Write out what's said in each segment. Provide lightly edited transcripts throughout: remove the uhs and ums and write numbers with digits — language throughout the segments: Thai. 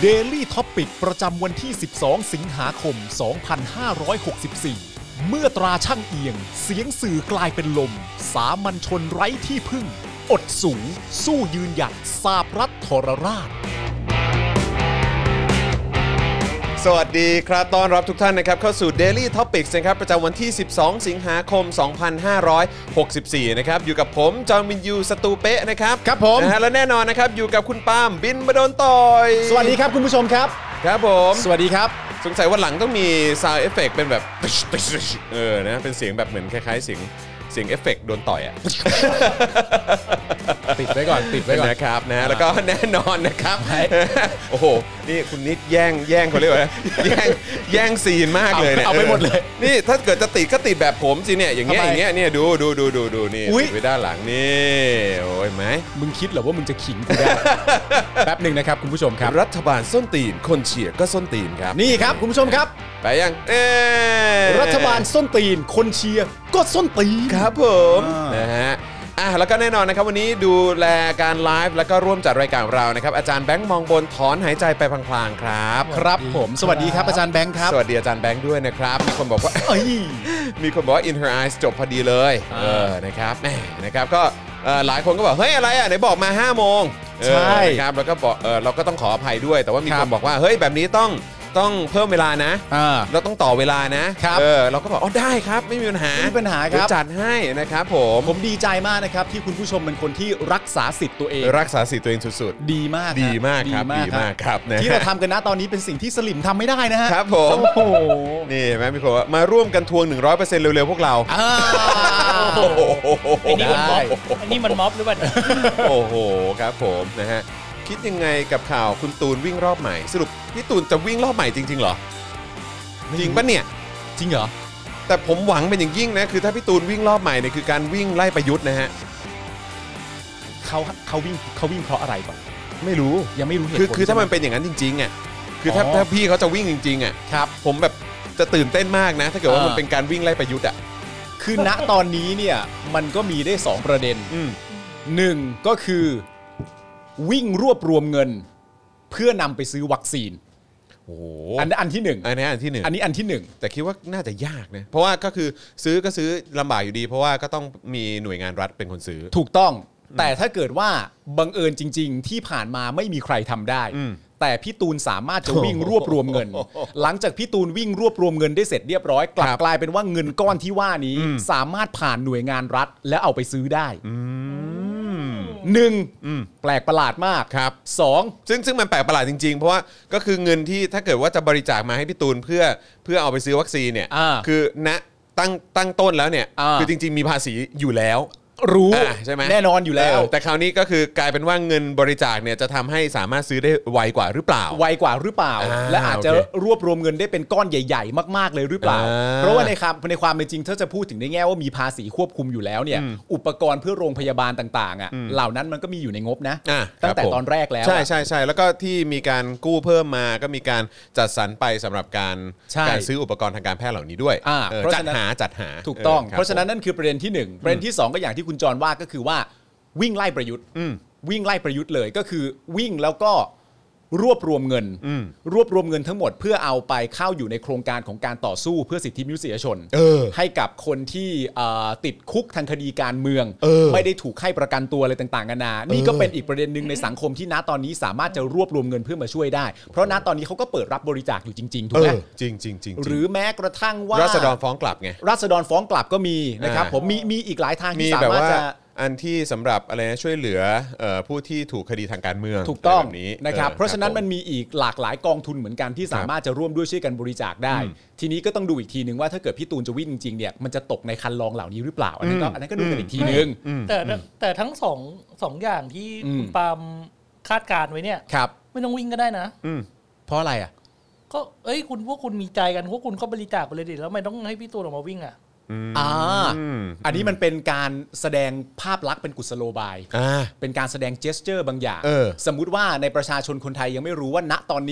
Daily Topic ประจำวันที่ 12 สิงหาคม 2564 เมื่อตราช่างเอียงเสียงสื่อกลายเป็นลมสามัญชนไร้ที่พึ่งอดสูงสู้ยืนหยัดสาบรัฐทรราชสวัสดีครับต้อนรับทุกท่านนะครับเข้าสู่ Daily Topics นะครับประจำวันที่ 12 สิงหาคม 2564 นะครับอยู่กับผมจอห์นวินยูสตูเป๊ะนะครับครับผมนะฮะและแน่นอนนะครับอยู่กับคุณปาล์มบินมาโดนต่อยสวัสดีครับคุณผู้ชมครับครับผมสวัสดีครับสงสัยวันหลังต้องมี sound effect เป็นแบบนะเป็นเสียงแบบเหมือนคล้ายๆเสียงเอฟเฟกต์โดนต่อยอ่ะติดไว้ก่อนนะครับนะแล้วก็แน่นอนนะครับโอ้โหนี่คุณนิดแย่งเขาเรียกว่าแย่งซีนมากเลยเนี่ยเอาไปหมดเลยนี่ถ้าเกิดจะติดก็ติดแบบผมสิเนี่ยอย่างเงี้ยเนี่ยดูนี่ติดไว้ด้านหลังนี่โอ้ยไหมมึงคิดเหรอว่ามึงจะขิงกูได้ แป๊บหนึ่งนะครับคุณผู้ชมครับรัฐบาลส้นตีนคนเชียร์ก็ส้นตีนครับนี่ครับคุณผู้ชมครับไปยังรัฐบาลส้นตีนคนเชียร์ก็ส้นตีนครับผมนะฮะแล้วก็แน่นอนนะครับวันนี้ดูแลการไลฟ์แล้วก็ร่วมจัดรายการของเรานะครับอาจารย์แบงค์มองบนถอนหายใจไปพลางๆครับครับผมสวัสดีครับอาจารย์แบงค์ครับสวัสดีอาจารย์แบงค์ด้วยนะครับมีคนบอกว่ามีคนบอกว่า In Her Eyes จบพอดีเลยนะครับแหมนะครับก็หลายคนก็บอกเฮ้ยอะไรอ่ะไหนบอกมา 5 โมงใช่ครับแล้วก็บอกเราก็ต้องขออภัยด้วยแต่ว่ามีคนบอกว่าเฮ้ยแบบนี้ต้องเพิ่มเวลานะเราต้องต่อเวลานะเราก็บอกอ๋อได้ครับไม่มีปัญหาครับจัดให้นะครับผมดีใจมากนะครับที่คุณผู้ชมเป็นคนที่รักษาสิทธิ์ตัวเองรักษาสิทธิ์ตัวเองสุดๆดีมากครับดีมากครับที่เราทำกันนะตอนนี้เป็นสิ่งที่สลิมทำไม่ได้นะฮะครับผมโอ้โหนี่แม่มีคนว่ามาร่วมกันทวง 100% เร็วๆพวกเราไอ้นี่มันม็อบหรือเปล่าโอ้โหครับผมนะฮะคิดยังไงกับข่าวคุณตูนวิ่งรอบใหม่สรุปพี่ตูนจะวิ่งรอบใหม่จริงๆเหรอจริงปะเนี่ยจริงเหรอแต่ผมหวังเป็นอย่างยิ่งนะคือถ้าพี่ตูนวิ่งรอบใหม่เนี่ยคือการวิ่งไล่ประยุทธ์นะฮะเขาวิ่งเพราะอะไรก่อนไม่รู้ยังไม่รู้เหตุผลคือถ้ามันเป็นอย่างนั้นจริงๆอ่ะคือถ้าพี่เขาจะวิ่งจริงๆอ่ะครับผมแบบจะตื่นเต้นมากนะถ้าเกิดว่ามันเป็นการวิ่งไล่ประยุทธ์อ่ะคือณตอนนี้เนี่ยมันก็มีได้2ประเด็น1ก็คือวิ่งรวบรวมเงินเพื่อนำไปซื้อวัคซีนโอ้โหอันที่1 อันนี้อันที่1แต่คิดว่าน่าจะยากนะเพราะว่าก็คือซื้อลำบากอยู่ดีเพราะว่าก็ต้องมีหน่วยงานรัฐเป็นคนซื้อถูกต้องแต่ถ้าเกิดว่าบังเอิญจริงๆที่ผ่านมาไม่มีใครทำได้แต่พี่ตูนสามารถจะวิ่งรวบรวมเงินหลังจากพี่ตูนวิ่งรวบรวมเงินได้เสร็จเรียบร้อยกลายเป็นว่าเงินก้อนที่ว่านี้สามารถผ่านหน่วยงานรัฐและเอาไปซื้อได้1แปลกประหลาดมากครับ 2 ซึ่งมันแปลกประหลาดจริงๆเพราะว่าก็คือเงินที่ถ้าเกิดว่าจะบริจาคมาให้พี่ตูนเพื่อเอาไปซื้อวัคซีนเนี่ยคือณตั้งต้นแล้วเนี่ยคือจริงๆมีภาษีอยู่แล้วรู้ใช่ไหมแน่นอนอยู่แล้วแต่คราวนี้ก็คือกลายเป็นว่าเงินบริจาคเนี่ยจะทำให้สามารถซื้อได้ไวกว่าหรือเปล่าและอาจจะรวบรวมเงินได้เป็นก้อนใหญ่ๆมากๆเลยหรือเปล่าเพราะว่าในความเป็นจริงถ้าจะพูดถึงในแง่ว่ามีภาษีควบคุมอยู่แล้วเนี่ยอุปกรณ์เพื่อโรงพยาบาลต่างๆอ่ะเหล่านั้นมันก็มีอยู่ในงบนะตั้งแต่ตอนแรกแล้วใช่แล้วก็ที่มีการกู้เพิ่มมาก็มีการจัดสรรไปสำหรับการซื้ออุปกรณ์ทางการแพทย์เหล่านี้ด้วยจัดหาถูกต้องเพราะฉะนั้นนั่นคือประเด็นที่1ประเด็นที่2ก็อย่างที่คุณจรว่าก็คือว่าวิ่งไล่ประยุทธ์เลยก็คือวิ่งแล้วก็รวบรวมเงินทั้งหมดเพื่อเอาไปเข้าอยู่ในโครงการของการต่อสู้เพื่อสิทธิมนุษยชนให้กับคนที่ติดคุกทางคดีการเมืองไม่ได้ถูกให้ประกันตัวอะไรต่างๆนานานี่ก็เป็นอีกประเด็นนึงในสังคมที่ณตอนนี้สามารถจะรวบรวมเงินเพื่อมาช่วยได้เพราะณตอนนี้เขาก็เปิดรับบริจาคอยู่จริงๆถูกไหมจริงหรือแม้กระทั่งว่าราษฎรฟ้องกลับไงราษฎรฟ้องกลับก็มีนะครับผมมีอีกหลายทางที่สามารถจะอันที่สำหรับอะไรนะช่วยเหลือผู้ที่ถูกคดีทางการเมืองถูกต้องนี้นะครับเพราะฉะนั้นมันมีอีกหลากหลายกองทุนเหมือนกันที่สามารถจะร่วมด้วยช่วยกันบริจาคได้ทีนี้ก็ต้องดูอีกทีนึงว่าถ้าเกิดพี่ตูนจะวิ่งจริงๆเนี่ยมันจะตกในคันลองเหล่านี้หรือเปล่าอันนั้นก็ดูกันอีกทีนึงแต่ทั้งสองอย่างที่คุณปาล์มคาดการไว้เนี่ยไม่ต้องวิ่งก็ได้นะเพราะอะไรอ่ะก็พวกคุณมีใจกันพวกคุณก็บริจาคไปเลยดิแล้วไม่ต้องให้พี่ตูนออกมาวิ่งอ่ะอันนี้มันเป็นการแสดงภาพลักษณ์เป็นกุศโลบายเป็นการแสดงเจสเจอร์บางอย่างสมมุติว่าในประชาชนคนไทยยังไม่รู้ว่าณตอนนี้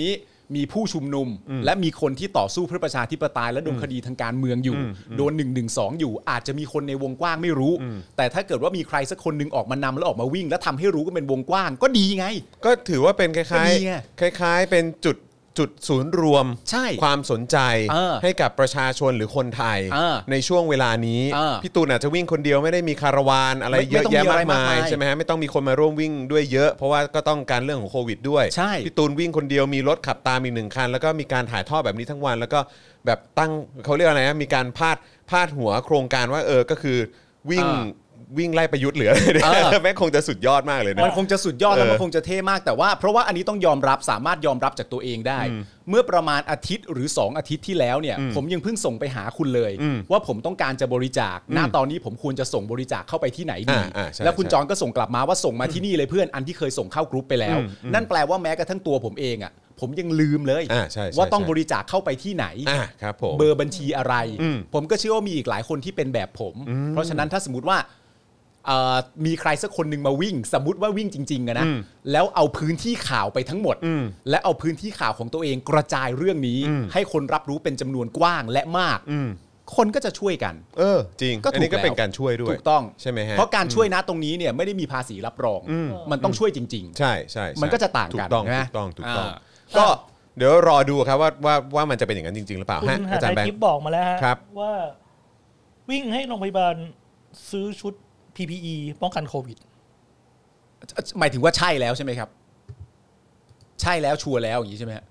มีผู้ชุมนุมและมีคนที่ต่อสู้เพื่อประชาธิปไตยและโดนคดีทางการเมืองอยู่โดน112อยู่อาจจะมีคนในวงกว้างไม่รู้แต่ถ้าเกิดว่ามีใครสักคนนึงออกมานำแล้วออกมาวิ่งแล้วทำให้รู้กันเป็นวงกว้างก็ดีไงก็ถือว่าเป็นคล้ายๆเป็นจุดศูนย์รวมความสนใจให้กับประชาชนหรือคนไทยในช่วงเวลานี้พี่ตูนอาจจะวิ่งคนเดียวไม่ได้มีคาราวานอะไรเยอะแยะมากมายใช่ไหมฮะไม่ต้องมีคนมาร่วมวิ่งด้วยเยอะเพราะว่าก็ต้องการเรื่องของโควิดด้วยพี่ตูนวิ่งคนเดียวมีรถขับตามอีก1คันแล้วก็มีการถ่ายทอดแบบนี้ทั้งวันแล้วก็แบบตั้งเขาเรียกอะไรนะมีการพาดหัวโครงการว่าก็คือวิ่งไล่ประยุทธ์เหลือแม่งคงจะสุดยอดมากเลยนะมันคงจะสุดยอดแล้วมันคงจะเท่มากแต่ว่าเพราะว่าอันนี้ต้องยอมรับสามารถยอมรับจากตัวเองได้เมื่อประมาณอาทิตย์หรือ2อาทิตย์ที่แล้วเนี่ยผมยังเพิ่งส่งไปหาคุณเลยว่าผมต้องการจะบริจาคณตอนนี้ผมควรจะส่งบริจาคเข้าไปที่ไหนดีแล้วคุณจอนก็ส่งกลับมาว่าส่งมาที่นี่เลยเพื่อนอันที่เคยส่งเข้ากรุ๊ปไปแล้วนั่นแปลว่าแม้กระทั่งตัวผมเองอ่ะผมยังลืมเลยว่าต้องบริจาคเข้าไปที่ไหนเบอร์บัญชีอะไรผมก็เชื่อว่ามีอีกหลายคนที่เป็นแบบผมเพราะฉะนั้นถ้าสมมติว่ามีใครสักคนหนึ่งมาวิ่งสมมุติว่าวิ่งจริงๆนะแล้วเอาพื้นที่ข่าวไปทั้งหมดและเอาพื้นที่ข่าวของตัวเองกระจายเรื่องนี้ให้คนรับรู้เป็นจำนวนกว้างและมากคนก็จะช่วยกันจริงอันนี้ก็เป็นการช่วยด้วยถูกต้องใช่ไหมฮะเพราะการช่วยนะตรงนี้เนี่ยไม่ได้มีภาษีรับรองมันต้องช่วยจริงๆใช่มันก็จะต่างกันถูกต้องก็เดี๋ยวรอดูครับว่ามันจะเป็นอย่างนั้นจริงๆหรือเปล่าฮะอาจารย์แบงค์บอกมาแล้วว่าวิ่งให้โรงพยาบาลซื้อชุดPPE ป้องกันโควิดหมายถึงว่าใช่แล้วใช่ไหมครับใช่แล้วชัวร์แล้วอย่างนี้ใช่ไหมฮะ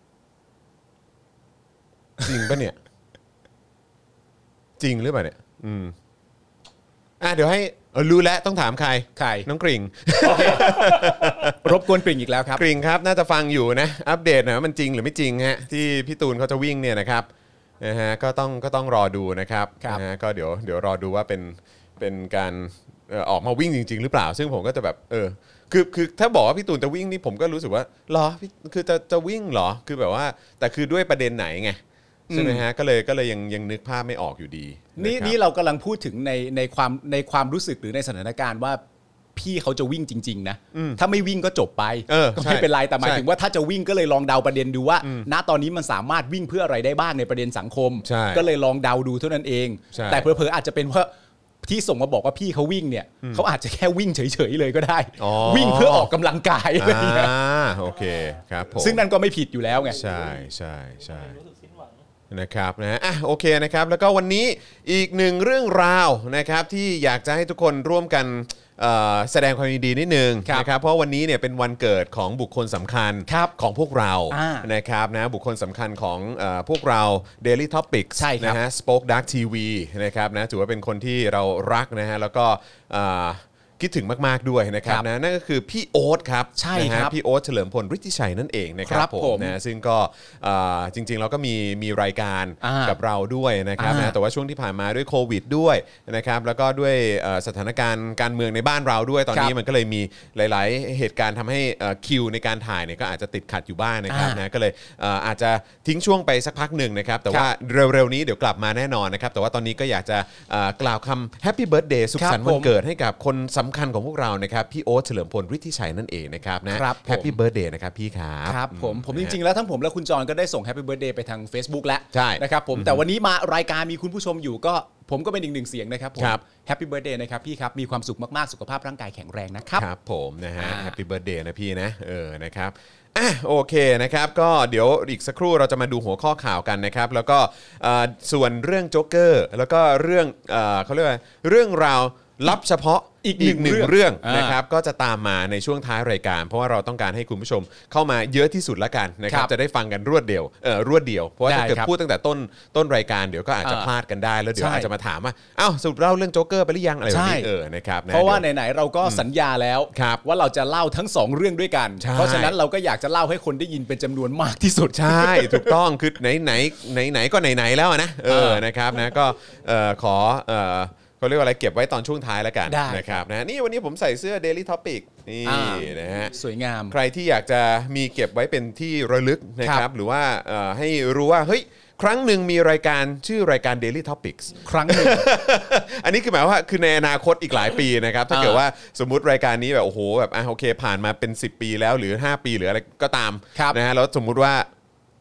จริงป่ะเนี่ยจริงหรือเปล่าเนี่ยเดี๋ยวให้รู้แล้วต้องถามใครน้องกริ่งรบกวนกริ่งอีกแล้วครับกริ่งครับน่าจะฟังอยู่นะอัปเดตหน่อยว่ามันจริงหรือไม่จริงฮะที่พี่ตูนเขาจะวิ่งเนี่ยนะครับนะฮะก็ต้องรอดูนะครับนะฮะก็เดี๋ยวรอดูว่าเป็นการออกมาวิ่งจริงๆหรือเปล่าซึ่งผมก็จะแบบคือถ้าบอกว่าพี่ตูนจะวิ่งนี่ผมก็รู้สึกว่าหรอคือจะวิ่งหรอคือแบบว่าแต่คือด้วยประเด็นไหนไงใช่ไหมฮะก็เลยยังนึกภาพไม่ออกอยู่ดีนี่เรากำลังพูดถึงในความรู้สึกหรือในสถานการณ์ว่าพี่เขาจะวิ่งจริงๆนะถ้าไม่วิ่งก็จบไปก็ไม่เป็นไรแต่หมายถึงว่าถ้าจะวิ่งก็เลยลองเดาประเด็นดูว่าณตอนนี้มันสามารถวิ่งเพื่ออะไรได้บ้างในประเด็นสังคมก็เลยลองเดาดูเท่านั้นเองแต่เผลอๆอาจจะเป็นว่าที่ส่งมาบอกว่าพี่เขาวิ่งเนี่ยเขาอาจจะแค่วิ่งเฉยๆเลยก็ได้วิ่งเพื่อออกกำลังกายอะไรอย่างเงี้ยโอเคครับผมซึ่งนั่นก็ไม่ผิดอยู่แล้วไงใช่นะครับนะโอเคนะครับแล้วก็วันนี้อีกหนึ่งเรื่องราวนะครับที่อยากจะให้ทุกคนร่วมกันแสดงความยินดีนิดนึงนะครับเพราะวันนี้เนี่ยเป็นวันเกิดของบุคคลสำคัญของพวกเรานะครับนะบุคคลสำคัญของพวกเรา Daily Topics นะฮะ Spoke Dark TV นะครับนะถือว่าเป็นคนที่เรารักนะฮะแล้วก็คิดถึงมากๆด้วยนะครับนะนั่นก็คือพี่โอ๊ตครับใช่ครับพี่โอ๊ตเฉลิมพลฤทธิชัยนั่นเองนะครับผมนะซึ่งก็จริงๆเราก็มีรายการกับเราด้วยนะครับนะแต่ว่าช่วงที่ผ่านมาด้วยโควิดด้วยนะครับแล้วก็ด้วยสถานการณ์การเมืองในบ้านเราด้วยตอนนี้มันก็เลยมีหลายๆเหตุการณ์ทำให้คิวในการถ่ายเนี่ยก็อาจจะติดขัดอยู่บ้างนะครับนะก็เลยอาจจะทิ้งช่วงไปสักพักหนึ่งนะครับแต่ว่าเร็วๆนี้เดี๋ยวกลับมาแน่นอนนะครับแต่ว่าตอนนี้ก็อยากจะกล่าวคำ Happy Birthday สุขสันต์วันเกิดให้กับคนสำคัญของพวกเรานะครับพี่โอ๊ตเฉลิมพลฤทธิชัยนั่นเองนะครับนะแฮปปี้เบิร์ธเดย์นะครับพี่ครับผมจริงๆแล้วทั้งผมและคุณจอนก็ได้ส่งแฮปปี้เบิร์ธเดย์ไปทาง Facebook แล้วนะครับผมแต่วันนี้มารายการมีคุณผู้ชมอยู่ก็ผมก็เป็นอีกหนึ่งเสียงนะครับผมแฮปปี้เบิร์ธเดย์นะครับพี่ครับมีความสุขมากๆสุขภาพร่างกายแข็งแรงนะครับครับผมนะฮะแฮปปี้เบิร์ธเดย์นะพี่นะนะครับโอเคนะครับก็เดี๋ยวอีกสักครู่เราจะมาดูหัวข้อข่าวกันนะครับแล้วก็ส่วนเรื่องโจ๊กเกอร์แล้วก็เรื่องเขาเรียกว่าเรื่องราวลับเฉพาะอีกหนึ่งเรื่องนะครับก็จะตามมาในช่วงท้ายรายการเพราะว่าเราต้องการให้คุณผู้ชมเข้ามาเยอะที่สุดละกันนะครับจะได้ฟังกันรวดเดียวเพราะว่าถ้าเกิดพูดตั้งแต่ต้นรายการเดี๋ยวก็อาจจะพลาดกันได้แล้วเดี๋ยวอาจจะมาถามว่าอ้าวสรุปเล่าเรื่องโจ๊กเกอร์ไปหรือยังอะไรแบบนี้นะครับเพราะว่าไหนๆเราก็สัญญาแล้วว่าเราจะเล่าทั้ง2เรื่องด้วยกันเพราะฉะนั้นเราก็อยากจะเล่าให้คนได้ยินเป็นจำนวนมากที่สุดใช่ถูกต้องคือไหนก็ไหนแล้วนะนะครับนะก็ขอเขาเรียกว่าอะไรเก็บไว้ตอนช่วงท้ายแล้วกันนะครับนะนี่วันนี้ผมใส่เสื้อ Daily Topic นี่นะฮะสวยงามใครที่อยากจะมีเก็บไว้เป็นที่ระลึกนะครับหรือว่าให้รู้ว่าเฮ้ยครั้งหนึ่งมีรายการชื่อรายการ Daily Topics ครั้งหนึ่งอันนี้คือหมายว่าคือในอนาคตอีกหลายปีนะครับถ้าเกิดว่าสมมุติรายการนี้แบบโอ้โหแบบโอเคผ่านมาเป็น10ปีแล้วหรือ5ปีหรืออะไรก็ตามนะฮะแล้วสมมุติว่า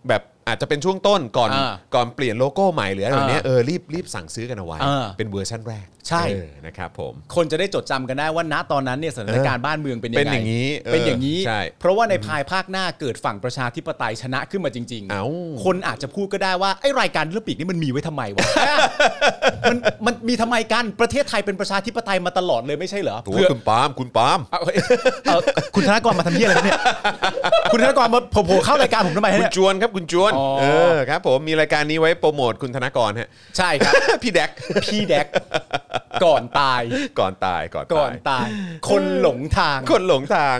แบบอาจจะเป็นช่วงต้นก่อน ก่อนเปลี่ยนโลโก้ใหม่หรืออะไรแบบนี้รีบสั่งซื้อกันเอาไว้เป็นเวอร์ชันแรกใช่นะครับผมคนจะได้จดจำกันได้ว่าณตอนนั้นเนี่ยสถานการณ์บ้านเมืองเป็นยังไงเป็นอย่างนี้เพราะว่าในภาคหน้าเกิดฝั่งประชาธิปไตยชนะขึ้นมาจริงๆคนอาจจะพูดก็ได้ว่าไอ้รายการโอลิมปิกนี่มันมีไว้ทำไมวะ มันมีทำไมกันประเทศไทยเป็นประชาธิปไตยมาตลอดเลยไม่ใช่เหรอคุณปาล์มคุณธนกรมาทำเหี้ยอะไรเนี่ยคุณธนกรมาโผล่เข้ารายการผมทำไมเนี่ยคุณจวนครับคุณจวนครับผมมีรายการนี้ไว้โปรโมทคุณธนกรฮะใช่ครับพี่แดกก่อนตาย คนหลงทาง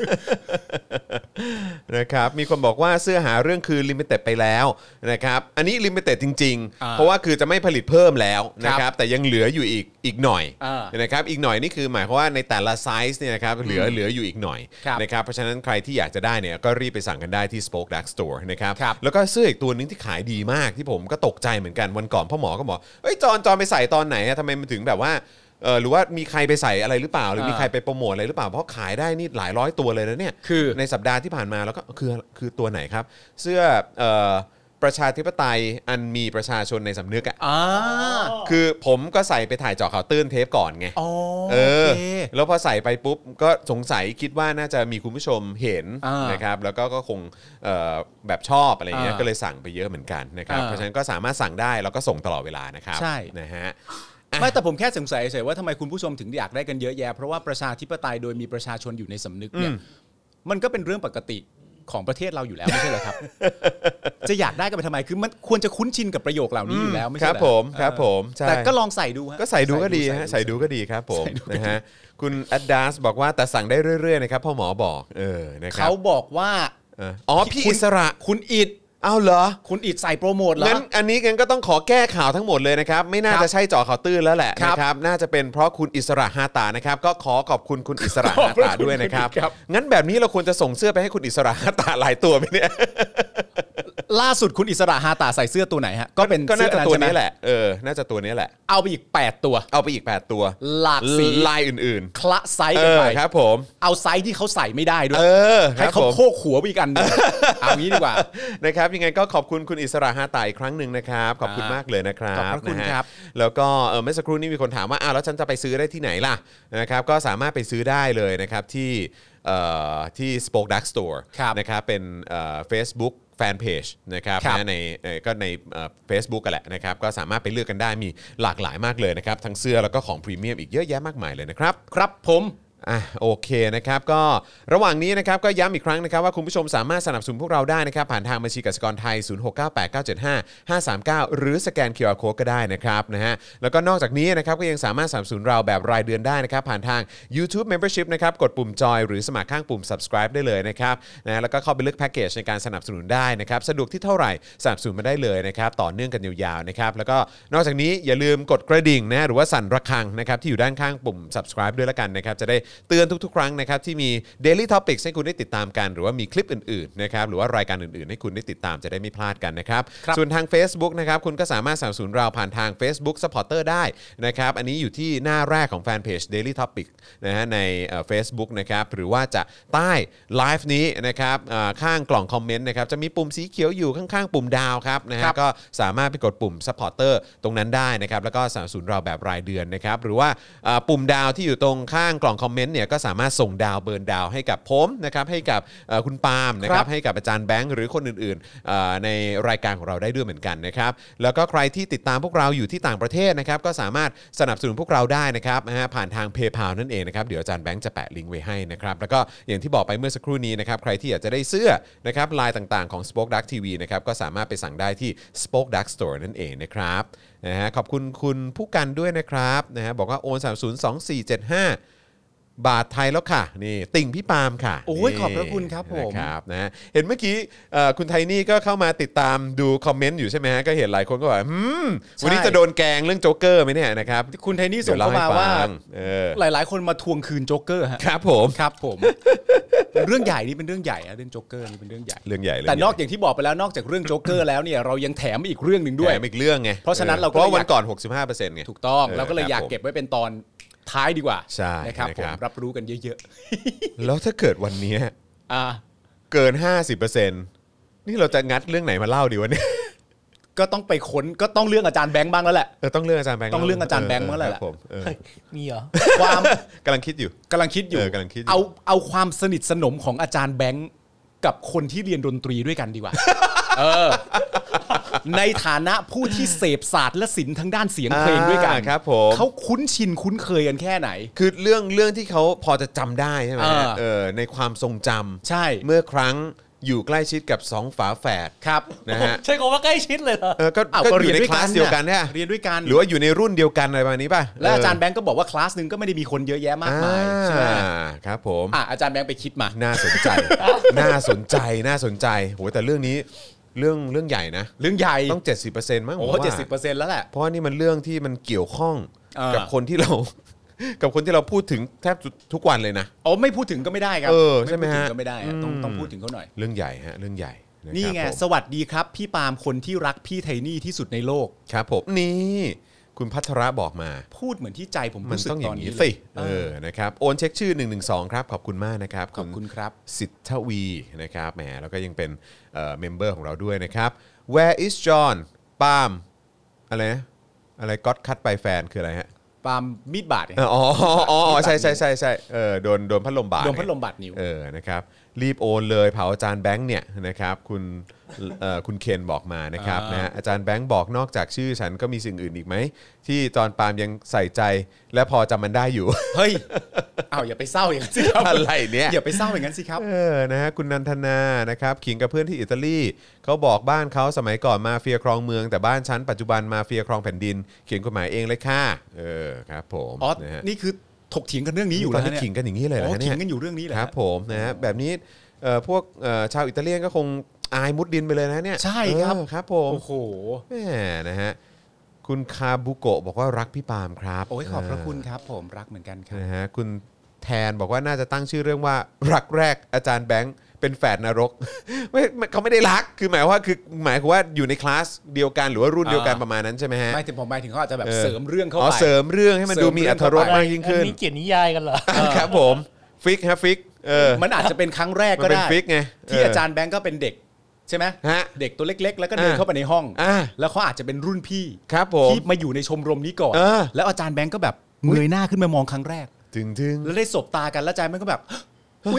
นะครับมีคนบอกว่าเสื้อหาเรื่องคือลิมิเต็ดไปแล้วนะครับอันนี้ลิมิเต็ดจริงๆเพราะว่าคือจะไม่ผลิตเพิ่มแล้วนะครับแต่ยังเหลืออยู่อีกหน่อยนะครับอีกหน่อยนี่คือหมายความว่าในแต่ละไซส์เนี่ยนะครับเหลืออยู่อีกหน่อยนะครับเพราะฉะนั้นใครที่อยากจะได้เนี่ยก็รีบไปสั่งกันได้ที่ Spoke Dark Store นะครับแล้วก็เสื้ออีกตัวนึงที่ขายดีมากที่ผมก็ตกใจเหมือนกันวันก่อนพ่อหมอก็บอกเอ้ยจอนไปใส่ตอนไหนทำไมมันถึงแบบว่าหรือว่ามีใครไปใส่อะไรหรือเปล่าหรือมีใครไปโปรโมทอะไรหรือเปล่าเพราะขายได้นี่หลายร้อยตัวเลยนะเนี่ยคือในสัปดาห์ที่ผ่านมาแล้วก็คือตัวไหนครับเสื้อประชาธิปไตยอันมีประชาชนในสำนึกคือผมก็ใส่ไปถ่ายเจาะข่าวตื้นเทปก่อนไงแล้วพอใส่ไปปุ๊บก็สงสัยคิดว่าน่าจะมีคุณผู้ชมเห็นนะครับแล้วก็คงแบบชอบอะไรเงี้ยก็เลยสั่งไปเยอะเหมือนกันนะครับเพราะฉะนั้นก็สามารถสั่งได้แล้วก็ส่งตลอดเวลานะครับใช่นะฮะไม่แต่ผมแค่สงสัยเฉยว่าทำไมคุณผู้ชมถึงอยากได้กันเยอะแยะเพราะว่าประชาธิปไตยโดยมีประชาชนอยู่ในสำนึกเนี่ยมันก็เป็นเรื่องปกติของประเทศเราอยู่แล้วไม่ใช่เหรอครับจะอยากได้กันไปทำไมคือมันควรจะคุ้นชินกับประโยคเหล่านี้อยู่แล้วไม่ใช่เหรอครับผมแต่ก็ลองใส่ดูฮะก็ใส่ดูก็ดีฮะใส่ดูก็ดีครับผมนะฮะคุณแอดดาสบอกว่าแต่สั่งได้เรื่อยๆนะครับพ่อหมอบอกนะครับเขาบอกว่าพี่อิสระคุณอิดเอาเหรอคุณอิดใส่โปรโมทเหรองั้นอันนี้กันก็ต้องขอแก้ข่าวทั้งหมดเลยนะครับไม่น่าจะใช่เจาะข่าวตื้นแล้วแหละนะครับน่าจะเป็นเพราะคุณอิสระฮาตานะครับก็ขอขอบคุณคุณอิสระฮาตาด้วยนะครับงั้นแบบนี้เราควรจะส่งเสื้อไปให้คุณอิสระฮาตาหลายตัวไหมเนี่ยล่าสุดคุณอิสระฮาตาใส่เสื้อตัวไหนฮะก็เป็นน่าจะตัวนี้แหละน่าจะตัวนี้แหละเอาไปอีก8ตัวหลากสีลายอื่นๆคละไซส์กันไปครับผมเอาไซส์ที่เขาใส่ไม่ได้ด้วยให้เขาโคกหัวไปอีกอันเอางี้ดีกว่านะครับยังไงก็ขอบคุณคุณอิสระฮาตาอีกครั้งหนึ่งนะครับขอบคุณมากเลยนะครับขอบคุณครับแล้วก็เมื่อสักครู่นี้มีคนถามว่าแล้วฉันจะไปซื้อได้ที่ไหนล่ะนะครับก็สามารถไปซื้อได้เลยนะครับที่ Spoke Dark Store นะครับเป็นFacebookแฟนเพจนะครับในFacebook กันแหละนะครับก็สามารถไปเลือกกันได้มีหลากหลายมากเลยนะครับทั้งเสื้อแล้วก็ของพรีเมียมอีกเยอะแยะมากมายเลยนะครับครับผมโอเคนะครับก็ระหว่างนี้นะครับก็ย้ำอีกครั้งนะครับว่าคุณผู้ชมสามารถสนับสนุนพวกเราได้นะครับผ่านทางบัญชีกสิกรไทย0698975539หรือสแกน QR Code ก็ได้นะครับนะฮะแล้วก็นอกจากนี้นะครับก็ยังสามารถสนับสนุนเราแบบรายเดือนได้นะครับผ่านทาง YouTube Membership นะครับกดปุ่มจอยหรือสมัครข้างปุ่ม Subscribe ได้เลยนะครับนะแล้วก็เข้าไปเลือกแพ็คเกจในการสนับสนุนได้นะครับสะดวกที่เท่าไหร่สนับสนุนมาได้เลยนะครับต่อเนื่องกันยาวๆนะครับแล้วก็นอกจากนี้อย่าลืมกดกระดิ่งนะหรือว่าสั่นระฆังนะครับที่อยู่ด้านข้างปุ่ม Subscribe ด้วยละกันนะครับจะได้เตือนทุกๆครั้งนะครับที่มี Daily Topics ให้คุณได้ติดตามกันหรือว่ามีคลิปอื่นๆนะครับหรือว่ารายการอื่นๆให้คุณได้ติดตามจะได้ไม่พลาดกันนะครับส่วนทาง Facebook นะครับคุณก็สามารถสนับสนุนเราผ่านทาง Facebook Supporter ได้นะครับอันนี้อยู่ที่หน้าแรกของแฟนเพจ Daily Topics นะฮะในFacebook นะครับหรือว่าจะใต้ไลฟ์นี้นะครับข้างกล่องคอมเมนต์นะครับจะมีปุ่มสีเขียวอยู่ข้างๆปุ่มดาวครับนะฮะก็สามารถไปกดปุ่ม Supporter ตรงนั้นได้นะครับแล้วก็สนับสนุนเราแบบรายเดือนนะครับหรือว่าปุ่มดาวที่อยู่ตรงข้างกล่องคอมเมนต์เนี่ยก็สามารถส่งดาวเบิร์นดาวให้กับผมนะครับให้กับคุณปาล์มนะครับให้กับอาจารย์แบงค์หรือคนอื่นๆในรายการของเราได้ด้วยเหมือนกันนะครับแล้วก็ใครที่ติดตามพวกเราอยู่ที่ต่างประเทศนะครับก็สามารถสนับสนุนพวกเราได้นะครับผ่านทาง PayPal นั่นเองนะครับเดี๋ยวอาจารย์แบงค์จะแปะลิงก์ไว้ให้นะครับแล้วก็อย่างที่บอกไปเมื่อสักครู่นี้นะครับใครที่อยากจะได้เสื้อนะครับลายต่างๆของ Spoke Dark TV นะครับก็สามารถไปสั่งได้ที่ Spoke Dark Store นั่นเองนะครับนะฮะขอบคุณคุณผู้กันด้วยนะครับนะฮะบอกว่าโอน302475บาทไทยแล้วค่ะนี่ติ่งพี่ปาล์มค่ะโอ้ยขอบพระคุณครับผมครับนะเห็นเมื่อกี้คุณไทนี่ก็เข้ามาติดตามดูคอมเมนต์อยู่ใช่ไหมฮะก็เห็นหลายคนก็บอกวันนี้จะโดนแกงเรื่องโจ๊กเกอร์ไหมเนี่ยนะครับคุณไทนี่ส่งเข้ามาว่าหลายๆคนมาทวงคืนโจ๊กเกอร์ฮะครับผมเรื่องใหญ่นี่เป็นเรื่องใหญ่นะเรื่องโจ๊กเกอร์นี่เป็นเรื่องใหญ่แต่นอกอย่างที่บอกไปแล้วนอกจากเรื่องโจ๊กเกอร์แล้วเนี่ยเรายังแถมอีกเรื่องนึงด้วยแถมอีกเรื่องไงเพราะฉะนั้นเราก็วันก่อน 65% ไงถูกต้องเราก็เลยอยากเก็บไว้เป็นตอนท้ายดีกว่าใช่นะครับผมรับรู้กันเยอะๆแล้วถ้าเกิดวันนี้เกิน 50% นี่เราจะงัดเรื่องไหนมาเล่าดีวะเนี่ยก็ต้องไปค้นก็ต้องเรื่องอาจารย์แบงค์บ้างแล้วแหละต้องเรื่องอาจารย์แบงค์ต้องเรื่องอาจารย์แบงค์บ้างแล้วแหละผมมีเหรอความกำลังคิดอยู่เอาความสนิทสนมของอาจารย์แบงค์กับคนที่เรียนดนตรีด้วยกันดีกว่าในฐานะผู้ที่เสพศาสตร์และศิลป์ทางด้านเสียงเพลงด้วยกันครับผมเขาคุ้นชินคุ้นเคยกันแค่ไหนคือเรื่องที่เขาพอจะจำได้ใช่ไหมในความทรงจำใช่เมื่อครั้งอยู่ใกล้ชิดกับ2ฝาแฝดครับนะฮะใช่คำว่าใกล้ชิดเลยเหรอก็อยู่ในคลาสเดียวกันเนี่ยเรียนด้วยกันหรือว่าอยู่ในรุ่นเดียวกันอะไรประมาณนี้ป่ะและอาจารย์แบงก์ก็บอกว่าคลาสนึงก็ไม่ได้มีคนเยอะแยะมากมายใช่ไหมครับผมอาจารย์แบงก์ไปคิดมาน่าสนใจน่าสนใจโหแต่เรื่องนี้เรื่องใหญ่นะเรื่องใหญ่ต้อง 70% มั้งโอ้ 70% แล้วแหละเพราะนี่มันเรื่องที่มันเกี่ยวข้องกับคนที่เราพูดถึงแทบทุกวันเลยนะไม่พูดถึงก็ไม่ได้ครับใช่ไหมฮะก็ไม่ได้ต้องพูดถึงเขาหน่อยเรื่องใหญ่ฮะเรื่องใหญ่นี่ไงสวัสดีครับพี่ปาล์มคนที่รักพี่ไทนี่ที่สุดในโลกครับผมนี่คุณพัทระบอกมาพูดเหมือนที่ใจผมรู้สึกตอนนี้สินะครับโอนเช็คชื่อ112ครับขอบคุณมากนะครับขอบคุณครับสิทธวีนะครับแหมแล้วก็ยังเป็นเมมเบอร์ของเราด้วยนะครับ Where is John ปาล์มอะไรก็อดคัดไปแฟนคืออะไรฮะปาล์มมีดบาดใช่โดนพัดลมบาดนิ้วนะครับรีบโอนเลยเผาอาจารย์แบงค์เนี่ยนะครับคุณเคนบอกมานะครับนะอาจารย์แบงค์บอกนอกจากชื่อฉันก็มีสิ่งอื่นอีกไหมที่ตอนปาล์มยังใส่ใจและพอจำมันได้อยู่เฮ้ยอย่าไปเศร้าอย่างนั้นสิครับอะไรเนี่ยอย่าไปเศร้าอย่างนั้นสิครับนะฮะคุณนันทนานะครับขิงกับเพื่อนที่อิตาลีเขาบอกบ้านเขาสมัยก่อนมาเฟียครองเมืองแต่บ้านฉันปัจจุบันมาเฟียครองแผ่นดินเขียนกฎหมายเองเลยค่ะครับผมนี่คือถกเถียงกันเรื่องนี้อยู่แล้วเนี่ยขิงกันอย่างนี้เลยนะเนี่ยขิงกันอยู่เรื่องนี้แหละครับผมนะฮะแบบนี้พวกชาวอิตาเลียนก็คงอายมุดดินไปเลยนะเนี่ยใช่ครับครับผมโอ้โหแหมนะฮะคุณคาบุโกะบอกว่ารักพี่ปาล์มครับขอบพระคุณครับผมรักเหมือนกันครับนะฮะคุณแทนบอกว่าน่าจะตั้งชื่อเรื่องว่ารักแรกอาจารย์แบงค์เป็นแฝดนรกไม่เขาไม่ได้รักคือหมายว่าอยู่ในคลาสเดียวกันหรือว่ารุ่นเดียวกันประมาณนั้นใช่ไหมฮะไม่ถึงผมหมายถึงเขาอาจจะแบบเสริมเรื่องเข้าไปเสริมเรื่องให้มันดูมีอรรถรสมากยิ่งขึ้นมีเกียรตินิยายกันเหรอครับผมฟิกมันอาจจะเป็นครั้งแรกก็ได้ที่อาจารย์แบงค์ก็เป็นเด็กใช่ไหมเด็กตัวเล็กๆแล้วก็เดินเข้าไปในห้องแล้วเขาอาจจะเป็นรุ่นพี่ที่มาอยู่ในชมรมนี้ก่อนแล้วอาจารย์แบงค์ก็แบบเงยหน้าขึ้นมามองครั้งแรกถึงแล้วได้สบตากันแล้วอาจารย์แบงค์ก็แบบอุ้ย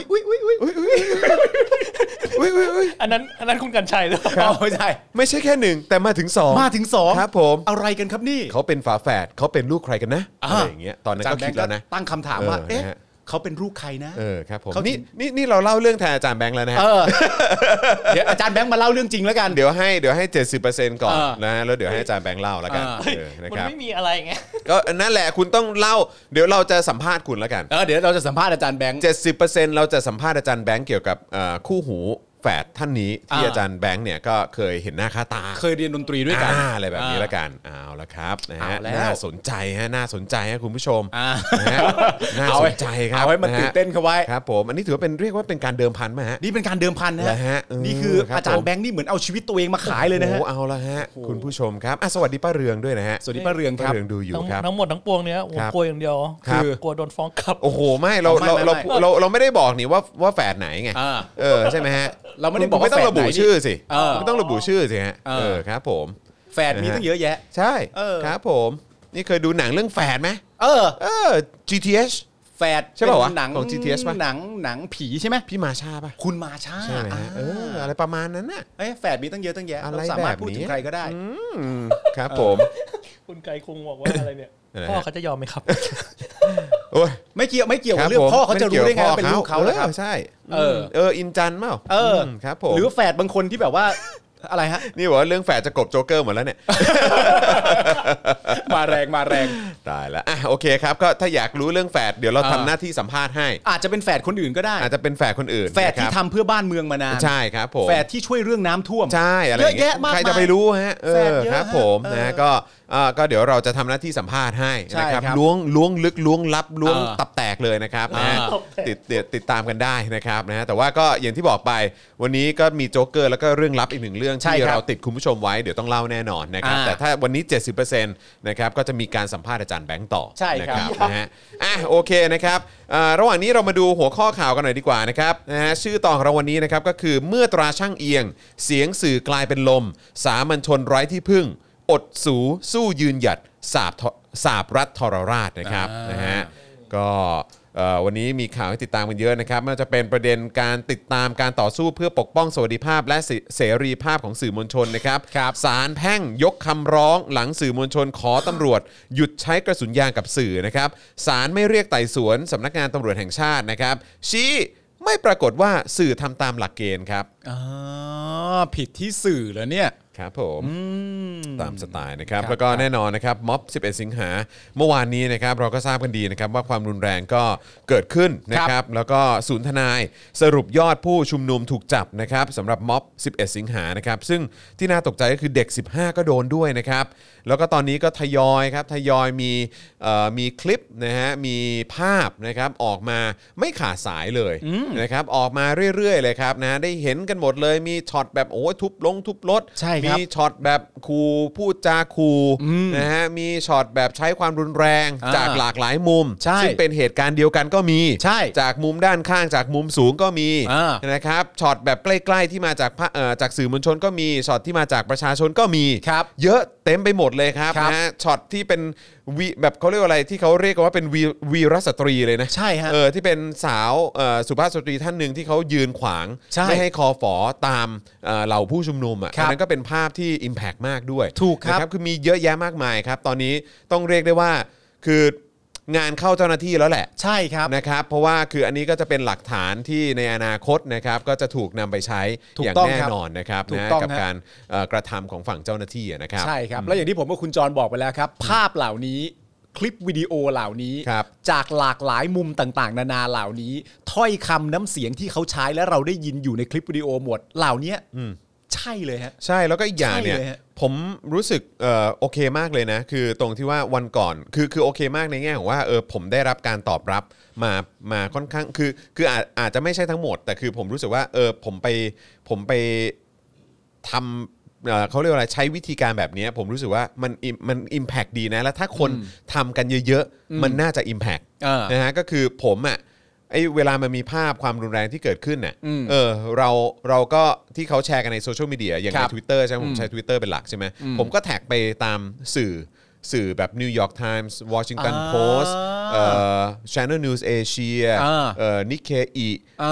อันนั้นคุณกันชัยหรือเปล่าไม่ใช่แค่1แต่มาถึง2ครับผมอะไรกันครับนี่เขาเป็นฝาแฝดเขาเป็นลูกใครกันนะอะไรอย่างเงี้ยตอนนั้นก็คิดแล้วนะตั้งคำถามว่าเขาเป็นลูกใครนะครับผมนี่เราเล่าเรื่องแทนอาจารย์แบงค์แล้วนะฮะเดี๋ยวอาจารย์แบงค์มาเล่าเรื่องจริงแล้วกันเดี๋ยวให้ 70% ก่อนนะแล้วเดี๋ยวให้อาจารย์แบงค์เล่าแล้วกันมันไม่มีอะไรไงก็นั่นแหละคุณต้องเล่าเดี๋ยวเราจะสัมภาษณ์คุณแล้วกันเดี๋ยวเราจะสัมภาษณ์อาจารย์แบงค์ 70% เราจะสัมภาษณ์อาจารย์แบงค์เกี่ยวกับคู่หูแฝดท่านนี้ที่อาจารย์แบงค์เนี่ยก็เคยเห็นหน้าค่าตาเคยเรียนดนตรีด้วยกันอะไรแบบนี้ละกันเอาละครับนะฮะน่าสนใจคุณผู้ชมน่าสนใจครับเอาไว้มันตื่นเต้นเข้าไว้ครับผมอันนี้ถือว่าเป็นเรียกว่าเป็นการเดิมพันไหมฮะนี่เป็นการเดิมพันนะฮะนี่คืออาจารย์แบงค์นี่เหมือนเอาชีวิตตัวเองมาขายเลยนะฮะเอาละฮะคุณผู้ชมครับสวัสดีป้าเรืองด้วยนะฮะสวัสดีป้าเรืองครับดูอยู่ครับทั้งหมดทั้งปวงเนี้ยกลัวอย่างเดียวคือกลัวโดนฟ้องกลับโอ้โหไม่เราไม่ได้บอกนี่ว่าแฝดไหนไงใช่ไหมฮะเราไม่ได้บอกไม่ต้องระบุชื่อสิไม่ต้องระบุชื่อสิฮะครับผมแฝดมีตั้งเยอะแยะใช่ครับผมนี่เคยดูหนังเรื่องแฝดไหมGTH แฝดใช่ป่าววะหนังของ GTH ป่ะหนังผีใช่ไหมพี่มาชาป่ะคุณมาชาใช่ไหมฮะอะไรประมาณนั้นน่ะแฝดมีตั้งเยอะตั้งแยะเราสามารถพูดถึงใครก็ได้ครับผมคุณไกรคงบอกว่าอะไรเนี่ยพ่อเขาจะยอมไหมครับโอ้ยไม่เกี่ยวกับเรื่องพ่อเขาจะรู้ได้ไงว่าเป็นลูกเขาแล้วใช่อินจันเปล่าครับผมหรือแฝดบางคนที่แบบว่าอะไรฮะนี่บอกว่าเรื่องแฝดจะกบโจ๊กเกอร์หมดแล้วเนี่ยมาแรงตายแล้วโอเคครับก็ถ้าอยากรู้เรื่องแฝดเดี๋ยวเราทำหน้าที่สัมภาษณ์ให้อาจจะเป็นแฝดคนอื่นก็ได้อาจจะเป็นแฝดคนอื่นแฝดที่ทำเพื่อบ้านเมืองมานานใช่ครับผมแฝดที่ช่วยเรื่องน้ำท่วมใช่อะไรเยอะแยะมากใครจะไปรู้ฮะครับผมนะก็ก็เดี๋ยวเราจะทำหน้าที่สัมภาษณ์ให้นะครับล้วงลึกล้วงลับล้วงตับแตกเลยนะครับนะฮะติดตามกันได้นะครับนะแต่ว่าก็อย่างที่บอกไปวันนี้ก็มีโจ๊กเกอร์แล้วก็เรื่องลับอีกหนึ่งเรื่องที่เราติดคุณผู้ชมไว้เดี๋ยวต้องเล่าแน่นอนนะครับแต่ถ้าวันนี้ 70% นะครับก็จะมีการสัมภาษณ์อาจารย์แบงค์ต่อนะครับนะฮะโอเคนะครับระหว่างนี้เรามาดูหัวข้อข่าวกันหน่อยดีกว่านะครับนะฮะชื่อตอนของเราวันนี้นะครับก็คือเมื่อตราช่างเอียงเสียงสื่อกลายเป็นลมสามัญชนไร้ที่พึ่งอดสูสู้ยืนหยัดสาบรัฐทรราชนะครับนะฮะก็วันนี้มีข่าวให้ติดตามกันเยอะนะครับไม่ว่าจะเป็นประเด็นการติดตามการต่อสู้เพื่อปกป้องสวัสดิภาพและเสรีภาพของสื่อมวลชนนะครับศาลแพ่งยกคำร้องหลังสื่อมวลชนขอตำรวจหยุดใช้กระสุนยางกับสื่อนะครับศาลไม่เรียกไต่สวนสำนักงานตำรวจแห่งชาตินะครับชี้ไม่ปรากฏว่าสื่อทำตามหลักเกณฑ์ครับผิดที่สื่อแล้วเนี่ยครับผมตามสไตล์นะครับแล้วก็แน่นอนนะครับม็อบ11สิงหาเมื่อวานนี้นะครับเราก็ทราบกันดีนะครับว่าความรุนแรงก็เกิดขึ้นนะครับแล้วก็ศูนย์ทนายสรุปยอดผู้ชุมนุมถูกจับนะครับสำหรับม็อบ11สิงหานะครับซึ่งที่น่าตกใจก็คือเด็ก15ก็โดนด้วยนะครับแล้วก็ตอนนี้ก็ทยอยมีคลิปนะฮะมีภาพนะครับออกมาไม่ขาดสายเลยนะครับออกมาเรื่อยๆเลยครับนะได้เห็นกันหมดเลยมีช็อตแบบโอ้ทุบรถมีช็อตแบบคูพูดจาคูนะฮะมีช็อตแบบใช้ความรุนแรงจากหลากหลายมุมซึ่งเป็นเหตุการณ์เดียวกันก็มีจากมุมด้านข้างจากมุมสูงก็มีนะครับช็อตแบบใกล้ๆที่มาจากสื่อมวลชนก็มีช็อตที่มาจากประชาชนก็มีเยอะเต็มไปหมดเลยครับนะช็อตที่เป็นแบบเขาเรียกว่าอะไรที่เขาเรียกว่าเป็นวีรสตรีเลยนะใช่ฮะที่เป็นสาวสุภาพสตรีท่านหนึ่งที่เขายืนขวางไม่ให้คอฝอตามเหล่าผู้ชุมนุมนั่นก็เป็นภาพที่ impact มากด้วยถูกครับคือมีเยอะแยะมากมายครับตอนนี้ต้องเรียกได้ว่าคืองานเข้าเจ้าหน้าที่แล้วแหละใช่ครับนะครับเพราะว่าคืออันนี้ก็จะเป็นหลักฐานที่ในอนาคตนะครับก็จะถูกนำไปใช้อย่างแน่นอนนะครับนะกับการกระทำของฝั่งเจ้าหน้าที่นะครับใช่ครับแล้วอย่างที่ผมกับคุณจรบอกไปแล้วครับภาพเหล่านี้คลิปวิดีโอเหล่านี้จากหลากหลายมุมต่างๆนานาเหล่านี้ถ้อยคำน้ำเสียงที่เขาใช้และเราได้ยินอยู่ในคลิปวิดีโอหมดเหล่านี้ใช่เลยฮะใช่แล้วก็อีกอย่างเนี่ยผมรู้สึกโอเคมากเลยนะคือตรงที่ว่าวันก่อนคือโอเคมากในแง่ของว่าผมได้รับการตอบรับมาค่อนข้างคืออาจจะไม่ใช่ทั้งหมดแต่คือผมรู้สึกว่าผมไปทำเขาเรียกว่าอะไรใช้วิธีการแบบนี้ผมรู้สึกว่ามันimpact ดีนะแล้วถ้าคนทำกันเยอะๆมันน่าจะ impact นะฮะก็คือผมเวลามันมีภาพความรุนแรงที่เกิดขึ้นเนี่ยเราก็ที่เขาแชร์กันในโซเชียลมีเดียอย่างใน Twitter ใช่ไหมผมใช้ Twitter เป็นหลักใช่ไหมผมก็แท็กไปตามสื่อแบบ New York Times Washington Post Channel News Asia Nikkei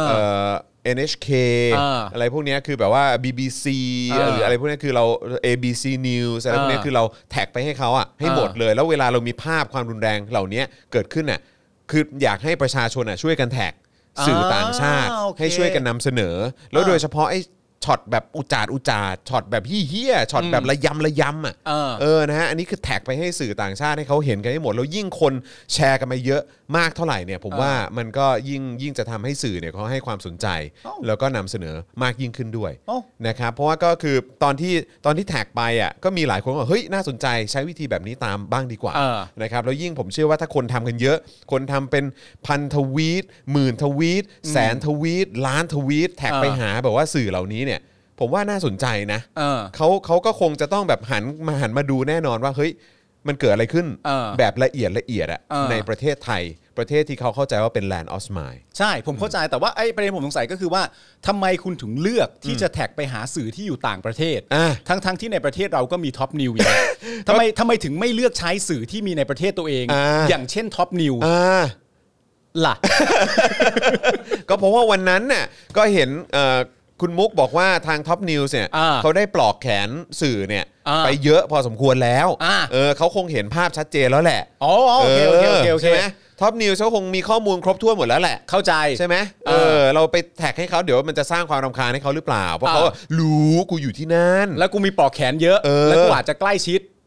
NHK อะไรพวกนี้คือแบบว่า BBC หรืออะไรพวกนี้คือเรา ABC News อะไรพวกนี้คือเราแท็กไปให้เขาให้หมดเลยแล้วเวลาเรามีภาพความรุนแรงเหล่านี้เกิดขึ้นคืออยากให้ประชาชนช่วยกันแท็กสื่อต่างชาติให้ช่วยกันนำเสนอแล้วโดยเฉพาะไอ้ช็อตแบบอุจาดช็อตแบบเหี้ยช็อตแบบระยำนะฮะอันนี้คือแท็กไปให้สื่อต่างชาติให้เขาเห็นกันให้หมดแล้วยิ่งคนแชร์กันมาเยอะมากเท่าไหร่เนี่ยผมว่ามันก็ยิ่งจะทำให้สื่อเนี่ยเขาให้ความสนใจแล้วก็นำเสนอมากยิ่งขึ้นด้วยนะครับเพราะว่าก็คือตอนที่แท็กไปก็มีหลายคนบอกเฮ้ยน่าสนใจใช้วิธีแบบนี้ตามบ้างดีกว่านะครับแล้วยิ่งผมเชื่อว่าถ้าคนทำกันเยอะคนทำเป็นพันทวีตหมื่นทวีตแสนทวีตล้านทวีตแท็กไปหาแบบว่าสื่อเหล่านี้เนี่ยผมว่าน่าสนใจนะเขาก็คงจะต้องแบบหันมาดูแน่นอนว่าเฮ้ยมันเกิดอะไรขึ้นแบบละเอียดในประเทศไทยประเทศที่เขาเข้าใจว่าเป็น Land of Smile ใช่ผมเข้าใจแต่ว่าไอ้ประเด็นผมสงสัยก็คือว่าทำไมคุณถึงเลือกที่จะแท็กไปหาสื่อที่อยู่ต่างประเทศทั้งที่ในประเทศเราก็มีท็อปนิวอยู่ทำไมถึงไม่เลือกใช้สื่อที่มีในประเทศตัวเองอย่างเช่นท็อปนิวล่ะก็เพราะว่าวันนั้นน่ะก็เห็นคุณมุกบอกว่าทางท็อปนิวส์เนี่ยเขาได้ปลอกแขนสื่อเนี่ยไปเยอะพอสมควรแล้วเขาคงเห็นภาพชัดเจนแล้วแหละโอเคใช่ไหมท็อปนิวส์เขาคงมีข้อมูลครบถ้วนหมดแล้วแหละเข้าใจใช่ไหมเราไปแท็กให้เขาเดี๋ยวมันจะสร้างความรำคาญให้เขาหรือเปล่าเพราะเขารู้กูอยู่ที่นั่นแล้วกูมีปลอกแขนเยอะแล้วกูอาจจะใกล้ชิด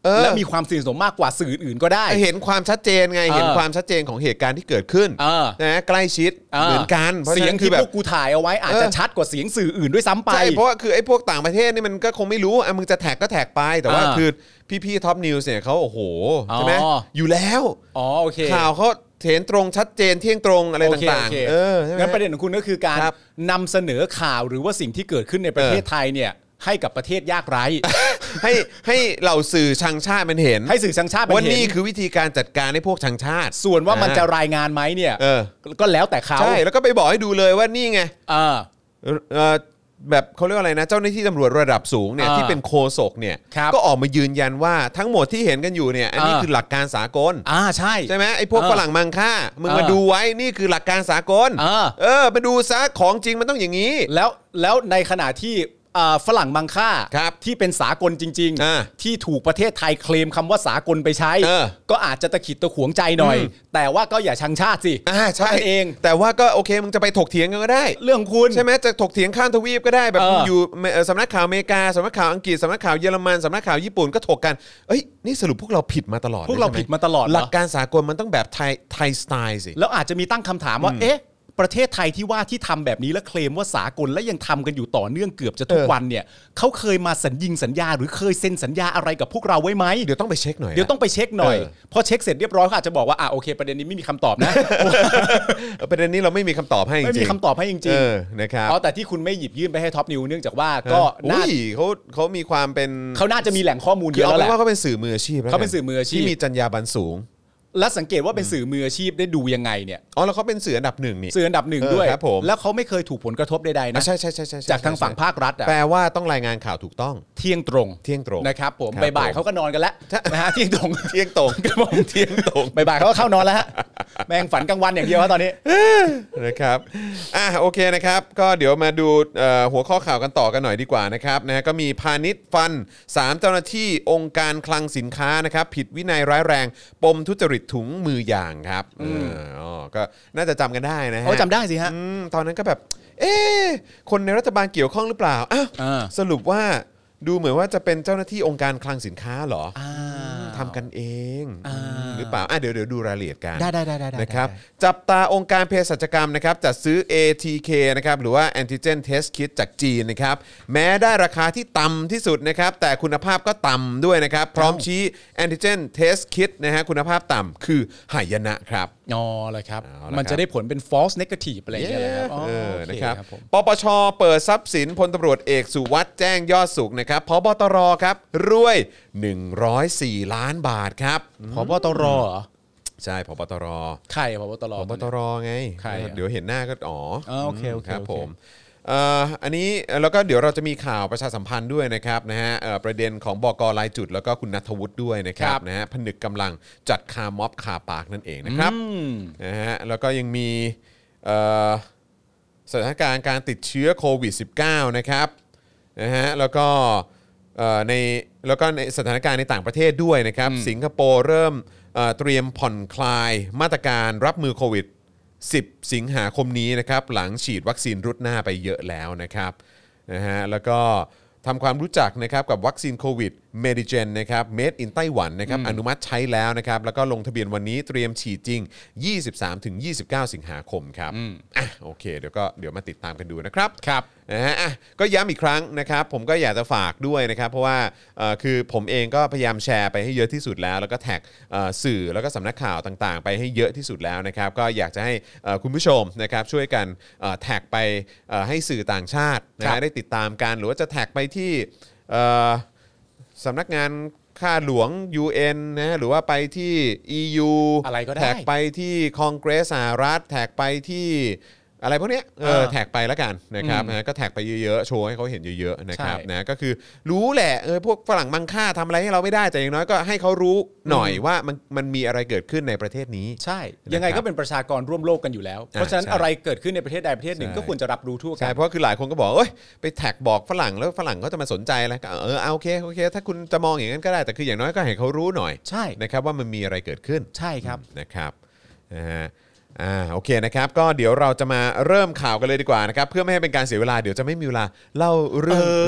และมีความสนิทสนมมากกว่าสื่ออื่นก็ได้เห็นความชัดเจนไงเห็นความชัดเจนของเหตุการณ์ที่เกิดขึ้นนะใกล้ชิดเหมือนกันเสียงที่พวกกูถ่ายเอาไว้อาจจะชัดกว่าเสียงสื่ออื่นด้วยซ้ำไปใช่เพราะว่าคือไอ้พวกต่างประเทศนี่มันก็คงไม่รู้มึงจะแท็กก็แท็กไปแต่ว่าคือพี่ท็อปนิวส์เนี่ยเขาโอ้โหใช่ไหมอยู่แล้วโอเคข่าวเขาเห็นตรงชัดเจนเที่ยงตรงอะไรต่างๆงั้นประเด็นของคุณก็คือการนำเสนอข่าวหรือว่าสิ่งที่เกิดขึ้นในประเทศไทยเนี่ยให้กับประเทศยากไร้ให้เหล่าสื่อชังชาติมันเห็นให้สื่อชังชาติมันเห็นว่านี่คือวิธีการจัดการให้พวกชังชาติส่วนว่ามันจะรายงานไหมเนี่ยก็แล้วแต่เขาใช่แล้วก็ไปบอกให้ดูเลยว่านี่ไงแบบเขาเรียกอะไรนะเจ้าหน้าที่ตำรวจระดับสูงเนี่ยที่เป็นโฆษกเนี่ยก็ออกมายืนยันว่าทั้งหมดที่เห็นกันอยู่เนี่ยอันนี้คือหลักการสากลใช่ไหมไอ้พวกฝรั่งมังค่ามึงมาดูไว้นี่คือหลักการสากลมาดูซะของจริงมันต้องอย่างนี้แล้วในขณะที่ฝรั่งมังค่าที่เป็นสากลจริงๆที่ถูกประเทศไทยเคลมคำว่าสากลไปใช้ก็อาจจะตะขิดตะขวงใจหน่อยแต่ว่าก็อย่าชังชาติสิใช่เองแต่ว่าก็โอเคมึงจะไปถกเถียงกันก็ได้เรื่องคุณใช่ไหมจะถกเถียงข้ามทวีปก็ได้แบบอยู่สำนักข่าวอเมริกาสำนักข่าวอังกฤษสำนักข่าวเยอรมันสำนักข่าวญี่ปุ่นก็ถกกันนี่สรุปพวกเราผิดมาตลอดพวกเราผิดมาตลอดหลักการสากลมันต้องแบบไทยสไตล์สิแล้วอาจจะมีตั้งคำถามว่าประเทศไทยที่ว่าที่ทำแบบนี้และเคลมว่าสากลและยังทำกันอยู่ต่อเนื่องเกือบจะทุกวันเนี่ยเขาเคยมาสัญญาหรือเคยเซ็นสัญญาอะไรกับพวกเราไว้ไหมเดี๋ยวต้องไปเช็คหน่อยเดี๋ยวต้องไปเช็คหน่อยพอเช็คเสร็จเรียบร้อยเขาอาจจะบอกว่าโอเคประเด็นนี้ไม่มีคำตอบนะประเด็นนี้เราไม่มีคำตอบให้จริงไม่มีคำตอบให้จริงนะครับแต่ที่คุณไม่หยิบยื่นไปให้ท็อปนิวเนื่องจากว่าก็เขามีความเป็นเขาน่าจะมีแหล่งข้อมูลเยอะแล้วแหละว่าเขาเป็นสื่อมืออาชีพเขาเป็นสื่อมืออาชีพที่มีจรรยาบรรณสูงและสังเกตว่าเป็นสื่อมืออาชีพได้ดูยังไงเนี่ยแล้วเขาเป็นสื่ออันดับหนึ่งนี่สื่ออันดับหนึ่งด้วยแล้วเขาไม่เคยถูกผลกระทบใดๆนะใช่จากทางฝั่งภาครัฐแปลว่าต้องรายงานข่าวถูกต้องเที่ยงตรงนะครับผมบ่ายๆเขาก็นอนกันแล้วนะฮะเที่ยงตรงเที่ยงตรงบ่ายๆเขาก็เข้านอนแล้วฮะแม่งฝันกลางวันอย่างเดียวตอนนี้นะครับโอเคนะครับก็เดี๋ยวมาดูหัวข้อข่าวกันต่อกันหน่อยดีกว่านะครับนะก็มีพาณิชย์ฟัน3เจ้าหน้าที่องค์การคลังสินค้านะครับผิดวินัยร้ายแรงปมทุจริตถุงมือยางครับก็น่าจะจำกันได้นะฮะจำได้สิฮะตอนนั้นก็แบบคนในรัฐบาลเกี่ยวข้องหรือเปล่าสรุปว่าดูเหมือนว่าจะเป็นเจ้าหน้าที่องค์การคลังสินค้าเหรอทำกันเองหรือเปล่าเดี๋ยวดูรายละเอียดกันได้นะครับจับตาองค์การเภสัชกรรมนะครับจัดซื้อ ATK นะครับหรือว่า Antigen Test Kit จากจีนนะครับแม้ได้ราคาที่ต่ำที่สุดนะครับแต่คุณภาพก็ต่ำด้วยนะครับพร้อมชี้ Antigen Test Kit นะฮะคุณภาพต่ำคือหายนะครับเลยครับมันจะได้ผลเป็น false negative อะไรอย่างเงี้ยนะครับปปชเปิดทรัพย์สินพลตำรวจเอกสุวัสด์แจ้งยอดสุขนะครับผบตรครับรวย104 ล้านบาทครับผบตรเหรอใช่ผบตรใครผบตรผบตรไงเดี๋ยวเห็นหน้าก็โอเคครับผมอันนี้แล้วก็เดี๋ยวเราจะมีข่าวประชาสัมพันธ์ด้วยนะครับนะฮะประเด็นของบก.รายจุดแล้วก็คุณณัฐวุฒิด้วยนะครับนะฮะผนึกกำลังจัดคาร์ม็อบคาปาร์คนั่นเองนะครับนะฮะแล้วก็ยังมีสถานการณ์การติดเชื้อโควิด -19 นะครับนะฮะแล้วก็ในสถานการณ์ในต่างประเทศด้วยนะครับสิงคโปร์เริ่มเตรียมผ่อนคลายมาตรการรับมือโควิด10 สิงหาคมนี้นะครับหลังฉีดวัคซีนรุดหน้าไปเยอะแล้วนะครับนะฮะแล้วก็ทำความรู้จักนะครับกับวัคซีนโควิดเมดิเจนนะครับ Made in ไต้หวันนะครับอนุมัติใช้แล้วนะครับแล้วก็ลงทะเบียนวันนี้เตรียมฉีดจริง 23-29 สิงหาคมครับโอเคเดี๋ยวมาติดตามกันดูนะครับครับนะฮะก็ย้ำอีกครั้งนะครับผมก็อยากจะฝากด้วยนะครับเพราะว่าคือผมเองก็พยายามแชร์ไปให้เยอะที่สุดแล้วแล้วก็แท็กสื่อแล้วก็สำนักข่าวต่างๆไปให้เยอะที่สุดแล้วนะครับก็อยากจะให้คุณผู้ชมนะครับช่วยกันแท็กไปให้สื่อต่างชาตินะได้ติดตามกันหรือว่าจะแท็กไปที่สำนักงานข้าหลวง UN นะหรือว่าไปที่ EU อะไรก็ได้แท็กไปที่คองเกรสสหรัฐแท็กไปที่อะไรพวกเนี้ยแท็กไปแล้วกันนะครับนะก็แท็กไปเยอะๆโชว์ให้เขาเห็นเยอะๆนะครับนะก็คือรู้แหละพวกฝรั่งมังค่าทำอะไรให้เราไม่ได้แต่อย่างน้อยก็ให้เขารู้หน่อยว่ามันมีอะไรเกิดขึ้นในประเทศนี้ใช่ยังไงก็เป็นประชากรร่วมโลกกันอยู่แล้วเพราะฉะนั้นอะไรเกิดขึ้นในประเทศใดประเทศหนึ่งก็ควรจะรับรู้ทั่วกันใช่เพราะคือหลายคนก็บอกไปแท็กบอกฝรั่งแล้วฝรั่งก็จะมาสนใจแล้วก็โอเคถ้าคุณจะมองอย่างนั้นก็ได้แต่คืออย่างน้อยก็ให้เขารู้หน่อยใช่นะครับว่ามันมีอะไรเกิดขึ้นใช่ครับนะครับนะฮะโอเคนะครับก็เดี๋ยวเราจะมาเริ่มข่าวกันเลยดีกว่านะครับเพื่อไม่ให้เป็นการเสียเวลาเดี๋ยวจะไม่มีเวลาเล่าเรื่องลับ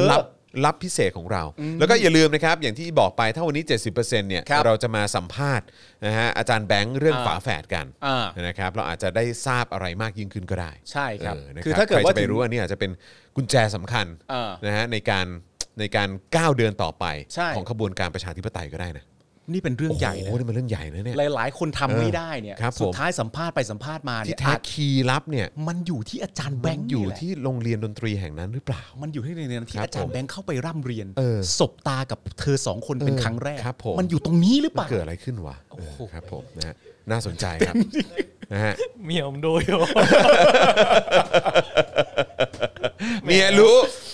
ลับพิเศษของเรา แล้วก็อย่าลืมนะครับอย่างที่บอกไปถ้าวันนี้ 70% เนี่ยเราจะมาสัมภาษณ์นะฮะอาจารย์แบงค์เรื่องฝาแฝดกันนะครับเราอาจจะได้ทราบอะไรมากยิ่งขึ้นก็ได้ใช่ครับคือถ้าเกิดว่าใครจะไปรู้ว่านี่อาจจะเป็นกุญแจสำคัญนะฮะในการก้าวเดินต่อไปของขบวนการประชาธิปไตยก็ได้นะนี่เป็นเรื่องใหญ่นะโอ้นี่เป็นเรื่องใหญ่นะเนี่ยหลายๆคนทำไม่ได้เนี่ยสุดท้ายสัมภาษณ์ไปสัมภาษณ์มาที่แท้คีย์ลับเนี่ยมันอยู่ที่อาจารย์แบงค์อยู่ที่โรงเรียนดนตรีแห่งนั้นหรือเปล่ามันอยู่ที่โรงเรียนที่อาจารย์แบงค์เข้าไปร่ำเรียนสบตากับเธอ2คนเป็นครั้งแรกมันอยู่ตรงนี้หรือเปล่าเกิดอะไรขึ้นวะครับผมนะฮะน่าสนใจครับนะฮะเมียผมดูอยู่เมียรู้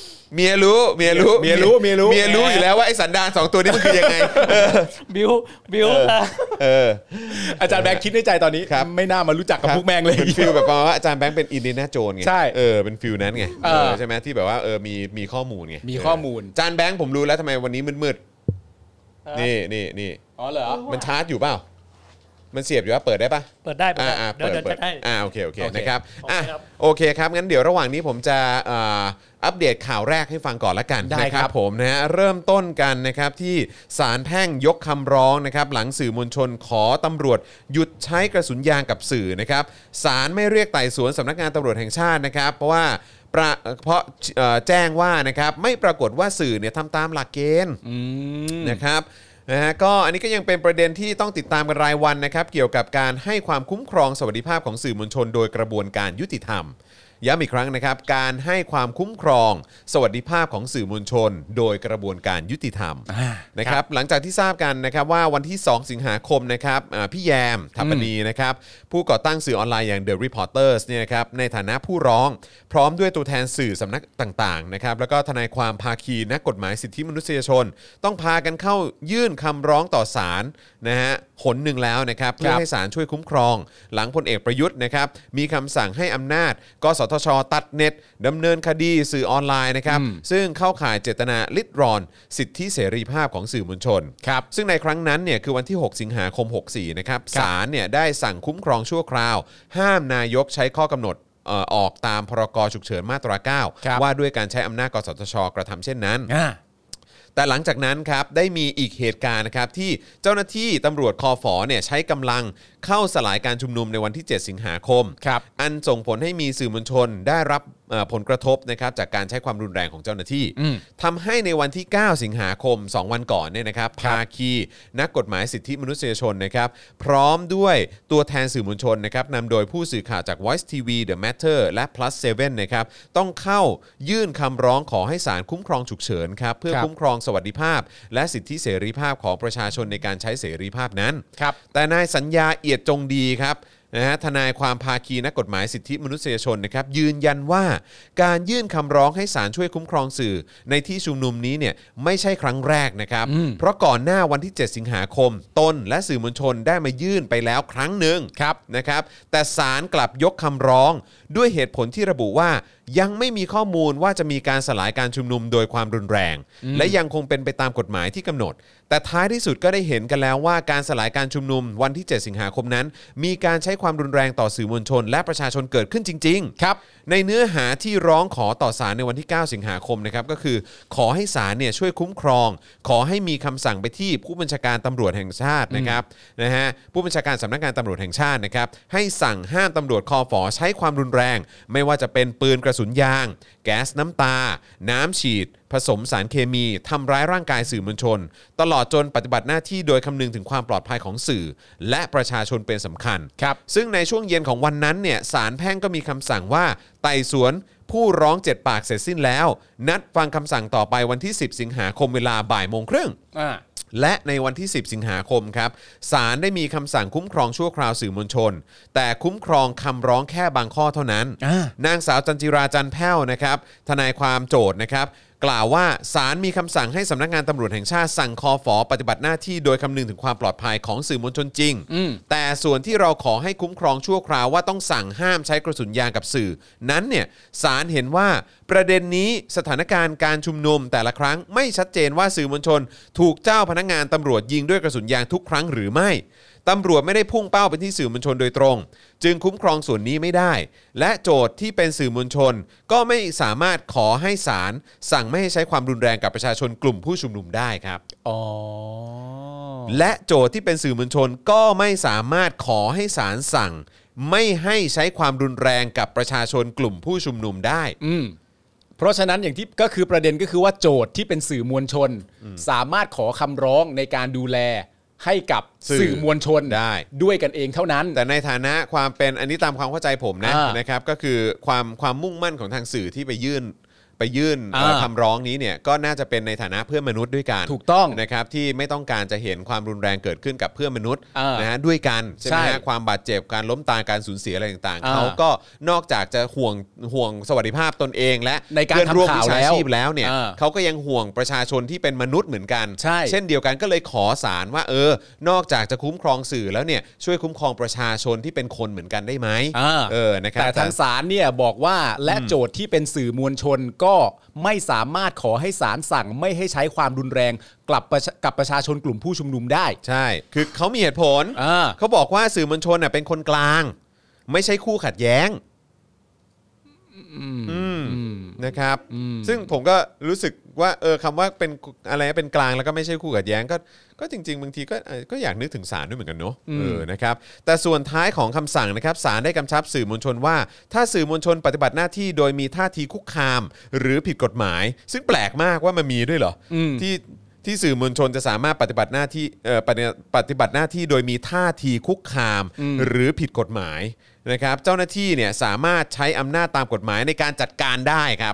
อยู่แล้วว่าไอ้สันดาน2ตัวนี้มันคือยังไงบิวอาจารย์แบงค์คิดในใจตอนนี้ไม่น่ามารู้จักกับพวกแมงเลยเป็นฟิลแบบว่าอาจารย์แบงค์เป็นอินเดียนาโจนส์ไงใช่เป็นฟิลนั้นไงใช่ไหมที่แบบว่ามีข้อมูลไงมีข้อมูลอาจารย์แบงค์ผมรู้แล้วทำไมวันนี้มืดๆนี่อ๋อเหรอมันชาร์จอยู่เปล่ามันเสียบอยู่ว่าเปิดได้ปะเปิดได้เปิดโอเคนะครับโอเคครับงั้นเดี๋ยวระหว่างนี้ผมจะอัปเดตข่าวแรกให้ฟังก่อนละกันนะครับผมนะฮะเริ่มต้นกันนะครับที่ศาลแพ่งยกคำร้องนะครับหลังสื่อมวลชนขอตำรวจหยุดใช้กระสุนยางกับสื่อนะครับศาลไม่เรียกไต่สวนสำนักงานตำรวจแห่งชาตินะครับเพราะแจ้งว่านะครับไม่ปรากฏว่าสื่อเนี่ยทำตามหลักเกณฑ์นะครับนะฮะก็อันนี้ก็ยังเป็นประเด็นที่ต้องติดตามกันรายวันนะครับเกี่ยวกับการให้ความคุ้มครองสวัสดิภาพของสื่อมวลชนโดยกระบวนการยุติธรรมย้ำอีกครั้งนะครับการให้ความคุ้มครองสวัสดิภาพของสื่อมวลชนโดยกระบวนการยุติธรรมนะครับหลังจากที่ทราบกันนะครับว่าวันที่2สิงหาคมนะครับพี่แยมทัพปณีนะครับผู้ก่อตั้งสื่อออนไลน์อย่าง The Reporters เนี่ยนะครับในฐานะผู้ร้องพร้อมด้วยตัวแทนสื่อสำนักต่างๆนะครับแล้วก็ทนายความภาคีนักกฎหมายสิทธิมนุษยชนต้องพากันเข้ายื่นคำร้องต่อศาลนะฮะหนหนึ่งแล้วนะครับเพื่อให้ศาลช่วยคุ้มครองหลังพลเอกประยุทธ์นะครับมีคำสั่งให้อำนาจกสทช.ตัดเน็ตดำเนินคดีสื่อออนไลน์นะครับซึ่งเข้าข่ายเจตนาลิดรอนสิทธิเสรีภาพของสื่อมวลชนซึ่งในครั้งนั้นเนี่ยคือวันที่6สิงหาคม64นะครับศาลเนี่ยได้สั่งคุ้มครองชั่วคราวห้ามนายกใช้ข้อกำหนดออกตามพรกฉุกเฉินมาตรา9ว่าด้วยการใช้อำนาจกสทช.กระทำเช่นนั้นแต่หลังจากนั้นครับได้มีอีกเหตุการณ์นะครับที่เจ้าหน้าที่ตำรวจคฝเนี่ยใช้กำลังเข้าสลายการชุมนุมในวันที่7สิงหาคมอันส่งผลให้มีสื่อมวลชนได้รับผลกระทบนะครับจากการใช้ความรุนแรงของเจ้าหน้าที่ทำให้ในวันที่9สิงหาคม2วันก่อนเนี่ยนะครับภาคีนักกฎหมายสิทธิมนุษยชนนะครับพร้อมด้วยตัวแทนสื่อมวลชนนะครับนำโดยผู้สื่อข่าวจาก Voice TV The Matter และ Plus 7นะครับต้องเข้ายื่นคำร้องขอให้ศาลคุ้มครองฉุกเฉินครับเพื่อคุ้มครองสวัสดิภาพและสิทธิเสรีภาพของประชาชนในการใช้เสรีภาพนั้นแต่นายสัญญาเอียดจงดีครับนะฮะทนายความภาคีนักกฎหมายสิทธิมนุษยชนนะครับยืนยันว่าการยื่นคำร้องให้ศาลช่วยคุ้มครองสื่อในที่ชุมนุมนี้เนี่ยไม่ใช่ครั้งแรกนะครับเพราะก่อนหน้าวันที่7สิงหาคมตนและสื่อมวลชนได้มายื่นไปแล้วครั้งหนึ่งนะครับแต่ศาลกลับยกคำร้องด้วยเหตุผลที่ระบุว่ายังไม่มีข้อมูลว่าจะมีการสลายการชุมนุมโดยความรุนแรงและยังคงเป็นไปตามกฎหมายที่กำหนดแต่ท้ายที่สุดก็ได้เห็นกันแล้วว่าการสลายการชุมนุมวันที่7สิงหาคมนั้นมีการใช้ความรุนแรงต่อสื่อมวลชนและประชาชนเกิดขึ้นจริงๆครับในเนื้อหาที่ร้องขอต่อศาลในวันที่9สิงหาคมนะครับก็คือขอให้ศาลเนี่ยช่วยคุ้มครองขอให้มีคำสั่งไปที่ผู้บัญชาการตำรวจแห่งชาตินะครับผู้บัญชาการสำนักงานตำรวจแห่งชาตินะครับให้สั่งห้ามตำรวจคฝ.ใช้ความรุนแรงไม่ว่าจะเป็นปืนกระสุนยางแก๊สน้ำตาน้ำฉีดผสมสารเคมีทำร้ายร่างกายสื่อมวลชนตลอดจนปฏิบัติหน้าที่โดยคำนึงถึงความปลอดภัยของสื่อและประชาชนเป็นสำคัญซึ่งในช่วงเย็นของวันนั้นเนี่ยศาลแพ่งก็มีคำสั่งว่าไต่สวนผู้ร้อง7ปากเสร็จสิ้นแล้วนัดฟังคำสั่งต่อไปวันที่10สิงหาคมเวลาบ่ายโมงครึ่งและในวันที่10สิงหาคมครับศาลได้มีคำสั่งคุ้มครองชั่วคราวสื่อมวลชนแต่คุ้มครองคำร้องแค่บางข้อเท่านั้นนางสาวจันจิราจันแพ้วนะครับทนายความโจทย์นะครับกล่าวว่าศาลมีคำสั่งให้สำนักงานตำรวจแห่งชาติสั่งคฝ.ปฏิบัติหน้าที่โดยคำนึงถึงความปลอดภัยของสื่อมวลชนจริงแต่ส่วนที่เราขอให้คุ้มครองชั่วคราวว่าต้องสั่งห้ามใช้กระสุนยางกับสื่อนั้นเนี่ยศาลเห็นว่าประเด็นนี้สถานการณ์การชุมนุมแต่ละครั้งไม่ชัดเจนว่าสื่อมวลชนถูกเจ้าพนักงานตำรวจยิงด้วยกระสุนยางทุกครั้งหรือไม่ตำรวจไม่ได้พุ่งเป้าไปที่สื่อมวลชนโดยตรงจึงคุ้มครองส่วนนี้ไม่ได้และโจทย์ที่เป็นสื่อมวลชนก็ไม่สามารถขอให้ศาลสั่งไม่ให้ใช้ความรุนแรงกับประชาชนกลุ่มผู้ชุมนุมได้ครับและโจทย์ที่เป็นสื่อมวลชนก็ไม่สามารถขอให้ศาลสั่งไม่ให้ใช้ความรุนแรงกับประชาชนกลุ่มผู้ชุมนุมได้เพราะฉะนั้นอย่างที่ก็คือประเด็นก็คือว่าโจทย์ที่เป็นสื่อมวลชนสามารถขอคำร้องในการดูแลให้กับสื่อมวลชนได้ด้วยกันเองเท่านั้นแต่ในฐานะความเป็นอันนี้ตามความเข้าใจผมนะครับก็คือความมุ่งมั่นของทางสื่อที่ไปยื่นคำร้องนี้เนี่ยก็น่าจะเป็นในฐานะเพื่อนมนุษย์ด้วยกันถูกต้องนะครับที่ไม่ต้องการจะเห็นความรุนแรงเกิดขึ้นกับเพื่อนมนุษย์นะฮะด้วยกันใช่ไหมฮะความบาดเจ็บการล้มตายการสูญเสียอะไรต่างๆเขาก็นอกจากจะห่วงสวัสดิภาพตนเองและในการทำข่าวแล้วเนี่ยเขาก็ยังห่วงประชาชนที่เป็นมนุษย์เหมือนกันเช่นเดียวกันก็เลยขอศาลว่านอกจากจะคุ้มครองสื่อแล้วเนี่ยช่วยคุ้มครองประชาชนที่เป็นคนเหมือนกันได้ไหมนะครับแต่ทางศาลเนี่ยบอกว่าและโจทย์ที่เป็นสื่อมวลชนก็ไม่สามารถขอให้ศาลสั่งไม่ให้ใช้ความรุนแรงกับประชาชนกลุ่มผู้ชุมนุมได้ใช่คือเขามีเหตุผลเขาบอกว่าสื่อมวลชนเป็นคนกลางไม่ใช่คู่ขัดแย้งนะครับซึ่งผมก็รู้สึกว่าคำว่าเป็นอะไรเป็นกลางแล้วก็ไม่ใช่คู่ขัดแย้งก็จริงๆบางทีก็อยากนึกถึงศาลด้วยเหมือนกันเนาะนะครับแต่ส่วนท้ายของคำสั่งนะครับศาลได้กำชับสื่อมวลชนว่าถ้าสื่อมวลชนปฏิบัติหน้าที่โดยมีท่าทีคุกคามหรือผิดกฎหมายซึ่งแปลกมากว่ามันมีด้วยเหรอที่สื่อมวลชนจะสามารถปฏิบัติหน้าที่โดยมีท่าทีคุกคามหรือผิดกฎหมายนะครับเจ้าหน้าที่เนี่ยสามารถใช้อำนาจตามกฎหมายในการจัดการได้ครับ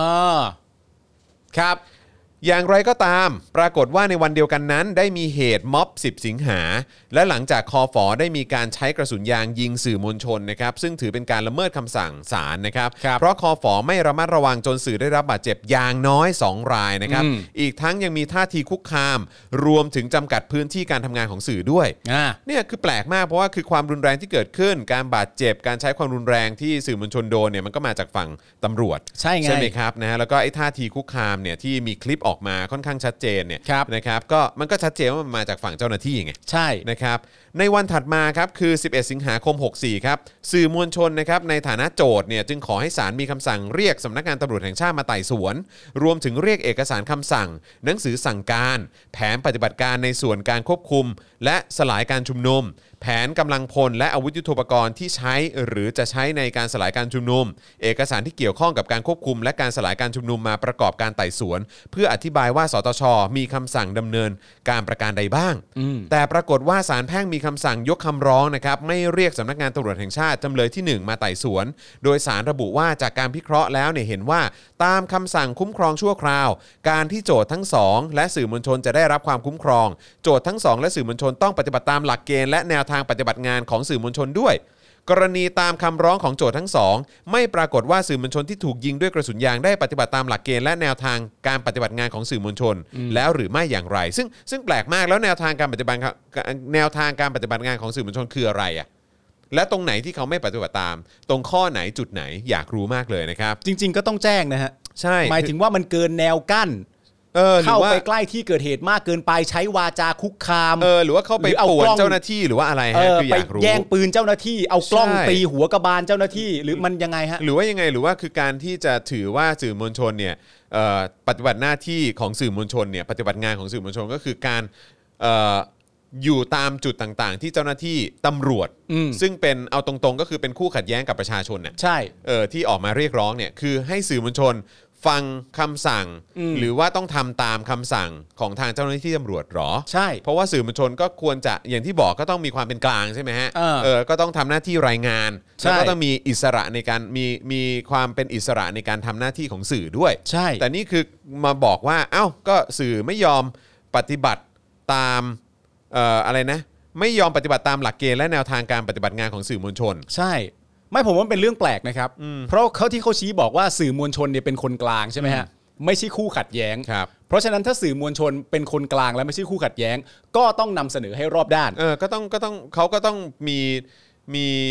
ครับอย่างไรก็ตามปรากฏว่าในวันเดียวกันนั้นได้มีเหตุม็อบ10สิงหาและหลังจากคฝ.ได้มีการใช้กระสุนยางยิงสื่อมวลชนนะครับซึ่งถือเป็นการละเมิดคำสั่งศาลนะครับเพราะคฝ.ไม่ระมัดระวังจนสื่อได้รับบาดเจ็บอย่างน้อย2รายนะครับอีกทั้งยังมีท่าทีคุกคามรวมถึงจำกัดพื้นที่การทำงานของสื่อด้วยเนี่ยคือแปลกมากเพราะว่าคือความรุนแรงที่เกิดขึ้นการบาดเจ็บการใช้ความรุนแรงที่สื่อมวลชนโดนเนี่ยมันก็มาจากฝั่งตำรวจใช่ไหมครับนะแล้วก็ไอ้ท่าทีคุกคามเนี่ยที่มีคลิปออกมาค่อนข้างชัดเจนเนี่ยนะครับก็มันก็ชัดเจนว่ามันมาจากฝั่งเจ้าหน้าที่ไงใช่นะครับในวันถัดมาครับคือ11สิงหาคม64ครับสื่อมวลชนนะครับในฐานะโจทย์เนี่ยจึงขอให้ศาลมีคำสั่งเรียกสำนักงานตำรวจแห่งชาติมาไต่สวนรวมถึงเรียกเอกสารคำสั่งหนังสือสั่งการแผนปฏิบัติการในส่วนการควบคุมและสลายการชุมนุมแผนกำลังพลและอาวุธยุทโธปกรณ์ที่ใช้หรือจะใช้ในการสลายการชุมนุมเอกสารที่เกี่ยวข้องกับการควบคุมและการสลายการชุมนุมมาประกอบการไต่สวนเพื่ออธิบายว่าสตช.มีคำสั่งดำเนินการประการใดบ้างแต่ปรากฏว่าศาลแพ่งมีคำสั่งยกคำร้องนะครับไม่เรียกสำนักงานตำรวจแห่งชาติจำเลยที่1มาไต่สวนโดยศาลระบุว่าจากการพิเคราะห์แล้วเนี่ยเห็นว่าตามคำสั่งคุ้มครองชั่วคราวการที่โจทย์ทั้ง2และสื่อมวลชนจะได้รับความคุ้มครองโจทย์ทั้ง2และสื่อมวลชนต้องปฏิบัติตามหลักเกณฑ์และแนวทางปฏิบัติงานของสื่อมวลชนด้วยกรณีตามคำร้องของโจทย์ทั้ง2ไม่ปรากฏว่าสื่อมวลชนที่ถูกยิงด้วยกระสุนยางได้ปฏิบัติตามหลักเกณฑ์และแนวทางการปฏิบัติงานของสื่อมวลชนแล้วหรือไม่อย่างไรซึ่งแปลกมากแล้วแนวทางการปฏิบัติงานของสื่อมวลชนคืออะไรอ่ะและตรงไหนที่เขาไม่ปฏิบัติตามตรงข้อไหนจุดไหนอยากรู้มากเลยนะครับจริงๆก็ต้องแจ้งนะฮะใช่หมายถึงว่ามันเกินแนวกั้นเข้าไปใกล้ที่เกิดเหตุมากเกินไปใช้วาจาคุกคามหรือว่าเข้าไปป่วนเจ้าหน้าที่หรือว่าอะไรฮะคืออยากรู้แย่งปืนเจ้าหน้าที่เอากล้องตีหัวกระบาลเจ้าหน้าที่หรือมันยังไงฮะหรือว่ายังไงหรือว่าคือการที่จะถือว่าสื่อมวลชนเนี่ยปฏิบัติหน้าที่ของสื่อมวลชนเนี่ยปฏิบัติงานของสื่อมวลชนก็คือการอยู่ตามจุดต่างๆที่เจ้าหน้าที่ตำรวจซึ่งเป็นเอาตรงๆก็คือเป็นคู่ขัดแย้งกับประชาชนเนี่ยใช่ที่ออกมาเรียกร้องเนี่ยคือให้สื่อมวลชนฟังคำสั่งหรือว่าต้องทำตามคำสั่งของทางเจ้าหน้าที่ตำรวจหรอใช่เพราะว่าสื่อมวลชนก็ควรจะอย่างที่บอกก็ต้องมีความเป็นกลางใช่ไหมฮะก็ต้องทำหน้าที่รายงานแล้วก็ต้องมีอิสระในการมีความเป็นอิสระในการทำหน้าที่ของสื่อด้วยใช่แต่นี่คือมาบอกว่าเอ้าก็สื่อไม่ยอมปฏิบัติตามอะไรนะไม่ยอมปฏิบัติตามหลักเกณฑ์และแนวทางการปฏิบัติงานของสื่อมวลชนใช่ไม่ผมว่าเป็นเรื่องแปลกนะครับเพราะเขาที่เขาชี้บอกว่าสื่อมวลชนเนี่ยเป็นคนกลางใช่ไหมฮะไม่ใช่คู่ขัดแย้งเพราะฉะนั้นถ้าสื่อมวลชนเป็นคนกลางและไม่ใช่คู่ขัดแย้งก็ต้องนำเสนอให้รอบด้านก็ต้องเขาก็ต้องมี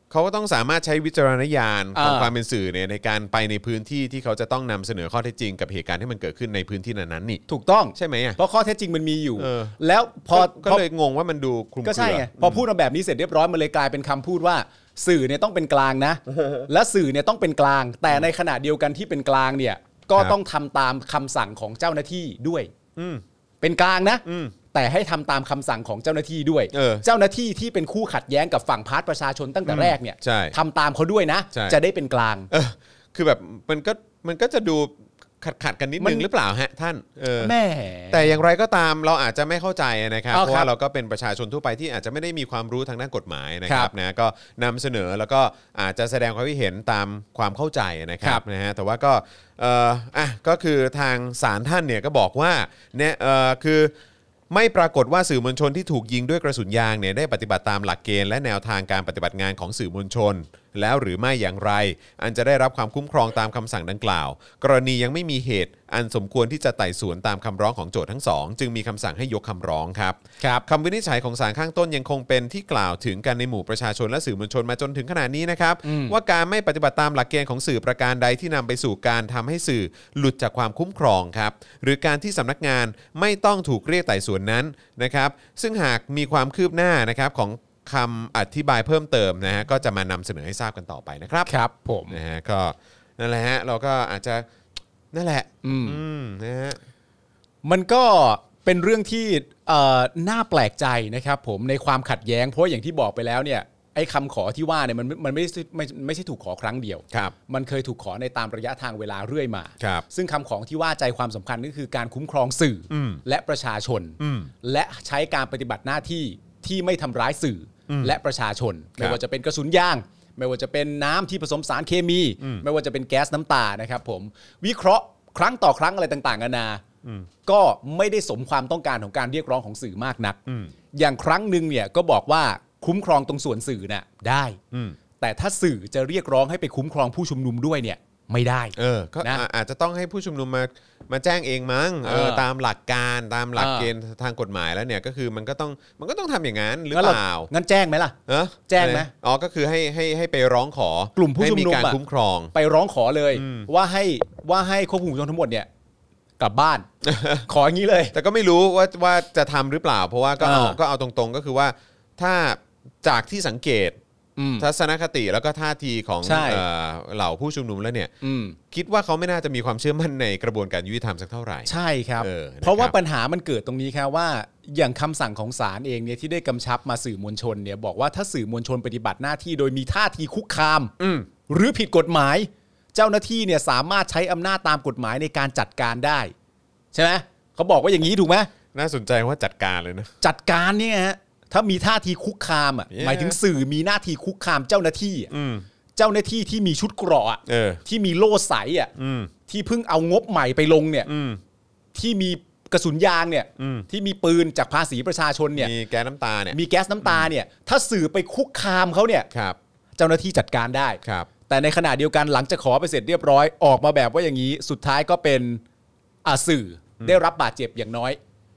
เขาก็ต้องสามารถใช้วิจารณญาณของความเป็นสื่อเนี่ยในการไปในพื้นที่ที่เขาจะต้องนำเสนอข้อเท็จจริงกับเหตุการณ์ที่มันเกิดขึ้นในพื้นที่นั้นๆนี่ถูกต้องใช่ไหมเพราะข้อเท็จจริงมันมีอยู่แล้วก็เลยงงว่ามันดูคลุมเครือก็ใช่ไงพอพูดมาแบบนี้เสร็จเรียบร้อยมันเลยกลายเป็นคำพูดว่าสื่อเนี่ยต้องเป็นกลางนะและสื่อเนี่ยต้องเป็นกลางแต่ในขณะเดียวกันที่เป็นกลางเนี่ยก็ต้องทำตามคำสั่งของเจ้าหน้าที่ด้วยเป็นกลางนะแต่ให้ทำตามคำสั่งของเจ้าหน้าที่ด้วยเจ้าหน้าที่ที่เป็นคู่ขัดแย้งกับฝั่งพาร์ทประชาชนตั้งแต่แรกเนี่ยทำตามเขาด้วยนะจะได้เป็นกลางคือแบบมันก็จะดูขัดกันนิดนึงหรือเปล่าฮะท่านแม่แต่อย่างไรก็ตามเราอาจจะไม่เข้าใจนะครับเพราะว่าเราก็เป็นประชาชนทั่วไปที่อาจจะไม่ได้มีความรู้ทางด้านกฎหมายนะครับนะก็นำเสนอแล้วก็อาจจะแสดงความคิดเห็นตามความเข้าใจนะครับนะฮะแต่ว่าก็คือทางศาลท่านเนี่ยก็บอกว่าเนี่ยคือไม่ปรากฏว่าสื่อมวลชนที่ถูกยิงด้วยกระสุนยางเนี่ยได้ปฏิบัติตามหลักเกณฑ์และแนวทางการปฏิบัติงานของสื่อมวลชนแล้วหรือไม่อย่างไรอันจะได้รับความคุ้มครองตามคำสั่งดังกล่าวกรณียังไม่มีเหตุอันสมควรที่จะไต่สวนตามคำร้องของโจทก์ทั้งสองจึงมีคำสั่งให้ยกคำร้องครับคำวินิจฉัยของศาลข้างต้นยังคงเป็นที่กล่าวถึงกันในหมู่ประชาชนและสื่อมวลชนมาจนถึงขณะนี้นะครับว่าการไม่ปฏิบัติตามหลักเกณฑ์ของสื่อประการใดที่นำไปสู่การทำให้สื่อหลุดจากความคุ้มครองครับหรือการที่สำนักงานไม่ต้องถูกเรียกไต่สวนนั้นนะครับซึ่งหากมีความคืบหน้านะครับของคำอธิบายเพิ่มเติมนะฮะก็จะมานำเสนอให้ทราบกันต่อไปนะครับครับผมนะฮะก็นั่นแหละฮะเราก็อาจจะนั่นแหละนะฮะมันก็เป็นเรื่องที่น่าแปลกใจนะครับผมในความขัดแย้งเพราะอย่างที่บอกไปแล้วเนี่ยไอ้คำขอที่ว่าเนี่ยมันไม่ใช่ถูกขอครั้งเดียวมันเคยถูกขอในตามระยะทางเวลาเรื่อยมาซึ่งคำขอที่ว่าใจความสำคัญก็คือการคุ้มครองสื่อและประชาชนและใช้การปฏิบัติหน้าที่ที่ไม่ทำร้ายสื่อและประชาชนไม่ว่าจะเป็นกระสุนยางไม่ว่าจะเป็นน้ำที่ผสมสารเคมีไม่ว่าจะเป็นแก๊สน้ำตานะครับผมวิเคราะห์ครั้งต่อครั้งอะไรต่างๆนานาก็ไม่ได้สมความต้องการของการเรียกร้องของสื่อมากนักอย่างครั้งหนึ่งเนี่ยก็บอกว่าคุ้มครองตรงส่วนสื่อน่ะได้แต่ถ้าสื่อจะเรียกร้องให้ไปคุ้มครองผู้ชุมนุมด้วยเนี่ยไม่ได้ก็อาจจะต้องให้ผู้ชุมนุมมาแจ้งเองมั้งตามหลักการตามหลักเกณฑ์ทางกฎหมายแล้วเนี่ยก็คือมันก็ต้องทำอย่างนั้นหรือเปล่างั้นแจ้งไหมล่ะแจ้งไหมก็คือให้ไปร้องขอกลุ่มผู้ชุมนุมการคุ้มครองไปร้องขอเลยว่าให้ควบคุมผู้ชุมนุมทั้งหมดเนี่ยกลับบ้าน ขออย่างนี้เลยแต่ก็ไม่รู้ว่าจะทำหรือเปล่าเพราะว่าก็เอาตรงๆก็คือว่าถ้าจากที่สังเกตทัศนคติแล้วก็ท่าทีของเหล่าผู้ชุมนุมแล้วเนี่ยคิดว่าเขาไม่น่าจะมีความเชื่อมั่นในกระบวนการยุติธรรมสักเท่าไหร่ใช่ครับเพราะว่าปัญหามันเกิดตรงนี้ครับว่าอย่างคำสั่งของศาลเองเนี่ยที่ได้กำชับมาสื่อมวลชนเนี่ยบอกว่าถ้าสื่อมวลชนปฏิบัติหน้าที่โดยมีท่าทีคุกคามหรือผิดกฎหมายเจ้าหน้าที่เนี่ยสามารถใช้อำนาจตามกฎหมายในการจัดการได้ใช่ไหมเขาบอกว่าอย่างนี้ถูกไหมน่าสนใจว่าจัดการเลยนะจัดการเนี่ยฮะถ้ามีท่าทีคุกคามหมายถึงสื่อมีหน้าที่คุกคามเจ้าหน้าที่เจ้าหน้าที่ที่มีชุดเกราะที่มีโล่ใสที่เพิ่งเอางบใหม่ไปลงเนี่ยที่มีกระสุนยางเนี่ยที่มีปืนจากภาษีประชาชนเนี่ยมีแก๊สน้ำตาเนี่ยมีแก๊สน้ำตาเนี่ยถ้าสื่อไปคุกคามเขาเนี่ยเจ้าหน้าที่จัดการได้แต่ในขณะเดียวกันหลังจากขอไปเสร็จเรียบร้อยออกมาแบบว่าอย่างนี้สุดท้ายก็เป็นสื่อได้รับบาดเจ็บอย่างน้อย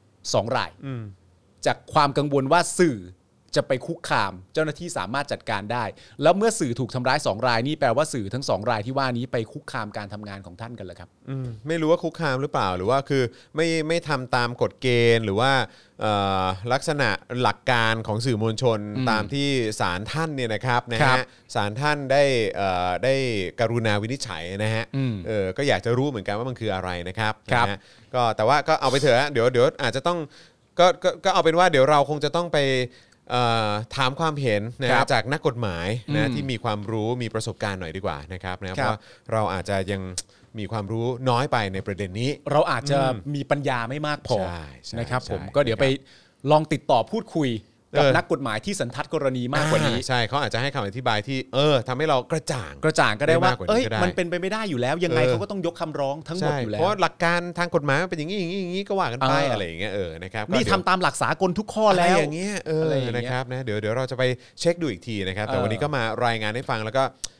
2 รายจากความกังวลว่าสื่อจะไปคุกคามเจ้าหน้าที่สามารถจัดการได้แล้วเมื่อสื่อถูกทำร้าย2 รายนี่แปลว่าสื่อทั้ง2 รายที่ว่านี้ไปคุกคามการทำงานของท่านกันเหรอครับไม่รู้ว่าคุกคามหรือเปล่าหรือว่าคือไม่ทำตามกฎเกณฑ์หรือว่าลักษณะหลักการของสื่อมวลชนตามที่ศาลท่านเนี่ยนะครับนะฮะศาลท่านได้กรุณาวินิจฉัยนะฮะก็อยากจะรู้เหมือนกันว่ามันคืออะไรนะครับนะก็แต่ว่าก็เอาไปเถอะเดี๋ยวอาจจะต้องก็เอาเป็นว่าเดี๋ยวเราคงจะต้องไปถามความเห็นนะจากนักกฎหมายนะที่มีความรู้มีประสบการณ์หน่อยดีกว่านะครับนะเพราะเราอาจจะยังมีความรู้น้อยไปในประเด็นนี้เราอาจจะมีปัญญาไม่มากพอนะครับผมก็เดี๋ยวไปลองติดต่อพูดคุยกับนักกฎหมายที่สันทัดกรณีมากกว่านี้ใช่เขาอาจจะให้คำอธิบายที่ทำให้เรากระจ่างก็ได้ว่ามันเป็นไปไม่ได้อยู่แล้วยังไงเขาก็ต้องยกคำร้องทั้งหมดอยู่แล้วเพราะหลักการทางกฎหมายมันเป็นอย่างนี้อย่างนี้ก็ว่ากันไปอะไรอย่างเงี้ยนะครับนี่ทำตามหลักสากลทุกข้อแล้วอย่างเงี้ยนะครับนะเดี๋ยวเราจะไปเช็คดูอีกทีนะครับแต่วันนี้ก็มารายงานให้ฟังแล้วก็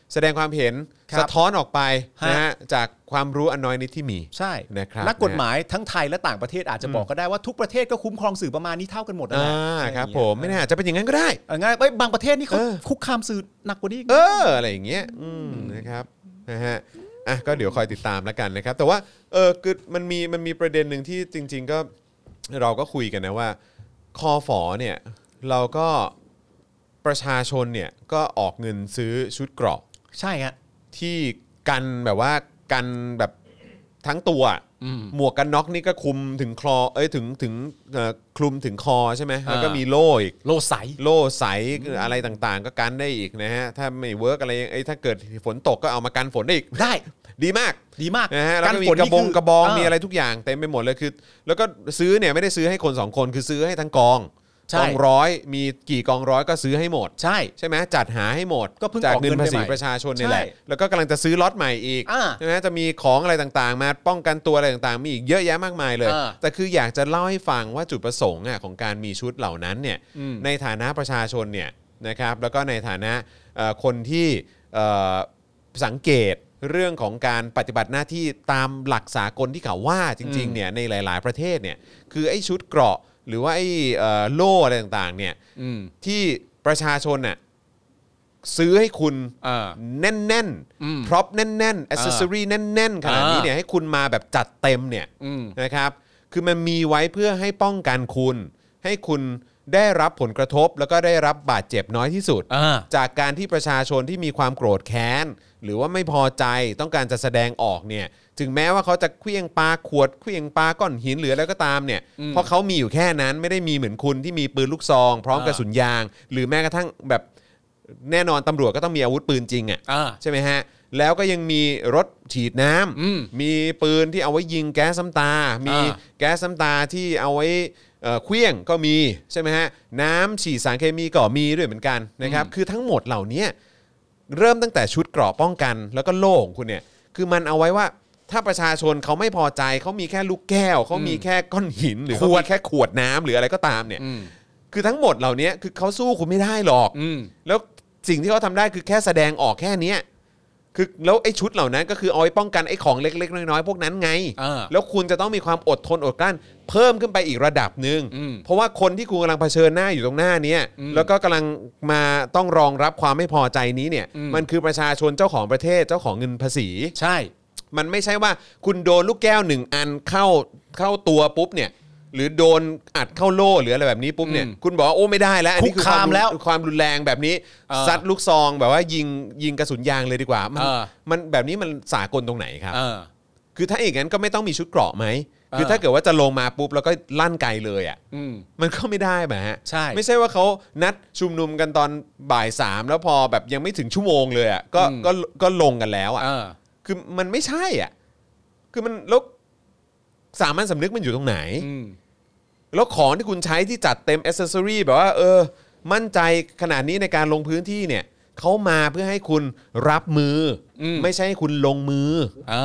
แสดงความเห็นสะท้อนออกไปนะฮะจากความรู้อันน้อยนิดที่มีใช่นะครับนักกฎหมายทั้งไทยและต่างประเทศอาจจะบอกก็ได้ว่าทุกประเทศก็คุ้มครองสื่อประมาณนี้เท่ากันหมดนะครับผมไม่แน่อาจจะเป็นอย่างนั้นก็ได้งั้นบางประเทศนี่เขาคุกคามสื่อหนักกว่านี้อะไรอย่างเงี้ยนะครับนะฮะก็เดี๋ยวคอยติดตามแล้วกันนะครับแต่ว่าคือมันมีประเด็นหนึ่งที่จริงๆก็เราก็คุยกันนะว่าคฝ.เนี่ยเราก็ประชาชนเนี่ยก็ออกเงินซื้อชุดเกราะใช่ฮะที่กันแบบว่ากันแบบทั้งตัวหมวกกันน็อกนี่ก็คุมถึงคลอถึงคลุมถึงคอใช่ไหมแล้วก็มีโล่อีกโล่ใสอะไรต่างๆก็กันได้อีกนะฮะถ้าไม่เวิร์กอะไรถ้าเกิดฝนตกก็เอามากันฝนได้อีกได้ดีมากนะฮะแล้วก็มีกระบองมีอะไรทุกอย่างเต็มไปหมดเลยคือแล้วก็ซื้อเนี่ยไม่ได้ซื้อให้คน2คนคือซื้อให้ทั้งกองร้อยมีกี่กองร้อยก็ซื้อให้หมดใช่ไหมจัดหาให้หมดก็เพิ่งจากเงินภาษีประชาชนนี่แหละแล้วก็กำลังจะซื้อล็อตใหม่อีกใช่ไหมจะมีของอะไรต่างๆมาป้องกันตัวอะไรต่างๆมีอีกเยอะแยะมากมายเลยแต่คืออยากจะเล่าให้ฟังว่าจุดประสงค์ของการมีชุดเหล่านั้นเนี่ยในฐานะประชาชนเนี่ยนะครับแล้วก็ในฐานะคนที่สังเกตเรื่องของการปฏิบัติหน้าที่ตามหลักสากลที่เขาว่าจริงๆเนี่ยในหลายๆประเทศเนี่ยคือไอ้ชุดเกราะหรือว่าไอ้โล่อะไรต่างๆเนี่ยที่ประชาชนน่ะซื้อให้คุณแน่นๆพร็อพแน่นๆแอคเซสซอรี่แน่นๆขนาดนี้เนี่ยให้คุณมาแบบจัดเต็มเนี่ยนะครับคือมันมีไว้เพื่อให้ป้องกันคุณให้คุณได้รับผลกระทบแล้วก็ได้รับบาดเจ็บน้อยที่สุดจากการที่ประชาชนที่มีความโกรธแค้นหรือว่าไม่พอใจต้องการจะแสดงออกเนี่ยถึงแม้ว่าเขาจะเคลื่องปาขวดเคลื่องปาก้อนหินหรืออะไรก็ตามเนี่ยเพราะเขามีอยู่แค่นั้นไม่ได้มีเหมือนคุณที่มีปืนลูกซองพร้อมกระสุนยางหรือแม้กระทั่งแบบแน่นอนตำรวจก็ต้องมีอาวุธปืนจริงใช่ไหมฮะแล้วก็ยังมีรถฉีดน้ำมีปืนที่เอาไว้ยิงแก๊สน้ำตามีแก๊สน้ำตาที่เอาไว้เคลื่องก็มีใช่ไหมฮะน้ำฉีดสารเคมีก็มีด้วยเหมือนกันนะครับคือทั้งหมดเหล่านี้เริ่มตั้งแต่ชุดเกราะป้องกันแล้วก็โล่ของคุณเนี่ยคือมันเอาไว้ว่าถ้าประชาชนเขาไม่พอใจเขามีแค่ลูกแก้วเขามีแค่ก้อนหินหรือเขามีแค่ขวดน้ำหรืออะไรก็ตามเนี่ยคือทั้งหมดเหล่านี้คือเขาสู้คุณไม่ได้หรอกแล้วสิ่งที่เขาทำได้คือแค่แสดงออกแค่นี้คือแล้วไอ้ชุดเหล่านั้นก็คือเอาไว้ป้องกันไอ้ของเล็กๆน้อยๆพวกนั้นไงแล้วคุณจะต้องมีความอดทนอดกลั้นเพิ่มขึ้นไปอีกระดับนึงเพราะว่าคนที่คุณกำลังเผชิญหน้าอยู่ตรงหน้านี้แล้วก็กำลังมาต้องรองรับความไม่พอใจนี้เนี่ยมันคือประชาชนเจ้าของประเทศเจ้าของเงินภาษีใช่มันไม่ใช่ว่าคุณโดนลูกแก้ว1อันเข้าตัวปุ๊บเนี่ยหรือโดนอัดเข้าโล่หรืออะไรแบบนี้ปุ๊บเนี่ยคุณบอกว่าโอ้ไม่ได้แล้วอันนี้คือความรุนแรงแบบนี้ซัดลูกซองแบบว่ายิงกระสุนยางเลยดีกว่ามันแบบนี้มันสากลตรงไหนครับคือถ้าอย่างนั้นก็ไม่ต้องมีชุดเกราะไหมคือถ้าเกิดว่าจะลงมาปุ๊บแล้วก็ลั่นไกลเลยอ่ะมันก็ไม่ได้แบบฮะไม่ใช่ว่าเขานัดชุมนุมกันตอนบ่าย3แล้วพอแบบยังไม่ถึงชั่วโมงเลยอ่ะก็ลงกันแล้วอ่ะคือมันไม่ใช่อ่ะคือมันแล้วสามัญสำนึกมันอยู่ตรงไหนแล้วของที่คุณใช้ที่จัดเต็มแอคเซสซอรี่แบบว่ามั่นใจขนาดนี้ในการลงพื้นที่เนี่ยเขามาเพื่อให้คุณรับมือไม่ใช่ให้คุณลงมือ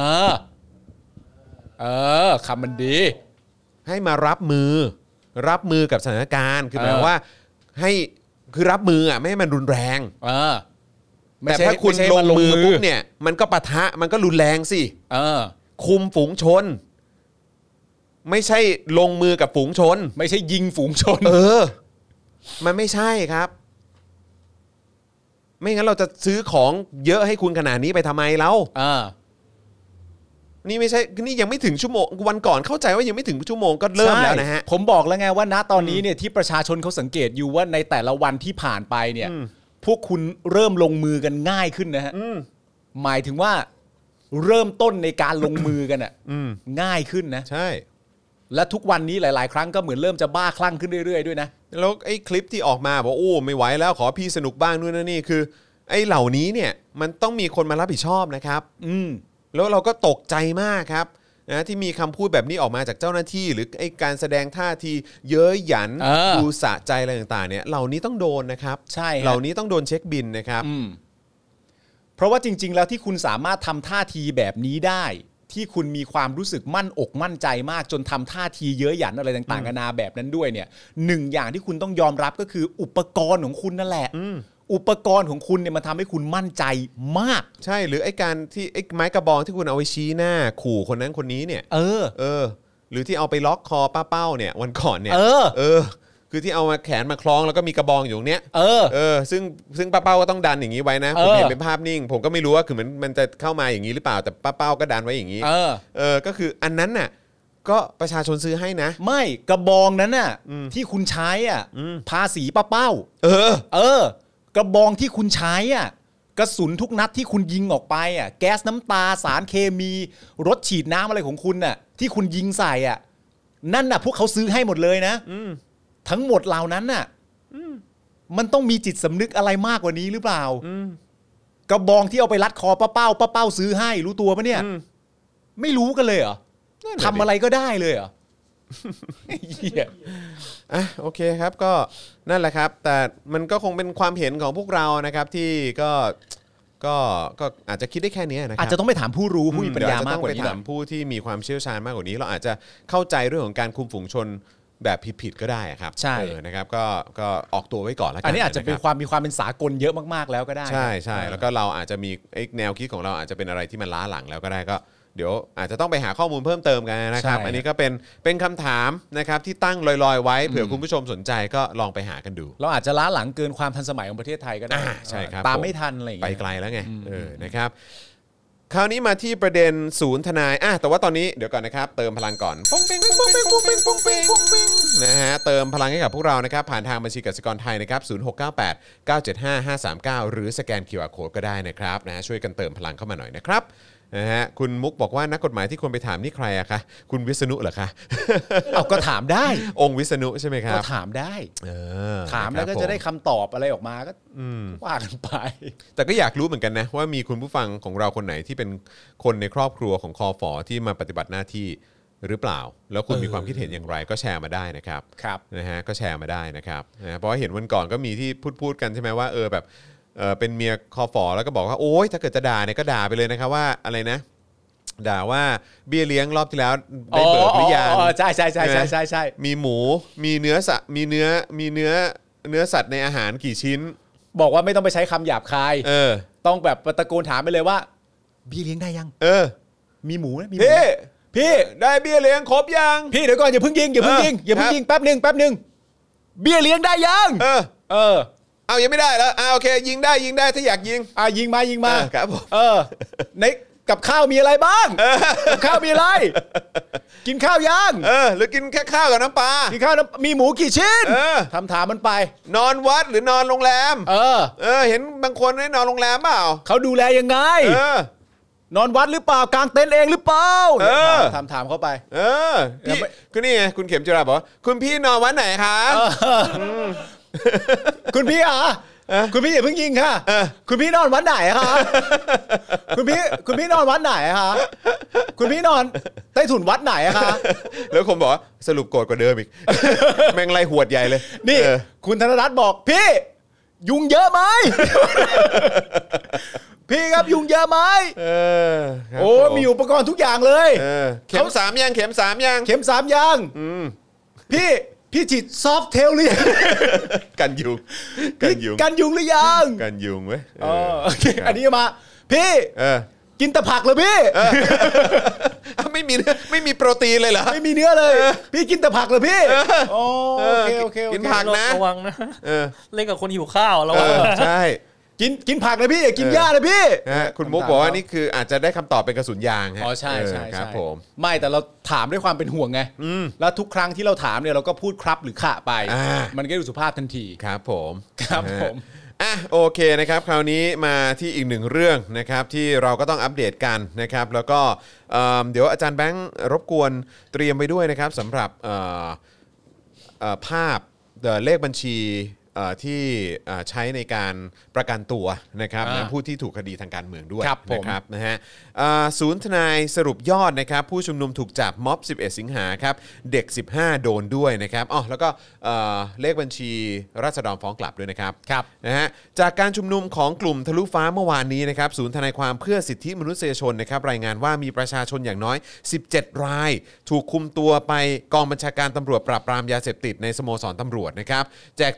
คำมันดีให้มารับมือกับสถานการณ์คือหมายว่าให้คือรับมือไม่ให้มันรุนแรงแต่ถ้าคุณลงมือปุ๊บเนี่ยมันก็ปะทะมันก็รุนแรงสิคุมฝูงชนไม่ใช่ลงมือกับฝูงชนไม่ใช่ยิงฝูงชนมันไม่ใช่ครับไม่งั้นเราจะซื้อของเยอะให้คุณขนาดนี้ไปทำไมเล่านี่ไม่ใช่นี่ยังไม่ถึงชั่วโมงวันก่อนเข้าใจว่ายังไม่ถึงชั่วโมงก็เริ่มแล้วนะฮะผมบอกแล้วไงว่าณตอนนี้เนี่ยที่ประชาชนเขาสังเกตอยู่ว่าในแต่ละวันที่ผ่านไปเนี่ยพวกคุณเริ่มลงมือกันง่ายขึ้นนะฮะหมายถึงว่าเริ่มต้นในการลงมือกันอ่ะง่ายขึ้นนะใช่และทุกวันนี้หลายๆครั้งก็เหมือนเริ่มจะบ้าคลั่งขึ้นเรื่อยๆด้วยนะแล้วไอ้คลิปที่ออกมาบอกโอ้ไม่ไหวแล้วขอพี่สนุกบ้างนู่นนี่คือไอ้เหล่านี้เนี่ยมันต้องมีคนมารับผิดชอบนะครับแล้วเราก็ตกใจมากครับนะที่มีคำพูดแบบนี้ออกมาจากเจ้าหน้าที่หรือไอ้การแสดงท่าทีเย้ยหยันดูสะใจอะไรต่างๆเนี่ยเหล่านี้ต้องโดนนะครับใช่เหล่านี้ต้องโดนเช็คบิลนะครับเพราะว่าจริงๆแล้วที่คุณสามารถทำท่าทีแบบนี้ได้ที่คุณมีความรู้สึกมั่นอกมั่นใจมากจนทำท่าทีเย้ยหยันอะไรต่างๆนานาแบบนั้นด้วยเนี่ยหนึ่งอย่างที่คุณต้องยอมรับก็คืออุปกรณ์ของคุณนั่นแหละอุปกรณ์ของคุณเนี่ยมันทำให้คุณมั่นใจมากใช่หรือไอ้การที่ไอ้ไม้กระบองที่คุณเอาไว้ชี้หน้าขู่คนนั้นคนนี้เนี่ยหรือที่เอาไปล็อกคอป้าเป้าเนี่ยวันก่อนเนี่ยคือที่เอามาแขนมาคล้องแล้วก็มีกระบองอยู่ตรงเนี้ยซึ่งป้าเป้าก็ต้องดันอย่างนี้ไว้นะผมเห็นเป็นภาพนิ่งผมก็ไม่รู้ว่าคือมันจะเข้ามาอย่างนี้หรือเปล่าแต่ป้าเป้าก็ดันไว้อย่างนี้ก็คืออันนั้นน่ะก็ประชาชนซื้อให้นะไม่กระบองนั้นน่ะที่คุณใช้อ่ะภาษีป้าเป้ากระบองที่คุณใช้อ่ะกระสุนทุกนัดที่คุณยิงออกไปอ่ะแก๊สน้ำตาสารเคมีรถฉีดน้ำอะไรของคุณน่ะที่คุณยิงใส่อ่ะนั่นน่ะพวกเขาซื้อให้หมดเลยนะทั้งหมดเหล่านั้นน่ะมันต้องมีจิตสำนึกอะไรมากกว่านี้หรือเปล่ากระบองที่เอาไปรัดคอป้าเป้าซื้อให้รู้ตัวปะเนี่ยไม่รู้กันเลยเหรอทำอะไรก็ได้เลยเหรอโอเคครับก็นั่นแหละครับแต่มันก็คงเป็นความเห็นของพวกเรานะครับที่ก็อาจจะคิดได้แค่นี้นะครับอาจจะต้องไปถามผู้รู้ผู้มีปัญญามากกว่านี้ไปถามผู้ที่มีความเชี่ยวชาญมากกว่านี้เราอาจจะเข้าใจเรื่องของการคุมฝูงชนแบบผิดๆก็ได้ครับใช่นะครับก็ออกตัวไว้ก่อนแล้วกันอันนี้อาจจะเป็นมีความเป็นสากลเยอะมากๆแล้วก็ได้ใช่แล้วก็เราอาจจะมีแนวคิดของเราอาจจะเป็นอะไรที่มันล้าหลังแล้วก็ได้ก็เดี๋ยวอาจจะต้องไปหาข้อมูลเพิ่มเติมกันนะครับอันนี้ก็เป็นคำถามนะครับที่ตั้งลอยๆไว้เผื่อคุณผู้ชมสนใจก็ลองไปหากันดูเราอาจจะล้าหลังเกินความทันสมัยของประเทศไทยก็ได้ใช่ครับตามไม่ทันอะไรอย่างเงี้ยไปไกลแล้วไงนะครับคราวนี้มาที่ประเด็นศูนย์ทนายแต่ว่าตอนนี้เดี๋ยวก่อนนะครับเติมพลังก่อนปงเป้งนะฮะเติมพลังให้กับพวกเรานะครับผ่านทางบัญชีกสิกรไทยนะครับ0698975539หรือสแกน QR Code ก็ได้นะครับนะช่วยกันเติมพลังเข้ามาหน่อยนะครับนะฮะคุณมุกบอกว่านักกฎหมายที่ควรไปถามนี่ใครอะคะคุณวิษณุเหรอคะเอาก็ถามได้องค์วิษณุใช่ไหมครับก็ถามได้ถามแล้วก็จะได้คำตอบอะไรออกมาก็ว่ากันไปแต่ก็อยากรู้เหมือนกันนะว่ามีคุณผู้ฟังของเราคนไหนที่เป็นคนในครอบครัวของคฝที่มาปฏิบัติหน้าที่หรือเปล่าแล้วคุณมีความคิดเห็นอย่างไรก็แชร์มาได้นะครับนะฮะก็แชร์มาได้นะครับนะเพราะว่าเห็นวันก่อนก็มีที่พูดกันใช่ไหมว่าแบบเป็นเมียคอฝอแล้วก็บอกว่าโอ๊ยถ้าเกิดจะด่าเนี่ยก็ด่าไปเลยนะครับว่าอะไรนะด่าว่าเบี้ยเลี้ยงรอบที่แล้วได้เบิกหรือยังใช่มีหมูมีเนื้อสัตว์มีเนื้อสัตว์ในอาหารกี่ชิ้นบอกว่าไม่ต้องไปใช้คำหยาบคายต้องแบบตะโกนถามไปเลยว่าเบี้ยเลี้ยงได้ยังมีหมูนะมีพี่ได้เบี้ยเลี้ยงครบยังพี่เดี๋ยวก่อนอย่าเพิ่งยิงแป๊บนึงเบี้ยเลี้ยงได้ยังเอายังไม่ได้แล้วโอเคยิงได้ถ้าอยากยิงยิงมาครับผมในกับข้าวมีอะไรบ้างกับข้าวมีอะไรกินข้าวยังหรือกินแค่ข้าวกับน้ำปลากินข้าวมีหมูกี่ชิ้นถามมันไปนอนวัดหรือนอนโรงแรมเห็นบางคนได้นอนโรงแรมเปล่าเขาดูแลยังไงนอนวัดหรือเปล่ากางเต็นท์เองหรือเปล่าถามเข้าไปพี่ก็นี่ไงคุณเข็มจิราบอกว่าคุณพี่นอนวัดไหนคะคุณพี่คุณพี่อย่าเพิ่งยิงค่ะคุณพี่นอนวัดไหนคะคุณพี่นอนวัดไหนคะคุณพี่นอนใต้ถุนวัดไหนคะแล้วผมบอกสรุปโกรธกว่าเดิมอีกแม่งไล่หวดใหญ่เลยนี่คุณธนรัตน์บอกพี่ยุงเยอะไหมพี่ครับยุงเยอะไหมโอ้มีอุปกรณ์ทุกอย่างเลยเข็ม3ยังพี่ฉีดซอฟเทลหรือยังกันยุงหรือยังกันยุงเว้ยอันนี้มาพี่กินแต่ผักเหรอพี่ไม่มีโปรตีนเลยเหรอไม่มีเนื้อเลยพี่กินแต่ผักเหรอพี่โอเคกินผักนะระวังนะเล่นกับคนหิวข้าวระวังใช่กินผักเลยพี่อย่ากินหญ้าเลยพี่คุณมุกบอกว่านี่คืออาจจะได้คำตอบเป็นกระสุนยางฮะใช่ครับผมไม่แต่เราถามด้วยความเป็นห่วงไงแล้วทุกครั้งที่เราถามเนี่ยเราก็พูดครับหรือขะไปมันก็ดูสุภาพทันทีครับผม โอเคนะครับคราวนี้มาที่อีกหนึ่งเรื่องนะครับที่เราก็ต้องอัปเดตกันนะครับแล้วก็เดี๋ยวอาจารย์แบงค์รบกวนเตรียมไปด้วยนะครับสำหรับภาพเลขบัญชีที่ใช้ในการประกันตัวนะครับผู้ที่ถูกคดีทางการเมืองด้วยนะครับนะฮะศูนย์ทนายสรุปยอดนะครับผู้ชุมนุมถูกจับม็อบ11สิงหาครับเด็ก15โดนด้วยนะครับแล้วก็เลขบัญชีราษฎรฟ้องกลับด้วยนะครับนะฮะจากการชุมนุมของกลุ่มทะลุฟ้าเมื่อวานนี้นะครับศูนย์ทนายความเพื่อสิทธิมนุษยชนนะครับรายงานว่ามีประชาชนอย่างน้อย17รายถูกคุมตัวไปกองบัญชาการตำรวจปราบปรามยาเสพติดในสโมสรตำรวจนะครับแจกแจงได้ดัง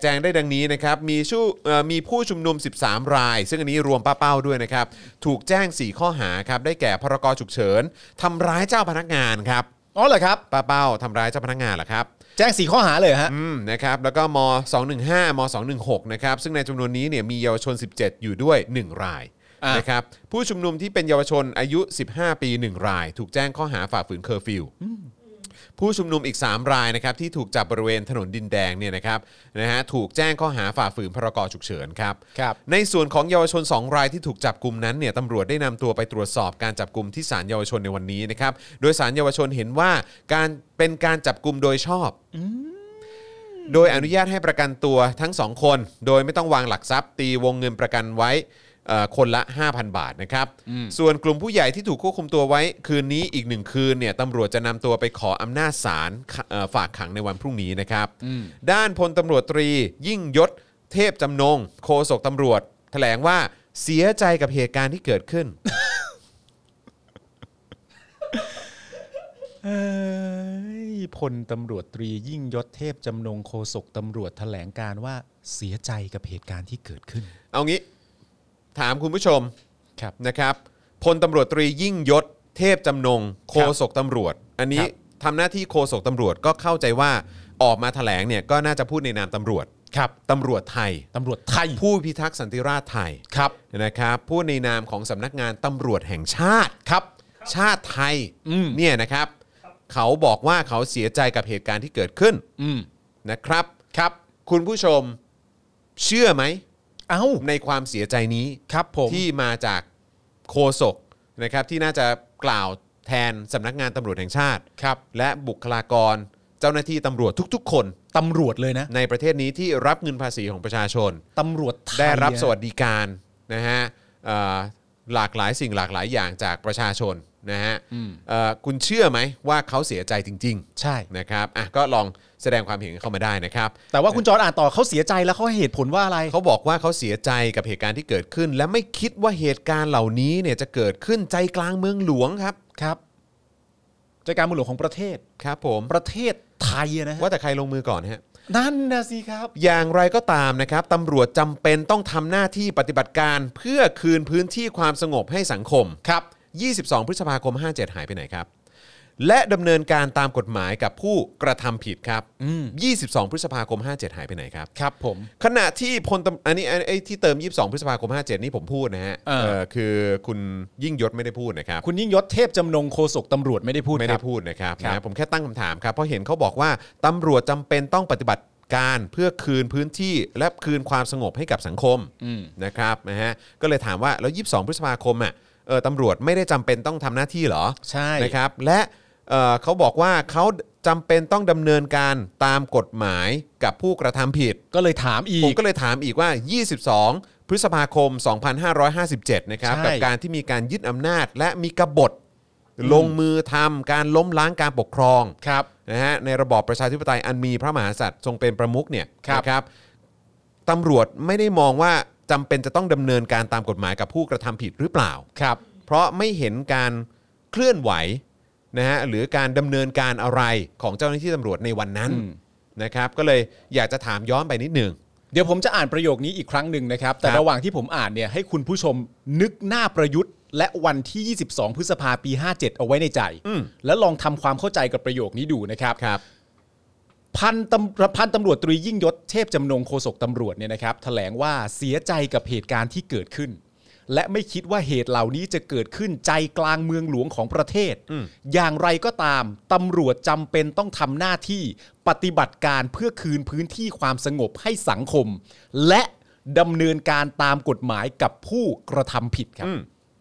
งนี้นะครับมีผู้ชุมนุม13รายซึ่งอันนี้รวมป้าเป้าด้วยนะครับถูกแจ้ง4ข้อหาครับได้แก่พรกฉุกเฉินทำร้ายเจ้าพนักงานครับอ๋อเหรอครับป้าเป้าทำร้ายเจ้าพนักงานเหรอครับแจ้ง4ข้อหาเลยฮะนะครับแล้วก็ม215ม216นะครับซึ่งในจำนวนนี้เนี่ยมีเยาวชน17อยู่ด้วย1รายนะครับผู้ชุมนุมที่เป็นเยาวชนอายุ15ปี1รายถูกแจ้งข้อหาฝ่าฝืนเคอร์ฟิวผู้ชุมนุมอีก3รายนะครับที่ถูกจับบริเวณถนนดินแดงเนี่ยนะครับถูกแจ้งข้อหาฝ่าฝืนพรกฉุกเฉินครับในส่วนของเยาวชน2รายที่ถูกจับกุมนั้นเนี่ยตำรวจได้นำตัวไปตรวจสอบการจับกุมที่ศาลเยาวชนในวันนี้นะครับโดยศาลเยาวชนเห็นว่าการจับกุมโดยชอบโดยอนุญาตให้ประกันตัวทั้ง2คนโดยไม่ต้องวางหลักทรัพย์ตีวงเงินประกันไว้คนละ 5,000 บาทนะครับส่วนกลุ่มผู้ใหญ่ที่ถูกควบคุมตัวไว้คืนนี้อีก1คืนเนี่ยตำรวจจะนำตัวไปขออำนาจศาลฝากขังในวันพรุ่งนี้นะครับด้านพลตำรวจตรียิ่งยศเทพจำนงโฆษกตำรวจแถลงว่าเสียใจกับเหตุการณ์ที่เกิดขึ้นพลตำรวจตรียิ่งยศเทพจำนงโฆษกตำรวจแถลงการว่าเสียใจกับเหตุการณ์ที่เกิดขึ้นเอางี้ถามคุณผู้ชมนะครับพลตำรวจตรียิ่งยศเทพจำนงโฆษกตำรวจอันนี้ทำหน้าที่โฆษกตำรวจก็เข้าใจว่าออกมาแถลงเนี่ยก็น่าจะพูดในนามตำรวจตำรวจไทยผู้พิทักษ์สันติราษฎร์ไทยนะครับพูดในนามของสำนักงานตำรวจแห่งชาติชาติไทยเนี่ยนะครับเขาบอกว่าเขาเสียใจกับเหตุการณ์ที่เกิดขึ้นนะครับคุณผู้ชมเชื่อไหมในความเสียใจนี้ที่มาจากโฆษกนะครับที่น่าจะกล่าวแทนสำนักงานตำรวจแห่งชาติและบุคลากรเจ้าหน้าที่ตำรวจทุกๆคนตำรวจเลยนะในประเทศนี้ที่รับเงินภาษีของประชาชนตำรวจไทยได้รับสวัสดิการนะฮะหลากหลายสิ่งหลากหลายอย่างจากประชาชนนะฮะคุณเชื่อไหมว่าเขาเสียใจจริงๆใช่นะครับก็ลองแสดงความเห็นเข้ามาได้นะครับแต่ว่าคุณจอร์จอ่านต่อเขาเสียใจแล้วเขาให้เหตุผลว่าอะไรเขาบอกว่าเขาเสียใจกับเหตุการณ์ที่เกิดขึ้นและไม่คิดว่าเหตุการณ์เหล่านี้เนี่ยจะเกิดขึ้นใจกลางเมืองหลวงครับใจกลางเมืองหลวงของประเทศครับผมประเทศไทยนะว่าแต่ใครลงมือก่อนฮะนั่นนะสิครับอย่างไรก็ตามนะครับตำรวจจำเป็นต้องทำหน้าที่ปฏิบัติการเพื่อคืนพื้นที่ความสงบให้สังคมครับ 22 พฤษภาคม 57หายไปไหนครับและดำเนินการตามกฎหมายกับผู้กระทำผิดครับ22 พฤษภาคม 57หายไปไหนครับครับผมขณะที่อันนี้ไอ้ที่เติม22 พฤษภาคม 57นี่ผมพูดนะฮะคือคุณยิ่งยศไม่ได้พูดนะครับคุณยิ่งยศเทพจำนงโฆษกตำรวจไม่ได้พูดนะครับนะผมแค่ตั้งคำถามครับเพราะเห็นเขาบอกว่าตำรวจจำเป็นต้องปฏิบัติการเพื่อคืนพื้นที่และคืนความสงบให้กับสังคมนะครับนะฮะก็เลยถามว่าแล้ว22 พฤษภาคมตำรวจไม่ได้จำเป็นต้องทำหน้าที่เหรอใช่นะครับและเขาบอกว่าเขาจำเป็นต้องดำเนินการตามกฎหมายกับผู้กระทำผิดก็เลยถามอีกผมก็เลยถามอีกว่า22 พฤษภาคม 2557นะครับกับการที่มีการยึดอำนาจและมีกบฏลงมือทำการล้มล้างการปกครองนะฮะในระบอบประชาธิปไตยอันมีพระมหากษัตริย์ทรงเป็นประมุขเนี่ยนะครับตำรวจไม่ได้มองว่าจำเป็นจะต้องดำเนินการตามกฎหมายกับผู้กระทำผิดหรือเปล่าเพราะไม่เห็นการเคลื่อนไหวนะฮะหรือการดำเนินการอะไรของเจ้าหน้าที่ตำรวจในวันนั้นนะครับก็เลยอยากจะถามย้อนไปนิดนึงเดี๋ยวผมจะอ่านประโยคนี้อีกครั้งหนึ่งนะครับแต่ระหว่างที่ผมอ่านเนี่ยให้คุณผู้ชมนึกหน้าประยุทธ์และวันที่22 พฤษภาคม ปี 57เอาไว้ในใจแล้วลองทำความเข้าใจกับประโยคนี้ดูนะครับพันตำรวจตรียิ่งยศเทพจำนงโฆษกตำรวจเนี่ยนะครับแถลงว่าเสียใจกับเหตุการณ์ที่เกิดขึ้นและไม่คิดว่าเหตุเหล่านี้จะเกิดขึ้นใจกลางเมืองหลวงของประเทศอย่างไรก็ตามตำรวจจำเป็นต้องทำหน้าที่ปฏิบัติการเพื่อคืนพื้นที่ความสงบให้สังคมและดำเนินการตามกฎหมายกับผู้กระทำผิดครับ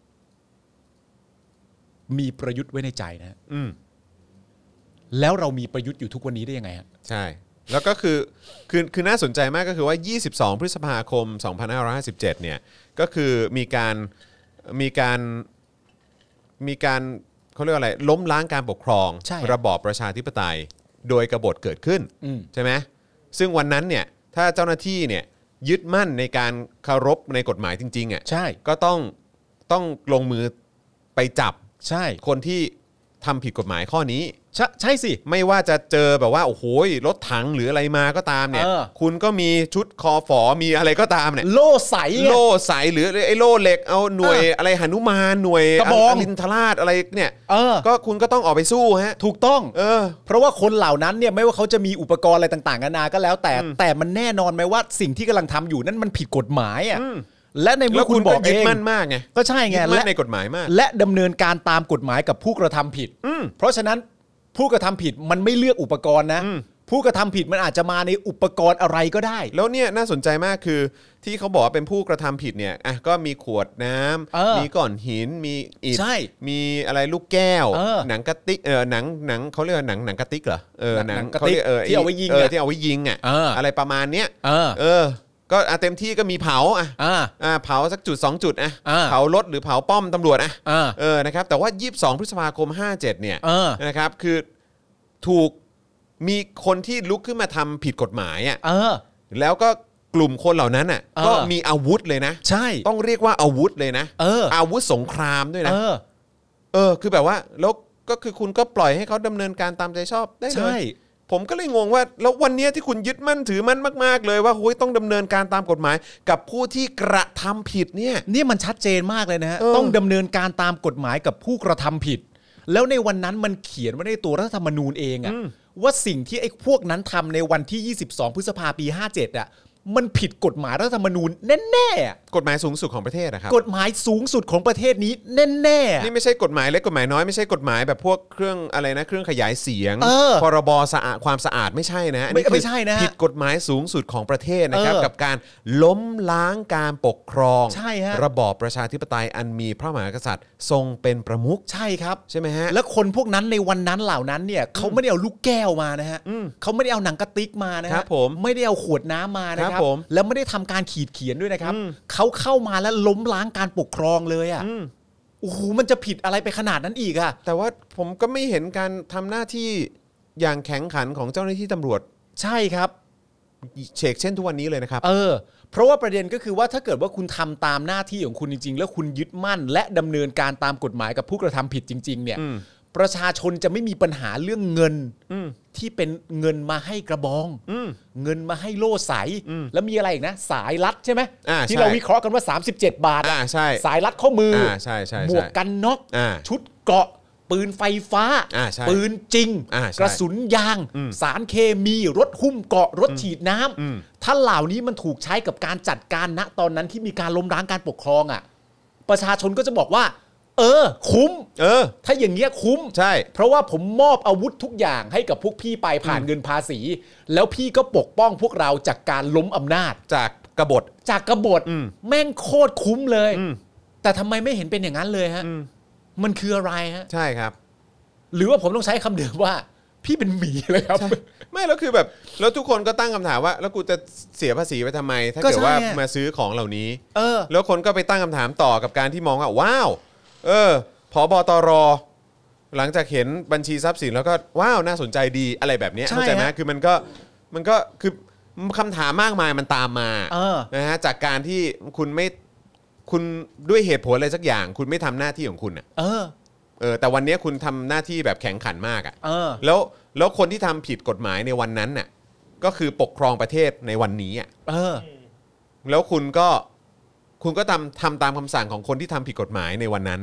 มีประยุทธ์ไว้ในใจนะแล้วเรามีประยุทธ์อยู่ทุกวันนี้ได้ยังไงฮะใช่แล้วก็คือน่าสนใจมากก็คือว่า22 พฤษภาคม 2557เนี่ยก็คือมีการเขาเรียกว่าอะไรล้มล้างการปกครองระบอบประชาธิปไตยโดยกบฏเกิดขึ้นใช่ไหมซึ่งวันนั้นเนี่ยถ้าเจ้าหน้าที่เนี่ยยึดมั่นในการเคารพในกฎหมายจริงๆอ่ะก็ต้องลงมือไปจับคนที่ทำผิดกฎหมายข้อนี้ใช่สิไม่ว่าจะเจอแบบว่าโอ้โหรถถังหรืออะไรมาก็ตามเนี่ยคุณก็มีชุดคอฝอมีอะไรก็ตามเนี่ยโล่ใสหรือไอ้โล่เหล็กเอาหน่วยอะไรหนุมานหน่วยอรินทราชอะไรเนี่ยก็คุณก็ต้องออกไปสู้ฮะถูกต้องเพราะว่าคนเหล่านั้นเนี่ยไม่ว่าเขาจะมีอุปกรณ์อะไรต่างๆนานาก็แล้วแต่มันแน่นอนไหมว่าสิ่งที่กำลังทำอยู่นั้นมันผิดกฎหมายอ่ะและในเมื่อคุณบอกเองยึดมั่นมากไงก็ใช่ไงและในกฎหมายมากและดำเนินการตามกฎหมายกับผู้กระทำผิดเพราะฉะนั้นผู้กระทำผิดมันไม่เลือกอุปกรณ์นะผู้กระทำผิดมันอาจจะมาในอุปกรณ์อะไรก็ได้แล้วเนี่ยน่าสนใจมากคือที่เขาบอกว่าเป็นผู้กระทำผิดเนี่ยก็มีขวดน้ำมีก้อนหินมีอิฐมีอะไรลูกแก้วหนังกระติกหนังเขาเรียกหนังกระติกเหรอหนังเขาเรียกที่เอาไว้ยิงที่เอาไว้ยิงอะไรประมาณเนี้ยก็เต็มที่ก็มีเผาเผาสักจุด2จุดเผารถหรือเผาป้อมตำรวจนะครับแต่ว่า22พฤษภาคม57เนี่ยนะครับคือถูกมีคนที่ลุกขึ้นมาทำผิดกฎหมายแล้วก็กลุ่มคนเหล่านั้นก็มีอาวุธเลยนะใช่ต้องเรียกว่าอาวุธเลยนะอาวุธสงครามด้วยนะคือแบบว่าแล้วก็คือคุณก็ปล่อยให้เขาดำเนินการตามใจชอบได้เลยผมก็เลยงงว่าแล้ววันนี้ที่คุณยึดมั่นถือมั่นมากๆเลยว่าโอ้ยต้องดำเนินการตามกฎหมายกับผู้ที่กระทำผิดเนี่ยมันชัดเจนมากเลยนะฮะต้องดำเนินการตามกฎหมายกับผู้กระทำผิดแล้วในวันนั้นมันเขียนไว้ในตัวรัฐธรรมนูญเองว่าสิ่งที่ไอ้พวกนั้นทำในวันที่22พฤษภาคมปี57มันผิดกฎหมายรัฐธรรมนูญแน่ๆกฎหมายสูงสุดของประเทศนะครับกฎหมายสูงสุดของประเทศนี้แน่ๆนี่ไม่ใช่กฎหมายเล็กกฎหมายน้อยไม่ใช่กฎหมายแบบพวกเครื่องอะไรนะเครื่องขยายเสียงพรบความสะอาดไม่ใช่นะไม่ใช่นะผิดกฎหมายสูงสุดของประเทศนะครับกับการล้มล้างการปกครองระบอบประชาธิปไตยอันมีพระมหากษัตริย์ทรงเป็นประมุขใช่ครับใช่ไหมฮะแล้วคนพวกนั้นในวันนั้นเหล่านั้นเนี่ยเขาไม่ได้เอาลูกแก้วมานะฮะเขาไม่ได้เอาหนังกระติกมานะฮะไม่ได้เอาขวดน้ำมานะครับแล้วไม่ได้ทำการขีดเขียนด้วยนะครับเขาเข้ามาแล้วล้มล้างการปกครองเลยโอ้โหมันจะผิดอะไรไปขนาดนั้นอีกแต่ว่าผมก็ไม่เห็นการทำหน้าที่อย่างแข็งขันของเจ้าหน้าที่ตำรวจใช่ครับเชกเช่นทุกวันนี้เลยนะครับเพราะว่าประเด็นก็คือว่าถ้าเกิดว่าคุณทำตามหน้าที่ของคุณจริงๆแล้วคุณยึดมั่นและดำเนินการตามกฎหมายกับผู้กระทำผิดจริงๆเนี่ยประชาชนจะไม่มีปัญหาเรื่องเงินที่เป็นเงินมาให้กระบองเงินมาให้โล่ใสแล้วมีอะไรอีกนะสายรัดใช่ไหมที่เราวิเคราะห์กันว่า37 บาทสายรัดข้อมือหมวกกันน็อกชุดเกราะปืนไฟฟ้าปืนจริงกระสุนยางสารเคมีรถหุ้มเกราะรถฉีดน้ำถ้าเหล่านี้มันถูกใช้กับการจัดการณตอนนั้นที่มีการล้มล้างการปกครองประชาชนก็จะบอกว่าคุ้มถ้าอย่างเงี้ยคุ้มใช่เพราะว่าผมมอบอาวุธทุกอย่างให้กับพวกพี่ไปผ่านเงินภาษีแล้วพี่ก็ปกป้องพวกเราจากการล้มอำนาจจากกบฏแม่งโคตรคุ้มเลยแต่ทำไมไม่เห็นเป็นอย่างนั้นเลยฮะมันคืออะไรฮะใช่ครับหรือว่าผมต้องใช้คำเดิมว่าพี่เป็นหมีเลยครับไม่แล้วคือแบบแล้วทุกคนก็ตั้งคำถามว่าแล้วกูจะเสียภาษีไปทำไมถ้าเกิดว่ามาซื้อของเหล่านี้แล้วคนก็ไปตั้งคำถามต่อกับการที่มองว่าว้าวผบตรหลังจากเห็นบัญชีทรัพย์สินแล้วก็ว้าวน่าสนใจดีอะไรแบบนี้เข้าใจไหมคือมันก็คือคำถามมากมายมันตามมานะฮะจากการที่คุณด้วยเหตุผลอะไรสักอย่างคุณไม่ทำหน้าที่ของคุณแต่วันนี้คุณทำหน้าที่แบบแข็งขันมากแล้วคนที่ทำผิดกฎหมายในวันนั้นน่ะก็คือปกครองประเทศในวันนี้แล้วคุณก็ทำตามคำสั่งของคนที่ทำผิดกฎหมายในวันนั้น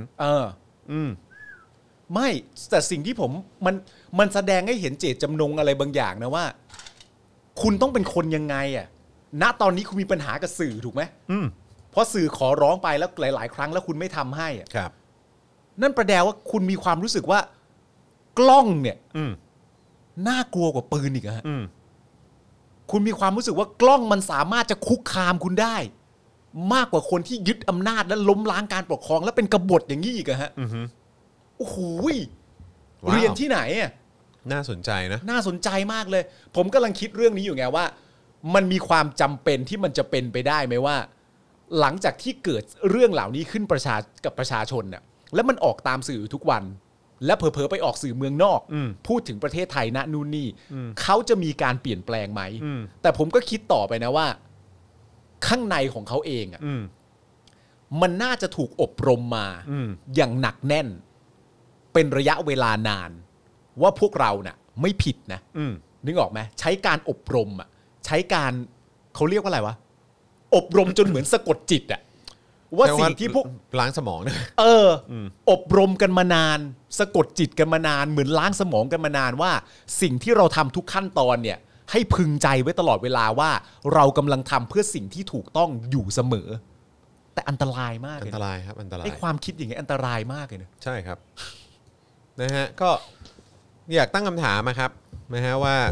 ไม่แต่สิ่งที่มันแสดงให้เห็นเจตจำนงอะไรบางอย่างนะว่าคุณต้องเป็นคนยังไงณตอนนี้คุณมีปัญหากับสื่อถูกไหมเพราะสื่อขอร้องไปแล้วหลายๆครั้งแล้วคุณไม่ทำให้ครับนั่นแปลว่าคุณมีความรู้สึกว่ากล้องเนี่ยน่ากลัวกว่าปืนอีกคุณมีความรู้สึกว่ากล้องมันสามารถจะคุกคามคุณได้มากกว่าคนที่ยึดอำนาจและล้มล้างการปกครองและเป็นกบฏอย่างนี้อีกโอ้โหเรียนที่ไหนน่าสนใจนะน่าสนใจมากเลยผมกำลังคิดเรื่องนี้อยู่ไงว่ามันมีความจำเป็นที่มันจะเป็นไปได้ไหมว่าหลังจากที่เกิดเรื่องเหล่านี้ขึ้นกับประชาชนเนี่ยแล้วมันออกตามสื่อทุกวันและเผลอๆไปออกสื่อเมืองนอกพูดถึงประเทศไทยณนู่นนี่เขาจะมีการเปลี่ยนแปลงไหมแต่ผมก็คิดต่อไปนะว่าข้างในของเขาเองมันน่าจะถูกอบรมมาอย่างหนักแน่นเป็นระยะเวลานานว่าพวกเราน่ะไม่ผิดนะนึกออกไหมใช้การอบรมอ่ะใช้การเขาเรียกว่าอะไรวะอบรมจนเหมือนสะกดจิตอ่ะว่าสิ่งที่พวกล้างสมองนะอบรมกันมานานสะกดจิตกันมานานเหมือนล้างสมองกันมานานว่าสิ่งที่เราทำทุกขั้นตอนเนี่ยให้พึงใจไว้ตลอดเวลาว่าเรากำลังทำเพื่อสิ่งที่ถูกต้องอยู่เสมอแต่อันตรายมากเลยอันตรายครับอันตรายไอ้ความคิดอย่างเงี้ยอันตรายมากเลยนะใช่ครับนะฮะก็อยากตั้งคำถามครับนะฮะว่า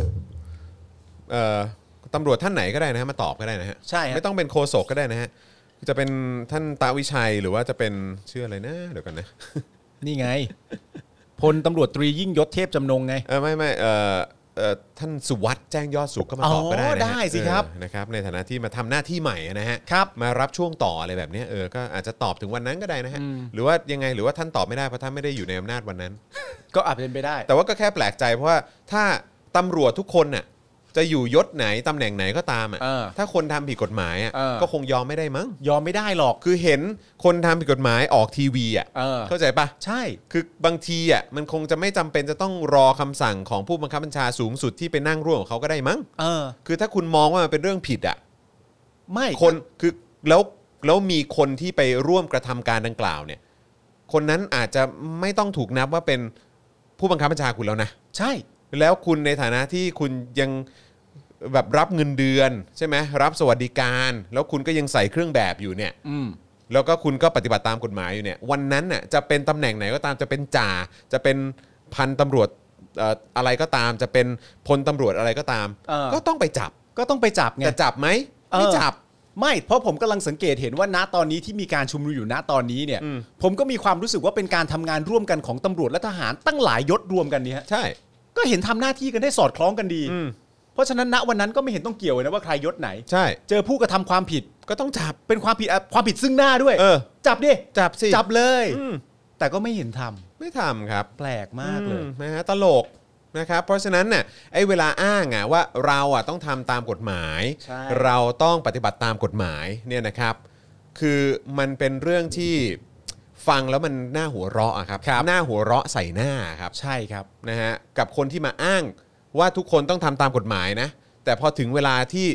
ตำรวจท่านไหนก็ได้นะฮะมาตอบก็ได้นะฮะใช่ไม่ต้องเป็นโฆษกก็ได้นะฮะจะเป็นท่านตาวิชัยหรือว่าจะเป็นชื่ออะไรนะเดี๋ยวกันนะนี่ไงพลตำรวจตรียิ่งยศเทพจำนงไงไม่ท่านสุวัสด์แจ้งยอดสุขก็มาตอบก็ได้นะได้สิครับนะครับในฐานะที่มาทำหน้าที่ใหม่นะฮะมารับช่วงต่ออะไรแบบนี้ก็อาจจะตอบถึงวันนั้นก็ได้นะฮะหรือว่ายังไงหรือว่าท่านตอบไม่ได้เพราะท่านไม่ได้อยู่ในอำนาจวันนั้นก็อาจเป็นไปได้แต่ว่าก็แค่แปลกใจเพราะว่าถ้าตำรวจทุกคนน่ะจะอยู่ยศไหนตำแหน่งไหนก็ตามถ้าคนทำผิดกฎหมายก็คงยอมไม่ได้มั้งยอมไม่ได้หรอกคือเห็นคนทำผิดกฎหมายออกทีวีเข้าใจปะใช่คือบางทีมันคงจะไม่จำเป็นจะต้องรอคำสั่งของผู้บังคับบัญชาสูงสุดที่ไปนั่งร่วมกับเขาก็ได้มั้งคือถ้าคุณมองว่ามันเป็นเรื่องผิดไม่คนคือแล้วมีคนที่ไปร่วมกระทำการดังกล่าวเนี่ยคนนั้นอาจจะไม่ต้องถูกนับว่าเป็นผู้บังคับบัญชาคุณแล้วนะใช่แล้วคุณในฐานะที่คุณยังแบบรับเงินเดือนใช่ไหมรับสวัสดิการแล้วคุณก็ยังใส่เครื่องแบบอยู่เนี่ยแล้วก็คุณก็ปฏิบัติตามกฎหมายอยู่เนี่ยวันนั้นน่ะจะเป็นตำแหน่งไหนก็ตามจะเป็นจ่าจะเป็นพันตำรวจอะไรก็ตามจะเป็นพลตำรวจอะไรก็ตามก็ต้องไปจับไงแต่จับไหมไม่จับไม่เพราะผมกำลังสังเกตเห็นว่าณตอนนี้ที่มีการชุมนุมอยู่ณตอนนี้เนี่ยผมก็มีความรู้สึกว่าเป็นการทำงานร่วมกันของตำรวจและทหารตั้งหลายยศรวมกันนี้ฮะใช่ก็เห็นทำหน้าที่กันได้สอดคล้องกันดีเพราะฉะนั้นณวันนั้นก็ไม่เห็นต้องเกี่ยวเลยนะว่าใครยศไหนใช่เจอผู้กระทำความผิดก็ต้องจับเป็นความผิดซึ่งหน้าด้วยจับดิจับสิจับเลยแต่ก็ไม่เห็นทำไม่ทำครับแปลกมากเลยนะฮะตลกนะครับเพราะฉะนั้นน่ะไอ้เวลาอ้างว่าเราต้องทำตามกฎหมายเราต้องปฏิบัติตามกฎหมายเนี่ยนะครับคือมันเป็นเรื่องที่ฟังแล้วมันน่าหัวเราะครับหน้าหัวเราะใส่หน้าครับใช่ครับนะฮะกับคนที่มาอ้างว่าทุกคนต้องทำตามกฎหมายนะแต่พอถึงเวลา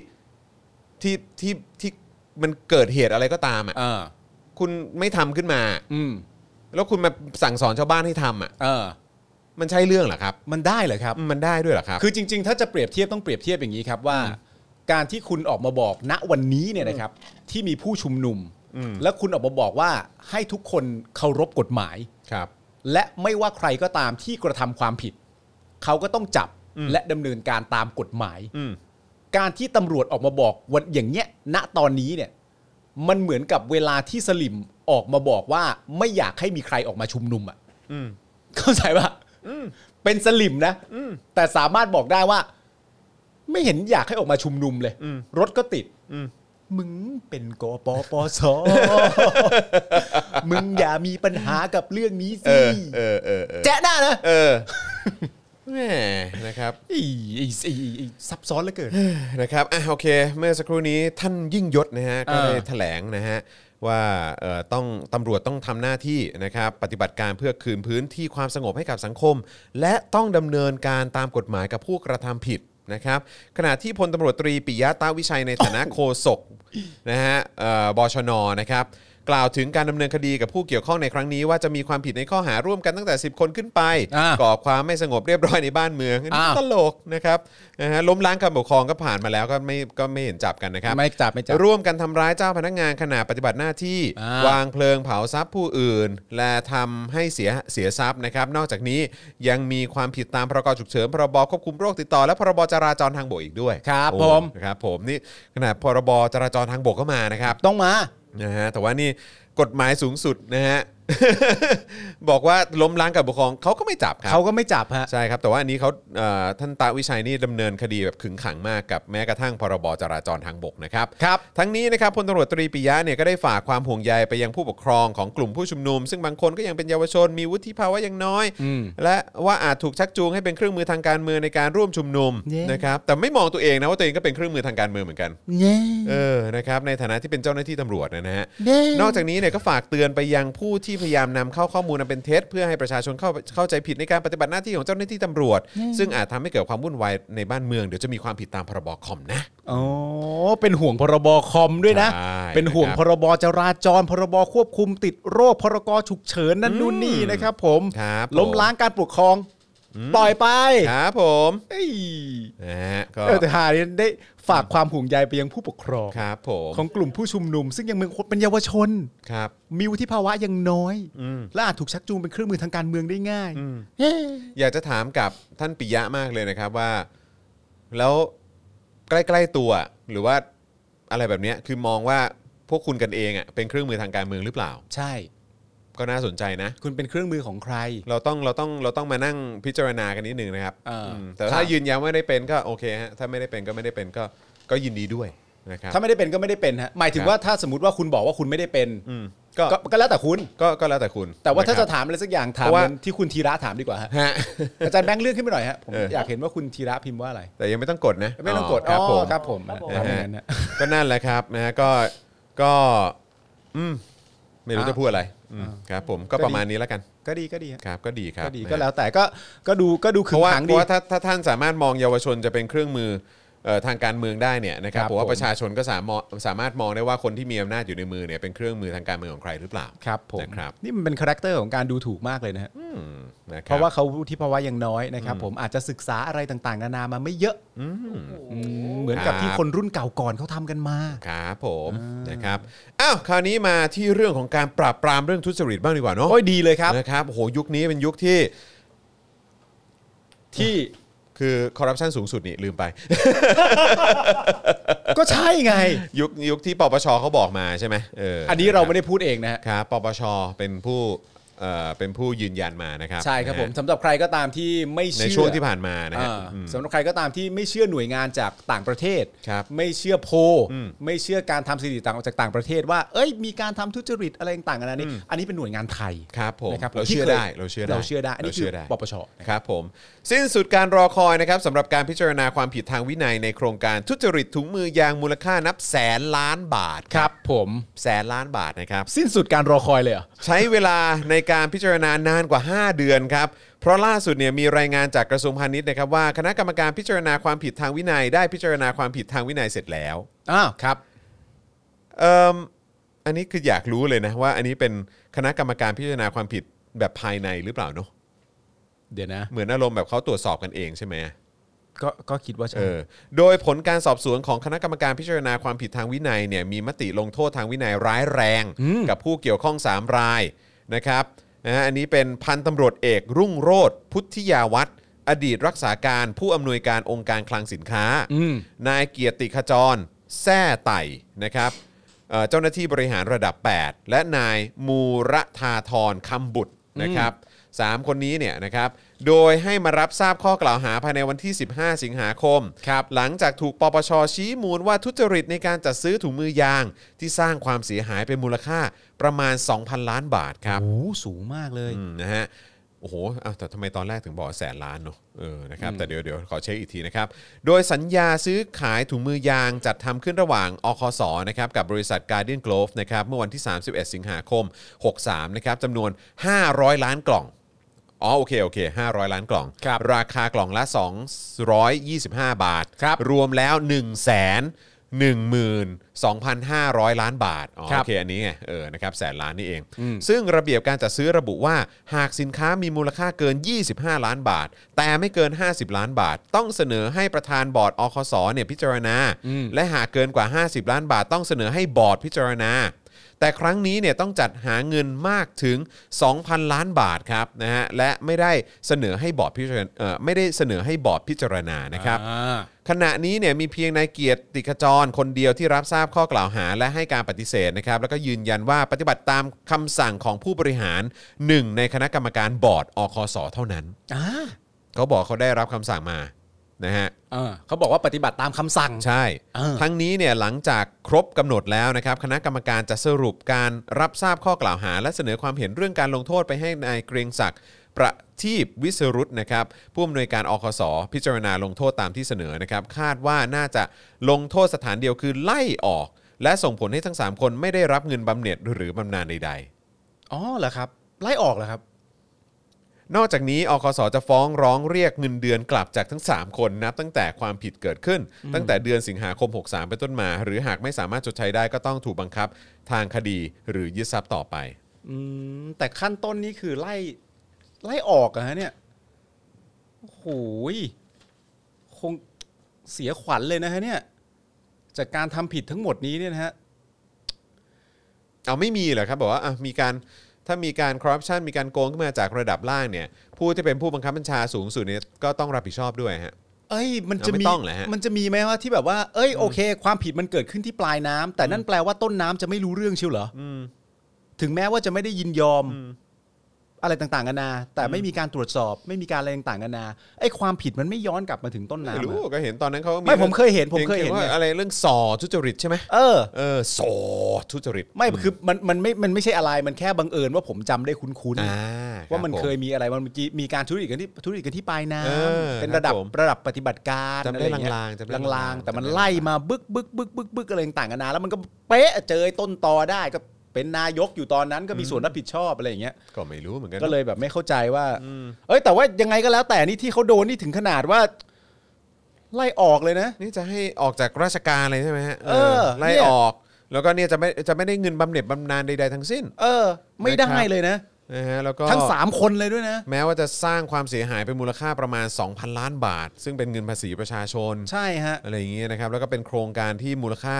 ที่มันเกิดเหตุอะไรก็ตามคุณไม่ทำขึ้นมาแล้วคุณมาสั่งสอนชาวบ้านให้ทำมันใช่เรื่องเหรอครับมันได้เหรอครับมันได้ด้วยเหรอครับคือจริงๆถ้าจะเปรียบเทียบต้องเปรียบเทียบอย่างนี้ครับว่าการที่คุณออกมาบอกณวันนี้เนี่ยนะครับที่มีผู้ชุมนุมแล้วคุณออกมาบอกว่าให้ทุกคนเคารพกฎหมายและไม่ว่าใครก็ตามที่กระทำความผิดเขาก็ต้องจับและดำเนินการตามกฎหมายการที่ตำรวจออกมาบอกวันอย่างเงี้ยณตอนนี้เนี่ยมันเหมือนกับเวลาที่สลิมออกมาบอกว่าไม่อยากให้มีใครออกมาชุมนุมเข้าใจป่ะเป็นสลิมนะแต่สามารถบอกได้ว่าไม่เห็นอยากให้ออกมาชุมนุมเลยรถก็ติดมึงเป็นกปปสมึงอย่ามีปัญหากับเรื่องนี้สิแจ๊ะหน้านะแหมนะครับซับซ้อนเหลือเกินนะครับโอเคเมื่อสักครู่นี้ท่านยิ่งยศนะฮะก็ได้แถลงนะฮะว่าตำรวจต้องทำหน้าที่นะครับปฏิบัติการเพื่อคืนพื้นที่ความสงบให้กับสังคมและต้องดำเนินการตามกฎหมายกับผู้กระทำผิดนะครับขณะที่พลตำรวจตรีปิยะตาวิชัยในฐานะโฆษกนะฮะบชน.นะครับกล่าวถึงการดำเนินคดีกับผู้เกี่ยวข้องในครั้งนี้ว่าจะมีความผิดในข้อหาร่วมกันตั้งแต่10คนขึ้นไปก่อความไม่สงบเรียบร้อยในบ้านเมืองตลกนะครับล้มล้างการปกครองก็ผ่านมาแล้วก็ไม่เห็นจับกันนะครับไม่จับร่วมกันทำร้ายเจ้าพนักงานขณะปฏิบัติหน้าที่วางเพลิงเผาทรัพย์ผู้อื่นและทำให้เสียทรัพย์นะครับนอกจากนี้ยังมีความผิดตามพรกฉุกเฉินพรบควบคุมโรคติดต่อและพรบจราจรทางบกอีกด้วยครับผมนี่ขนาดพรบจราจรทางบกก็มานะครับต้องมานะฮะแต่ว่านี่กฎหมายสูงสุดนะฮะ บอกว่าล้มล้างการปกครองเขาก็ไม่จับครับเขาก็ไม่จับฮะใช่ครับแต่ว่าอันนี้เขาท่านตาวิชัยนี่ดำเนินคดีแบบขึงขังมากกับแม้กระทั่งพรบจราจรทางบกนะครับทั้งนี้นะครับพลตำรวจตรีปิยะเนี่ยก็ได้ฝากความห่วงใยไปยังผู้ปกครองของกลุ่มผู้ชุมนุมซึ่งบางคนก็ยังเป็นเยาวชนมีวุฒิภาวะยังน้อยและว่าอาจถูกชักจูงให้เป็นเครื่องมือทางการเมืองในการร่วมชุมนุมนะครับแต่ไม่มองตัวเองนะว่าตัวเองก็เป็นเครื่องมือทางการเมืองเหมือนกันนะครับในฐานะที่เป็นเจ้าหน้าที่ตำรวจนะฮะนอกจากนี้เนี่ยก็ฝากเตือนไปยังผู้ที่ที่พยายามนำเข้าข้อมูลอันเป็นเท็จเพื่อให้ประชาชนเข้าใจผิดในการปฏิบัติหน้าที่ของเจ้าหน้าที่ตำรวจซึ่งอาจทำให้เกิดความวุ่นวายในบ้านเมืองเดี๋ยวจะมีความผิดตามพรบคอมนะอ๋อเป็นห่วงพรบคอมด้วยนะเป็นห่วงพรบจราจรพรบควบคุมติดโรคพรกฉุกเฉินนั่นนู่นนี่นะครับผมล้มล้างการปกครองปล่อยไปครับผมนะฮะก็แต่หาได้ฝากความห่วงใยไปยังผู้ปกครองครับผมของกลุ่มผู้ชุมนุมซึ่งยังเป็นเยาวชนครับมีวุฒิภาวะยังน้อยและอาจถูกชักจูงเป็นเครื่องมือทางการเมืองได้ง่ายอยากจะถามกับท่านปิยะมากเลยนะครับว่าแล้วใกล้ๆตัวหรือว่าอะไรแบบนี้คือมองว่าพวกคุณกันเองอ่ะเป็นเครื่องมือทางการเมืองหรือเปล่าใช่ก็น่าสนใจนะคุณเป็นเครื่องมือของใครเราต้องมานั่งพิจารณากันนิดนึงนะครับแต่ถ้ายืนยันไม่ได้เป็นก็โอเคฮะถ้าไม่ได้เป็นก็ไม่ได้เป็นก็ยินดีด้วยนะครับถ้าไม่ได้เป็นก็ไม่ได้เป็นฮะหมายถึงว่าถ้าสมมติว่าคุณบอกว่าคุณไม่ได้เป็นก็แล้วแต่คุณก็แล้วแต่คุณแต่ว่าถ้าจะถามอะไรสักอย่างถามที่คุณธีระถามดีกว่าฮะอาจารย์แบงค์เลื่อนขึ้นไปหน่อยฮะผมอยากเห็นว่าคุณธีระพิมพ์ว่าอะไรแต่ยังไม่ต้องกดนะไม่ต้องกดครับผมก็นั่นแหละครับนะฮะก็ไม่รู้จะพูดอะไรครับผมก็ประมาณนี้แล้วกันก็ดีครับก็ดีครับก็แล้วแต่ก็ดูคือว่าเพราะว่าถ้าท่านสามารถมองเยาวชนจะเป็นเครื่องมือทางการเมืองได้เนี่ยนะครับผมว่าประชาชนก็สามารถมองได้ว่าคนที่มีอำนาจอยู่ในมือเนี่ยเป็นเครื่องมือทางการเมืองของใครหรือเปล่าครับผมนะครับนี่มันเป็นคาแรคเตอร์ของการดูถูกมากเลยนะฮะเพราะว่าเขาวุฒิภาวะยังน้อยนะครับผมอาจจะศึกษาอะไรต่างๆนานามาไม่เยอะเหมือนกับที่คนรุ่นเก่าก่อนเขาทำกันมาครับผมนะครับอ้าวคราวนี้มาที่เรื่องของการปราบปรามเรื่องทุจริตบ้างดีกว่าเนาะโอ้ยดีเลยครับนะครับโอ้โหยุคนี้เป็นยุคที่คือคอร์รัปชันสูงสุดนี่ลืมไปก็ใช่ไงยุคที่ปปชเขาบอกมาใช่ไหมอันนี้เราไม่ได้พูดเองนะครับปปชเป็นผู้ยืนยันมานะครับใช่ครับผมสำหรับใครก็ตามที่ไม่เชื่อในช่วงที่ผ่านมานะฮะสำหรับใครก็ตามที่ไม่เชื่อหน่วยงานจากต่างประเทศไม่เชื่อโพไม่เชื่อการทำสถิติต่างจากต่างประเทศว่าเอ้ยมีการทำทุจริตอะไรต่างๆอันนี้เป็นหน่วยงานไทยครับผมเราเชื่อได้อันนี้คือปปชครับผมสิ้นสุดการรอคอยนะครับสำหรับการพิจารณาความผิดทางวินัยในโครงการทุจริตถุงมือยางมูลค่านับแสนล้านบาทครับผมแสนล้านบาทนะครับสิ้นสุดการรอคอยเลยเหรอใช้เวลาในการพิจารณานานกว่า5 เดือนครับเพราะล่าสุดเนี่ยมีรายงานจากกระทรวงพาณิชย์นะครับว่าคณะกรรมการพิจารณาความผิดทางวินัยได้พิจารณาความผิดทางวินัยเสร็จแล้วครับอันนี้คืออยากรู้เลยนะว่าอันนี้เป็นคณะกรรมการพิจารณาความผิดแบบภายในหรือเปล่าเนาะเดี๋ยวนะเหมือนอารมณ์แบบเขาตรวจสอบกันเองใช่ไหมก็คิดว่าใช่โดยผลการสอบสวนของคณะกรรมการพิจารณาความผิดทางวินัยเนี่ยมีมติลงโทษทางวินัยร้ายแรงกับผู้เกี่ยวข้อง3 รายนะครับอันนี้เป็นพันตำรวจเอกรุ่งโรจน์พุทธิยาวัฒน์อดีตรักษาการผู้อำนวยการองค์การคลังสินค้านายเกียรติขจรแซ่ไต่นะครับเจ้าหน้าที่บริหารระดับ8และนายมูระธาธรคำบุตรนะครับ3 คนนี้เนี่ยนะครับโดยให้มารับทราบข้อกล่าวหาภายในวันที่15 สิงหาคมหลังจากถูกปปช.ชี้มูลว่าทุจริตในการจัดซื้อถุงมือยางที่สร้างความเสียหายเป็นมูลค่าประมาณ 2,000 ล้านบาทครับโอ้สูงมากเลยนะฮะโอ้โหแต่ทำไมตอนแรกถึงบอกแสนล้านเนอะนะครับแต่เดี๋ยวขอเช็คอีกทีนะครับโดยสัญญาซื้อขายถุงมือยางจัดทำขึ้นระหว่างอคส.นะครับกับบริษัท Guardian Glove นะครับเมื่อวันที่31 สิงหาคม 63นะครับจำนวน500 ล้านกล่องโอเค500 ล้านกล่องราคากล่องละ225 บาทรวมแล้ว 112,500 ล้านบาทโอเคอันนี้ไงนะครับแสนล้านนี่เองซึ่งระเบียบการจัดซื้อระบุว่าหากสินค้ามีมูลค่าเกิน25 ล้านบาทแต่ไม่เกิน50 ล้านบาทต้องเสนอให้ประธานบอร์ดอคส.เนี่ยพิจารณาและหากเกินกว่า50 ล้านบาทต้องเสนอให้บอร์ดพิจารณาแต่ครั้งนี้เนี่ยต้องจัดหาเงินมากถึง 2,000 ล้านบาทครับนะฮะและไม่ได้เสนอให้บอร์ดพิจารณานะครับขณะนี้เนี่ยมีเพียงนายเกียรติขจรคนเดียวที่รับทราบข้อกล่าวหาและให้การปฏิเสธนะครับแล้วก็ยืนยันว่าปฏิบัติตามคำสั่งของผู้บริหาร1ในคณะกรรมการบอร์ดอคส.เท่านั้นเขาบอกเขาได้รับคำสั่งมานะฮะเขาบอกว่าปฏิบัติตามคำสั่งใช่ทั้งนี้เนี่ยหลังจากครบกำหนดแล้วนะครับคณะกรรมการจะสรุปการรับทราบข้อกล่าวหาและเสนอความเห็นเรื่องการลงโทษไปให้นายเกรียงศักดิ์ประทีปวิสรุตนะครับผู้อำนวยการอคส.พิจารณาลงโทษตามที่เสนอนะครับคาดว่าน่าจะลงโทษสถานเดียวคือไล่ออกและส่งผลให้ทั้ง3 คนไม่ได้รับเงินบำเหน็จหรือบำนาญใดอ๋อเหรอครับไล่ออกเหรอครับนอกจากนี้อคสจะฟ้องร้องเรียกเงินเดือนกลับจากทั้ง3คนนับตั้งแต่ความผิดเกิดขึ้นตั้งแต่เดือนสิงหาคม63เป็นต้นมาหรือหากไม่สามารถชดใช้ได้ก็ต้องถูกบังคับทางคดีหรือยึดทรัพย์ต่อไปแต่ขั้นต้นนี้คือไล่ออกอะฮะเนี่ยโอ้โหคงเสียขวัญเลยนะฮะเนี่ยจากการทำผิดทั้งหมดนี้เนี่ยนะฮะเอาไม่มีเหรอครับบอกว่ามีการถ้ามีการคอร์รัปชันมีการโกงขึ้นมาจากระดับล่างเนี่ยผู้ที่เป็นผู้บังคับบัญชาสูงสุดเนี่ยก็ต้องรับผิดชอบด้วยฮะมันจะมีไหมว่าที่แบบว่าโอเคความผิดมันเกิดขึ้นที่ปลายน้ำแต่นั่นแปลว่าต้นน้ำจะไม่รู้เรื่องเชียวเหรอถึงแม้ว่าจะไม่ได้ยินยอมอะไรต่างๆกันานาแต่ไม่มีการตรวจสอบไม่มีการอะไรต่างๆกันานาความผิดมันไม่ย้อนกลับมาถึงต้นน้ำไม่รู้ก็เห็นตอนนั้นเขาไม่ผมเคยเห็นว่าอะไรเรื่องสอทุจริตใช่ไหมสอทุจริตไม่คือมันไม่ใช่อะไรมันแค่บังเอิญว่าผมจำได้คุ้นๆว่ามันเคยมีอะไรมันมีการทุจริตกันที่ปลายน้ำเป็นระดับปฏิบัติการจำได้ลางๆแต่มันไล่มาบึกอะไรต่างๆกันานาแล้วมันก็เป๊ะเจอต้นตอได้ก็เป็นนายกอยู่ตอนนั้นก็มีส่วนรับผิดชอบอะไรอย่างเงี้ยก็ไม่รู้เหมือนกันก็เลยแบบไม่เข้าใจว่าแต่ว่ายังไงก็แล้วแต่นี่ที่เขาโดนนี่ถึงขนาดว่าไล่ออกเลยนะนี่จะให้ออกจากราชการเลยใช่ไหมฮะไล่ออกแล้วก็เนี่ยจะไม่ได้เงินบำเหน็จบำนาญใดๆทั้งสิ้นไม่ได้เลยนะแล้วก็ทั้ง3คนเลยด้วยนะแม้ว่าจะสร้างความเสียหายเป็นมูลค่าประมาณ 2,000 ล้านบาทซึ่งเป็นเงินภาษีประชาชนใช่ฮะอะไรอย่างเงี้ยนะครับแล้วก็เป็นโครงการที่มูลค่า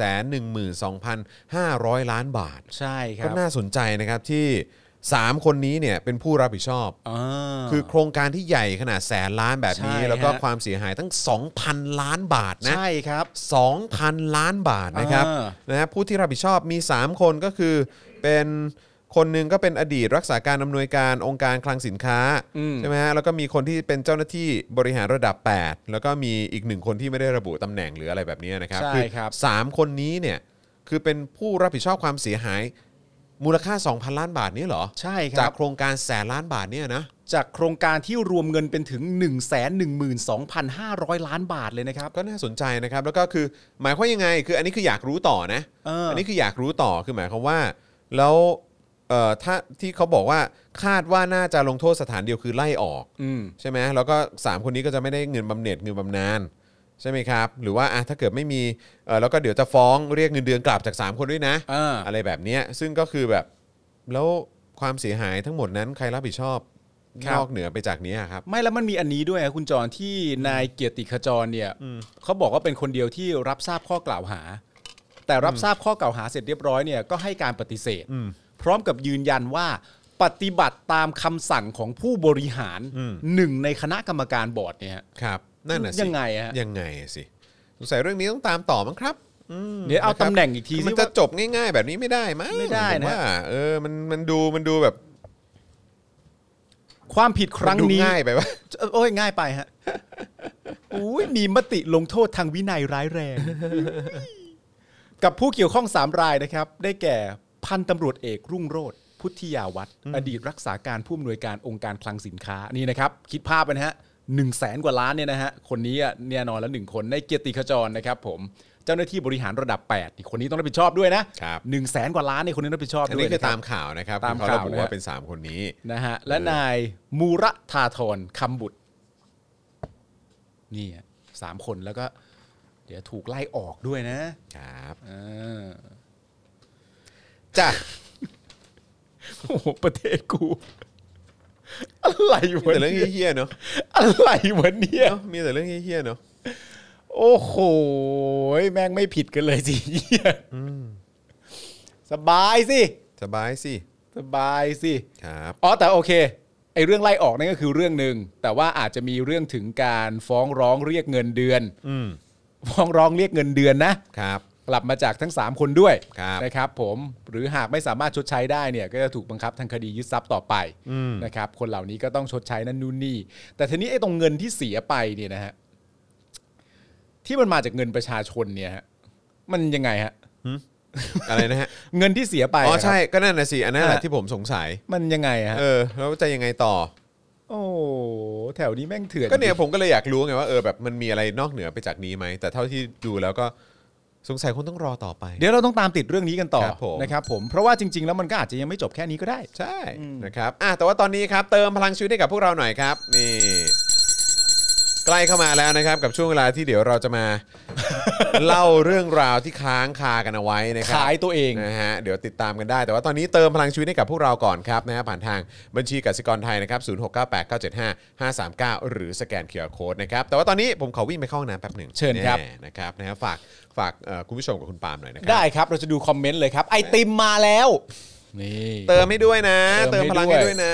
112,500 ล้านบาทใช่ครับก็น่าสนใจนะครับที่3คนนี้เนี่ยเป็นผู้รับผิดชอบคือโครงการที่ใหญ่ขนาดแสนล้านแบบนี้แล้วก็ความเสียหายตั้ง 2,000 ล้านบาทนะใช่ครับ 2,000 ล้านบาทนะครับผู้ที่รับผิดชอบมี3คนก็คือเป็นคนหนึ่งก็เป็นอดีตรักษาการอำนวยการองค์การคลังสินค้าใช่ไหมฮะแล้วก็มีคนที่เป็นเจ้าหน้าที่บริหารระดับ8แล้วก็มีอีก1คนที่ไม่ได้ระบุตำแหน่งหรืออะไรแบบนี้นะครับใช่ครับ 3คนนี้เนี่ยคือเป็นผู้รับผิดชอบความเสียหายมูลค่า 2,000 ล้านบาทนี้เหรอใช่ครับจากโครงการแสนล้านบาทเนี่ยนะจากโครงการที่รวมเงินเป็นถึง 112,500 ล้านบาทเลยนะครับก็น่าสนใจนะครับแล้วก็คือหมายความยังไงคืออันนี้คืออยากรู้ต่อนะอันนี้คืออยากรู้ต่อคือหมายความว่าแล้วถ้าที่เขาบอกว่าคาดว่าน่าจะลงโทษสถานเดียวคือไล่ออกใช่ไหมแล้วก็3คนนี้ก็จะไม่ได้เงินบำเหน็จเงินบำนาญใช่ไหมครับหรือว่าถ้าเกิดไม่มีแล้วก็เดี๋ยวจะฟ้องเรียกเงินเดือนกลับจาก3คนด้วยนะอะไรแบบนี้ซึ่งก็คือแบบแล้วความเสียหายทั้งหมดนั้นใครรับผิดชอบนอกเหนือไปจากนี้ครับไม่แล้วมันมีอันนี้ด้วยคุณจรที่นายเกียรติขจรเนี่ยเขาบอกว่าเป็นคนเดียวที่รับทราบข้อกล่าวหาแต่รับทราบข้อกล่าวหาเสร็จเรียบร้อยเนี่ยก็ให้การปฏิเสธพร้อมกับยืนยันว่าปฏิบัติตามคำสั่งของผู้บริหาร1ในคณะกรรมการบอร์ดเนี่ยครับนั่นน่ะสิยังไงฮะยังไงสิสงสัยเรื่องนี้ต้องตามต่อมั้งครับเดี๋ยวเอาตำแหน่งอีกทีมันจะจบง่ายๆแบบนี้ไม่ได้มั้งไม่ได้นะมันดูแบบความผิดครั้งนี้ง่ายไปปะโอ้ยง่ายไปฮะมีมติลงโทษทางวินัยร้ายแรงกับผู้เกี่ยวข้อง3รายนะครับได้แก่พันตำรวจเอกรุ่งโรจน์พุทธิยาวัฒน์อดีตรักษาการผู้อำนวยการองค์การคลังสินค้านี่นะครับคิดภาพไปนะฮะ100,000 กว่าล้านเนี่ยนะฮะคนนี้แน่นอนแล้ว1คนในเกียรติขจรนะครับผมเจ้าหน้าที่บริหารระดับ8อีกคนนี้ต้องรับผิดชอบด้วยนะ100,000 กว่าล้านนี่คนนี้รับผิดชอบด้วยอันนี้คือตามข่าวนะครับตามข่าวว่าเป็น3คนนี้นะฮะและนายมูระธาธรคำบุตรนี่3คนแล้วก็เดี๋ยวถูกไล่ออกด้วยนะครับจ้ะโอ้ประเทศกูอะไรวะแต่เรื่องเหี้ยๆเนาะอะไรวะเนี่ยมีแต่เรื่องเหี้ยๆเนาะโอ้โหแม่งไม่ผิดกันเลยสิสบายสิสบายสิครับแต่โอเคไอ้เรื่องไล่ออกนั่นก็คือเรื่องนึงแต่ว่าอาจจะมีเรื่องถึงการฟ้องร้องเรียกเงินเดือนฟ้องร้องเรียกเงินเดือนนะครับกลับมาจากทั้ง3คนด้วยนะครับผมหรือหากไม่สามารถชดใช้ได้เนี่ยก็จะถูกบังคับทางคดียึดทรัพย์ต่อไปนะครับคนเหล่านี้ก็ต้องชดใช้นั่นนู่นนี่แต่ทีนี้ไอ้ตรงเงินที่เสียไปเนี่ยนะฮะที่มันมาจากเงินประชาชนเนี่ยฮะมันยังไงฮะอะไรนะฮะเงินที่เสียไปใช่ก็นั่นน่ะสิอันนั้นแหละที่ผมสงสัยมันยังไงฮะแล้วจะยังไงต่อโอ้แถวนี้แม่งเถื่อนก็เนี่ยผมก็เลยอยากรู้ไงว่าแบบมันมีอะไรนอกเหนือไปจากนี้ไหมแต่เท่าที่ดูแล้วก็สงสัยคงต้องรอต่อไปเดี๋ยวเราต้องตามติดเรื่องนี้กันต่อนะครับผมเพราะว่าจริงๆแล้วมันก็อาจจะยังไม่จบแค่นี้ก็ได้ใช่นะครับแต่ว่าตอนนี้ครับเติมพลังชีวิตให้กับพวกเราหน่อยครับนี่ใกล้เข้ามาแล้วนะครับกับช่วงเวลาที่เดี๋ยวเราจะมา เล่าเรื่องราวที่ค้างคากันเอาไว้นะครับขายตัวเองนะฮะเดี๋ยวติดตามกันได้แต่ว่าตอนนี้เติมพลังชีวิตให้กับพวกเราก่อนครับนะฮะผ่านทางบัญชีกสิกรไทยนะครับ0698975539หรือสแกน QR Code นะครับแต่ว่าตอนนี้ผมขอวิ่งไปเข้าห้องน้ำแป๊บหนึ่งเชิญครับนะครับนะฮะฝากคุณผู้ชมกับคุณปาล์มหน่อยนะครับได้ครับเราจะดูคอมเมนต์เลยครับไอติมมาแล้วนี่เติมให้ด้วยนะเติมพลังให้ด้วยนะ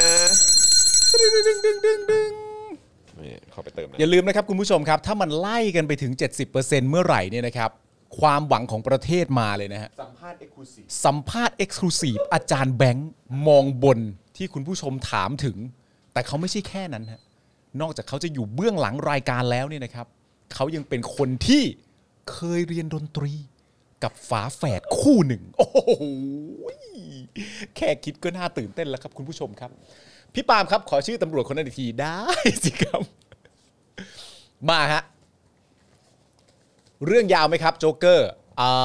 เข้าไปเติมอย่าลืมนะครับคุณผู้ชมครับถ้ามันไล่กันไปถึง 70% เมื่อไหร่เนี่ยนะครับความหวังของประเทศมาเลยนะฮะสัมภาษณ์ Exclusive สัมภาษณ์ Exclusive อาจารย์แบงค์มองบนที่คุณผู้ชมถามถึงแต่เขาไม่ใช่แค่นั้นฮะนอกจากเขาจะอยู่เบื้องหลังรายการแล้วเนี่ยนะครับเขายังเป็นคนที่เคยเรียนดนตรีกับฝาแฝดคู่หนึ่งโอ้โหแค่คิดก็น่าตื่นเต้นแล้วครับคุณผู้ชมครับพี่ปาล์มครับขอชื่อตำรวจคนนั้นอีกทีได้สิครับมาฮะเรื่องยาวไหมครับโจ๊กเกอร์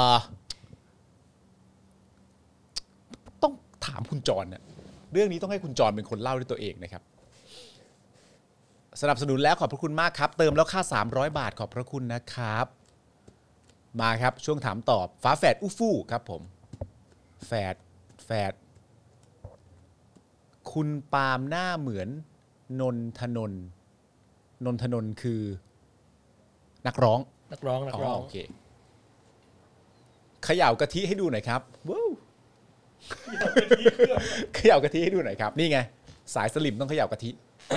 ต้องถามคุณจรนะเรื่องนี้ต้องให้คุณจรเป็นคนเล่าด้วยตัวเองนะครับสนับสนุนแล้วขอบพระคุณมากครับเติมแล้วค่า300 บาทขอบพระคุณนะครับมาครับช่วงถามตอบฝาแฝดอู้ฟู่ครับผมแฝดคุณปาล์มหน้าเหมือนนนทนนคือนักร้องโอเคเขย่ากะทิให้ดูหน่อยครับว้าวเขย่ากะทิให้ดูหน่อยครับนี่ไงสายสลิมต้องเขย่ากะทิ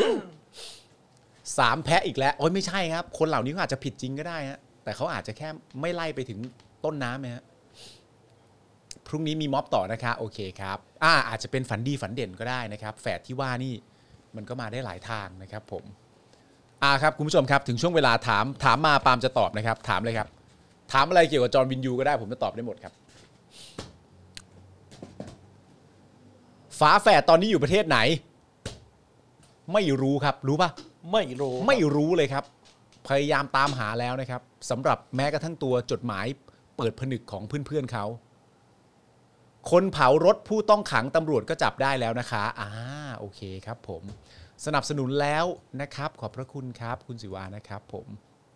3แพะอีกแล้วโอ้ยไม่ใช่ครับคนเหล่านี้เขาอาจจะผิดจริงก็ได้ฮะแต่เขาอาจจะแค่ไม่ไล่ไปถึงต้นน้ำนะฮะพรุ่งนี้มีม็อบต่อนะคะโอเคครับอาจจะเป็นฝันดีฝันเด่นก็ได้นะครับแฝดที่ว่านี่มันก็มาได้หลายทางนะครับผมครับคุณผู้ชมครับถึงช่วงเวลาถามมาปาล์มจะตอบนะครับถามเลยครับถามอะไรเกี่ยวกับจอห์นวินยูก็ได้ผมจะตอบได้หมดครับฝาแฝดตอนนี้อยู่ประเทศไหนไม่รู้ครับรู้ป่ะไม่รู้เลยครับพยายามตามหาแล้วนะครับสำหรับแม้กระทั่งตัวจดหมายเปิดผนึกของเพื่อนๆเขาคนเผารถผู้ต้องขังตำรวจก็จับได้แล้วนะคะโอเคครับผมสนับสนุนแล้วนะครับขอบพระคุณครับคุณศิวานะครับผม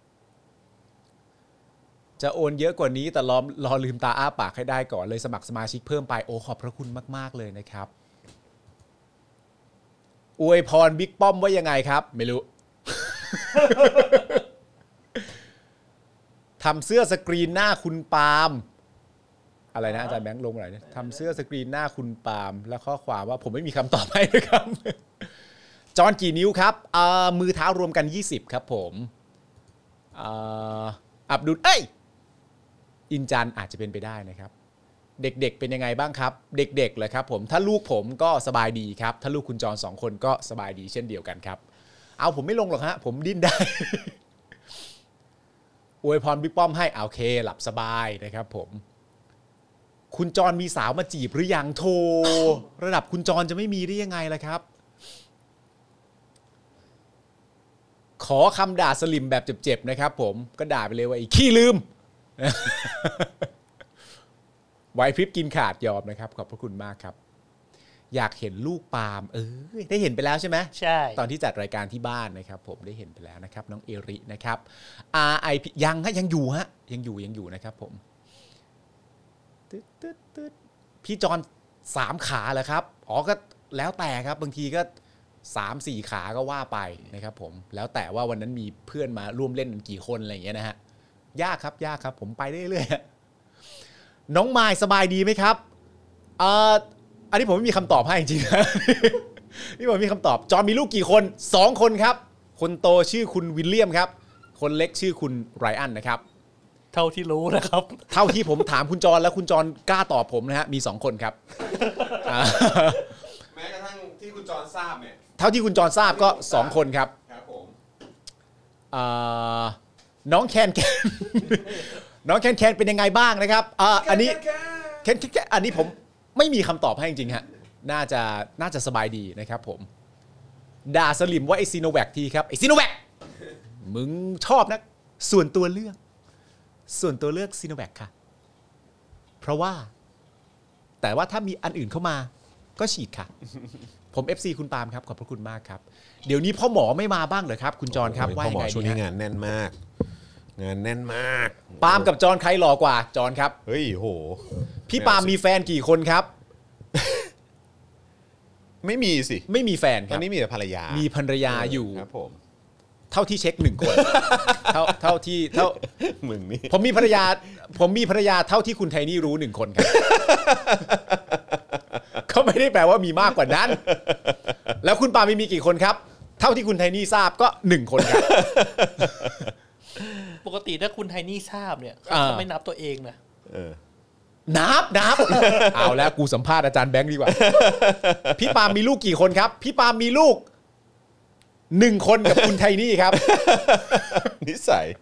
จะโอนเยอะกว่านี้แต่รอลืมตาอ้าปากให้ได้ก่อนเลยสมัครสมาชิกเพิ่มไปโอ้ขอบพระคุณมากๆเลยนะครับอวยพรบิ๊กป้อมว่ายังไงครับไม่รู้ ทำเสื้อสกรีนหน้าคุณปาล์มอะไรนะอาจารย์แบงค์ลงอะไรเนี่ยทำเสื้อสกรีนหน้าคุณปาล์มแล้วข้อความว่าผมไม่มีคำตอบให้นะครับจอนกี่นิ้วครับมือเท้ารวมกัน20ครับผมอับดุลอินจันอาจจะเป็นไปได้นะครับเด็กๆเป็นยังไงบ้างครับเด็กๆเลยครับผมถ้าลูกผมก็สบายดีครับถ้าลูกคุณจอน2คนก็สบายดีเช่นเดียวกันครับเอาผมไม่ลงหรอกฮะผมดิ้นได้ อวยพรบิ๊กป้อมให้โอเคหลับสบายนะครับผมคุณจอนมีสาวมาจีบหรือยังโทระดับคุณจอนจะไม่มีได้ยังไงล่ะครับขอคำด่าสลิมแบบเจ็บๆนะครับผมก็ด่าไปเลยว่าไอ้ขี้ลืมไหวพริบกินขาดยอมนะครับขอบพระคุณมากครับอยากเห็นลูกปาล์มได้เห็นไปแล้วใช่ไหมใช่ตอนที่จัดรายการที่บ้านนะครับผมได้เห็นไปแล้วนะครับน้องเอรินะครับ RIP ยังอยู่ฮะยังอยู่นะครับผมพี่จอน3ขาเหรอครับก็แล้วแต่ครับบางทีก็3-4 ขาก็ว่าไปนะครับผมแล้วแต่ว่าวันนั้นมีเพื่อนมาร่วมเล่นกี่คนอะไรอย่างเงี้ยนะฮะยากครับผมไปเรื่อยๆน้องมายสบายดีไหมครับอันนี้ผมไม่มีคำตอบให้จริงๆนะนี่ผมมีคำตอบจอนมีลูกกี่คน2คนครับคนโตชื่อคุณวิลเลียมครับคนเล็กชื่อคุณไรอันนะครับเท่าที่รู้นะครับเท่าที่ผมถามคุณจอนแล้วคุณจอนกล้าตอบผมนะฮะมี2คนครับแม้กระทั่งที่คุณจอนทราบเนี่ยเท่าที่คุณจอนทราบก็2คนครับครับผมน้องแคนน้องแคนเป็นยังไงบ้างนะครับอันนี้อันนี้ผมไม่มีคำตอบให้จริงๆฮะน่าจะสบายดีนะครับผมด่าสลิมว่าไอซีโนแวคทีครับไอซีโนแวคมึงชอบนะส่วนตัวเลือกซีโนแวคค่ะราะว่าแต่ว่าถ้ามีอันอื่นเข้ามาก็ฉีดค่ะ ผม FC คุณปาล์มครับขอบพระคุณมากครับเดี๋ยวนี้พ่อหมอไม่มาบ้างเหรอครับคุณจรครับว่าพ่อยัหมงอไงช่วงดีนี้ฮะงานแน่นมากงานแน่นมากปาล์มกับจรใครหล่อกว่าจรครับเฮ้ยโหพี่ปาล์มมีแฟนกี่คนครับไม่มีสิไม่มีแฟนคตอรันบนี้มีแต่ภรรยามีมีภรรยาอยู่ครับผมเท่าที่เช็ค1 คนเท่าที่มึงนี่ผมมีภรรยาเท่าที่คุณไทนี่รู้1 คนครับ ก็ไม่ได้แปลว่ามีมากกว่านั้น แล้วคุณปาล์มมีกี่คนครับ เท่าที่คุณไทนี่ทราบก็1 คนครับปกติถ้าคุณไทนี่ทราบเนี่ยอ่าเขาไม่นับตัวเองนะนับ เอาแล้วกูสัมภาษณ์อาจารย์แบงค์ดีกว่า พี่ปาล์มมีลูกกี่คนครับ พี่ปาล์มมีลูก1 คนกับคุณไทนี่ครับนิสัย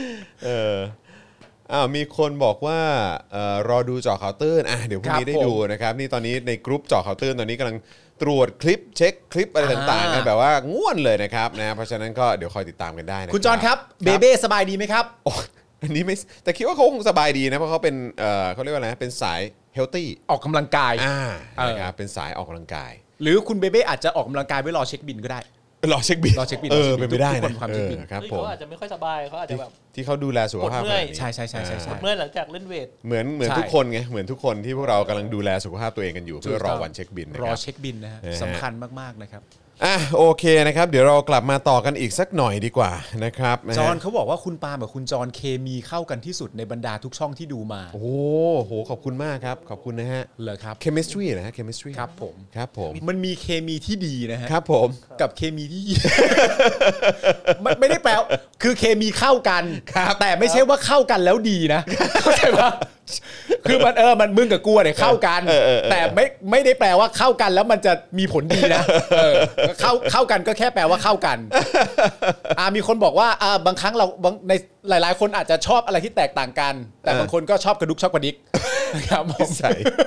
มีคนบอกว่ารอดูเจาะข่าวตื้นเดี๋ยวพรุ่งนี้ได้ดูนะครับนี่ตอนนี้ในกรุ๊ปเจาะข่าวตื้นตอนนี้กำลังตรวจคลิปเช็คคลิปอะไรต่างๆกันแบบว่าง่วนเลยนะครับนะเพราะฉะนั้นก็เดี๋ยวคอยติดตามกันได้นะคุณจอนครับเบเบ้สบายดีไหมครับอันนี้ไม่แต่คิดว่าเขาคงสบายดีนะเพราะเขาเป็นเขาเรียกว่าอะไรนะเป็นสายเฮลตี้ออกกำลังกายนะครับเป็นสายออกกำลังกายหรือคุณเบเบ้อาจจะออกกำลังกายไว้รอเช็คบินก็ได้รอเช็คบิน เป็นไปได้ทุกคนะนความเช็คบินครับผเขามอาจจะไม่ค่อยสบายเขาอาจจะแบบที่เขาดูแลสุขภาพปวดเมื่อยใช่เมื่อหลังจากเล่นเวทเหมือนใช่ทุกคนไงเหมือนทุกคนที่พวกเรากำลังดูแลสุขภาพตัวเองกันอยู่เพื่อรอวันเช็คบินนะรคอรับเช็คบินนะฮะนะฮะสำคัญมากๆนะครับโอเคนะครับเดี๋ยวเรากลับมาต่อกันอีกสักหน่อยดีกว่านะครับนะฮะจอนเขาบอกว่าคุณปาล์มกับคุณจอนเคมีเข้ากันที่สุดในบรรดาทุกช่องที่ดูมาโอ้โหขอบคุณมากครับขอบคุณนะฮะเหรอครับ chemistry นะฮะ chemistry ครับผมครับผมมันมีเคมีที่ดีนะฮะครับผมกับเคมีที่ ไม่ได้แปลคือเคมีเข้ากันแต่ไม่ใช่ว่าเข้ากันแล้วดีนะเข้าใจปะคือมันมึงกับกูเนี่ยเข้ากันแต่ไม่ได้แปลว่าเข้ากันแล้วมันจะมีผลดีนะเข้ากันก็แค่แปลว่าเข้ากันมีคนบอกว่าบางครั้งเราในหลายๆคนอาจจะชอบอะไรที่แตกต่างกัน แต่บางคนก็ชอบกระดุกชอบกระดิกนะครับผมใส่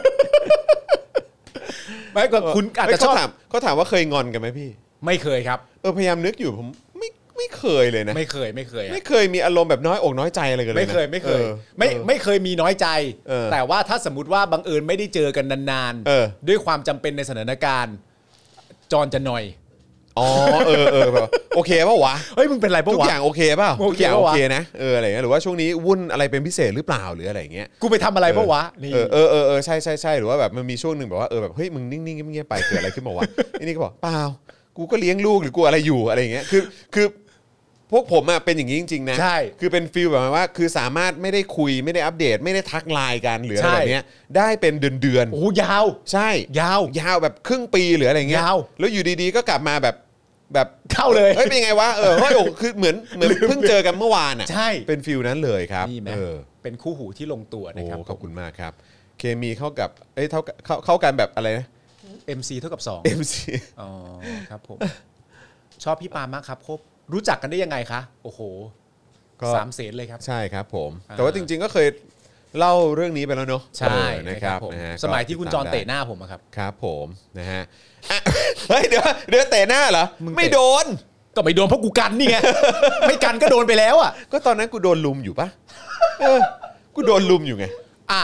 ไม่ก็คุณอาจจะชอบเขาถามว่าเคยงอนกันไหมพี่ไม่เคยครับพยายามนึกอยู่ผมไม่เคยเลยนะไม่เคยไม่เคยมีอารมณ์แบบน้อยอกน้อยใจอะไรกันเลยนะไม่เคยไม่เคยมีน้อยใจ แต่ว่าถ้าสมมติว่าบังเอิญไม่ได้เจอกันนานๆด้วยความจำเป็นในสถานการณ์จอนจะหน่อยอ๋อแบบโอเคป่าววะเฮ้ยมึงเป็นไรป่าววะทุกอย่างโอเคเปล่าโอเคทุกอย่างป่าวโอวะเคนะอะไรเงี้ยหรือว่าช่วงนี้วุ่นอะไรเป็นพิเศษหรือเปล่าหรืออะไรเงี้ยกูไปทำอะไรป่าววะนี่ใช่หรือว่าแบบมันมีช่วงหนึ่งแบบว่าแบบเฮ้ยมึงนิ่งๆเงียบๆไปเกิดอะไรขึ้นมาวะ ไอ้นี่ก็บอกเปล่ากูก็เลี้ยงลูกหรือกูอะไรอยู่อะไรอย่างเงี้ยคือพวกผมเป็นอย่างนี้จริงๆนะใช่คือเป็นฟีลแบบว่าคือสามารถไม่ได้คุยไม่ได้อัปเดตไม่ได้ทักไลน์กันหรืออะไรแบบเนี้ยได้เป็นเดือนโอ้ยาวใช่ยาวแบบครึ่งปีหรืออะไรเงี้ยยาวแล้วอยู่ดีๆก็กลับมาแบบเข้าเลยเฮ้ยเป็นไงวะเฮ้ยคือเหมือนเพิ่งเจอกันเมื่อวานอ่ะใช่เป็นฟีลนั้นเลยครับนี่ไหมเป็นคู่หูที่ลงตัวนะโอ้ครับขอบคุณมากครับเคมีเข้ากับเข้ากันแบบอะไรนะ MC เท่ากับ2 MC อ๋อครับผมชอบพี่ปาล์มมากครับคบรู้จักกันได้ยังไงคะโอ้โหก็ 3 เสนเลยครับใช่ครับผมแต่ว่าจริงๆก็เคยเล่าเรื่องนี้ไปแล้วเนอะใช่นะครับผมนะฮะสมัยที่คุณจรก็เตะหน้าผมอะครับครับผมนะฮะเฮ้ยเดี๋ยวเตะหน้าเหรอมึงเตะไม่โดนก็ไม่โดนเพราะกูกันนี่ไง ไม่กันก็โดนไปแล้วอ่ะก็ตอนนั้นกูโดนลุมอยู่ปะกูโดนลุมอยู่ไง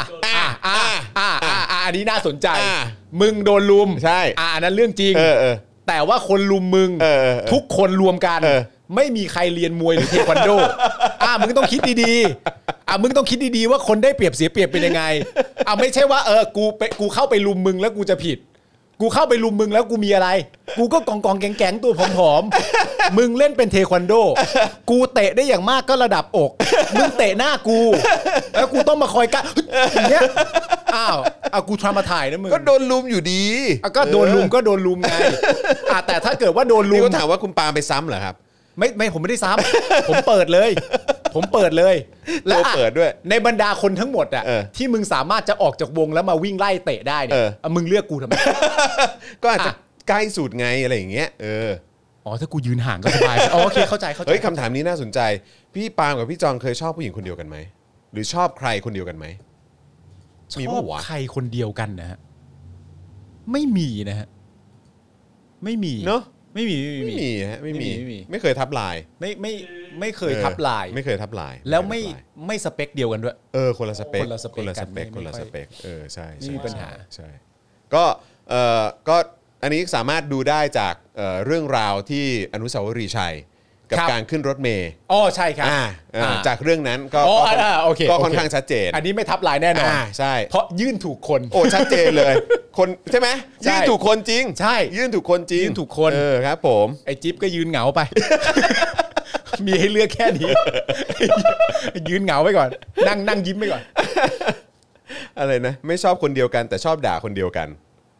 อันนี้น่าสนใจอ่ามึงโดนลุมใช่อันนั้นเรื่องจริง แต่ว่าคนลุมมึง ทุกคนรวมกัน ไม่มีใครเรียนมวยหรือเทควันโดมึงต้องคิดดีๆมึงต้องคิดดีๆว่าคนได้เปรียบเสียเปรียบเป็นยังไงไม่ใช่ว่ากูเข้าไปลุมมึงแล้วกูจะผิด กูเข้าไปลุมมึงแล้วกูมีอะไร กูก็กองแก๊งตัวผอมๆมึงเล่นเป็นเทควันโดกูเตะได้อย่างมากก็ระดับอก มึงเตะหน้ากูแล้วกูต้องมาคอยกันอย่างเงี้ยกูทำมาถ่ายนะมึงก็โดนลุมอยู่ดีก็โดนลุมก็โดนลุมไงแต่ถ้าเกิดว่าโดนลุนี่มก็ถามว่าคุณปาไปซ้ำเหรอครับไม่ผมไม่ได้ซ้ำ ผมเปิดเลย และเปิดด้วยในบรรดาคนทั้งหมดอ่ะเออที่มึงสามารถจะออกจากวงแล้วมาวิ่งไล่เตะได้เนี่ยมึงเลือกกูทำไมก็อาจจะใกล้สุดไงอะไรอย่างเงี้ยถ้ากูยืนห่างก็สบายโอเคเข้าใจเฮ้ยคำถามนี้น่าสนใจพี่ปาล์มกับพี่จองเคยชอบผู้หญิงคนเดียวกันไหมหรือชอบใครคนเดียวกันไหมชอบใครคนเดียวกันนะฮะไม่มีนะฮะไม่มีเนาะไม่มีไม่มีฮะไม่มีไม่มีไม่เคยทับลายไม่ไม่เคยทับลายไม่เคยทับลายแล้วไม่สเปคเดียวกันด้วยคนละสเปคคนละสเปคใช่ไม่มีปัญหาใช่ก็อันนี้สามารถดูได้จากเรื่องราวที่อนุสาวรีย์ชัยกับการขึ้นรถเมล์ใช่ครับจากเรื่องนั้นก็ค่อนข้างชัดเจนอันนี้ไม่ทับลายแน่นอนใช่เพราะยื่นถูกคนชัดเจนเลยคนใช่ไหมยื่นถูกคนจริงใช่ยื่นถูกคนจริงยื่นถูกคนครับผมไอ้จิ๊บก็ยืนเหงาไปมีให้เลือกแค่นี้ยืนเหงาไปก่อนนั่งยิ้มไปก่อนอะไรนะไม่ชอบคนเดียวกันแต่ชอบด่าคนเดียวกัน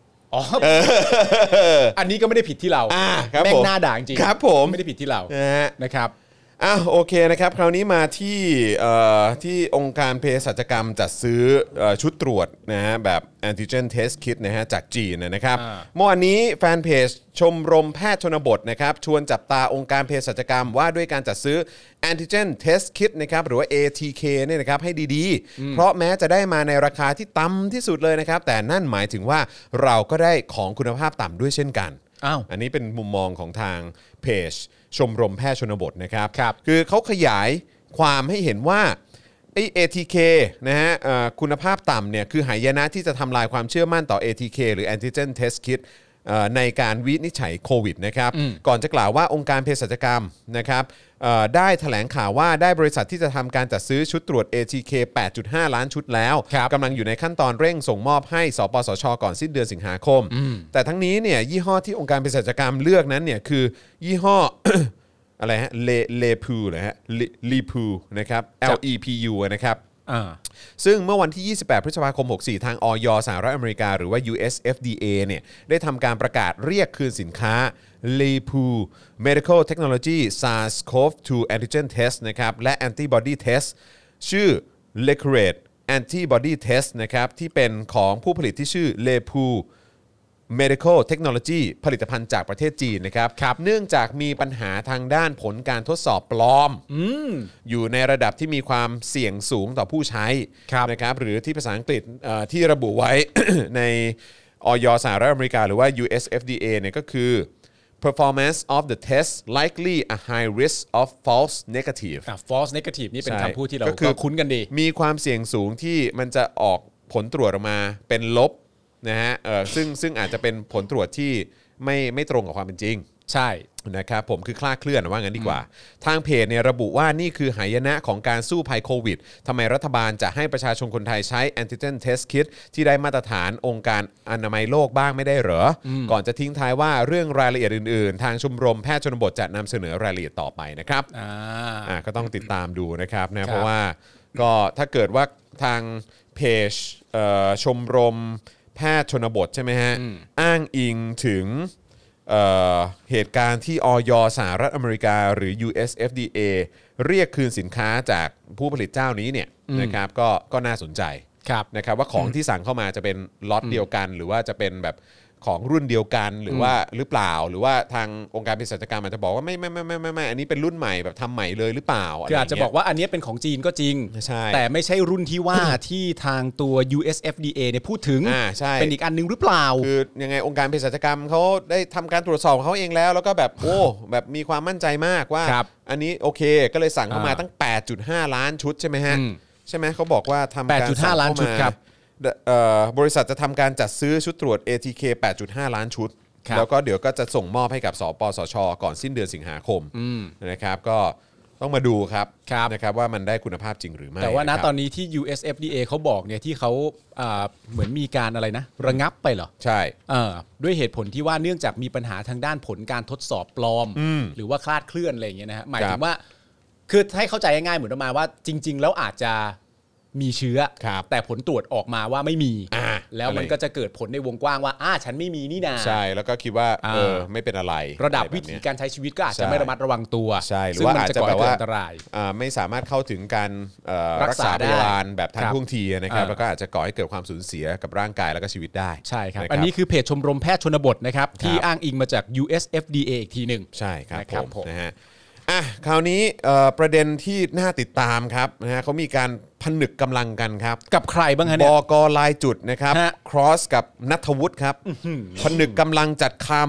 อันนี้ก็ไม่ได้ผิดที่เราแม่งหน้าด่าจริงครับผมไม่ได้ผิดที่เรานะครับโอเคนะครับคราวนี้มาที่องค์การเภสัชกรรมจัดซื้อชุดตรวจนะฮะแบบ antigen test kit นะฮะจากจีนนะครับเมื่อวานนี้แฟนเพจชมรมแพทย์ชนบทนะครับชวนจับตาองค์การเภสัชกรรมว่าด้วยการจัดซื้อ antigen test kit นะครับหรือว่า ATK เนี่ยนะครับให้ดีๆเพราะแม้จะได้มาในราคาที่ต่ำที่สุดเลยนะครับแต่นั่นหมายถึงว่าเราก็ได้ของคุณภาพต่ำด้วยเช่นกันอันนี้เป็นมุมมองของทางเพจชมรมแพทย์ชนบทนะครับคือเขาขยายความให้เห็นว่าไอ้ ATK นะฮะคุณภาพต่ำเนี่ยคือหายนะที่จะทำลายความเชื่อมั่นต่อ ATK หรือ Antigen Test Kit ในการวินิจฉัยโควิดนะครับก่อนจะกล่าวว่าองค์การเภสัชกรรมนะครับได้แถลงข่าวว่าได้บริษัทที่จะทำการจัดซื้อชุดตรวจ ATK 8.5 ล้านชุดแล้วกำลังอยู่ในขั้นตอนเร่งส่งมอบให้สปสชก่อนสิ้นเดือนสิงหาคมแต่ทั้งนี้เนี่ยยี่ห้อที่องค์การเภสัชกรรมเลือกนั้นเนี่ยคือยี่ห้อ อะไรฮะเลพูเลยฮะลีพูนะครับ LEPU นะครับซึ่งเมื่อวันที่28พฤษภาคม64ทางอย.สหรัฐอเมริกาหรือว่า US FDA เนี่ยได้ทำการประกาศเรียกคืนสินค้า Lepu Medical Technology SARS-CoV-2 Antigen Test นะครับและ Antibody Test ชื่อ Lecurate Antibody Test นะครับที่เป็นของผู้ผลิตที่ชื่อ Lepu Medical Technology ผลิตภัณฑ์จากประเทศจีนนะครับเนื่องจากมีปัญหาทางด้านผลการทดสอบปลอมอยู่ในระดับที่มีความเสี่ยงสูงต่อผู้ใช้นะครับหรือที่ภาษาอังกฤษที่ระบุไว้ ในอย.สหรัฐอเมริกาหรือว่า US FDA เนี่ยก็คือ performance of the test likely a high risk of false negative false negative นี่เป็นคำพูดที่เราก็คุ้นกันดีมีความเสี่ยงสูงที่มันจะออกผลตรวจออกมาเป็นลบนะฮะซึ่งอาจจะเป็นผลตรวจที่ไม่ตรงกับความเป็นจริงใช่นะครับผมคือคลาดเคลื่อนว่างั้นดีกว่าทางเพจเนี่ยระบุว่านี่คือหายนะของการสู้ภัยโควิดทำไมรัฐบาลจะให้ประชาชนคนไทยใช้ Antigen Test Kit ที่ได้มาตรฐานองค์การอนามัยโลกบ้างไม่ได้เหรอก่อนจะทิ้งท้ายว่าเรื่องรายละเอียดอื่นๆทางชมรมแพทย์ชนบทจะนำเสนอรายละเอียดต่อไปนะครับก็ต้องติดตามดูนะครับนะเพราะว่าก็ถ้าเกิดว่าทางเพจชมรมแพทย์ชนบทใช่ไหมฮะอ้างอิงถึงเหตุการณ์ที่อย.สหรัฐอเมริกาหรือ US FDA เรียกคืนสินค้าจากผู้ผลิตเจ้านี้เนี่ยนะครับก็น่าสนใจนะครับว่าของที่สั่งเข้ามาจะเป็นล็อตเดียวกันหรือว่าจะเป็นแบบของรุ่นเดียวกันหรือว่าหรือเปล่าหรือว่าทางองค์การเภสัชกรรมอาจจะบอกว่าไม่อันนี้เป็นรุ่นใหม่แบบทำใหม่เลยหรือเปล่าคืออาจจะบอกว่าอันนี้เป็นของจีนก็จริงแต่ไม่ใช่รุ่นที่ว่า ที่ทางตัว US FDA เนี่ยพูดถึงเป็นอีกอันนึงหรือเปล่าคือยังไงองค์การเภสัชกรรมเขาได้ทำการตรวจสอบเขาเองแล้วก็แบบโอ้แบบมีความมั่นใจมากว่าอันนี้โอเคก็เลยสั่งเข้ามาตั้ง 8.5 ล้านชุดใช่ไหมฮะใช่ไหมเขาบอกว่าทำการสั่ง 8.5 ล้านชุดครับบริษัทจะทำการจัดซื้อชุดตรวจ ATK 8.5 ล้านชุดแล้วก็เดี๋ยวก็จะส่งมอบให้กับสปสชก่อนสิ้นเดือนสิงหาคมนะครับก็ต้องมาดูครับนะครับว่ามันได้คุณภาพจริงหรือไม่แต่ว่าณตอนนี้ที่ US FDA เขาบอกเนี่ยที่เขาเหมือนมีการอะไรนะระงับไปเหรอใช่ด้วยเหตุผลที่ว่าเนื่องจากมีปัญหาทางด้านผลการทดสอบปลอมหรือว่าคลาดเคลื่อนอะไรอย่างเงี้ยนะฮะหมายถึงว่าคือให้เข้าใจง่ายๆเหมือนประมาณว่าจริงๆแล้วอาจจะมีเชื้อแต่ผลตรวจออกมาว่าไม่มีแล้วมันก็จะเกิดผลในวงกว้างว่าฉันไม่มีนี่นาใช่แล้วก็คิดว่าไม่เป็นอะไรระดับวิธีการใช้ชีวิตก็อาจจะไม่ระมัดระวังตัวใช่หรือว่าอาจจะแบบว่าอันตรายไม่สามารถเข้าถึงการรักษาพยาบาลแบบทันท่วงทีนะครับแล้วก็อาจจะก่อให้เกิดความสูญเสียกับร่างกายแล้วก็ชีวิตได้ใช่ครับอันนี้คือเพจชมรมแพทย์ชนบทนะครับที่อ้างอิงมาจาก US FDA อีกทีนึงใช่ครับผมนะฮะคราวนี้ประเด็นที่น่าติดตามครับนะฮะเขามีการผนึกกำลังกันครับกับใครบ้างฮะเนี่ยบก.ลายจุดนะครับครอสกับณัฐวุฒิครับผนึกกำลังจัดคาร์ม็อบ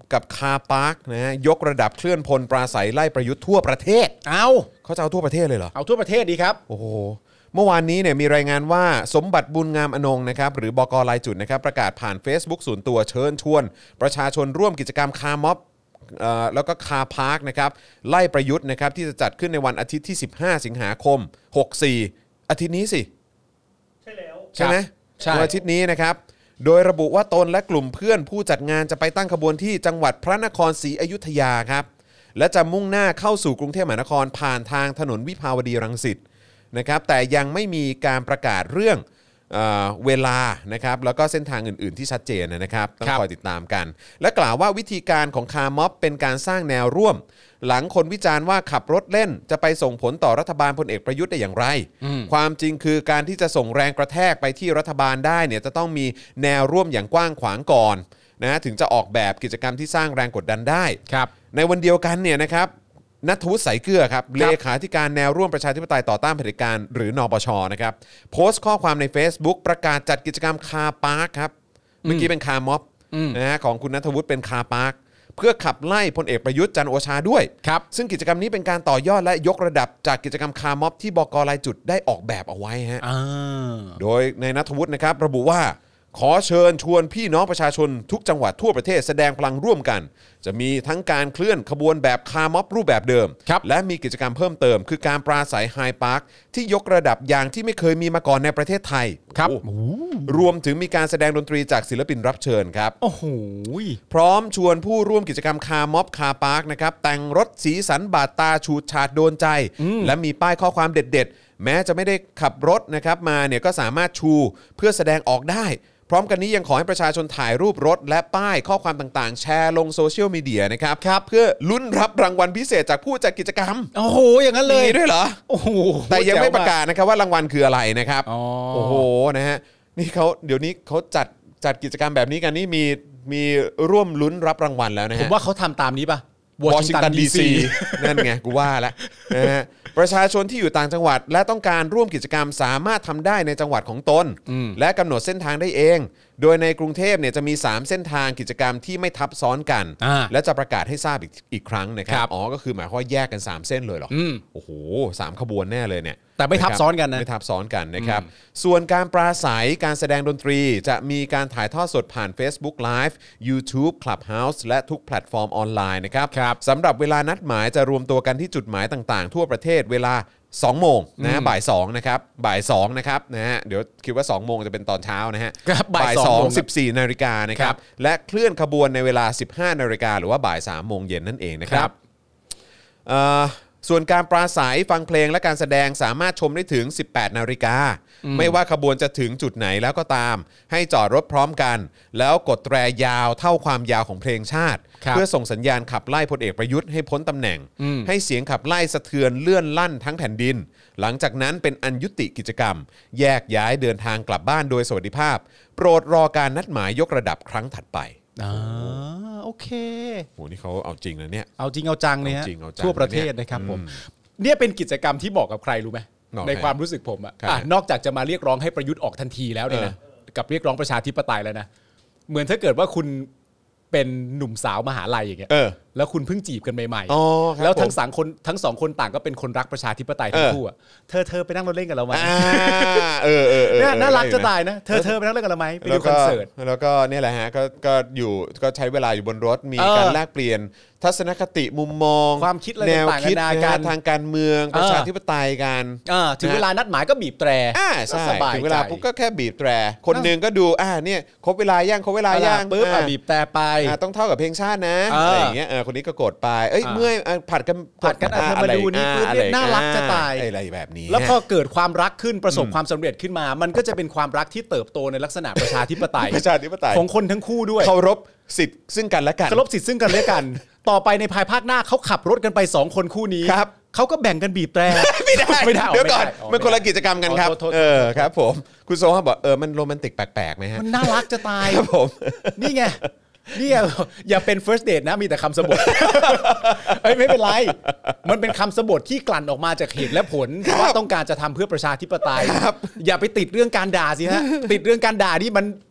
กับคาร์พาร์คนะฮะยกระดับเคลื่อนพลปราศัยไล่ประยุทธ์ทั่วประเทศเขาจะเอาทั่วประเทศเลยเหรอเอาทั่วประเทศดีครับโอ้โหเมื่อวานนี้เนี่ยมีรายงานว่าสมบัติบุญงามอนงนะครับหรือบก.รายจุดนะครับประกาศผ่าน Facebook ส่วนตัวเชิญชวนประชาชนร่วมกิจกรรมคาร์ม็อบแล้วก็คาร์พาร์คนะครับไล่ประยุทธ์นะครับที่จะจัดขึ้นในวันอาทิตย์ที่15สิงหาคม64อาทิตย์นี้สิใช่แล้วใช่ไหมวันอาทิตย์นี้นะครับโดยระบุว่าตนและกลุ่มเพื่อนผู้จัดงานจะไปตั้งขบวนที่จังหวัดพระนครศรีอยุธยาครับและจะมุ่งหน้าเข้าสู่กรุงเทพมหานครผ่านทางถนนวิภาวดีรังสิตนะครับแต่ยังไม่มีการประกาศเรื่องเวลานะครับแล้วก็เส้นทางอื่นๆที่ชัดเจนนะครับต้องคอยติดตามกันและกล่าวว่าวิธีการของคาร์ม็อบเป็นการสร้างแนวร่วมหลังคนวิจารณ์ว่าขับรถเล่นจะไปส่งผลต่อรัฐบาลพลเอกประยุทธ์ได้อย่างไรความจริงคือการที่จะส่งแรงกระแทกไปที่รัฐบาลได้เนี่ยจะต้องมีแนวร่วมอย่างกว้างขวางก่อนนะถึงจะออกแบบกิจกรรมที่สร้างแรงกดดันได้ในวันเดียวกันเนี่ยนะครับณัฐวุฒิ สายเกลือครับเลขาธิการแนวร่วมประชาธิปไตยต่อต้านเผด็จการหรือนปชนะครับโพสต์ข้อความใน Facebook ประกาศจัดกิจกรรมคาร์พาร์คครับเมื่อกี้เป็นคาร์ม็อบนะฮะของคุณณัฐวุฒิเป็นคาร์พาร์คเพื่อขับไล่พลเอกประยุทธ์จันทร์โอชาด้วยซึ่งกิจกรรมนี้เป็นการต่อยอดและยกระดับจากกิจกรรมคาร์ม็อบที่บก.รายจุดได้ออกแบบเอาไว้ฮะโดยในณัฐวุฒินะครับระบุว่าขอเชิญชวนพี่น้องประชาชนทุกจังหวัดทั่วประเทศแสดงพลังร่วมกันจะมีทั้งการเคลื่อนขบวนแบบคาร์ม็อบรูปแบบเดิมและมีกิจกรรมเพิ่มเติมคือการปราศัยไฮพาร์คที่ยกระดับอย่างที่ไม่เคยมีมาก่อนในประเทศไทยรวมถึงมีการแสดงดนตรีจากศิลปินรับเชิญครับโอ้โหพร้อมชวนผู้ร่วมกิจกรรมคาร์ม็อบคาร์พาร์คนะครับแต่งรถสีสันบาดตาฉูดฉาดโดนใจและมีป้ายข้อความเด็ดๆแม้จะไม่ได้ขับรถนะครับมาเนี่ยก็สามารถชูเพื่อแสดงออกได้พร้อมกันนี้ยังขอให้ประชาชนถ่ายรูปรถและป้ายข้อความต่างๆแชร์ลงโซเชียลมีเดียนะครับเพื่อลุ้นรับรางวัลพิเศษจากผู้จัดกิจกรรมโอ้โหอย่างนั้นเลยมีด้วยเหรอโอ้โหแต่ยังไม่ประกาศนะครับว่ารางวัลคืออะไรนะครับโอ้โหนะฮะนี่เขาเดี๋ยวนี้เขาจัดกิจกรรมแบบนี้กันนี่มีร่วมลุ้นรับรางวัลแล้วนะฮะผมว่าเขาทำตามนี้ป่ะวอชิงตันดีซีนั่นไงกูว่าแล้วนะฮะประชาชนที่อยู่ต่างจังหวัดและต้องการร่วมกิจกรรมสามารถทำได้ในจังหวัดของตนและกำหนดเส้นทางได้เองโดยในกรุงเทพเนี่ยจะมี3เส้นทางกิจกรรมที่ไม่ทับซ้อนกันและจะประกาศให้ทราบอีกครั้งนะครับอ๋อก็คือหมายความว่าแยกกัน3เส้นเลยเหรอโอ้โห3ขบวนแน่เลยเนี่ยแต่ไม่ทับซ้อนกันนะไม่ทับซ้อนกันนะครับส่วนการปราศัยการแสดงดนตรีจะมีการถ่ายทอดสดผ่าน Facebook Live YouTube Clubhouse และทุกแพลตฟอร์มออนไลน์นะครับสำหรับเวลานัดหมายจะรวมตัวกันที่จุดหมายต่างๆทั่วประเทศเวลา2 โมงนะบ่าย2นะครับบ่าย2นะครับนะฮะเดี๋ยวคิดว่า2 โมงจะเป็นตอนเช้านะฮะบ่าย2 14 นาฬิกานะครับและเคลื่อนขบวนในเวลา 15 นาฬิกาหรือว่าบ่าย3 โมงเย็นนั่นเองนะครับส่วนการปราศัยฟังเพลงและการแสดงสามารถชมได้ถึง 18 นาฬิกาไม่ว่าขบวนจะถึงจุดไหนแล้วก็ตามให้จอดรถพร้อมกันแล้วกดแตรยาวเท่าความยาวของเพลงชาติเพื่อส่งสัญญาณขับไล่พลเอกประยุทธ์ให้พ้นตำแหน่งให้เสียงขับไล่สะเทือนเลื่อนลั่นทั้งแผ่นดินหลังจากนั้นเป็นอันยุติกิจกรรมแยกย้ายเดินทางกลับบ้านโดยสวัสดิภาพโปรดรอการนัดหมายยกระดับครั้งถัดไปโอเคโหนี่เขาเอาจริงนะเนี่ยเอาจริงเอาจังเลยฮะทั่วประเทศนะครับผมเนี่ยเป็นกิจกรรมที่บอกกับใครรู้ไหมในความรู้สึกผมอะนอกจากจะมาเรียกร้องให้ประยุทธ์ออกทันทีแล้วเนี่ยนะกับเรียกร้องประชาธิปไตยแล้วนะเหมือนถ้าเกิดว่าคุณเป็นหนุ่มสาวมหาลัยอย่างเงี้ยแล้วคุณเพิ่งจีบกันใหม่ๆแล้วทั้งสองคนต่างก็เป็นคนรักประชาธิปไตยทั้งคู่อ่ะเธอไปนั่งรถเล่นกับเราไหมน่ารักจะตายนะเธอไปนั่งเล่นกับเราไหมไปดูคอนเสิร์ตแล้วก็เนี่ยแหละฮะก็ใช้เวลาอยู่บนรถมีการแลกเปลี่ยนทัศนคติมุมมองความคิดแนวคิดทางการเมืองประชาธิปไตยกันถึงเวลานัดหมายก็บีบแตรใช่ถึงเวลาปุ๊บก็แค่บีบแตรคนนึงก็ดูเนี่ยครบเวลาย่างปุ๊บบีบแตรไปต้องเท่ากับเพลงชาตินะอะไรอย่างเงี้ยคนนี้ก็กดไปเมื่อยผัดกันมาดูนี่ปุ๊บน่ารักจะตายอะไรแบบนี้แล้วพอเกิดความรักขึ้นประสบความสำเร็จขึ้นมามันก็จะเป็นความรักที่เติบโตในลักษณะประชาธิปไตยของคนทั้งคู่ด้วยเคารพสิทธิ์ซึ่งกันและกันเคารพสิทธิ์ซึ่งกันและกันต่อไปในภายภาคหน้าเขาขับรถกันไป2คนคู่นี้เขาก็แบ่งกันบีบแตรไม่ได้เดี๋ยวก่อนมันคนละกิจกรรมกันครับครับผมคุณโซเขาบอกมันโรแมนติกแปลกๆไหมฮะมันน่ารักจะตายครับผมนี่ไงนี่อย่าเป็น first date นะมีแต่คำสบทไม่เป็นไรมันเป็นคำสบทที่กลั่นออกมาจากเหตุและผลว่าต้องการจะทำเพื่อประชาธิปไตยอย่าไปติดเรื่องการด่าสิฮะติดเรื่องการด่านี่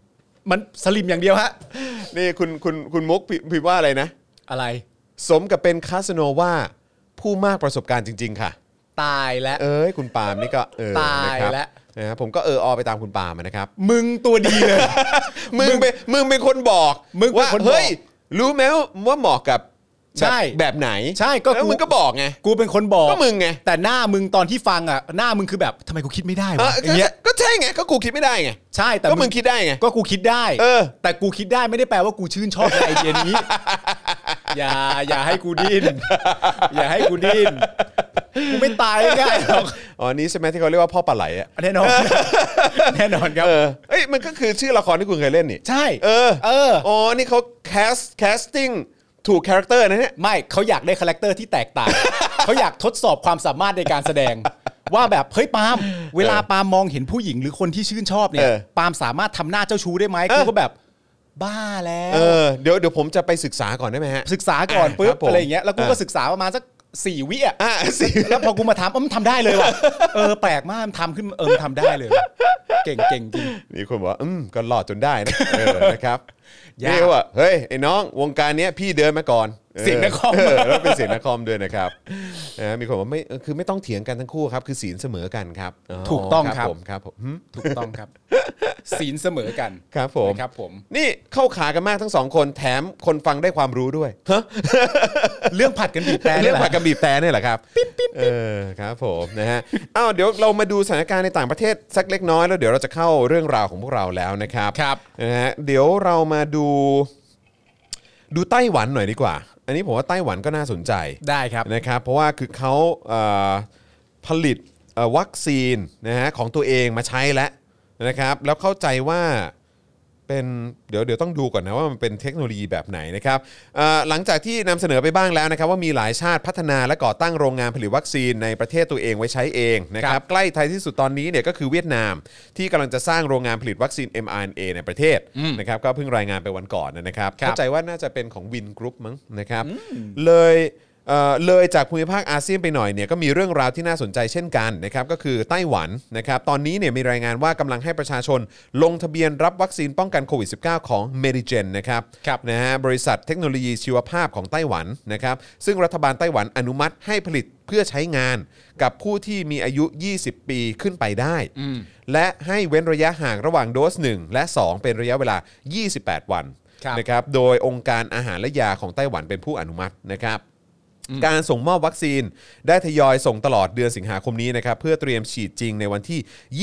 มันสลิมอย่างเดียวฮะนี่คุณมุกพิมพ์ว่าอะไรนะอะไรสมกับเป็นคาสโนวาผู้มากประสบการณ์จริงๆค่ะตายแล้วคุณปาล์มนี่ก็ตายแล้วนะผมก็ไปตามคุณปาล์มนะครับมึงตัวดีเลยมึงเป็นคนบอกว่าเฮ้ยรู้ไหมว่าเหมาะกับใช่แบบไหนใช่ก็มึงก็บอกไงกูเป็นคนบอกก็มึงไงแต่หน้ามึงตอนที่ฟังอ่ะหน้ามึงคือแบบทำไมกูคิดไม่ได้วะอย่างเงี้ยก็ใช่ไงก็กูคิดไม่ได้ไงใช่แต่ก็มึงคิดได้ไงก็กูคิดได้แต่กูคิดได้ไม่ได้แปลว่ากูชื่นชอบในไอเดียนี้อย่าให้กูดิ้นอย่าให้กูดิ้นกูไม่ตายง่ายหรอกนี่ใช่ไหมที่เขาเรียกว่าพ่อปลาไหลอ่ะแน่นอนครับมันก็คือชื่อละครที่คุณเคยเล่นนี่ใช่นี่เขาแคสติ้งถูกคาแรคเตอร์นะเนี่ยไม่เขาอยากได้คาแรคเตอร์ที่แตกต่างเขาอยากทดสอบความสามารถในการแสดงว่าแบบเฮ้ยปาล์มเวลาปาล์มมองเห็นผู้หญิงหรือคนที่ชื่นชอบเนี่ยปาล์มสามารถทำหน้าเจ้าชู้ได้ไหมกูก็แบบบ้าแล้วเดี๋ยวผมจะไปศึกษาก่อนได้ไหมฮะศึกษาก่อนปุ๊บอะไรอย่างเงี้ยแล้วกูก็ศึกษาประมาณสัก4 วิอ่ะแล้วพอกูมาทำมันทำได้เลยว่ะแปลกมากมันทำขึ้นมันทำได้เลยเก่งจริงมีคนบอกก็หลอดจนได้นะนะครับเรียกว่าเฮ้ยไอ้น้องวงการนี้พี่เดินมาก่อนเสียงนครแล้วเป็นเสียงนครด้วยนะครับมีคนบอกไม่ต้องเถียงกันทั้งคู่ครับคือศีลเสมอกันครับถูกต้องครับผมถูกต้องครับศีลเสมอกันครับผม นี่เข้าขากันมากทั้ง2คนแถมคนฟังได้ความรู้ด้วยเรื่องผัดกันบีบแต่เรื่องผัดกันบีบแต่นี่แหละครับครับผมนะฮะเดี๋ยวเรามาดูสถานการณ์ในต่างประเทศสักเล็กน้อยแล้วเดี๋ยวเราจะเข้าเรื่องราวของพวกเราแล้วนะครับนะฮะเดี๋ยวเรามาดูไต้หวันหน่อยดีกว่าอันนี้ผมว่าไต้หวันก็น่าสนใจได้ครับนะครับเพราะว่าคือเขาผลิตวัคซีนนะฮะของตัวเองมาใช้แล้วนะครับแล้วเข้าใจว่าเป็นเดี๋ยวต้องดูก่อนนะว่ามันเป็นเทคโนโลยีแบบไหนนะครับหลังจากที่นำเสนอไปบ้างแล้วนะครับว่ามีหลายชาติพัฒนาและก่อตั้งโรงงานผลิตวัคซีนในประเทศตัวเองไว้ใช้เองนะครับใกล้ไทยที่สุดตอนนี้เนี่ยก็คือเวียดนามที่กำลังจะสร้างโรงงานผลิตวัคซีน mRNA ในประเทศนะครับก็เพิ่งรายงานไปวันก่อนนะครับเข้าใจว่าน่าจะเป็นของวินกรุ๊ปมั้งนะครับเลยจากภูมิภาคอาเซียนไปหน่อยเนี่ยก็มีเรื่องราวที่น่าสนใจเช่นกันนะครับก็คือไต้หวันนะครับตอนนี้เนี่ยมีรายงานว่ากำลังให้ประชาชนลงทะเบียนรับวัคซีนป้องกันโควิด -19 ของ Medigen นะครับนะฮะบริษัทเทคโนโลยีชีวภาพของไต้หวันนะครับซึ่งรัฐบาลไต้หวันอนุมัติให้ผลิตเพื่อใช้งานกับผู้ที่มีอายุ20 ปีขึ้นไปได้และให้เว้นระยะห่างระหว่างโดส1และ2เป็นระยะเวลา28 วันนะครับโดยองค์การอาหารและยาของไต้หวันเป็นผู้อนุมัตินะครับการส่งมอบวัคซีนได้ทยอยส่งตลอดเดือนสิงหาคมนี้นะครับเพื่อเตรียมฉีดจริงในวันที่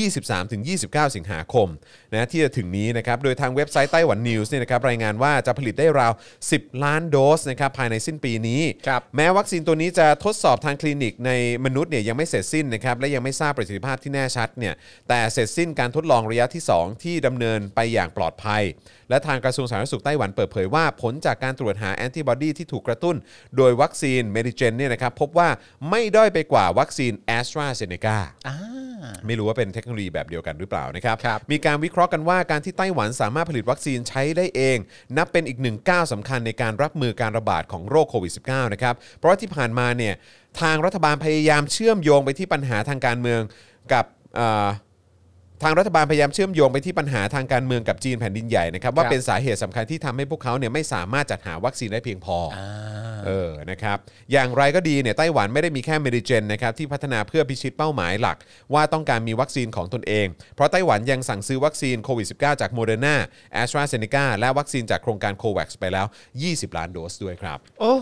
23-29 สิงหาคมนะที่จะถึงนี้นะครับโดยทางเว็บไซต์ไต้หวันนิวส์เนี่ยนะครับรายงานว่าจะผลิตได้ราว10 ล้านโดสนะครับภายในสิ้นปีนี้แม้วัคซีนตัวนี้จะทดสอบทางคลินิกในมนุษย์เนี่ยยังไม่เสร็จสิ้นนะครับและยังไม่ทราบประสิทธิภาพที่แน่ชัดเนี่ยแต่เสร็จสิ้นการทดลองระยะที่2ที่ดำเนินไปอย่างปลอดภัยและทางกระทรวงสาธารณสุขไต้หวันเปิดเผยว่าผลจากการตรวจหาแอนติบอดีที่ถูกกระตุ้นโดยวัคซีนเมดิเจนเนี่ยนะครับพบว่าไม่ด้อยไปกว่าวัคซีน AstraZeneca ไม่รู้ว่าเป็นเทคโนโลยีแบบเดียวกันหรือเปล่านะครับมีการวิเคราะห์กันว่าการที่ไต้หวันสามารถผลิตวัคซีนใช้ได้เองนับเป็นอีกหนึ่งก้าวสำคัญในการรับมือการระบาดของโรคโควิด -19 นะครับเพราะที่ผ่านมาเนี่ยทางรัฐบาลพยายามเชื่อมโยงไปที่ปัญหาทางการเมืองกับทางรัฐบาลพยายามเชื่อมโยงไปที่ปัญหาทางการเมืองกับจีนแผ่นดินใหญ่นะครับว่าเป็นสาเหตุสำคัญที่ทำให้พวกเขาเนี่ยไม่สามารถจัดหาวัคซีนได้เพียงพอนะครับอย่างไรก็ดีเนี่ยไต้หวันไม่ได้มีแค่เมดิเจนนะครับที่พัฒนาเพื่อพิชิตเป้าหมายหลักว่าต้องการมีวัคซีนของตนเองเพราะไต้หวันยังสั่งซื้อวัคซีนโควิด -19 จากโมเดอร์นา AstraZeneca และวัคซีนจากโครงการโควัคซ์ไปแล้ว20 ล้านโดสด้วยครับ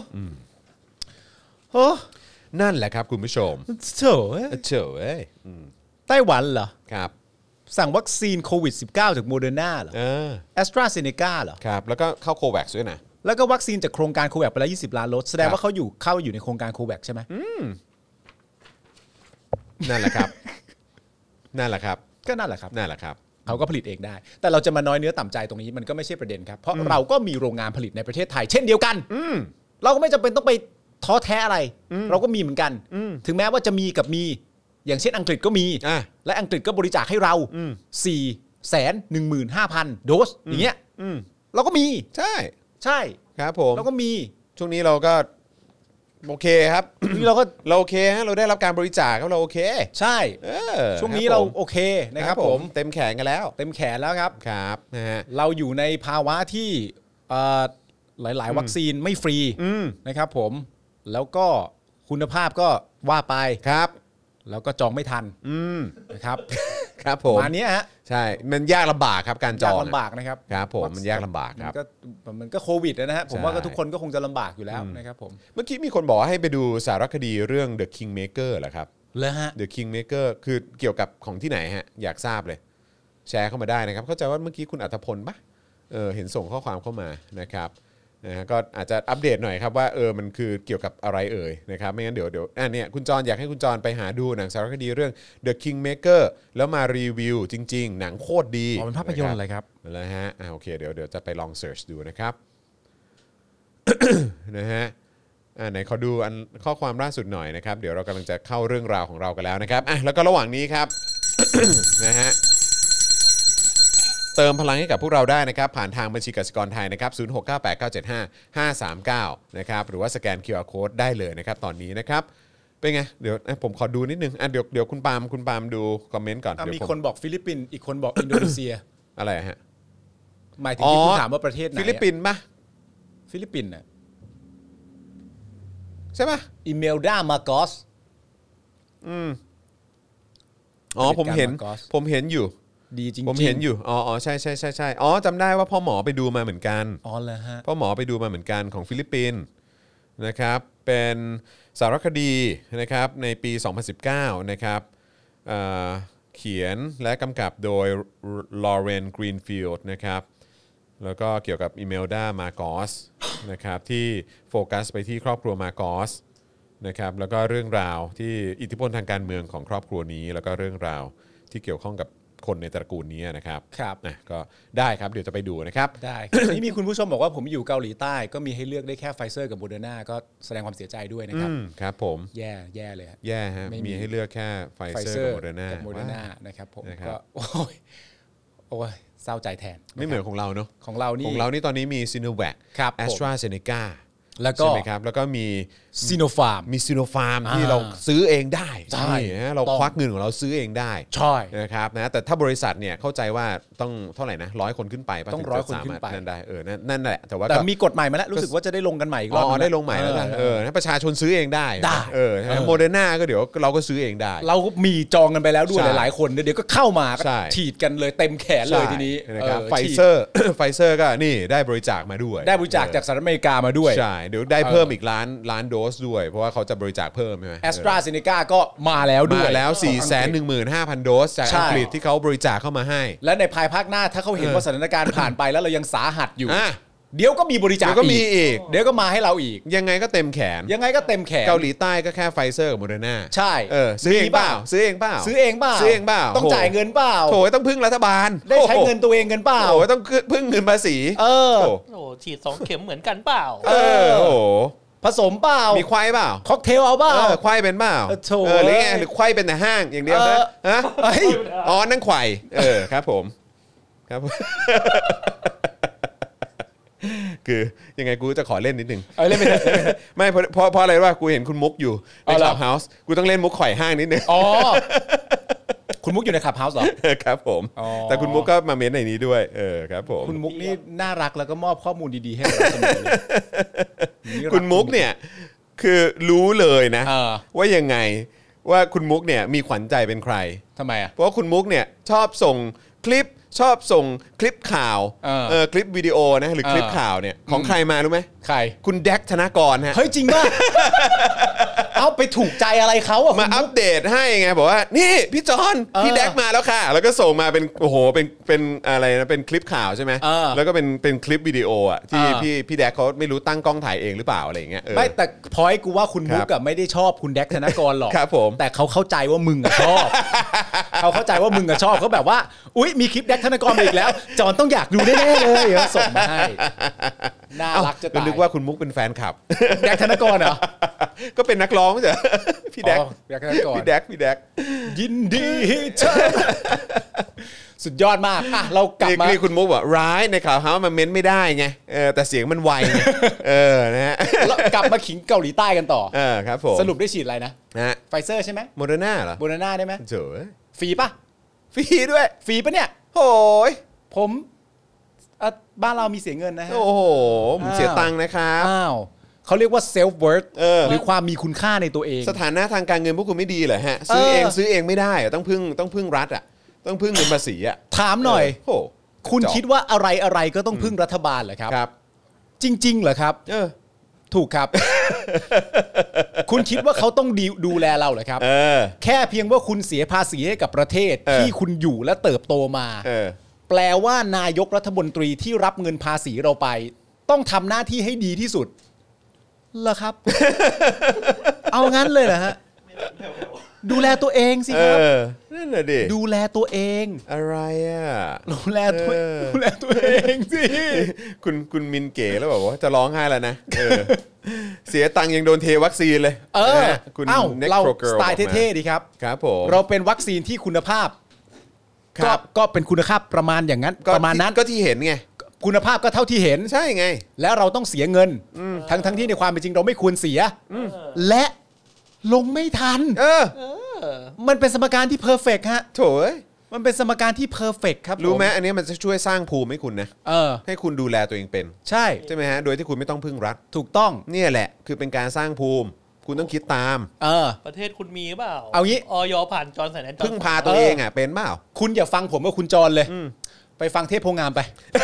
นั่นแหละครับคุณผู้ชมโถไต้หวันเหรอครับสั่งวัคซีนโควิด -19 จากโมเดอร์นาเหรอAstraZeneca เหรอครับแล้วก็เข้าโควัคซ์ด้วยนะแล้วก็วัคซีนจากโครงการโควัคซ์ไปแล้ว20 ล้านโดสแสดงว่าเขาเข้าอยู่ในโครงการโควัคซ์ใช่ไหมนั่นแหละครับนั่นแหละครับก็นั่นแหละครับนั่นแหละครับเขาก็ผลิตเองได้แต่เราจะมาน้อยเนื้อต่ำใจตรงนี้มันก็ไม่ใช่ประเด็นครับเพราะเราก็มีโรงงานผลิตในประเทศไทยเช่นเดียวกันเราก็ไม่จำเป็นต้องไปท้อแท้อะไรเราก็มีเหมือนกันถึงแม้ว่าจะมีกับมีอย่างเช่นอังกฤษก็มีและอังกฤษก็บริจาคให้เรา 415,000 โดสอย่างเงี้ยเราก็มีใช่ครับผมเราก็มีช่วงนี้เราก็โอเคครับนี่เราก็เราโอเคฮะเราได้รับการบริจาคครับเราโอเคใช่ช่วงนี้เราโอเคนะครับผมเต็มแขนกันแล้วเต็มแขนแล้วครับครับนะฮะเราอยู่ในภาวะที่หลายๆวัคซีนไม่ฟรีนะครับผมแล้วก็คุณภาพก็ว่าไปครับแล้วก็จองไม่ทันนะครับครับผมมาเนี้ยฮะใช่มันยากลำบากครับการจองยากลำบากนะครับครับผมมันยากลำบากครับมันก็โควิดนะฮะผมว่าก็ทุกคนก็คงจะลำบากอยู่แล้วนะครับผมเมื่อกี้มีคนบอกให้ไปดูสารคดีเรื่อง The Kingmaker เหรอครับเลยฮะ The Kingmaker คือเกี่ยวกับของที่ไหนฮะอยากทราบเลยแชร์เข้ามาได้นะครับเข้าใจว่าเมื่อกี้คุณอัธพลปะเห็นส่งข้อความเข้ามานะครับนะก็อาจจะอัปเดตหน่อยครับว่ามันคือเกี่ยวกับอะไรนะครับไม่งั้นเดี๋ยวเนี่ยคุณจรอยากให้คุณจรไปหาดูหนังสารคดีเรื่อง The Kingmaker แล้วมารีวิวจริงๆหนังโคตรดีเป็นภาพยนตร์อะไรครับแล้วฮะโอเคเดี๋ยวจะไปลองเสิร์ชดูนะครับ นะฮะไหนขอดูข้อความล่าสุดหน่อยนะครับเดี๋ยวเรากำลังจะเข้าเรื่องราวของเรากันแล้วนะครับแล้วก็ระหว่างนี้ครับ นะฮะเติมพลังให้กับพวกเราได้นะครับผ่านทางบัญชีกสิกรไทยนะครับ0698975539นะครับหรือว่าสแกน QR Code ได้เลยนะครับตอนนี้นะครับเป็นไงเดี๋ยวผมขอดูนิดนึงเดี๋ยวคุณปาล์มดูคอมเมนต์ก่อนมีคนบอกฟิลิปปินส์อีกคนบอกอินโดนีเซียอะไรฮะหมายถึงที่คุณถามว่าประเทศไหนฟิลิปปินส์ป่ะฟิลิปปินส์น่ะใช่ป่ะอิเมลดามาโกสผมเห็นอยู่ดีจริงผมเห็นอยู่ใช่จำได้ว่าพ่อหมอไปดูมาเหมือนกันเหรอฮะพ่อหมอไปดูมาเหมือนกันของฟิลิปปินส์นะครับเป็นสารคดีนะครับในปี2019นะครับเขียนและกำกับโดยลอเรนกรีนฟิลด์นะครับแล้วก็เกี่ยวกับอิเมลดามาโกสนะครับที่โฟกัสไปที่ครอบครัวมาโกสนะครับแล้วก็เรื่องราวที่อิทธิพลทางการเมืองของครอบครัวนี้แล้วก็เรื่องราวที่เกี่ยวข้องกับคนในตระกูลนี้นะครับก็ได้ครับเดี๋ยวจะไปดูนะครับได้นี่มีคุณผู้ชมบอกว่าผมอยู่เกาหลีใต้ก็มีให้เลือกได้แค่ไฟเซอร์กับโมเดอร์นาก็แสดงความเสียใจด้วยนะครับครับผมแย่เลยแย่ฮะมีให้เลือกแค่ไฟเซอร์กับโมเดอร์นานะครับผมก็โอ้ยเศร้าใจแทนไม่เหมือนของเราเนาะของเรานี่ตอนนี้มีซิโนแวคแอสตราเซเนกาแล้วก็ใช่ไหมครับแล้วก็มีซีโนฟาร์มที่เราซื้อเองได้ใช่เราควักเงินของเราซื้อเองได้ใช่นะครับนะแต่ถ้าบริษัทเนี่ยเข้าใจว่าต้องเท่าไหร่นะ100 คนขึ้นไปต้อง100 คนขึ้นไปนั่นได้นั่นแหละแต่มีกฎใหม่มาแล้วรู้สึกว่าจะได้ลงกันใหม่อีกรอบได้ลงใหม่แล้วนะประชาชนซื้อเองได้โมเดอร์นาก็เดี๋ยวเราก็ซื้อเองได้เราก็มีจองกันไปแล้วด้วยหลายๆคนเดี๋ยวก็เข้ามาฉีดกันเลยเต็มแขนเลยทีนี้นะครับไฟเซอร์ก็นี่ได้บริจาคมาด้วยได้บริจาคจากสหรัฐอเมริกามาด้วยใช่เดี๋ยวได้เพิ่มอีกล้านโดสด้วยเพราะว่าเขาจะบริจาคเพิ่มใช่ไหมแอสตราเซเนกาก็มาแล้วด้วยมาแล้ว 415,000 โดสจากอังกฤษที่เขาบริจาคเข้ามาให้และในภายภาคหน้าถ้าเขาเห็นว่าสถานการณ์ผ่านไปแล้วเรายังสาหัสอยู่เดี๋ยวก็มีบริจาคอีกเดี๋ยวก็มาให้เราอีกยังไงก็เต็มแขนเกาหลีใต้ก็แค่ไฟเซอร์กับโมเดอร์นาใช่ซื้อเองเปล่าต้องจ่ายเงินเปล่าโถต้องพึ่งรัฐบาลได้ใช้เงินตัวเองกันเปล่าโถต้องพึ่งเงินภาษีฉีด2 เข็มเหมือนกันเปล่าผสมเปล่ามีควายเปล่าค็อกเทลเอาเปล่าควายเป็นเปล่าหรือไงหรือควายเป็นแต่ห้างอย่างเดียวนะนั่งควายครับผมครับคือยังไงกูจะขอเล่นนิดนึงเล่นไม่เพราะอะไรว่ากูเห็นคุณมุกอยู่ในคลับเฮาส์กูต้องเล่นมุกข่อยห้างนิดนึงคุณมุกอยู่ในคลับเฮาส์เหรอครับผมแต่คุณมุกก็มาเม้นในนี้ด้วยครับผมคุณมุกนี่น่ารักแล้วก็มอบข้อมูลดีๆให้เราเสมอเลยคุณมุกเนี่ยคือรู้เลยนะว่ายังไงว่าคุณมุกเนี่ยมีขวัญใจเป็นใครทำไมอ่ะเพราะว่าคุณมุกเนี่ยชอบส่งคลิปข่าวคลิปวิดีโอนะหรือคลิปข่าวเนี่ยของใครมารู้ไหมใครคุณแดกธนกรฮะเฮ้ยจริงป่ะเอาไปถูกใจอะไรเขาอ่ะมาอัปเดตให้ไงบอกว่านี่พี่จอนพี่แดกมาแล้วค่ะแล้วก็ส่งมาเป็นโอ้โหเป็นอะไรนะเป็นคลิปข่าวใช่ไหมแล้วก็เป็นคลิปวิดีโออ่ะที่พี่แดกเขาไม่รู้ตั้งกล้องถ่ายเองหรือเปล่าอะไรอย่างเงี้ยไม่แต่พอยกูว่าคุณมุกกับไม่ได้ชอบคุณแดกธนกรหรอกครับผมแต่เขาเข้าใจว่ามึงอ่ะชอบเขาเข้าใจว่ามึงอ่ะชอบเขาแบบว่าอุ๊ยมีคลิปแดกธนกรมาอีกแล้วจอนต้องอยากดูแน่ๆเลยส่งมาให้น่ารักจะตายนึกว่าคุณมุกเป็นแฟนคลับแดกธนกรเหรอก็เป็นนักร้องไม่ใช่พี่แดกพี่แดกยินดีเธอสุดยอดมากอ่ะเรากลับมาคุณมุกบอกร้ายในข่าวเฮามันเม้นไม่ได้ไงแต่เสียงมันไวไงนะฮะกลับมาขิงเกาหลีใต้กันต่อครับผมสรุปได้ฉีดอะไรนะไฟเซอร์ใช่ไหมโมเดอร์นาเหรอโมเดอร์นาได้ไหมเจ๋อฟรีป่ะฟรีด้วยฟรีป่ะเนี่ยโอ้ยผมบ้านเรามีเสียเงินนะฮะโอ้โหเสียตังค์นะครับอ้าวเขาเรียกว่า self worth หรือความมีคุณค่าในตัวเองสถานะทางการเงินพวกคุณไม่ดีเหรอฮะซื้อเองไม่ได้อะต้องพึ่งรัฐอ่ะต้องพึ่งเงินภาษีอ่ะถามหน่อยคุณคิดว่าอะไรก็ต้องพึ่งรัฐบาลเหรอครับครับจริงๆเหรอครับถูกครับ คุณคิดว่าเขาต้องดูแลเราเหรอครับแค่เพียงว่าคุณเสียภาษีให้กับประเทศที่คุณอยู่และเติบโตมาแปลว่านายกรัฐมนตรีที่รับเงินภาษีเราไปต้องทำหน้าที่ให้ดีที่สุดเหรอครับ เอางั้นเลยเหรอฮะดูแลตัวเองสิครับนั่นแหละดิดูแลตัวเองอะไรอ่ะดูแลตัวเองสิคุณมินเก๋แล้วบอกว่าจะร้องไห้แล้วนะเสียตังค์ยังโดนเทวัคซีนเลยคุณเราสไตล์เท่ๆดีครับครับผมเราเป็นวัคซีนที่คุณภาพก็เป็นคุณภาพประมาณอย่างนั้นประมาณนั้นก็ที่เห็นไงคุณภาพก็เท่าที่เห็นใช่ไงแล้วเราต้องเสียเงินทั้งที่ในความเป็นจริงเราไม่ควรเสียและลงไม่ทันมันเป็นสมการที่เพอร์เฟกต์ฮะโถยมันเป็นสมการที่เพอร์เฟกต์ครับรู้ไหมอันนี้มันจะช่วยสร้างภูมิให้คุณนะให้คุณดูแลตัวเองเป็นใช่ใช่ไหมฮะโดยที่คุณไม่ต้องพึ่งรัฐถูกต้องเนี่ยแหละคือเป็นการสร้างภูมิคุณต้องคิดตามประเทศคุณมีเปล่าเอางี้อย.ผ่านจรสันแอนพึ่งพาตัวเองอ่ะเป็นเปล่าคุณอย่าฟังผมกับคุณจรเลยไปฟังเทพโพงามไป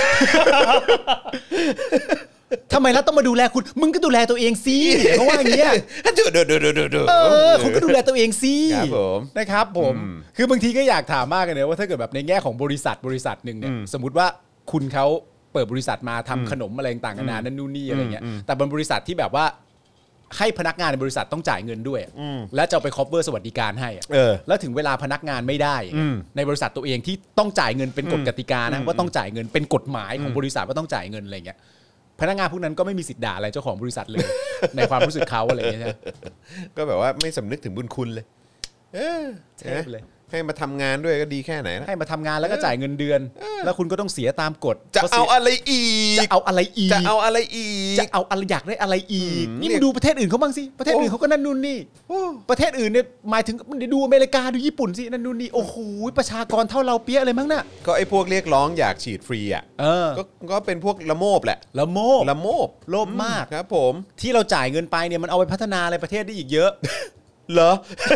ทำไมรัฐต้องมาดูแลคุณมึงก็ดูแลตัวเองสิเพราะว่าอย่างเงี้ยคุณก็ดูแลตัวเองสินะครับผมคือบางทีก็อยากถามมากเลยว่าถ้าเกิดแบบในแง่ของบริษัทหนึ่งเนี่ยสมมติว่าคุณเขาเปิดบริษัทมาทำขนมอะไรต่างๆนานานั่นนู่นนี่อะไรเงี้ยแต่เป็นบริษัทที่แบบว่าให้พนักงานในบริษัทต้องจ่ายเงินด้วยแล้วจะไป cover สวัสดิการให้แล้วถึงเวลาพนักงานไม่ได้ในบริษัทตัวเองที่ต้องจ่ายเงินเป็นกฎกติกานะว่าต้องจ่ายเงินเป็นกฎหมายของบริษัทว่าต้องจ่ายเงินอะไรเงี้ยพนักงานพวกนั้นก็ไม่มีสิทธิ์ด่าอะไรเจ้าของบริษัทเลย ในความรู้สึกเขาอะไรอย่างเงี้ยก็แบบว่าไม่สำนึกถึงบุญคุณเลยเทพเลยให้มาทำงานด้วยก็ดีแค่ไหนนะให้มาทำงานแล้วก็จ่ายเงินเดือนแล้วคุณก็ต้องเสียตามกฎจะเอาอะไรอีกจะเอาอะไรอีกจะเอาอะไรอีกจะเอาอะไรอยากได้อะไรอีกนี่มาดูประเทศอื่นเขาบ้างสิประเทศอื่นเขาก็นั่นนู่นนี่ประเทศอื่นเนี่ยหมายถึงดูอเมริกาดูญี่ปุ่นสินั่นนู่นนี่โอ้โหประชากรเท่าเราเปี้ยเลยมั้งน่ะก็ไอ้พวกเรียกร้องอยากฉีดฟรีอ่ะก็เป็นพวกละโมบแหละละโมบโลภมากครับผมที่เราจ่ายเงินไปเนี่ยมันเอาไปพัฒนาอะไรประเทศได้อีกเยอะเหรอ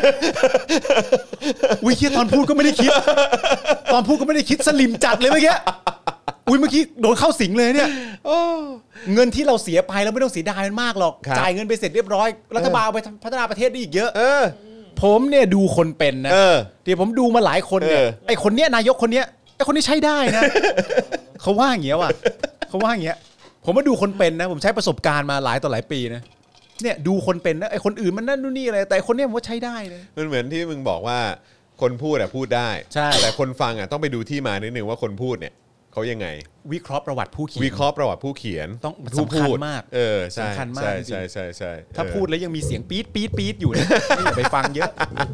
อุ้ยตอนพูดก็ไม่ได้คิดสลิมจัดเลยเมื่อกี้อุ้ยเมื่อกี้โดนเข้าสิงเลยเนี่ยเงินที่เราเสียไปเราไม่ต้องเสียดายมันมากหรอกจ่ายเงินไปเสร็จเรียบร้อยรัฐบาลเอาไปพัฒนาประเทศได้อีกเยอะผมเนี่ยดูคนเป็นนะเดี๋ยวผมดูมาหลายคนเนี่ยไอคนเนี้ยนายกคนเนี้ยไอคนนี้ใช้ได้นะเขาว่าอย่างเงี้ยว่ะเขาว่าอย่างเงี้ยผมมาดูคนเป็นนะผมใช้ประสบการณ์มาหลายต่อหลายปีนะเนี่ยดูคนเป็นนะไอคนอื่นมันนั่นนู่นนี่อะไรแต่คนเนี้ยผมว่าใช้ได้เลยมันเหมือนที่มึงบอกว่าคนพูดพูดได้ใช่แต่คนฟังต้องไปดูที่มานิดนึงว่าคนพูดเนี่ยเขายังไงวิเคราะห์ประวัติผู้เขียนผู้เขียนต้องสำคัญมากใช่สำคัญมากใช่ถ้าพูดแล้วยังมีเสียงปี๊ดอยู่เนี่ยอย่าไปฟังเยอะ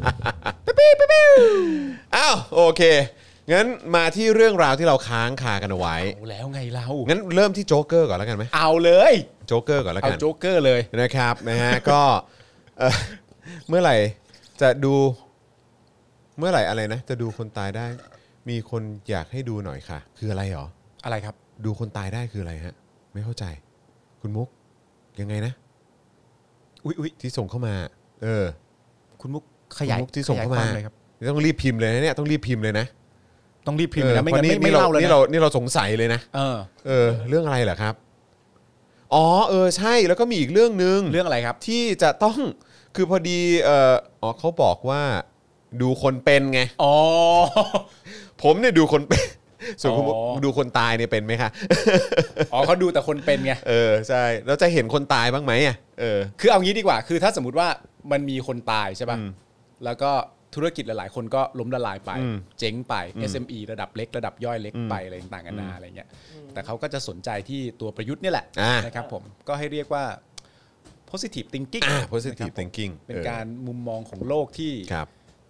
อ้าวโอเคงั้นมาที่เรื่องราวที่เราค้างคากันเอาไว้แล้วไงเรางั้นเริ่มที่โจ๊กเกอร์ก่อนแล้วกันไหมเอาเลยโจ๊กเกอร์ก่อนแล้วกันเอาโจ๊กเกอร์เลยนะครับนะฮะก็เมื่อไหร่จะดูเมื่อไหร่อะไรนะจะดูคนตายได้มีคนอยากให้ดูหน่อยค่ะคืออะไรหรออะไรครับดูคนตายได้คืออะไรฮะไม่เข้าใจคุณมุกยังไงนะอุ๊ยที่ส่งเข้ามาคุณมุกขยายที่ส่งเข้ามาต้องรีบพิมพ์เลยนะเนี่ยต้องรีบพิมพ์เลยนะต้องรีบพิมพ์นะไม่งั้นไม่เล่าเลยนี่เราสงสัยเลยนะเรื่องอะไรเหรอครับอ๋อใช่แล้วก็มีอีกเรื่องนึงเรื่องอะไรครับที่จะต้องคือพอดีเขาบอกว่าดูคนเป็นไงผมเนี่ยดูคนเป็นส่วนคุณดูคนตายเนี่ยเป็นไหมคะเขาดูแต่คนเป็นไงใช่แล้วจะเห็นคนตายบ้างไหมคือเอางี้ดีกว่าคือถ้าสมมติว่ามันมีคนตายใช่ป่ะแล้วก็ธุรกิจหลายๆคนก็ล้มละลายไปเจ๊งไป SME ระดับเล็กระดับย่อยเล็กไปอะไรต่างๆกันานาอะไรเงี้ยแต่เขาก็จะสนใจที่ตัวประยุทธ์นี่แหละนะครับผมก็ให้เรียกว่า positive thinking positive thinking เป็นการมุมมองของโลกที่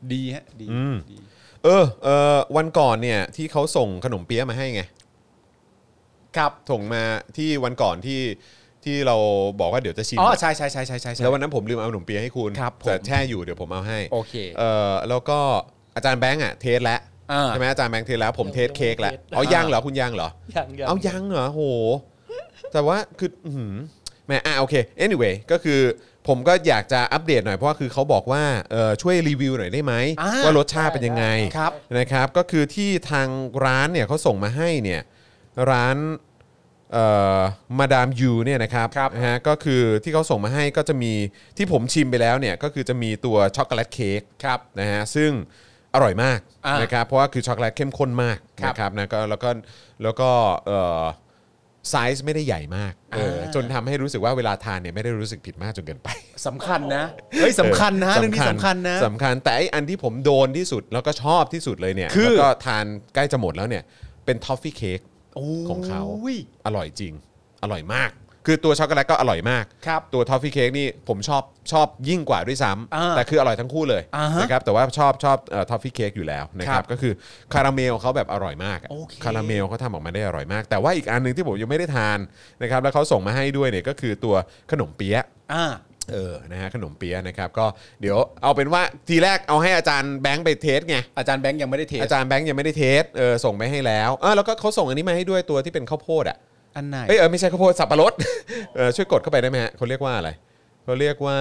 ดีฮะดีวันก่อนเนี่ยที่เขาส่งขนมเปี๊ยะมาให้ไงครับส่งมาที่วันก่อนที่เราบอกว่าเดี๋ยวจะชิมใช่แล้ววันนั้นผมลืมเอาขนมเปี๊ยะให้คุณแต่แช่อยู่เดี๋ยวผมเอาให้โอเคแล้วก็อาจารย์แบงค์เทสแล้วใช่ไหมอาจารย์แบงค์เทสแล้วผมเทสเค้กแล้วเอายังเหรอคุณยังเหรอเอายังเหรอโหแต่ว่าคือแม่โอเค anyway ก็คือผมก็อยากจะอัปเดตหน่อยเพราะว่าคือเขาบอกว่าช่วยรีวิวหน่อยได้ไหมว่ารสชาติเป็นยังไงนะครับก็คือที่ทางร้านเนี่ยเขาส่งมาให้เนี่ยร้านมาดามยูเนี่ยนะครับนะฮะก็คือที่เขาส่งมาให้ก็จะมีที่ผมชิมไปแล้วเนี่ยก็คือจะมีตัวช็อกโกแลตเค้กนะฮะซึ่งอร่อยมากนะครับเพราะว่าคือช็อกโกแลตเข้มข้นมากนะครับนะก็แล้วก็ไซส์ไม่ได้ใหญ่มากจนทำให้รู้สึกว่าเวลาทานเนี่ยไม่ได้รู้สึกผิดมากจนเกินไปสำคัญนะสำคัญนะเรื่องนี้สำคัญนะสำคัญแต่ไออันที่ผมโดนที่สุดแล้วก็ชอบที่สุดเลยเนี่ยแล้วก็ทานใกล้จะหมดแล้วเนี่ยเป็นทอฟฟี่เค้กของเขาอร่อยจริงอร่อยมากคือตัวช็อกโกแลตก็อร่อยมากตัวทอฟฟี่เค้กนี่ผมชอบยิ่งกว่าด้วยซ้ำแต่คืออร่อยทั้งคู่เลยนะครับแต่ว่าชอบทอฟฟี่เค้กอยู่แล้วนะครับก็คือคาราเมลเขาแบบอร่อยมากคาราเมลเขาทำออกมาได้อร่อยมากแต่ว่าอีกอันนึงที่ผมยังไม่ได้ทานนะครับแล้วเขาส่งมาให้ด้วยเนี่ยก็คือตัวขนมเปี๊ยะนะฮะขนมเปี๊ยะนะครับก็เดี๋ยวเอาเป็นว่าทีแรกเอาให้อาจารย์แบงค์ไปเทสไงอาจารย์แบงค์ยังไม่ได้เทสอาจารย์แบงค์ยังไม่ได้เทสส่งไปให้แล้วแล้วก็เขาส่งอันนี้มาให้ด้วยตัวที่เป็นข้าวโพดอันไหนไม่ใช่ข้าวโพดสับปะรดช่วยกดเข้าไปได้ไหมฮะเขาเรียกว่าอะไรเขาเรียกว่า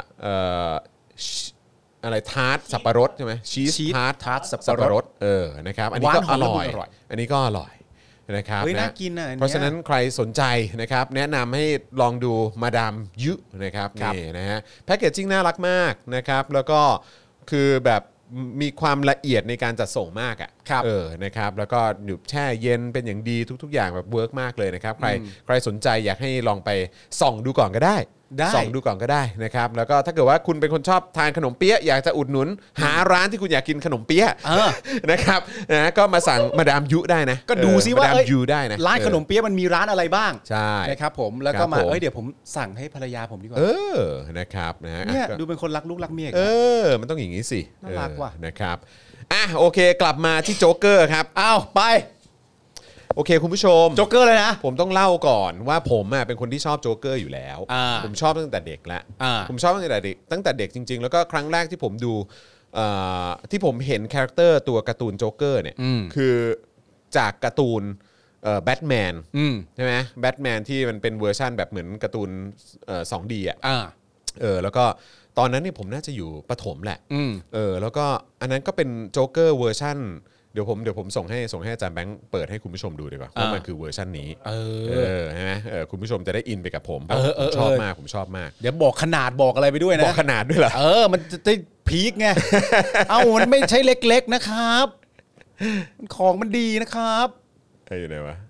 อะไรทาร์ตสับปะรดใช่ไหมชีสทาร์ตสับปะรดนะครับอันนี้ก็อร่อยอันนี้ก็อร่อยนะครับน่ากินเพราะฉะนั้นใครสนใจนะครับแนะนำให้ลองดูมาดามยุนะครับนี่นะฮะแพ็กเกจจิ้งน่ารักมากนะครับแล้วก็คือแบบมีความละเอียดในการจัดส่งมากนะครับแล้วก็อยู่แช่เย็นเป็นอย่างดีทุกๆอย่างแบบเวิร์กมากเลยนะครับใครสนใจอยากให้ลองไปส่องดูก่อนก็ได้ส่องดูก่อนก็ได้นะครับแล้วก็ถ้าเกิดว่าคุณเป็นคนชอบทานขนมเปี๊ยะอยากจะอุดหนุนหาร้านที่คุณอยากกินขนมเปี๊ยะนะครับนะก็มาสั่งมาดามยุได้นะก็ดูซิว่ามาดามยุได้นะร้านขนมเปี๊ยะมันมีร้านอะไรบ้างใช่นะครับผมแล้วก็มาเดี๋ยวผมสั่งให้ภรรยาผมดีกว่านะครับนะเนี่ยดูเป็นคนรักลูกรักเมียมันต้องอย่างนี้สิน่ารักว่ะนะครับโอเคกลับมาที่โจ๊กเกอร์ครับไปโอเคคุณผู้ชมโจ๊กเกอร์เลยนะผมต้องเล่าก่อนว่าผมเป็นคนที่ชอบโจ๊กเกอร์อยู่แล้วผมชอบตั้งแต่เด็กแล้วผมชอบตั้งแต่เด็กจริงๆแล้วก็ครั้งแรกที่ผมดูที่ผมเห็นคาแรคเตอร์ตัวการ์ตูนโจ๊กเกอร์เนี่ยคือจากการ์ตูนแบทแมนใช่ไหมแบทแมนที่มันเป็นเวอร์ชันแบบเหมือนการ์ตูน2Dแล้วก็ตอนนั้นนี่ผมน่าจะอยู่ประถมแหละแล้วก็อันนั้นก็เป็นโจ๊กเกอร์เวอร์ชันเดี๋ยวผมส่งให้อาจารย์แบงค์เปิดให้คุณผู้ชมดูดีกว่าว่ามันคือเวอร์ชันนี้ใช่ไหมคุณผู้ชมจะได้อินไปกับผมผมชอบมากเดี๋ยวบอกขนาดบอกอะไรไปด้วยนะบอกขนาดด้วยเหรอมันจะได้พีคไงมันไม่ใช่เล็กๆนะครับของมันดีนะครับอยู่ไหนวะ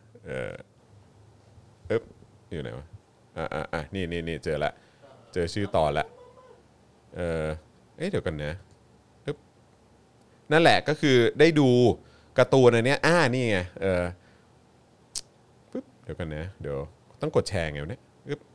อยู่ไหนวะนี่เจอละเจอชื่อตอนละเดี๋ยวกันนะนั่นแหละก็คือได้ดูการ์ตูนอันเนี้ยนี่ไงปึ๊บเดี๋ยวกันนะเดี๋ยวต้องกดแชร์ไงเนี่ยปึ๊บ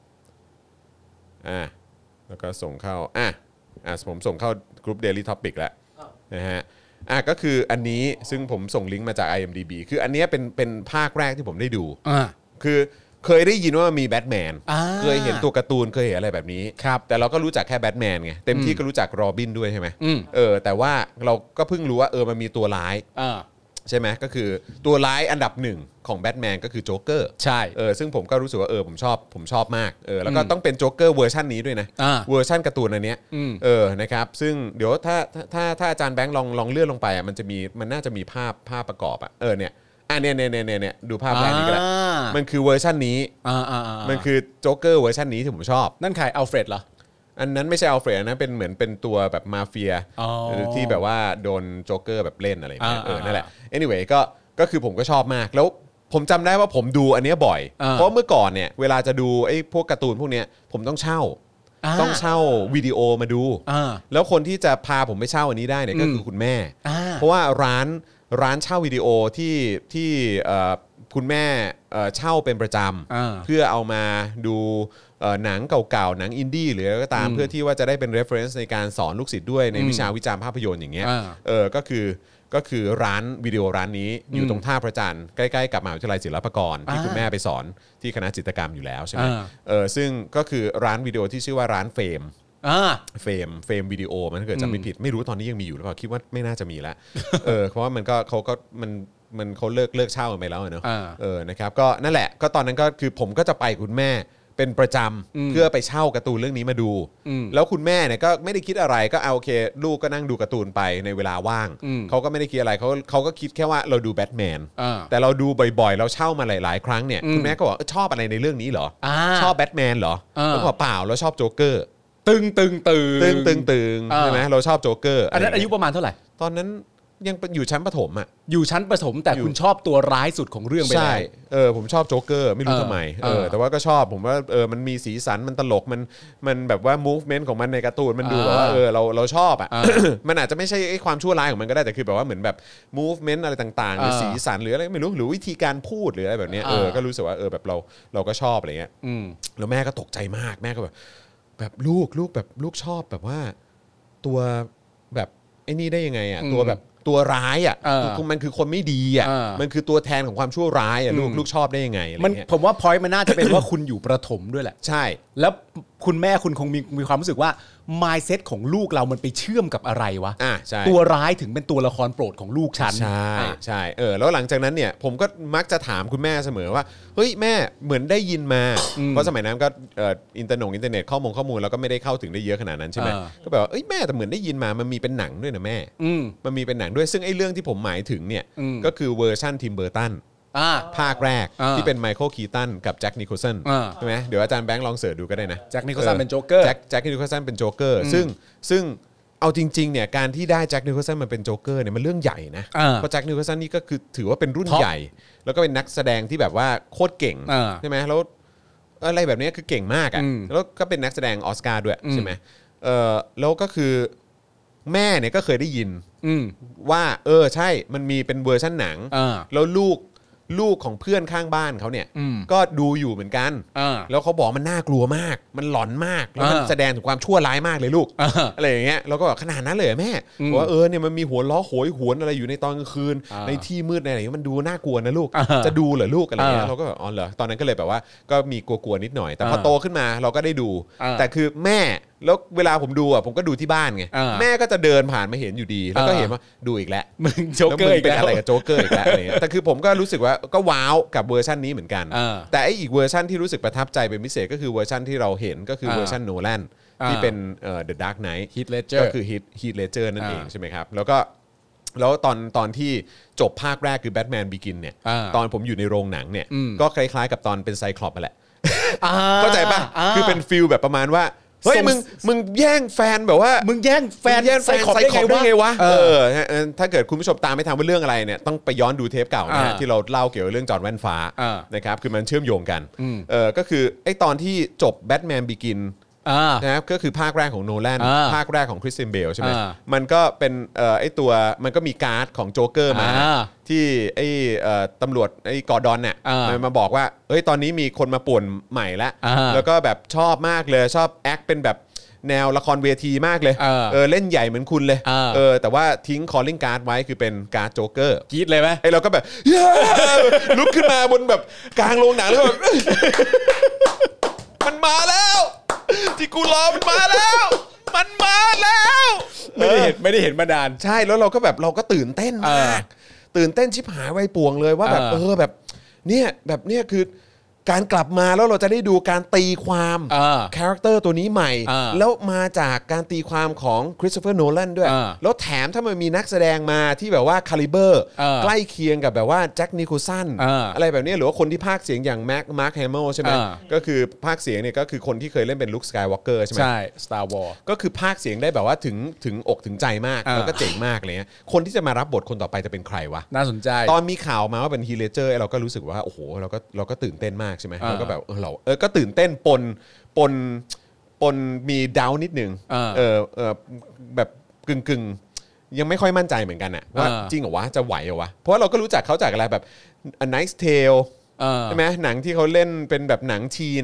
แล้วก็ส่งเข้าผมส่งเข้ากลุ่ม Daily Topic แล้วนะฮะก็คืออันนี้ซึ่งผมส่งลิงก์มาจาก IMDb คืออันนี้เป็นภาคแรกที่ผมได้ดูคือเคยได้ยินว่ามีแบทแมนเคยเห็นตัวการ์ตูนเคยเห็นอะไรแบบนี้แต่เราก็รู้จักแค่แบทแมนไงเต็มที่ก็รู้จักโรบินด้วยใช่ไหมแต่ว่าเราก็เพิ่งรู้ว่ามันมีตัวร้ายใช่ไหมก็คือตัวร้ายอันดับหนึ่งของแบทแมนก็คือโจ๊กเกอร์ใช่ซึ่งผมก็รู้สึกว่าผมชอบมากแล้วก็ต้องเป็นโจ๊กเกอร์เวอร์ชันนี้ด้วยนะเวอร์ชันการ์ตูนอันเนี้ยนะครับซึ่งเดี๋ยวถ้าอาจารย์แบงค์ลองเลื่อนลงไปมันน่าจะมีภาพประกอบเนี่ยดูภาพแรกนี้ก็ได้มันคือเวอร์ชันนี้มันคือโจ๊กเกอร์เวอร์ชันนี้ที่ผมชอบนั่นใครอัลเฟรดเหรออันนั้นไม่ใช่อัลเฟรดนะเป็นเหมือนเป็นตัวแบบมาเฟียที่แบบว่าโดนโจ๊กเกอร์แบบเล่นอะไรอย่างเงี้ยนั่นแหละ anyway ก็คือผมก็ชอบมากแล้วผมจำได้ว่าผมดูอันนี้บ่อยเพราะเมื่อก่อนเนี่ยเวลาจะดูไอ้พวกการ์ตูนพวกเนี้ยผมต้องเช่าวิดีโอมาดูแล้วคนที่จะพาผมไปเช่าอันนี้ได้เนี่ยก็คือคุณแม่เพราะว่าร้านเช่าวิดีโอที่คุณแม่เช่าเป็นประจำเพื่อเอามาดูหนังเก่าๆหนังอินดี้หรืออะไรก็ตามเพื่อที่ว่าจะได้เป็น reference ในการสอนลูกศิษย์ด้วยในวิชาวิจารณ์ภาพยนตร์อย่างเงี้ยก็คือร้านวิดีโอร้านนี้อยู่ตรงท่าพระจันทร์ใกล้ๆกับมหาวิทยาลัยศิลปากรที่คุณแม่ไปสอนที่คณะจิตรกรรมอยู่แล้วใช่ไหมซึ่งก็คือร้านวิดีโอที่ชื่อว่าร้านเฟรมวิดีโอมันถ้าเกิดจำไม่ผิดไม่รู้ตอนนี้ยังมีอยู่หรือเปล่าคิดว่าไม่น่าจะมีแล้วเพราะว่าเขาเลิกเช่ากันไปแล้วเนอะนะครับก็นั่นแหละก็ตอนนั้นก็คือผมก็จะไปคุณแม่เป็นประจำเพื่อไปเช่าการ์ตูนเรื่องนี้มาดูแล้วคุณแม่เนี่ยก็ไม่ได้คิดอะไรก็เอาโอเคลูกก็นั่งดูการ์ตูนไปในเวลาว่างเขาก็ไม่ได้คิดอะไรเขาก็คิดแค่ว่าเราดูแบทแมนแต่เราดูบ่อยๆเราเช่ามาหลายๆครั้งเนี่ยคุณแม่ก็บอกชอบอะไรในเรื่องนี้เหรอชอบแบทแมนเหรอแล้วบอกเปล่าเราชอบโจ๊กเกอร์ตึงใช่ไหมเราชอบโจ๊กเกอร์อันนั้นอายุประมาณเท่าไหร่ตอนนั้นยังอยู่ชั้นประถมอ่ะอยู่ชั้นประถมแต่คุณชอบตัวร้ายสุดของเรื่องไปใช่ผมชอบโจ๊กเกอร์ไม่รู้ทำไมแต่ว่าก็ชอบผมว่ามันมีสีสันมันตลกมันแบบว่า movement ของมันในการ์ตูนมันดูแบบว่าเราชอบอ่ะ มันอาจจะไม่ใช่ไอ้ความชั่วร้ายของมันก็ได้แต่คือแบบว่าเหมือนแบบ movement อะไรต่างๆหรือสีสันหรืออะไรไม่รู้หรือวิธีการพูดหรืออะไรแบบนี้ก็รู้สึกว่าแบบเราก็ชอบอะไรเงี้ยแล้วแม่ก็ตกใจมากแม่ก็แบบลูกแบบลูกชอบแบบว่าตัวแบบไอ้นี่ได้ยังไงอ่ะตัวแบบตัวร้ายอ่ะมันคือคนไม่ดีอ่ะมันคือตัวแทนของความชั่วร้ายอ่ะลูกชอบได้ยังไงอะไรเงี้ยผมว่าพอยต์มันน่าจะเป็นว่าคุณอยู่ประถมด้วยแหละใช่แล้วคุณแม่คุณคงมีความรู้สึกว่า mindset ของลูกเรามันไปเชื่อมกับอะไรวะตัวร้ายถึงเป็นตัวละครโปรดของลูกฉันใช่แล้วหลังจากนั้นเนี่ยผมก็มักจะถามคุณแม่เสมอว่าเฮ้ยแม่เหมือนได้ยินมาเพราะสมัยนั้นก็อินเทอร์เน็ตข้อมูลเราก็ไม่ได้เข้าถึงได้เยอะขนาดนั้นใช่ไหมก็แบบว่าเอ้ยแม่แต่เหมือนได้ยินมามันมีเป็นหนังด้วยนะแม่มันมีเป็นหนังด้วยซึ่งไอ้เรื่องที่ผมหมายถึงเนี่ยก็คือเวอร์ชั่นทิมเบอร์ตันภาคแรกที่เป็นไมเคิลคีตันกับแจ็คนิโคลสันใช่ไหมเดี๋ยวอาจารย์แบงค์ลองเสิร์ชดูก็ได้นะแจ็คนิโคลสันเป็นโจ๊กเกอร์แจ็คนิโคลสันเป็นโจ๊กเกอร์ซึ่งเอาจริงๆเนี่ยการที่ได้แจ็คนิโคลสันมาเป็นโจ๊กเกอร์เนี่ยมันเรื่องใหญ่นะเพราะแจ็คนิโคลสันนี่ก็คือถือว่าเป็นรุ่นใหญ่แล้วก็เป็นนักแสดงที่แบบว่าโคตรเก่งใช่ไหมแล้วอะไรแบบนี้คือเก่งมากอ่ะแล้วก็เป็นนักแสดงออสการ์ด้วยใช่ไหมแล้วก็คือแม่เนี่ยก็เคยได้ยินว่าใช่มันมีเป็นเวอร์ชันหนังแล้วลูกของเพื่อนข้างบ้านเขาเนี่ยก็ดูอยู่เหมือนกันแล้วเขาบอกมันน่ากลัวมากมันหลอนมากแล้วมันแสดงถึงความชั่วร้ายมากเลยลูกอะไรอย่างเงี้ยเราก็บอกขนาดนั้นเลยแม่บอกว่าเนี่ยมันมีหัวล้อโหยหวนอะไรอยู่ในตอนกลางคืนในที่มืดในอะไรมันดูน่ากลัวนะลูกจะดูเหรอลูกอะไรเงี้ยเราก็แบบอ๋อเหรอตอนนั้นก็เลยแบบว่าก็มีกลัวๆนิดหน่อยแต่พอโตขึ้นมาเราก็ได้ดูแต่คือแม่แล้วเวลาผมดูผมก็ดูที่บ้านไงแม่ก็จะเดินผ่านมาเห็นอยู่ดีแล้วก็เห็นว่าดูอีกแล้วมึงโจ๊กเกอร์อีกแล้วเป็นอะไรกับโจ๊กเกอร์อีกแล้วอะไรเงี้ยแต่คือผมก็รู้สึกว่าก็ว้าวกับเวอร์ชันนี้เหมือนกันแต่ไอ้อีกเวอร์ชันที่รู้สึกประทับใจเป็นพิเศษก็คือเวอร์ชันที่เราเห็นก็คือเวอร์ชันโนแลนที่เป็นThe Dark Knight ก็คือ Heath Ledger นั่นเองใช่ไหมครับแล้วตอนที่จบภาคแรกคือ Batman Begin เนี่ยตอนผมอยู่ในโรงหนังเนี่ยก็คล้ายๆกับตอนเป็นไซคลอปส์แหละเข้าใจป่ะคือเป็นฟีลแบบประมาณว่าเฮ้ยมึงแย่งแฟนแบบว่ามึงแย่งแฟนไซคอปได้ไงวะถ้าเกิดคุณผู้ชมตามไม่ทันว่าเรื่องอะไรเนี่ยต้องไปย้อนดูเทปเก่านะฮะที่เราเล่าเกี่ยวกับเรื่องจอห์นแว่นฟ้านะครับคือมันเชื่อมโยงกันก็คือไอ้ตอนที่จบ Batman Begin นะครับก็คือภาคแรกของโนแลนภาคแรกของคริสเตียนเบลใช่ไหมมันก็เป็นไอ้ตัวมันก็มีการ์ดของโจ๊กเกอร์มาที่ไอ้ตำรวจไอ้กอร์ดอนเนี่ยมาบอกว่าเฮ้ยตอนนี้มีคนมาป่วนใหม่แล้วก็แบบชอบมากเลยชอบแอคเป็นแบบแนวละครเวทีมากเลยเล่นใหญ่เหมือนคุณเลยแต่ว่าทิ้งคอลลิ่งการ์ดไว้คือเป็นการ์ดโจ๊กเกอร์กรี๊ดเลยไหมไอ้เราก็แบบลุกขึ้นมาบนแบบกลางโรงหนังแล้วแบบมันมาแล้วที่กูรอมันมาแล้วไม่ได้เห็นมานานใช่แล้วเราก็ตื่นเต้นมากตื่นเต้นชิบหายไวป่วงเลยว่าแบบแบบเนี่ยแบบเนี่ยคือการกลับมาแล้วเราจะได้ดูการตีความคาแรคเตอร์ตัวนี้ใหม่แล้วมาจากการตีความของคริสโตเฟอร์โนแลนด้วยแล้วแถมถ้ามันมีนักแสดงมาที่แบบว่าคาลิเบอร์ใกล้เคียงกับแบบว่าแจ็คนิโคลสันอะไรแบบนี้หรือว่าคนที่พากย์เสียงอย่างมาร์คแฮมเมลใช่ไหมก็คือพากย์เสียงเนี่ยก็คือคนที่เคยเล่นเป็นลุคสกายวอล์กเกอร์ใช่ไหมใช่ Star Wars ก็คือพากย์เสียงได้แบบว่าถึงอกถึงใจมากแล้วก็เจ๋งมากเลยคนที่จะมารับบทคนต่อไปจะเป็นใครวะน่าสนใจตอนมีข่าวมาว่าเป็นฮีท เลดเจอร์เราก็รู้สึกว่าโอ้โหเราก็ตื่นเต้นมากใช่ไหมก็แบบเราก็ตื่นเต้นปนมีดาวนิดนึงแบบกึ่งยังไม่ค่อยมั่นใจเหมือนกันอะว่าจริงเหรอวะจะไหวเหรอวะเพราะว่าเราก็รู้จักเขาจากอะไรแบบ A Knight's Tale ใช่ไหมหนังที่เขาเล่นเป็นแบบหนังชีน่ะ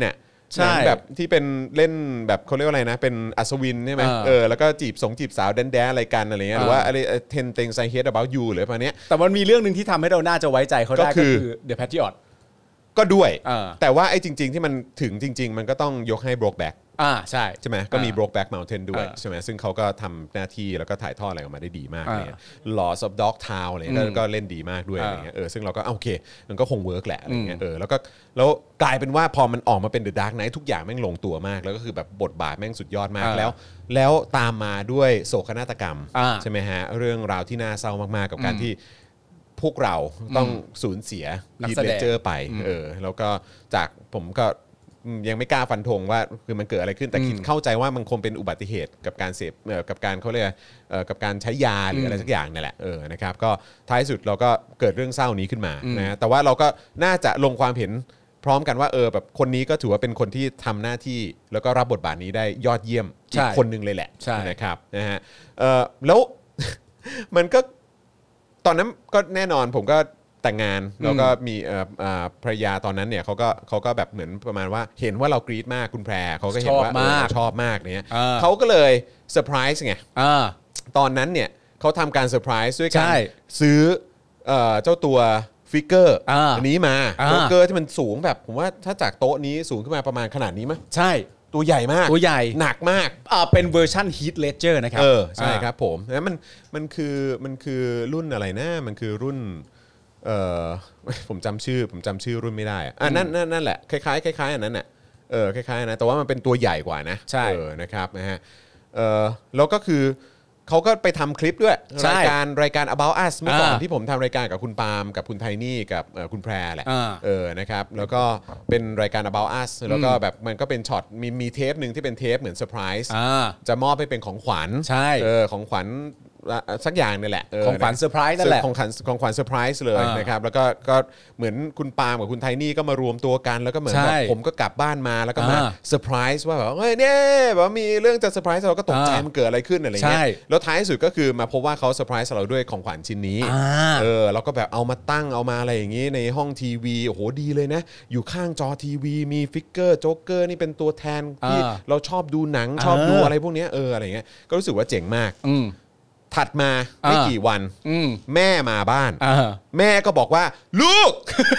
หนังแบบที่เป็นเล่นแบบเขาเรียกว่าอะไรนะเป็นอัศวินใช่ไหมแล้วก็จีบสาวแดนอะไรกันอะไรเงี้ยหรือว่าอะไร 10 things I hate about you หรือประมาณนี้แต่มันมีเรื่องนึงที่ทำให้เราน่าจะไว้ใจเขาได้ก็คือ The Patriot ก็ด้วยแต่ว่าไอ้จริงๆที่มันถึงจริงๆมันก็ต้องยกให้ Brokeback ใช่ไหมก็มี Brokeback Mountain ด้วยใช่ไหมซึ่งเขาก็ทำหน้าที่แล้วก็ถ่ายทอดอะไรออกมาได้ดีมากเนี่ย Laws of Dogtown อะไรก็เล่นดีมากด้วยอะไรเงี้ยซึ่งเราก็โอเคมันก็คงเวิร์กแหละอะไรเงี้ยแล้วกลายเป็นว่าพอมันออกมาเป็น The Dark Knight ทุกอย่างแม่งลงตัวมากแล้วก็คือแบบบทบาทแม่งสุดยอดมากแล้วตามมาด้วยโศกนาฏกรรมใช่ไหมฮะเรื่องราวที่น่าเศร้ามากๆกับการที่พวกเราต้องสูญเสียฮีทเลเจอร์ไปแล้วก็จากผมก็ยังไม่กล้าฟันธงว่าคือมันเกิดอะไรขึ้นแต่คิดเข้าใจว่ามันคงเป็นอุบัติเหตุกับการเสพกับการเขาเรียกกับการใช้ยาหรืออะไรสักอย่างนี่แหละนะครับก็ท้ายสุดเราก็เกิดเรื่องเศร้านี้ขึ้นมานะแต่ว่าเราก็น่าจะลงความเห็นพร้อมกันว่าแบบคนนี้ก็ถือว่าเป็นคนที่ทำหน้าที่แล้วก็รับบทบาทนี้ได้ยอดเยี่ยมอีกคนนึงเลยแหละนะครับนะฮะแล้ว มันก็ตอนนั้นก็แน่นอนผมก็แต่งงานแล้วก็มีภรรยาตอนนั้นเนี่ยเขาก็แบบเหมือนประมาณว่าเห็นว่าเรากรี๊ดมากคุณแพรเขาก็เห็นว่าชอบมากเนี่ยเขาก็เลยเซอร์ไพรส์ไงตอนนั้นเนี่ยเขาทำการเซอร์ไพรส์ด้วยการซื้อเจ้าตัวฟิกเกอร์อันนี้มาฟิกเกอร์ที่มันสูงแบบผมว่าถ้าจากโต๊ะนี้สูงขึ้นมาประมาณขนาดนี้มั้ยใช่ตัวใหญ่มากตัวใหญ่หนักมากเป็นเวอร์ชัน Heath Ledger นะครับใช่ครับผมแล้วมันคือรุ่นอะไรนะมันคือรุ่นผมจำชื่อรุ่นไม่ได้นั่นแหละคล้ายๆอันนั้นน่ะคล้ายๆนะแต่ว่ามันเป็นตัวใหญ่กว่านะนะครับนะฮะแล้วก็คือเขาก็ไปทำคลิปด้วยรายการ About Us เมื่อก่อนที่ผมทำรายการกับคุณปาล์มกับคุณไทนี่กับคุณแพรแหละนะครับแล้วก็เป็นรายการ About Us แล้วก็แบบมันก็เป็นช็อตมีเทปนึงที่เป็นเทปเหมือนเซอร์ไพรส์จะมอบให้เป็นของขวัญของขวัญสักอย่างนี่แหละของขวัญเซอร์ไพรส์นั่นแหละของขวัญเซอร์ไพรส์เลยนะครับแล้วก็เหมือนคุณปาล์มกับคุณไทนี่ก็มารวมตัวกันแล้วก็เหมือนแบบผมก็กลับบ้านมาแล้วก็มาเซอร์ไพรส์ว่าแบบเฮ้ยเนี่ยแบบมีเรื่องจะเซอร์ไพรส์เราก็ตกใจมันเกิดอะไรขึ้นอะไรเงี้ยแล้วท้ายสุดก็คือมาพบว่าเขาเซอร์ไพรส์เราด้วยของขวัญชิ้นนี้แล้วก็แบบเอามาตั้งเอามาอะไรอย่างงี้ในห้องทีวีโอ้โหดีเลยนะอยู่ข้างจอทีวีมีฟิกเกอร์โจ๊กเกอร์นี่เป็นตัวแทนที่เราชอบดูหนังชอบดูอะไรพวกนี้อะไรเงี้ยก็รู้สึกว่าเจ๋งมากถัดมาไม่กี่วันแม่มาบ้านแม่ก็บอกว่าลูก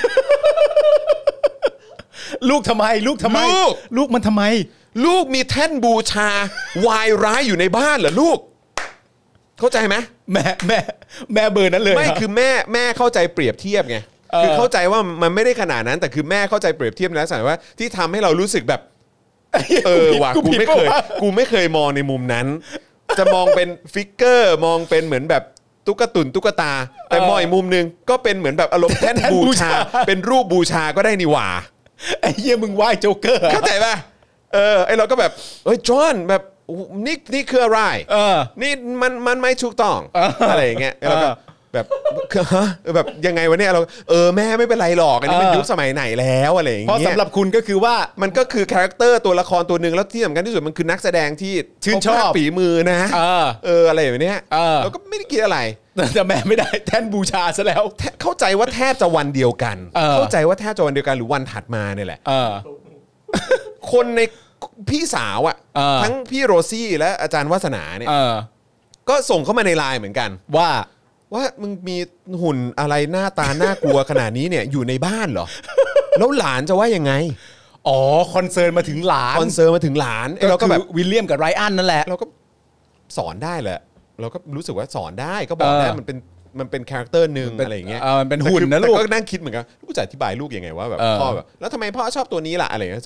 ลูกทำไมลูกมันทำไมลูกมีแท่นบูชาวายร้ายอยู่ในบ้านเหรอลูกเข้าใจไหมแม่เบอร์นั้นเลยไม่คือแม่เข้าใจเปรียบเทียบไงคือเข้าใจว่ามันไม่ได้ขนาดนั้นแต่คือแม่เข้าใจเปรียบเทียบแล้วสั่งว่าที่ทำให้เรารู้สึกแบบว่ะกูไม่เคยมองในมุมนั้นจะมองเป็นฟิกเกอร์มองเป็นเหมือนแบบตุ๊กตาแต่มองอีกมุมนึงก็เป็นเหมือนแบบอารมณ์แท่นบูชาเป็นรูปบูชาก็ได้นี่หว่าไอ้เหี้ยมึงไหว้โจ๊กเกอร์เข้าใจป่ะไอ้เราก็แบบจอห์นแบบนี่คืออะไรนี่มันไม่ถูกต้องอะไรอย่างเงี้ยแล้วก็แบบแบบยังไงวะเนี่ยเราแม่ไม่เป็นไรหรอกอันนี้มันยุคสมัยไหนแล้วอะไรอย่างเงี้ยเพราะสำหรับคุณก็คือว่ามันก็คือคาแรคเตอร์ตัวละครตัวนึงแล้วที่สำคัญที่สุดมันคือนักแสดงที่ชื่นชอบฝีมือนะอะไรอย่างเงี้ยเราก็ไม่ได้คิดอะไรแต่แม่ไม่ได้แท่นบูชาซะแล้วเข้าใจว่าแทบจะวันเดียวกันเข้าใจว่าแทบจะวันเดียวกันหรือวันถัดมาเนี่ยแหละคนในพี่สาวอ่ะทั้งพี่โรซี่และอาจารย์วาสนาเนี่ยก็ส่งเข้ามาในไลน์เหมือนกันว่ามึงมีหุ่นอะไรหน้าตาน่ากลัวขนาดนี้เนี่ยอยู่ในบ้านเหรอแล้วหลานจะว่ายังไงคอนเซิร์นมาถึงหลานเราก็แบบวิลเลียมกับไรอันนั่นแหละเราก็สอนได้แหละเราก็รู้สึกว่าสอนได้ก็บอกได้มันเป็นคาแรคเตอร์นึงอะไรอย่างเงี้ยมันเป็นหุ่นนะลูกก็นั่งคิดเหมือนกันลูกจะอธิบายลูกยังไงว่าแบบพ่อแบบแล้วทำไมพ่อชอบตัวนี้ล่ะอะไรอย่างเงี้ย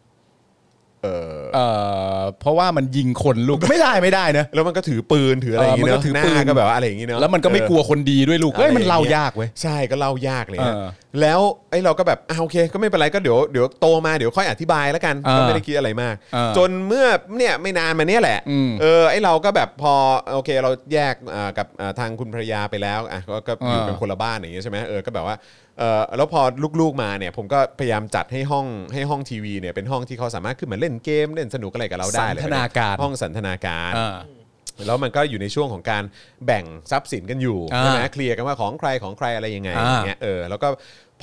เพราะว่ามันยิงคนลูกไม่ได้นะแล้วมันก็ถือปืนถืออะไรอย่างเงี้ยเนาะหน้าก็แบบอะไรอย่างเงี้ยเนาะแล้วมันก็ไม่กลัวคนดีด้วยลูกมันเล่ายากเว้ยใช่ก็เล่ายากเลยแล้วไอ้เราก็แบบโอเคก็ไม่เป็นไรก็เดี๋ยวโตมาเดี๋ยวค่อยอธิบายแล้วกันก็ไม่ได้คิดอะไรมากจนเมื่อเนี่ยไม่นานมาเนี้ยแหละไอ้เราก็แบบพอโอเคเราแยกกับทางคุณภรรยาไปแล้วก็อยู่กันคนละบ้านอย่างเงี้ยใช่ไหมก็แบบว่าแล้วพอลูกๆมาเนี่ยผมก็พยายามจัดให้ห้องทีวีเนี่ยเป็นห้องที่เขาสามารถขึ้นมาเล่นเกมเล่นสนุกอะไรกับเราได้เลยสันทนาการห้องสันทนาการแล้วมันก็อยู่ในช่วงของการแบ่งทรัพย์สินกันอยู่ใช่ไหมเคลียร์กันว่าของใครอะไรยังไงอย่างเงี้ยแล้วก็พ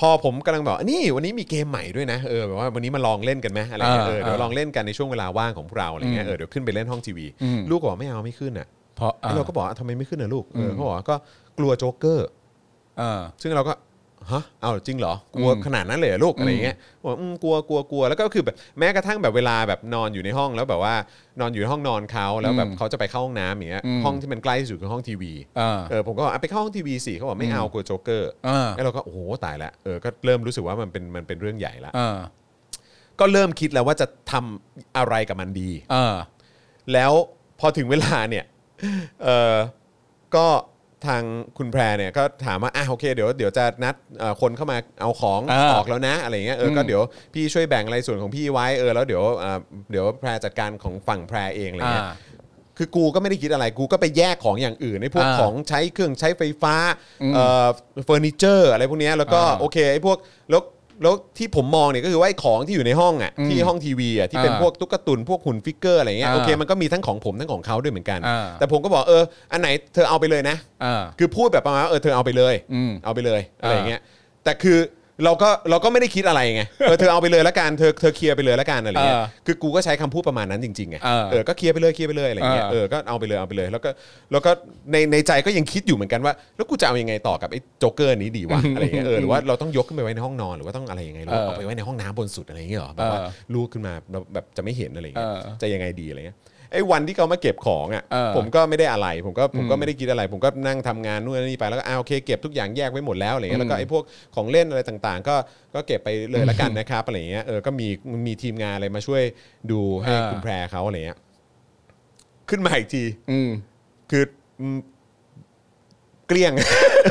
พอผมกำลังบอกนี่วันนี้มีเกมใหม่ด้วยนะแบบว่าวันนี้มาลองเล่นกันไหมอะไรเงี้ยเดี๋ยวลองเล่นกันในช่วงเวลาว่างของพวกเราอะไรเงี้ยเดี๋ยวขึ้นไปเล่นห้องทีวีลูกก็บอกไม่เอาไม่ขึ้นอ่ะเพราะเราก็บอกทำไมไม่ขึ้นน่ะลูกเขาบอกก็กลัวโจ๊กเกอร์ซึ่งเราก็ฮะเอาจริงเหรอกลัวขนาดนั้นเลยลูกอะไรเงี้ยบอกกลัวแล้วก็คือแบบแม้กระทั่งแบบเวลาแบบนอนอยู่ในห้องแล้วแบบว่านอนอยู่ในห้องนอนเขาแล้วแบบเขาจะไปเข้าห้องน้ำอย่างเงี้ยห้องที่มันใกล้ที่สุดคือห้องทีวีผมก็บอกไปเข้าห้องทีวีสิเขาบอกไม่เอากลัวโจ๊กเกอร์แล้วเราก็โอ้โหตายละก็เริ่มรู้สึกว่ามันเป็นเรื่องใหญ่ละก็เริ่มคิดแล้วว่าจะทำอะไรกับมันดีแล้วพอถึงเวลาเนี่ยก็ทางคุณแพรเนี่ยก็ถามว่าโอเคเดี๋ยวจะนัดคนเข้ามาเอาของออกแล้วนะอะไรเงี้ยก็เดี๋ยวพี่ช่วยแบ่งอะไรส่วนของพี่ไว้แล้วเดี๋ยวแพรจัดการของฝั่งแพรเองอะไรเงี้ยคือกูก็ไม่ได้คิดอะไรกูก็ไปแยกของอย่างอื่นในพวกของใช้เครื่องใช้ไฟฟ้าเฟอร์นิเจอร์อะไรพวกนี้แล้วก็โอเคไอ้พวกแล้วที่ผมมองเนี่ยก็คือว่าไอ้ของที่อยู่ในห้องที่ห้องทีวีที่เป็นพวกตุ๊กตุนพวกหุ่นฟิกเกอร์อะไรเงี้ยโอเคมันก็มีทั้งของผมทั้งของเขาด้วยเหมือนกันแต่ผมก็บอกอันไหนเธอเอาไปเลยนะคือพูดแบบประมาณเธอเอาไปเลยเอาไปเลยอะไรเงี้ยแต่คือเราก็ไม่ได้คิดอะไรไงเธอเอาไปเลยละกันเธอเคลียร์ไปเลยละกันอะไรเงี้ยคือกูก็ใช้คำพูดประมาณนั้นจริงๆไงก็เคลียร์ไปเลยอะไรเงี้ยก็เอาไปเลยแล้วก็ในใจก็ยังคิดอยู่เหมือนกันว่าแล้วกูจะเอายังไงต่อกับไอ้โจ๊กเกอร์นี้ดีวะอะไรเงี้ยหรือว่าเราต้องยกขึ้นไปไว้ในห้องนอนหรือว่าต้องอะไรยังไงหรือว่าเอาไปไว้ในห้องน้ำบนสุดอะไรเงี้ยหรอแบบว่าลูกขึ้นมาแบบจะไม่เห็นอะไรเงี้ยจะยังไงดีอะไรเงี้ยไอ้วันที่เขามาเก็บของผมก็ไม่ได้อะไรผมก็ไม่ได้คิดอะไรผมก็นั่งทำงานนู่นนี่ไปแล้วก็โอเคเก็บทุกอย่างแยกไว้หมดแล้วอะไรเงี้ยแล้วก็ไอ้พวกของเล่นอะไรต่างๆก็เก็บไปเลยละกันนะครับอะไรเงี้ยก็มีทีมงานอะไรมาช่วยดูให้คุณแพรเขาอะไรเงี้ยขึ้นมาอีกทีคือเกลี้ยง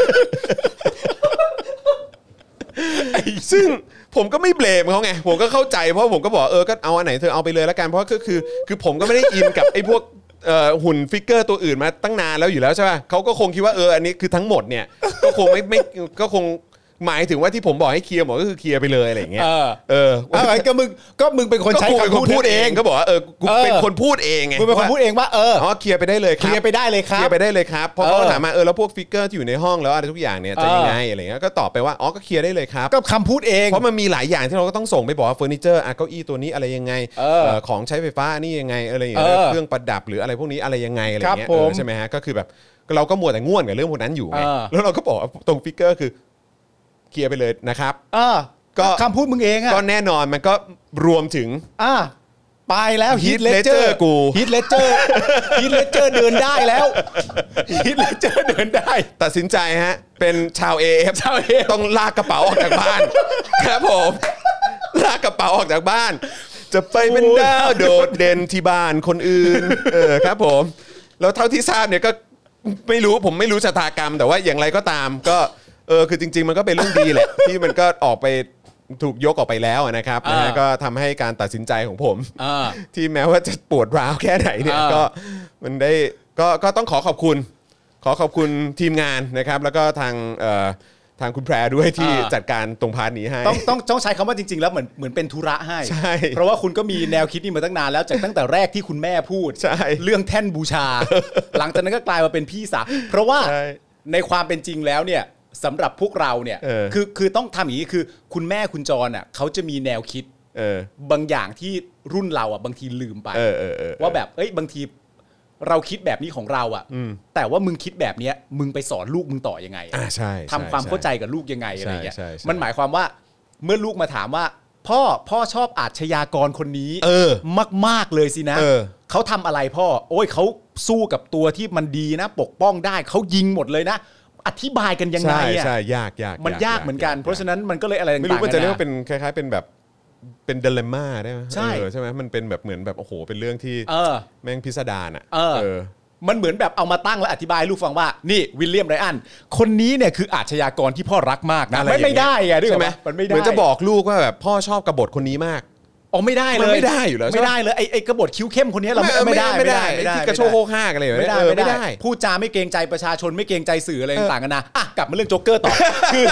ซึ่งผมก็ไม่เบลมเขาไงผมก็เข้าใจเพราะผมก็บอกก็เอาอันไหนเธอเอาไปเลยละกันเพราะก็คือผมก็ไม่ได้อินกับไอ้พวกหุ่นฟิกเกอร์ตัวอื่นมาตั้งนานแล้วอยู่แล้วใช่ป่ะเขาก็คงคิดว่าอันนี้คือทั้งหมดเนี่ยก็คงไม่ก็คงหมายถึงว่าที่ผมบอกให้เคลียร์ก็คือเคลียร์ไปเลยอะไรอย่างเงี้ยก็มึงเป็นคนใช้คำพูดเองก็บอกว่ากูเป็นคนพูดเองไงมึงเป็นคนพูดเองว่าเคลียร์ไปได้เลยครับเคลียร์ไปได้เลยครับเคลียร์ไปได้เลยครับเพราะเขาถามมาแล้วพวกฟิกเกอร์ที่อยู่ในห้องแล้วอะไรทุกอย่างเนี่ยจะยังไงอะไรเงี้ยก็ตอบไปว่าก็เคลียร์ได้เลยครับก็คำพูดเองเพราะมันมีหลายอย่างที่เราก็ต้องส่งไปบอกว่าเฟอร์นิเจอร์เก้าอี้ตัวนี้อะไรยังไงของใช้ไฟฟ้านี่ยังไงอะไรอย่างเงี้ยเครื่องประดับหรืออะไรพวกนี้อะไรยังไงอะไรเงี้ยใช่ไหมฮะก็คือแบบเราก็มัวแต่ง่วนกับเรื่องพวกนั้นอยู่ไงแล้วเราก็บอกตรงฟิกเกอร์คือเคลียร์ไปเลยนะครับก็คำพูดมึงเองก็แน่นอนมันก็รวมถึงไปแล้วฮิตเลเจอร์กูฮิตเลเจอร์เดินได้แล้วฮิตเลเจอร์เดินได้ตัดสินใจฮะเป็นชาว AF ต้องลากกระเป๋าออกจากบ้านครับผมลากกระเป๋าออกจากบ้านจะไปเป็นดาวโดดเด่นที่บ้านคนอื่นครับผมแล้วเท่าที่ทราบเนี่ยก็ผมไม่รู้ชะตากรรมแต่ว่าอย่างไรก็ตามก็คือจริงๆมันก็เป็นเรื่องดีแหละที่มันก็ออกไปถูกยกออกไปแล้วนะครับก็ทำให้การตัดสินใจของผมที่แม้ว่าจะปวดร้าวแค่ไหนเนี่ยก็มันได้ก็ต้องขอบคุณทีมงานนะครับแล้วก็ทางคุณแพรด้วยที่จัดการตรงพาร์ทนี้ให้ต้องใช้คำว่าจริงๆแล้วเหมือนเป็นธุระให้ใช่เพราะว่าคุณก็มีแนวคิดนี้มาตั้งนานแล้วจากตั้งแต่แรกที่คุณแม่พูดเรื่องแท่นบูชาหลังจากนั้นก็กลายมาเป็นพี่สาวเพราะว่าในความเป็นจริงแล้วเนี่ยสำหรับพวกเราเนี่ยคือต้องทำอย่างนี้คือคุณแม่คุณจรเขาจะมีแนวคิดบางอย่างที่รุ่นเราบางทีลืมไปว่าแบบบางทีเราคิดแบบนี้ของเราแต่ว่ามึงคิดแบบนี้มึงไปสอนลูกมึงต่อยังไงทำความเข้าใจกับลูกยังไงอะไรเงี้ยมันหมายความว่าเมื่อลูกมาถามว่าพ่อชอบอาชญากรคนนี้มากๆเลยสินะเขาทำอะไรพ่อโอ้ยเขาสู้กับตัวที่มันดีนะปกป้องได้เขายิงหมดเลยนะอธิบายกันยังไงใช่ยากมันยากเหมือนกันเพราะฉะนั้นมันก็เลยอะไรต่างๆไม่รู้มันจะเรียกว่าเป็นคล้ายๆเป็นแบบเป็นดิเลมม่าได้ไหมใช่ไหมมันเป็นแบบเหมือนแบบโอ้โหเป็นเรื่องที่แม่งพิสดารมันเหมือนแบบเอามาตั้งแล้วอธิบายลูกฟังว่านี่วิลเลียมไรอันคนนี้เนี่ยคืออาชญากรที่พ่อรักมากนะไม่ได้ไงใช่ไหมมันไม่ได้เหมือนจะบอกลูกว่าแบบพ่อชอบกบฏคนนี้มากไม่ได้เลยไม่ได้อยู่แล้วไม่ได้เลยไอ้กบฏคิ้วเข้มคนนี้เราไม่ได้ที่กระโชกโคกห้ากอะไรอย่างเงี้ยไม่ได้พูดจาไม่เกรงใจประชาชนไม่เกรงใจสื่ออะไรต่างกันนะกลับมาเรื่องโจ๊กเกอร์ต่อคือ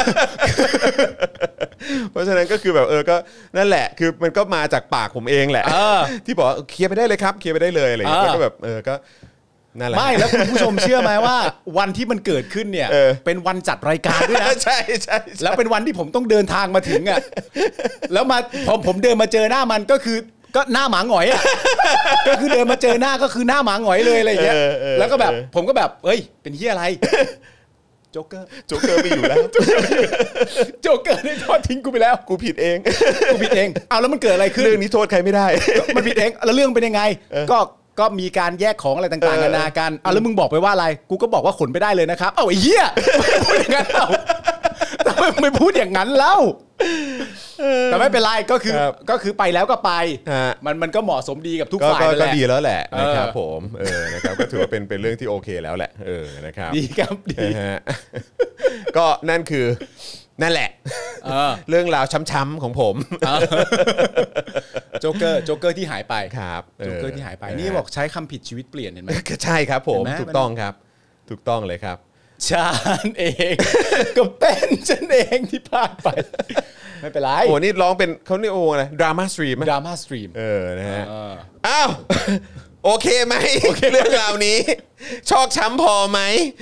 เพราะฉะนั้นก็คือแบบก็นั่นแหละคือมันก็มาจากปากผมเองแหละที่บอกเคลียร์ไปได้เลยครับเคลียร์ไปได้เลยอะไรอย่างเงี้ยก็แบบนั่นแหละไม่แล้วคุณผู้ชมเชื่อไหมว่าวันที่มันเกิดขึ้นเนี่ยเป็นวันจัดรายการด้วยนะใช่แล้วเป็นวันที่ผมต้องเดินทางมาถึงอ่ะแล้วมาพอผมเดินมาเจอหน้ามันก็หน้าหมาหงอยอ่ะก็คือเดินมาเจอหน้าก็คือหน้าหมาหงอยเลยอะไรอย่างเงี้ยแล้วก็แบบผมก็แบบเฮ้ยเป็นเหี้ยอะไรโจ๊กเกอร์ไม่อยู่แล้วโจ๊กเกอร์ได้ทอดทิ้งกูไปแล้วกูผิดเองเอาแล้วมันเกิดอะไรขึ้นเรื่องนี้โทษใครไม่ได้มันผิดเองแล้วเรื่องเป็นยังไงก็มีการแยกของอะไรต่างๆนานากันแล้วมึงบอกไปว่าอะไรกูก็บอกว่าขนไปได้เลยนะครับไอ้เหี้ยพูดอย่างนั้นเล่าทำไมไม่พูดอย่างนั้นเล่าแต่ไม่เป็นไรก็คือไปแล้วก็ไปมันก็เหมาะสมดีกับทุกฝ่ายก็ดีแล้วแหละนะครับผมนะครับก็ถือว่าเป็นเรื่องที่โอเคแล้วแหละนะครับดีครับดีก็นั่นคือนั่นแหละเรื่องราวช้ำๆของผมโจ๊กเกอร์ที่หายไปครับโจ๊กเกอร์ที่หายไปนี่บอกใช้คำผิดชีวิตเปลี่ยนเห็นไหมใช่ครับผมถูกต้องครับถูกต้องเลยครับฉันเองก็เป็นฉันเองที่พลาดไปไม่เป็นไรโอ้นี่ร้องเป็นเขานี่โอ้อะไรดราม่าสตรีมนะฮะอ้าวโอเคไหมเรื่องราวนี้ชอกช้ำพอไหม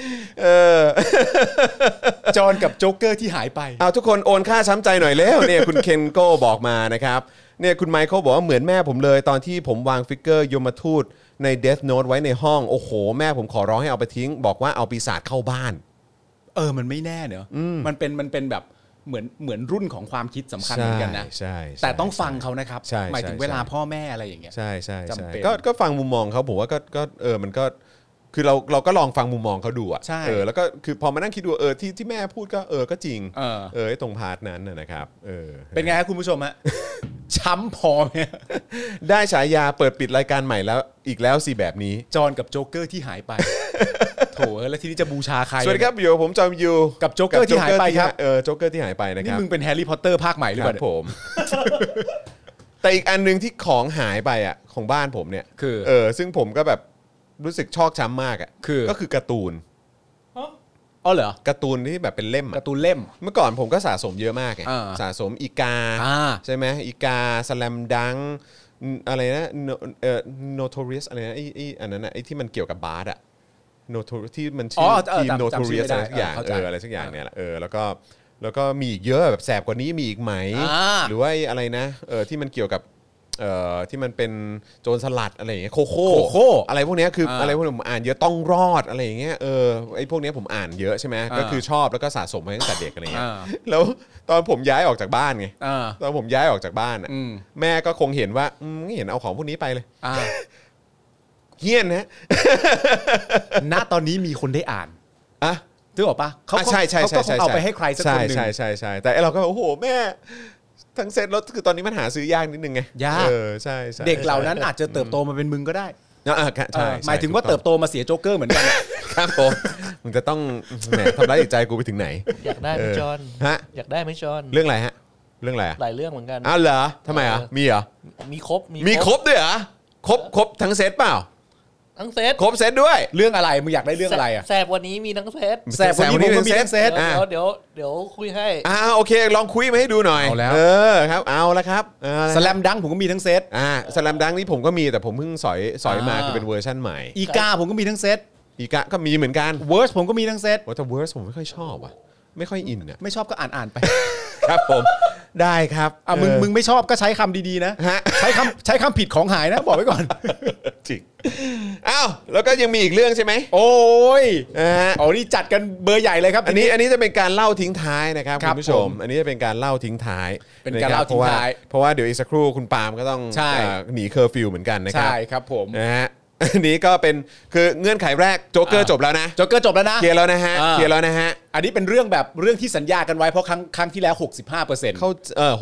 จอห์นกับโจ๊กเกอร์ที่หายไปเอาทุกคนโอนค่าช้ำใจหน่อยแล้วเนี่ยคุณเคนโก้บอกมานะครับเนี่ยคุณไมเคิลบอกว่าเหมือนแม่ผมเลยตอนที่ผมวางฟิกเกอร์ยมทูตใน Death Note ไว้ในห้องโอ้โหแม่ผมขอร้องให้เอาไปทิ้งบอกว่าเอาปีศาจเข้าบ้านมันไม่แน่เนอะมันเป็นแบบเหมือนรุ่นของความคิดสำคัญเหมือนกันนะใช่แต่ต้องฟังเขานะครับหมายถึงเวลาพ่อแม่อะไรอย่างเงี้ยใช่ก็ฟังมุมมองเขาผมว่าก็มันก็คือเราก็ลองฟังมุมมองเขาดูอ่ะแล้วก็คือพอมานั่งคิดดูที่แม่พูดก็จริงตรงพาร์ทนั้นนะครับเป็นไงครับคุณผู้ชมฮะช้ำพอไหมได้ฉายาเปิดปิดรายการใหม่แล้วอีกแล้วสิแบบนี้จอห์นกับโจ๊กเกอร์ที่หายไปโถแล้วทีนี้จะบูชาใครสวัสดีครับอยู่ผมจอห์นยูกับโจ๊กเกอร์ที่หายไปครับโจ๊กเกอร์ที่หายไปนะครับนี่มึงเป็นแฮร์รี่พอตเตอร์ภาคใหม่หรือเปล่าผมแต่อีกอันนึงที่ของหายไปอ่ะของบ้านผมเนี่ยคือซึ่งผมก็แบบรู้สึกชอกช้ำมากอ่ะก็คือการ์ตูนเหรอการ์ตูนที่แบบเป็นเล่มการ์ตูนเล่มเมื่อก่อนผมก็สะสมเยอะมากไงสะสมอีกาใช่ไหมอีกาสแลมดังอะไรนะnotorious อะไรนะไอ้อันนั้นนะไอ้ที่มันเกี่ยวกับบาร์ดอะ notorious ที่มันชื่อทีม notorious อะไรสักอย่างอะไรสักอย่างเนี่ยแหละแล้วก็มีอีกเยอะแบบแสบกว่านี้มีอีกไหมหรือว่าอะไรนะที่มันเกี่ยวกับที่มันเป็นโจรสลัดอะไรอย่างเงี้ยโคโค่อะไรพวกนี้คืออะไรพวกนี้ผมอ่านเยอะต้องรอดอะไรอย่างเงี้ยไอ้พวกนี้ผมอ่านเยอะใช่ไหมก็คือชอบแล้วก็สะสมมาตั้งแต่เด็กอะไรเงี้ยแล้วตอนผมย้ายออกจากบ้านไงตอนผมย้ายออกจากบ้านแม่ก็คงเห็นว่าไม่เห็นเอาของพวกนี้ไปเลยเฮี้ยนนะณตอนนี้มีคนได้อ่านนึกออกปะเขาใช่เอาไปให้ใครสักคนนึงใช่แต่เราก็โอ้โหแม่ทั้งเซตรถคือตอนนี้มันหาซื้อยากนิดนึงไงยากใช่เด็กเหล่านั้นอาจจะเติบโตมาเป็นมึงก็ได้ใช่หมายถึงว่าเติบโตมาเสียโจ๊กเกอร์เหมือนกันครับผมมึงจะต้องแหมทำร้ายจิตใจกูไปถึงไหนอยากได้ไหมจอนอยากได้ไหมจอนเรื่องอะไรฮะเรื่องอะไรหลายเรื่องเหมือนกันอ้าวเหรอทำไมอ่ะมีเหรอมีครบด้วยเหรอครบทั้งเซตเปล่าทั้งเซตครบเซตด้วยเรื่องอะไรมึงอยากได้เรื่องอะไรอ่ะแสบวันนี้มีทั้งเซตแสบวันนี้มีทั้งเซตเดี๋ยวคุยให้โอเคลองคุยมาให้ดูหน่อยครับเอาละครับสแลมดังผมก็มีทั้งเซตสแลมดังนี่ผมก็มีแต่ผมเพิ่งสอยมาคือเป็นเวอร์ชั่นใหม่อีกาผมก็มีทั้งเซตอีกาก็มีเหมือนกันเวิร์สผมก็มีทั้งเซตแต่เวิร์สผมไม่ค่อยชอบอ่ะไม่ค่อยอินอ่ะไม่ชอบก็อ่านไปครับผมได้ครับมึงไม่ชอบก็ใช้คำดีๆนะใช้คำผิดของหายนะบอกไว้ก่อนจริงแล้วก็ยังมีอีกเรื่องใช่ไหมโอ้ยนี่จัดกันเบอร์ใหญ่เลยครับอันนี้จะเป็นการเล่าทิ้งท้ายนะครับคุณผู้ชมอันนี้จะเป็นการเล่าทิ้งท้ายเป็นการเล่าทิ้งท้ายเพราะว่าเดี๋ยวอีกสักครู่คุณปาล์มก็ต้องหนีเคอร์ฟิวเหมือนกันนะครับใช่ครับผมนะฮะอันนี้ก็เป็นคือเงื่อนไขแรกโจ๊กเกอร์จบแล้วนะโจ๊กเกอร์จบแล้วนะเคลียร์แล้วนะฮะอันนี้เป็นเรื่องที่สัญญากันไว้เพราะครั้งที่แล้ว 65% เขา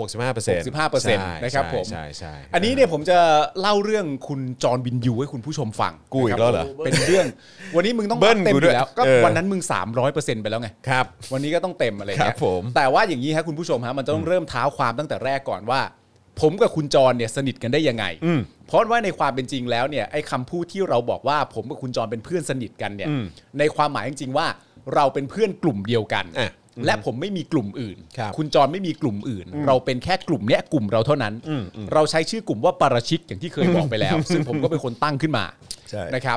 65% นะครับผมใช่อันนี้เนี่ยผมจะเล่าเรื่องคุณจอห์นวินยูให้คุณผู้ชมฟังกูอีกแล้วเหรอเป็นเรื่องวันนี้มึงต้องเต็มอยู่แล้วก็วันนั้นมึง 300% ไปแล้วไงครับวันนี้ก็ต้องเต็มอะไรเงี้ยแต่ว่าอย่างนี้ครับคุณผู้ชมฮะมันต้องเริ่มเท้าความตั้งแต่แรกก่อนว่าผมกับคุณจรเนี่ยสนิทกันได้ยังไงเพราะว่าในความเป็นจริงแล้วเนี่ยไอ้คำพูดที่เราบอกว่าผมกับคุณจรเป็นเพื่อนสนิทกันเนี่ยในความหมายจริงๆว่าเราเป็นเพื่อนกลุ่มเดียวกันและผมไม่มีกลุ่มอื่นคุณจรไม่มีกลุ่มอื่นเราเป็นแค่กลุ่มเนี้ยกลุ่มเราเท่านั้นเราใช้ชื่อกลุ่มว่าปาราชิกอย่างที่เคยบอกไปแล้วซึ่งผมก็เป็นคนตั้งขึ้นมานะครับ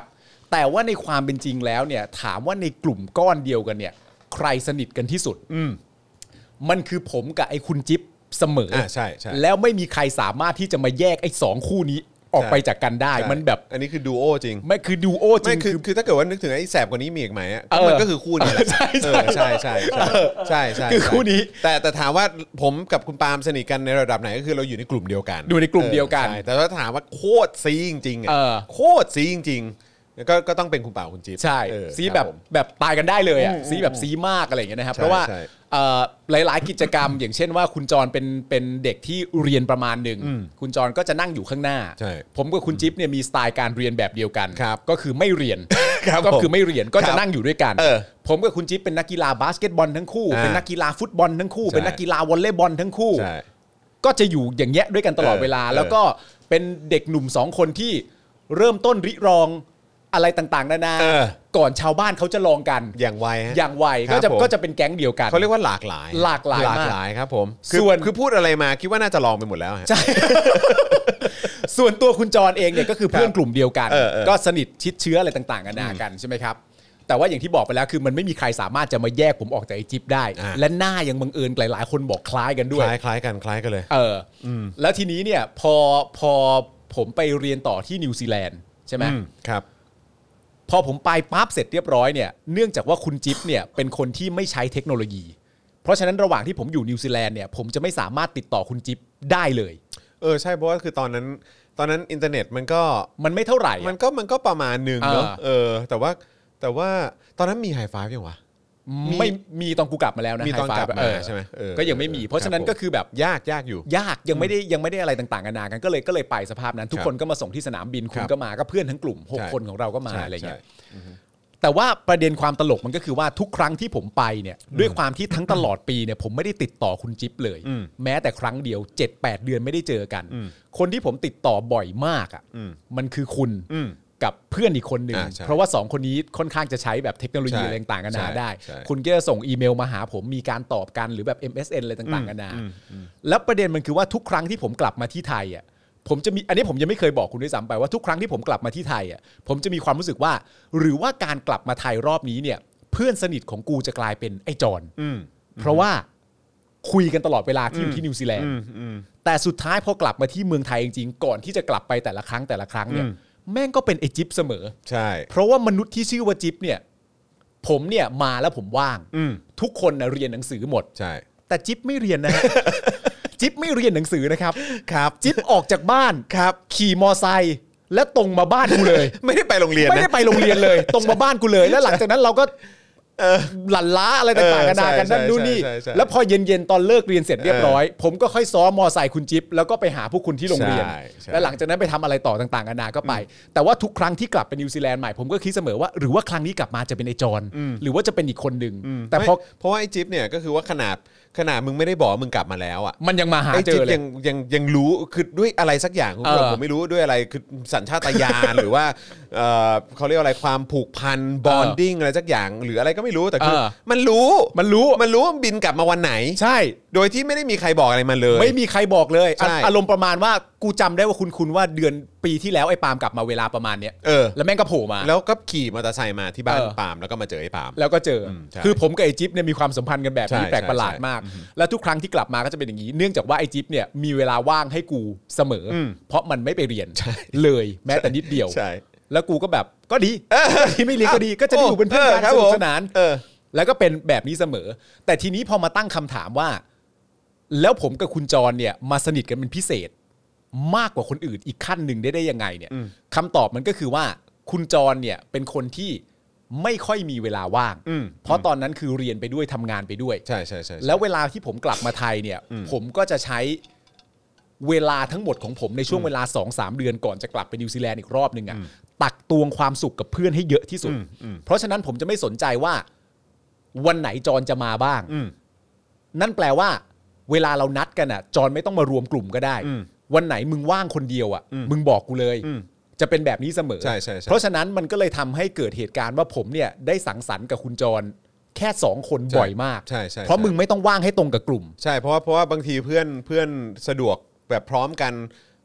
แต่ว่าในความเป็นจริงแล้วเนี่ยถามว่าในกลุ่มก้อนเดียวกันเนี่ยใครสนิทกันที่สุดมันคือผมกับไอ้คุณจิ๊บเสมอใช่แล้วไม่มีใครสามารถที่จะมาแยกไอ้2คู่นี้ออกไปจากกันได้มันแบบอันนี้คือดูโอจริงไม่คือดูโอจริงคือถ้าเกิดว่านึกถึงไอ้แสบกว่านี้มีอีกไหมมันก็คือคู่นี้ใช่ใช่คือคู่นี้แต่ถามว่าผมกับคุณปาล์มสนิทกันในระดับไหนก็คือเราอยู่ในกลุ่มเดียวกันอยู่ในกลุ่มเดียวกันแต่ถ้าถามว่าโคตรซีจริงๆโคตรซีจริงก็ต้องเป็นคุณปาล์มคุณจิ๊บใช่ซีแบบตายกันได้เลยอ่ะซีแบบซีมากอะไรอย่างเงี้ยนะครับเพราะว่าหลายๆกิจกรรมอย่างเช่นว่าคุณจรเป็นเด็กที่เรียนประมาณหนึ่งคุณจรก็จะนั่งอยู่ข้างหน้าผมกับคุณจิ๊บเนี่ยมีสไตล์การเรียนแบบเดียวกันก็คือไม่เรียนก็คือไม่เรียนก็จะนั่งอยู่ด้วยกันผมกับคุณจิ๊บเป็นนักกีฬาบาสเกตบอลทั้งคู่เป็นนักกีฬาฟุตบอลทั้งคู่เป็นนักกีฬาวอลเลย์บอลทั้งคู่ก็จะอยู่อย่างเงี้ยด้วยกันตลอดเวลาแล้วก็เป็นเด็กหนุ่ม2คนที่เริ่มต้นริรองอะไรต่างๆนานาก่อนชาวบ้านเขาจะลองกันอย่างไวก็จะเป็นแก๊งเดียวกันเขาเรียกว่าหลากหลายครับผมคือพูดอะไรมาคิดว่าน่าจะลองไปหมดแล้วใช่ส่วนตัวคุณจรเองเนี่ยก็คือเพื่อนกลุ่มเดียวกันก็สนิทชิดเชื้ออะไรต่างๆนานากันใช่ไหมครับแต่ว่าอย่างที่บอกไปแล้วคือมันไม่มีใครสามารถจะมาแยกผมออกจากไอ้จิ๊บได้และหน้ายังบังเอิญหลายๆคนบอกคล้ายกันด้วยคล้ายกันเลยแล้วทีนี้เนี่ยพอผมไปเรียนต่อที่นิวซีแลนด์ใช่ไหมครับพอผมไปปั๊บเสร็จเรียบร้อยเนี่ยเนื่องจากว่าคุณจิ๊บเนี่ยเป็นคนที่ไม่ใช้เทคโนโลยีเพราะฉะนั้นระหว่างที่ผมอยู่นิวซีแลนด์เนี่ยผมจะไม่สามารถติดต่อคุณจิ๊บได้เลยใช่เพราะว่าคือตอนนั้นอินเทอร์เน็ตมันไม่เท่าไหร่มันก็ประมาณนึงเนอะแต่ว่าตอนนั้นมีไฮไฟว์ยังวะไม่มีตอนกูกลับมาแล้วนะมีตอนกลับมาใช่ไหมก็ยังไม่มีเพราะฉะนั้นก็คือแบบยากอยู่ยากยังไม่ได้อะไรต่างๆกันานากันก็เลยไปสภาพนั้นทุกคนก็มาส่งที่สนามบินคุณก็มาก็เพื่อนทั้งกลุ่ม6คนของเราก็มาอะไรเงี้ยแต่ว่าประเด็นความตลกมันก็คือว่าทุกครั้งที่ผมไปเนี่ยด้วยความที่ทั้งตลอดปีเนี่ยผมไม่ได้ติดต่อคุณจิ๊บเลยแม้แต่ครั้งเดียว 7-8 เดือนไม่ได้เจอกันคนที่ผมติดต่อบ่อยมากอ่ะมันคือคุณกับเพื่อนอีกคนหนึ่งเพราะว่า2คนนี้ค่อนข้างจะใช้แบบเทคโนโลยีอะไรต่างๆกันานาได้คุณก็จะส่งอีเมลมาหาผมมีการตอบกันหรือแบบ MSN อะไรต่างๆกันานาแล้วประเด็นมันคือว่าทุกครั้งที่ผมกลับมาที่ไทยอ่ะผมจะมีอันนี้ผมยังไม่เคยบอกคุณด้วยซ้ำไปว่าทุกครั้งที่ผมกลับมาที่ไทยอ่ะผมจะมีความรู้สึกว่าหรือว่าการกลับมาไทยรอบนี้เนี่ยเพื่อนสนิทของกูจะกลายเป็นไอ้จอนเพราะว่าคุยกันตลอดเวลาที่อยู่ที่นิวซีแลนด์แต่สุดท้ายพอกลับมาที่เมืองไทยจริงๆก่อนที่จะกลับไปแต่ละครั้งเนี่ยแม่งก็เป็นไอ้จิ๊บเสมอใช่เพราะว่ามนุษย์ที่ชื่อว่าจิ๊บเนี่ยผมเนี่ยมาแล้วผมว่างทุกคนนะเรียนหนังสือหมดใช่แต่จิ๊บไม่เรียนนะฮะ จิ๊บไม่เรียนหนังสือนะครับจิ๊บออกจากบ้านครับขี่มอไซค์แล้วตรงมาบ้านกูเลยไม่ได้ไปโรงเรียนไม่ได้ไปโรงเรียนเลยตรงมาบ้านกูเลยแล้วหลังจากนั้นเราก็หลั่นล้าอะไรต่างๆกันนั่นนู่นนี่แล้วพอเย็นๆตอนเลิกเรียนเสร็จเรียบร้อยผมก็ค่อยซ้อมมอไซค์คุณจิ๊บแล้วก็ไปหาพวกคุณที่โรงเรียนแล้วหลังจากนั้นไปทำอะไรต่อต่างๆกันานาก็ไปแต่ว่าทุกครั้งที่กลับไปนิวซีแลนด์ใหม่ผมก็คิดเสมอว่าหรือว่าครั้งนี้กลับมาจะเป็นไอ้จอนหรือว่าจะเป็นอีกคนนึงแต่เพราะว่าไอ้จิ๊บเนี่ยก็คือว่าขนาดมึงไม่ได้บอกมึงกลับมาแล้วอ่ะมันยังมาหาเจอเลยยังรู้คือด้วยอะไรสักอย่างผมไม่รู้ด้วยอะไรคือสัญชาตญาณหรือว่าเขาเรียกอะไรความผูกพันบอนดิ้งอะไรสักอย่างหรืออะไรก็ไม่รู้แต่คือมันรู้ว่าบินกลับมาวันไหนใช่โดยที่ไม่ได้มีใครบอกอะไรมาเลยไม่มีใครบอกเลยอารมณ์ประมาณว่ากูจำได้ว่าคุณว่าเดือนปีที่แล้วไอ้ปาล์มกลับมาเวลาประมาณเนี้ยแล้วแม่งก็โผล่มาแล้วก็ขี่มอเตอร์ไซค์มาที่บ้านปาล์มแล้วก็มาเจอไอ้ปาล์มแล้วก็เจอคือผมกับไอ้จิ๊บเนี่ยมีความสัมพันธ์กันแบบนี้แปลกประหลาดมากแล้วทุกครั้งที่กลับมาก็จะเป็นอย่างนี้เนื่องจากว่าไอ้จิ๊บเนี่ยมีเวลาว่างให้กูเสมอเพราะมันไม่ไปเรียนเลยแม้แต่นิดเดียวแล้วกูก็แบบก็ดีที่ไม่เรียนก็ดีก็จะได้อยู่เป็นเพื่อนกันสนุกสนานแล้วก็เป็นแบบนี้เสมอแต่ทีนี้พอมาตั้งคำถามว่าแล้วผมกับคุณจรเนี่ยมาสนิทกันเป็นพิเศษมากกว่าคนอื่นอีกขั้นหนึ่งได้ยังไงเนี่ยคำตอบมันก็คือว่าคุณจรเนี่ยเป็นคนที่ไม่ค่อยมีเวลาว่างเพราะตอนนั้นคือเรียนไปด้วยทำงานไปด้วยใช่แล้วเวลาที่ผมกลับมาไทยเนี่ยผมก็จะใช้เวลาทั้งหมดของผมในช่วงเวลา 2-3 เดือนก่อนจะกลับไปนิวซีแลนด์อีกรอบนึงอ่ะตักตวงความสุขกับเพื่อนให้เยอะที่สุดเพราะฉะนั้นผมจะไม่สนใจว่าวันไหนจรจะมาบ้างนั่นแปลว่าเวลาเรานัดกันอ่ะจรไม่ต้องมารวมกลุ่มก็ได้วันไหนมึงว่างคนเดียวอ่ะมึงบอกกูเลยจะเป็นแบบนี้เสมอเพราะฉะนั้นมันก็เลยทำให้เกิดเหตุการณ์ว่าผมเนี่ยได้สังสรรค์กับคุณจรแค่2คนบ่อยมากเพราะมึงไม่ต้องว่างให้ตรงกับกลุ่มใช่เพราะว่าบางทีเพื่อนสะดวกแบบพร้อมกัน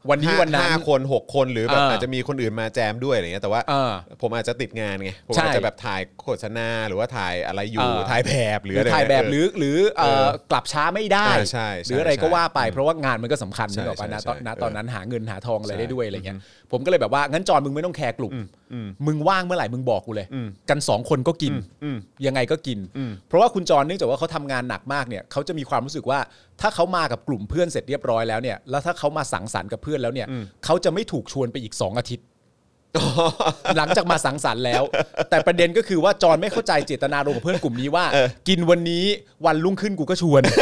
วันนี้วันนั้น 5 คน 6 คนหรือแบบอาจจะมีคนอื่นมาแจมด้วยอะไรเงี้ยแต่ว่าผมอาจจะติดงานไงผมอาจจะแบบถ่ายโฆษณาหรือว่าถ่ายอะไรอยู่ถ่ายแบบหรืออะไรถ่ายแบบหรือกลับช้าไม่ได้หรืออะไรก็ว่าไปเพราะว่างานมันก็สำคัญนึกออกป่ะนะตอนนั้นหาเงินหาทองอะไรได้ด้วยอะไรเงี้ยผมก็เลยแบบว่างั้นจอนมึงไม่ต้องแคร์กลุ่มมึงว่างเมื่อไหร่มึงบอกกูเลยกัน2 คนก็กินยังไงก็กินเพราะว่าคุณจอนเนื่องจากว่าเขาทำงานหนักมากเนี่ยเขาจะมีความรู้สึกว่าถ้าเขามากับกลุ่มเพื่อนเสร็จเรียบร้อยแล้วเนี่ยแล้วถ้าเขามาสังสรรค์กับเพื่อนแล้วเนี่ยเขาจะไม่ถูกชวนไปอีก2 อาทิตย์หลังจากมาสังสรรค์แล้วแต่ประเด็นก็คือว่าจอนไม่เข้าใจเจตนารมณ์ของเพื่อนกลุ่มนี้ว่ากินวันนี้วันรุ่งขึ้นกูก็ชวน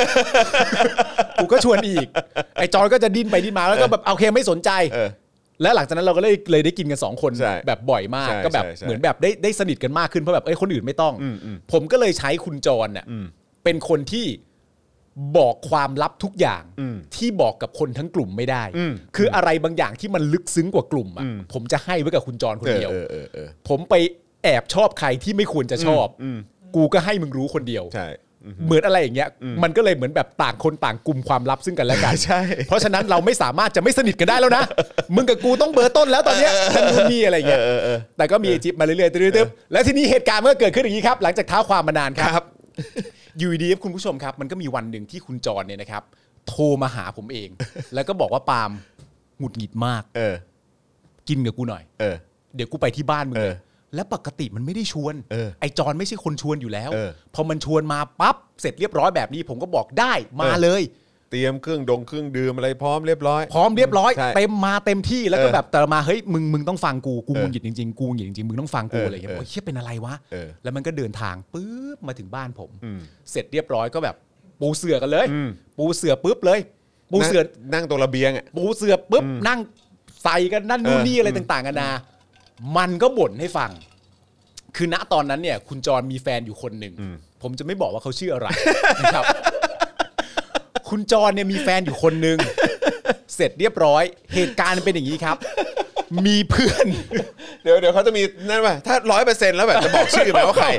อีกไอ้จอนก็จะดิ้นไปดิ้นมาแล้วก็แบบโอเคไม่สนใจและหลังจากนั้นเราก็เลยได้กินกัน2 คนแบบบ่อยมากก็แบบเหมือนแบบได้สนิทกันมากขึ้นเพราะแบบคนอื่นไม่ต้องผมก็เลยใช้คุณจรเนี่ยเป็นคนที่บอกความลับทุกอย่างที่บอกกับคนทั้งกลุ่มไม่ได้คืออะไรบางอย่างที่มันลึกซึ้งกว่ากลุ่มอ่ะผมจะให้ไว้กับคุณจรคนเดียวผมไปแอบชอบใครที่ไม่ควรจะชอบกูก็ให้มึงรู้คนเดียวเหมือนอะไรอย่างเงี้ยมันก็เลยเหมือนแบบต่างคนต่างกลุ่มความลับซึ่งกันและกันเพราะฉะนั้นเราไม่สามารถจะไม่สนิทกันได้แล้วนะมึงกับกูต้องเบอร์ต้นแล้วตอนเนี้ยท่านนู่นนี่อะไรเงี้ยแต่ก็มีไอจิ๊บมาเรื่อยๆตึ๊บๆแล้วทีนี้เหตุการณ์มันก็เกิดขึ้นอย่างนี้ครับหลังจากเท้าความมานานครับอยู่ดีๆคุณผู้ชมครับมันก็มีวันหนึ่งที่คุณจรเนี่ยนะครับโทรมาหาผมเองแล้วก็บอกว่าปาล์มหงุดหงิดมากกินกับกูหน่อยเดี๋ยวกูไปที่บ้านมึงเลยและปกติมันไม่ได้ชวนไอจอนไม่ใช่คนชวนอยู่แล้วพอมันชวนมาปั๊บเสร็จเรียบร้อยแบบนี้ผมก็บอกได้มาเลยเตรียมเครื่องดื่มอะไรพร้อมเรียบร้อยเต็มมาเต็มที่แล้วก็แบบแต่มาเฮ้ยมึงต้องฟังกูงุนหงิดจริงๆกูหงิดจริงๆมึงต้องฟังกูอะไรอย่างเงี้ยโอ้ยเชี่ยเป็นอะไรวะแล้วมันก็เดินทางปึ๊บมาถึงบ้านผมเสร็จเรียบร้อยก็แบบปูเสื่อกันเลยปูเสื่อปุ๊บเลยปูเสื่อนั่งตรงระเบียงอ่ะปูเสื่อปุ๊บนั่งใส่กันนั่นนู่นนี่อะไรต่างๆกันานามันก็บ่นให้ฟังคือณตอนนั้นเนี่ยคุณจรมีแฟนอยู่คนหนึ่งผมจะไม่บอกว่าเขาชื่ออะไรนะครับคุณจรเนี่ยมีแฟนอยู่คนหนึ่งเสร็จเรียบร้อยเหตุการณ์เป็นอย่างนี้ครับมีเพื่อนเดี๋ยวเขาจะมีนั่นป่ะถ้า 100% แล้วแบบจะบอกชื่อไหมว่าใคร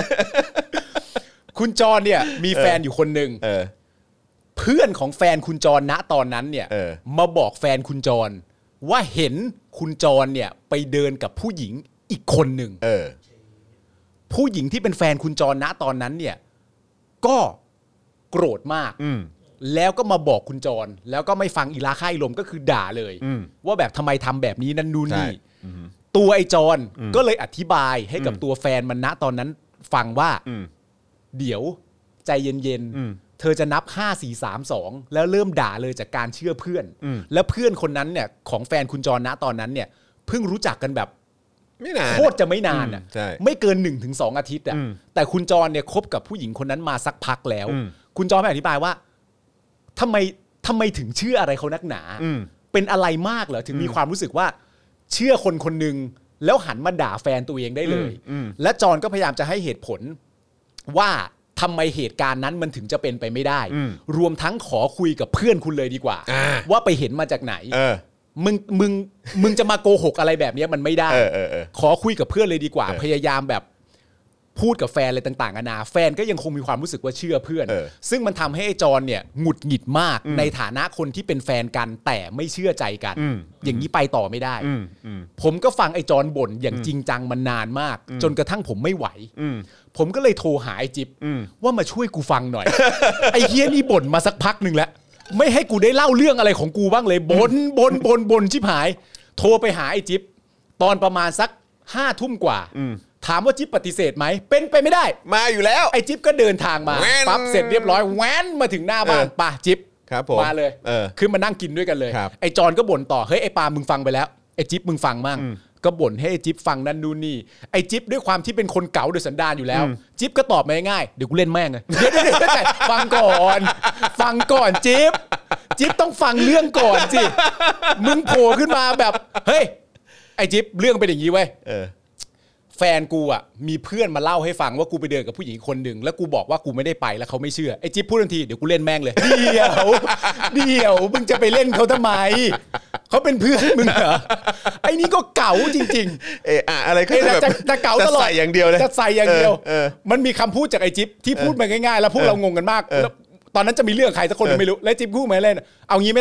คุณจรเนี่ยมีแฟนอยู่คนหนึ่งเพื่อนของแฟนคุณจรณตอนนั้นเนี่ยมาบอกแฟนคุณจรว่าเห็นคุณจรเนี่ยไปเดินกับผู้หญิงอีกคนหนึ่งผู้หญิงที่เป็นแฟนคุณจรณตอนนั้นเนี่ยก็โกรธมากแล้วก็มาบอกคุณจรแล้วก็ไม่ฟังอีลาค่ายลมก็คือด่าเลยว่าแบบทำไมทำแบบนี้นั่นนู่นนี่ตัวไอ้จรก็เลยอธิบายให้กับตัวแฟนมันณตอนนั้นฟังว่าเดี๋ยวใจเย็นๆเธอจะนับ5 4 3 2แล้วเริ่มด่าเลยจากการเชื่อเพื่อนแล้วเพื่อนคนนั้นเนี่ยของแฟนคุณจรณตอนนั้นเนี่ยเพิ่งรู้จักกันแบบไม่นานโคตรจะไม่นานอ่ะไม่เกิน 1-2 อาทิตย์อ่ะแต่คุณจรเนี่ยคบกับผู้หญิงคนนั้นมาสักพักแล้วคุณจรไม่อธิบายว่าทำไมถึงเชื่ออะไรเขานักหนาเป็นอะไรมากเหรอถึงมีความรู้สึกว่าเชื่อคนคนหนึ่งแล้วหันมาด่าแฟนตัวเองได้เลยและจรก็พยายามจะให้เหตุผลว่าทำไมเหตุการณ์นั้นมันถึงจะเป็นไปไม่ได้รวมทั้งขอคุยกับเพื่อนคุณเลยดีกว่าว่าไปเห็นมาจากไหนมึงจะมาโกหกอะไรแบบนี้มันไม่ได้ขอคุยกับเพื่อนเลยดีกว่าพยายามแบบพูดกับแฟนอะไรต่างๆนานาแฟนก็ยังคงมีความรู้สึกว่าเชื่อเพื่อนซึ่งมันทำให้ไอ้จรเนี่ยหงุดหงิดมากในฐานะคนที่เป็นแฟนกันแต่ไม่เชื่อใจกันอย่างนี้ไปต่อไม่ได้ผมก็ฟังไอ้จรบ่นอย่างจริงจังมันนานมากจนกระทั่งผมไม่ไหวผมก็เลยโทรหาไอ้จิ๊บว่ามาช่วยกูฟังหน่อยไอ้เฮี้ยนี่บ่นมาสักพักนึงแล้วไม่ให้กูได้เล่าเรื่องอะไรของกูบ้างเลยบ่นชิบหายโทรไปหาไอ้จิ๊บตอนประมาณสัก 5 ทุ่มกว่าถามว่าจิ๊บปฏิเสธไหมเป็นไปไม่ได้มาอยู่แล้วไอ้จิ๊บก็เดินทางมาปั๊บเสร็จเรียบร้อยแว้นมาถึงหน้าบ้านป่ะจิ๊บมาเลยขึ้นมานั่งกินด้วยกันเลยไอ้จอนก็บ่นต่อเฮ้ยไอ้ปามึงฟังไปแล้วไอ้จิ๊บมึงฟังมั่งก็บ่นให้ไอ้จิ๊บฟังนั่นนู่นนี่ไอ้จิ๊บด้วยความที่เป็นคนเก๋าโดยสันดานอยู่แล้วจิ๊บก็ตอบมาง่ายๆเดี๋ยวกูเล่นแม่งเลยเดี๋ยวฟังก่อนจิ๊บต้องฟังเรื่องก่อนสิมึงโผล่ขึ้นมาแบบเฮ้ยไอ้จิ๊บเรื่องเป็นอย่างนี้เว้ยแฟนกูอ่ะมีเพื่อนมาเล่าให้ฟังว่ากูไปเดินกับผู้หญิงคนหนึ่งแล้วกูบอกว่ากูไม่ได้ไปแล้วเขาไม่เชื่อไอ้จิ๊บพูดทันทีเดี๋ยวกูเล่นแม่งเลยเดี๋ยวมึงจะไปเล่นเขาทำไมเขาเป็นเพื่อนมึงเหรอไอ้นี่ก็เก๋าจริงๆอะไรก็แบบจะเก๋าตลอดจะใส่อย่างเดียวเลยจะใส่อย่างเดียวมันมีคำพูดจากไอ้จิ๊บที่พูดมาง่ายๆแล้วพวกเรางงกันมากตอนนั้นจะมีเรื่องใครสักคนไม่รู้แล้วจิ๊บพูดมาเล่นเอางี้ไหมล่ะ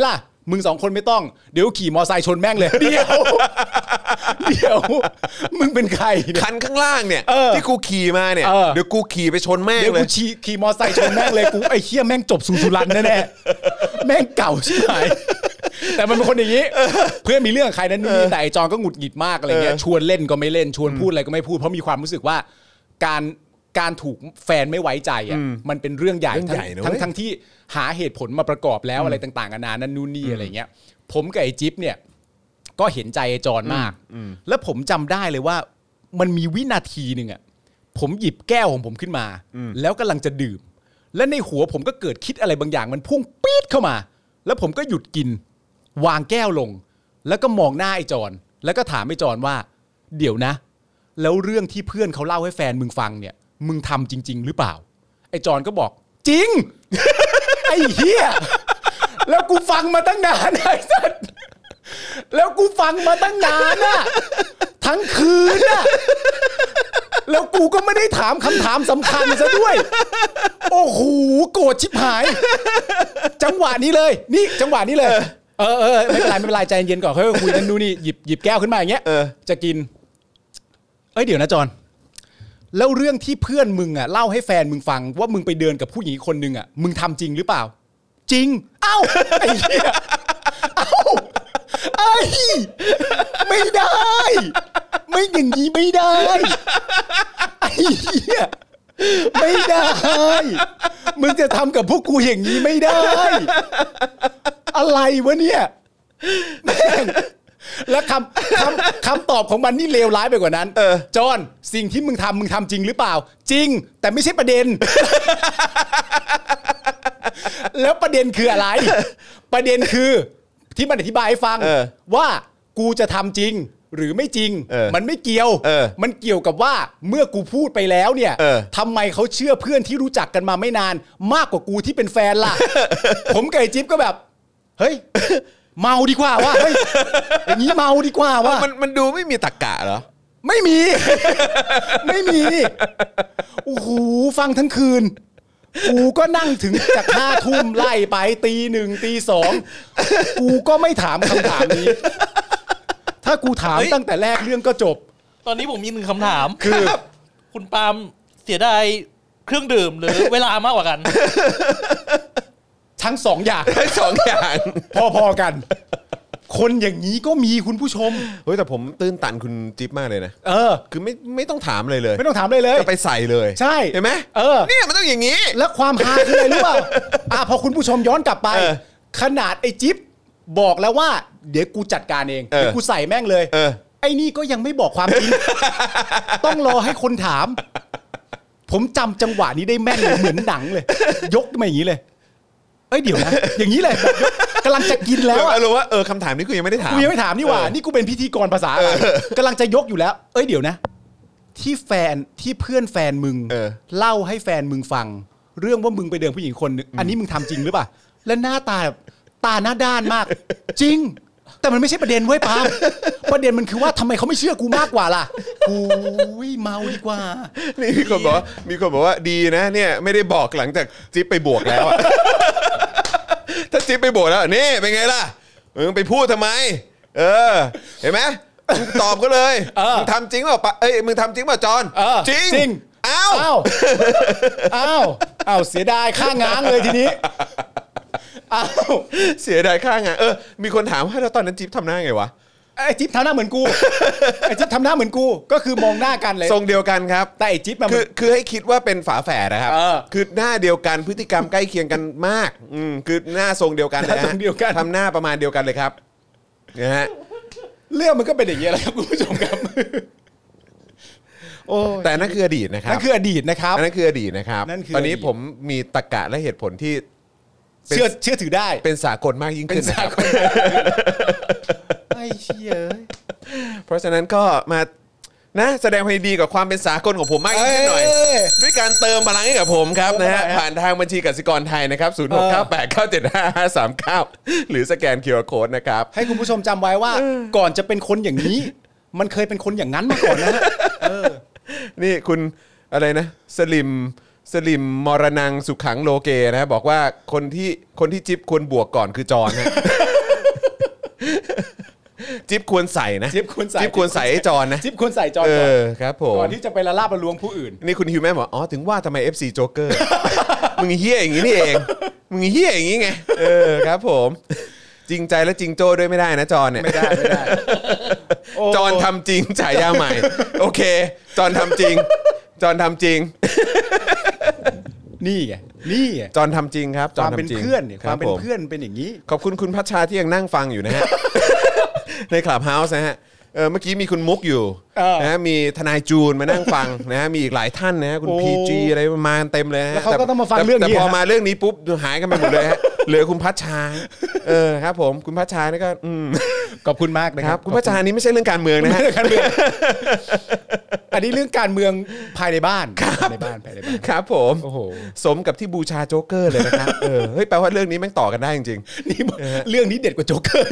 มึง2คนไม่ต้องเดี๋ยวขี่มอไซค์ชนแม่งเลยเดี๋ยวมึงเป็นใครเนี่ยคันข้างล่างเนี่ยที่กูขี่มาเนี่ยเดี๋ยวกูขี่ไปชนแม่งเลยเดี๋ยวกูขี่มอไซค์ชนแม่งเลยกูไอ้เหี้ยแม่งจบสุรันแน่ๆแม่งเก่าชิบหายแต่มันเป็นคนอย่างนี้เพื่อนมีเรื่องใครนั้นนี่แต่ไอ้จอนก็หงุดหงิดมากอะไรเงี้ยชวนเล่นก็ไม่เล่นชวนพูดอะไรก็ไม่พูดเพราะมีความรู้สึกว่าการถูกแฟนไม่ไว้ใจอ่ะมันเป็นเรื่องใหญ่ทั้งที่หาเหตุผลมาประกอบแล้วอะไรต่างๆนานานั่นนู่นนี่อะไรเงี้ยผมกับไอ้จิ๊บเนี่ยก็เห็นใจไอ้จอนมากแล้วผมจำได้เลยว่ามันมีวินาทีนึงอ่ะผมหยิบแก้วของผมขึ้นมาแล้วกำลังจะดื่มและในหัวผมก็เกิดคิดอะไรบางอย่างมันพุ่งปี๊ดเข้ามาแล้วผมก็หยุดกินวางแก้วลงแล้วก็มองหน้าไอ้จอนแล้วก็ถามไอ้จอนว่าเดี๋ยวนะแล้วเรื่องที่เพื่อนเขาเล่าให้แฟนมึงฟังเนี่ยมึงทำจริงๆหรือเปล่าไอ้จอนก็บอกจริง ไอ้เหี้ยแล้วกูฟังมาตั้งนานไอ้สัสแล้วกูฟังมาตั้งนานน่ะทั้งคืนน่ะแล้วกูก็ไม่ได้ถามคำถามสำคัญซะด้วยโอ้โหโกรธชิบหายจังหวะนี้เลยนี่จังหวะนี้เลยไม่เป็นไรใจเย็นก่อนค่อยคุยกันดูนี่หยิบแก้วขึ้นมาอย่างเงี้ยจะกินเดี๋ยวนะจอนแล้วเรื่องที่เพื่อนมึงอ่ะเล่าให้แฟนมึงฟังว่ามึงไปเดินกับผู้หญิงคนนึงอ่ะมึงทำจริงหรือเปล่าจริงเอ้าไอ้เหี้ยเอ้าไอ้ไม่ได้ไม่อย่างนี้ไม่ได้ไอ้เหี้ยไม่ได้มึงจะทำกับพวกกูอย่างนี้ไม่ได้อะไรวะเนี่ยแม่งแล้วคำตอบของมันนี่เลวร้ายไปกว่านั้นจอนสิ่งที่มึงทำจริงหรือเปล่าจริงแต่ไม่ใช่ประเด็น แล้วประเด็นคืออะไรประเด็นคือที่มันอธิบายให้ฟังว่ากูจะทำจริงหรือไม่จริงมันไม่เกี่ยวมันเกี่ยวกับว่าเมื่อกูพูดไปแล้วเนี่ยทำไมเขาเชื่อเพื่อนที่รู้จักกันมาไม่นานมากกว่ากูที่เป็นแฟนล่ะ ผมกับไอ้จิ๊บก็แบบเฮ้ยเมาดีกว่าว่ะเฮ้ยอย่างนี้เมาดีกว่าว่ะมันดูไม่มีตรรกะเหรอไม่มี ไม่มีโอ้โหฟังทั้งคืนกูก็นั่งถึงจาก5 ทุ่มไล่ไปตี 1ตี 2กูก็ไม่ถามคำถามนี้ถ้ากูถามตั้งแต่แรกเรื่องก็จบตอนนี้ผมมี1คำถามคือคุณปาล์มเสียดายเครื่องดื่มหรือเวลามากกว่ากันทั้ง2อย่างพอๆกันคนอย่างนี้ก็มีคุณผู้ชมเฮ้ยแต่ผมตื้นตันคุณจิ๊บมากเลยนะคือไม่ต้องถามเลยไม่ต้องถามเลยก็ไปใส่เลยใช่เห็นไหมเนี่ยมันต้องอย่างนี้แล้วความฮาคืออะไรรู้เปล่าพอคุณผู้ชมย้อนกลับไปขนาดไอ้จิ๊บบอกแล้วว่าเดี๋ยวกูจัดการเองเดี๋ยวกูใส่แม่งเลยไอ้นี่ก็ยังไม่บอกความจริง ต้องรอให้คนถามผมจำจังหวะนี้ได้แม่นเลยเหมือนหนังเลยยกมาอย่างนี้เลยเดี๋ยวนะอย่างนี้เลยกำลังจะกินแล้วอะรู้ว่าคำถามนี้กูยังไม่ได้ถามกูยังไม่ถามนี่หว่านี่กูเป็นพิธีกรภาษาอะไรกำลังจะยกอยู่แล้วเดี๋ยวนะที่เพื่อนแฟนมึงเล่าให้แฟนมึงฟังเรื่องว่ามึงไปเดินผู้หญิงคนนึงอันนี้มึงทำจริงหรือเปล่าและหน้าตาหน้าด้านมากจริงแต่มันไม่ใช่ประเด็นเว้ยปาล์มประเด็นมันคือว่าทำไมเขาไม่เชื่อกูมากกว่าล่ะกูเมาดีกว่านี่มีคนบอกว่าดีนะเนี่ยไม่ได้บอกหลังจากจิ๊บไปบวกแล้วถ้าจิ๊บไปบวกแล้วนี่เป็นไงล่ะมึงไปพูดทำไมเห็นไหมมึงตอบก็เลยมึงทำจริงเปล่ามึงทำจริงเปล่าจอนจริงอ้าวเสียดายค่าง้างเลยทีนี้เสียดายค่างานมีคนถามว่าแล้วตอนนั้นจิ๊บทำหน้าไงวะไอ้จิ๊บทำหน้าเหมือนกูไอ้จิ๊บทำหน้าเหมือนกูก็คือมองหน้ากันเลยทรงเดียวกันครับแต่ไอ้จิ๊บมันคือให้คิดว่าเป็นฝาแฝดนะครับคือหน้าเดียวกันพฤติกรรมใกล้เคียงกันมากคือหน้าทรงเดียวกันเลยฮะทำหน้าประมาณเดียวกันเลยครับนะฮะเรื่องมันก็เป็นอย่างนี้แหละครับคุณผู้ชมครับแต่นั่นคืออดีตนะครับนั่นคืออดีตนะครับนั่นคืออดีตนะครับตอนนี้ผมมีตรรกะและเหตุผลที่เชื่อถือได้เป็นสากลมากยิ่งขึ้นนะครับไอ้เชี่ยเพราะฉะนั้นก็มานะแสดงความดีกับความเป็นสากลของผมมากยิ่งขึ้นหน่อยด้วยการเติมพลังให้กับผมครับนะฮะผ่านทางบัญชีกสิกรไทยนะครับ0698975539หรือสแกน QR Code นะครับให้คุณผู้ชมจำไว้ว่าก่อนจะเป็นคนอย่างนี้มันเคยเป็นคนอย่างนั้นมาก่อนนะนี่คุณอะไรนะสลิมมรณังสุขังโลเกนะบอกว่าคนที่จิ๊บควรบวกก่อนคือจอนนะจิ๊บควรใส่นะจิ๊บควรใส่ไอ้จอนนะจิ๊บควรใส่จอนก่อนครับผมก่อนที่จะไปละลาบละลวงผู้อื่นนี่คุณฮิวแมนบอกอ๋อถึงว่าทำไม FC โจ๊กเกอร์มึงเหี้ยอย่างงี้นี่เองมึงเหี้ยอย่างงี้ไงครับผมจริงใจและจริงโจ้ด้วยไม่ได้นะจอนเนี่ยไม่ได้จอนทำจริงฉายาใหม่โอเคจอนทำจริงนี่ไงจอนทำจริงครับความเป็นเพื่อนเนี่ยความเป็นเพื่อนเป็นอย่างนี้ขอบคุณคุณพัชชาที่ยังนั่งฟังอยู่นะฮะในคลับเฮาส์นะฮะเมื่อกี้มีคุณมุกอยู่นะมีทนายจูนมานั่งฟังนะมีอีกหลายท่านนะคุณพีจีอะไรมาเต็มเลยแล้วเขาก็ต้องมาฟังเรื่องนี้แต่พอมาเรื่องนี้ปุ๊บหายกันไปหมดเลยฮะเหลือคุณพัชชาครับผมคุณพัชชานี่ก็ขอบคุณมากนะครับคุณพัชชานี้ไม่ใช่เรื่องการเมืองนะฮะอันนี้เรื่องการเมืองภายในบ้านในบ้านครับผมสมกับที่บูชาโจ๊กเกอร์เลยนะครับเฮ้ยแปลว่าเรื่องนี้แม่งต่อกันได้จริงๆนี่เรื่องนี้เด็ดกว่าโจ๊กเกอร์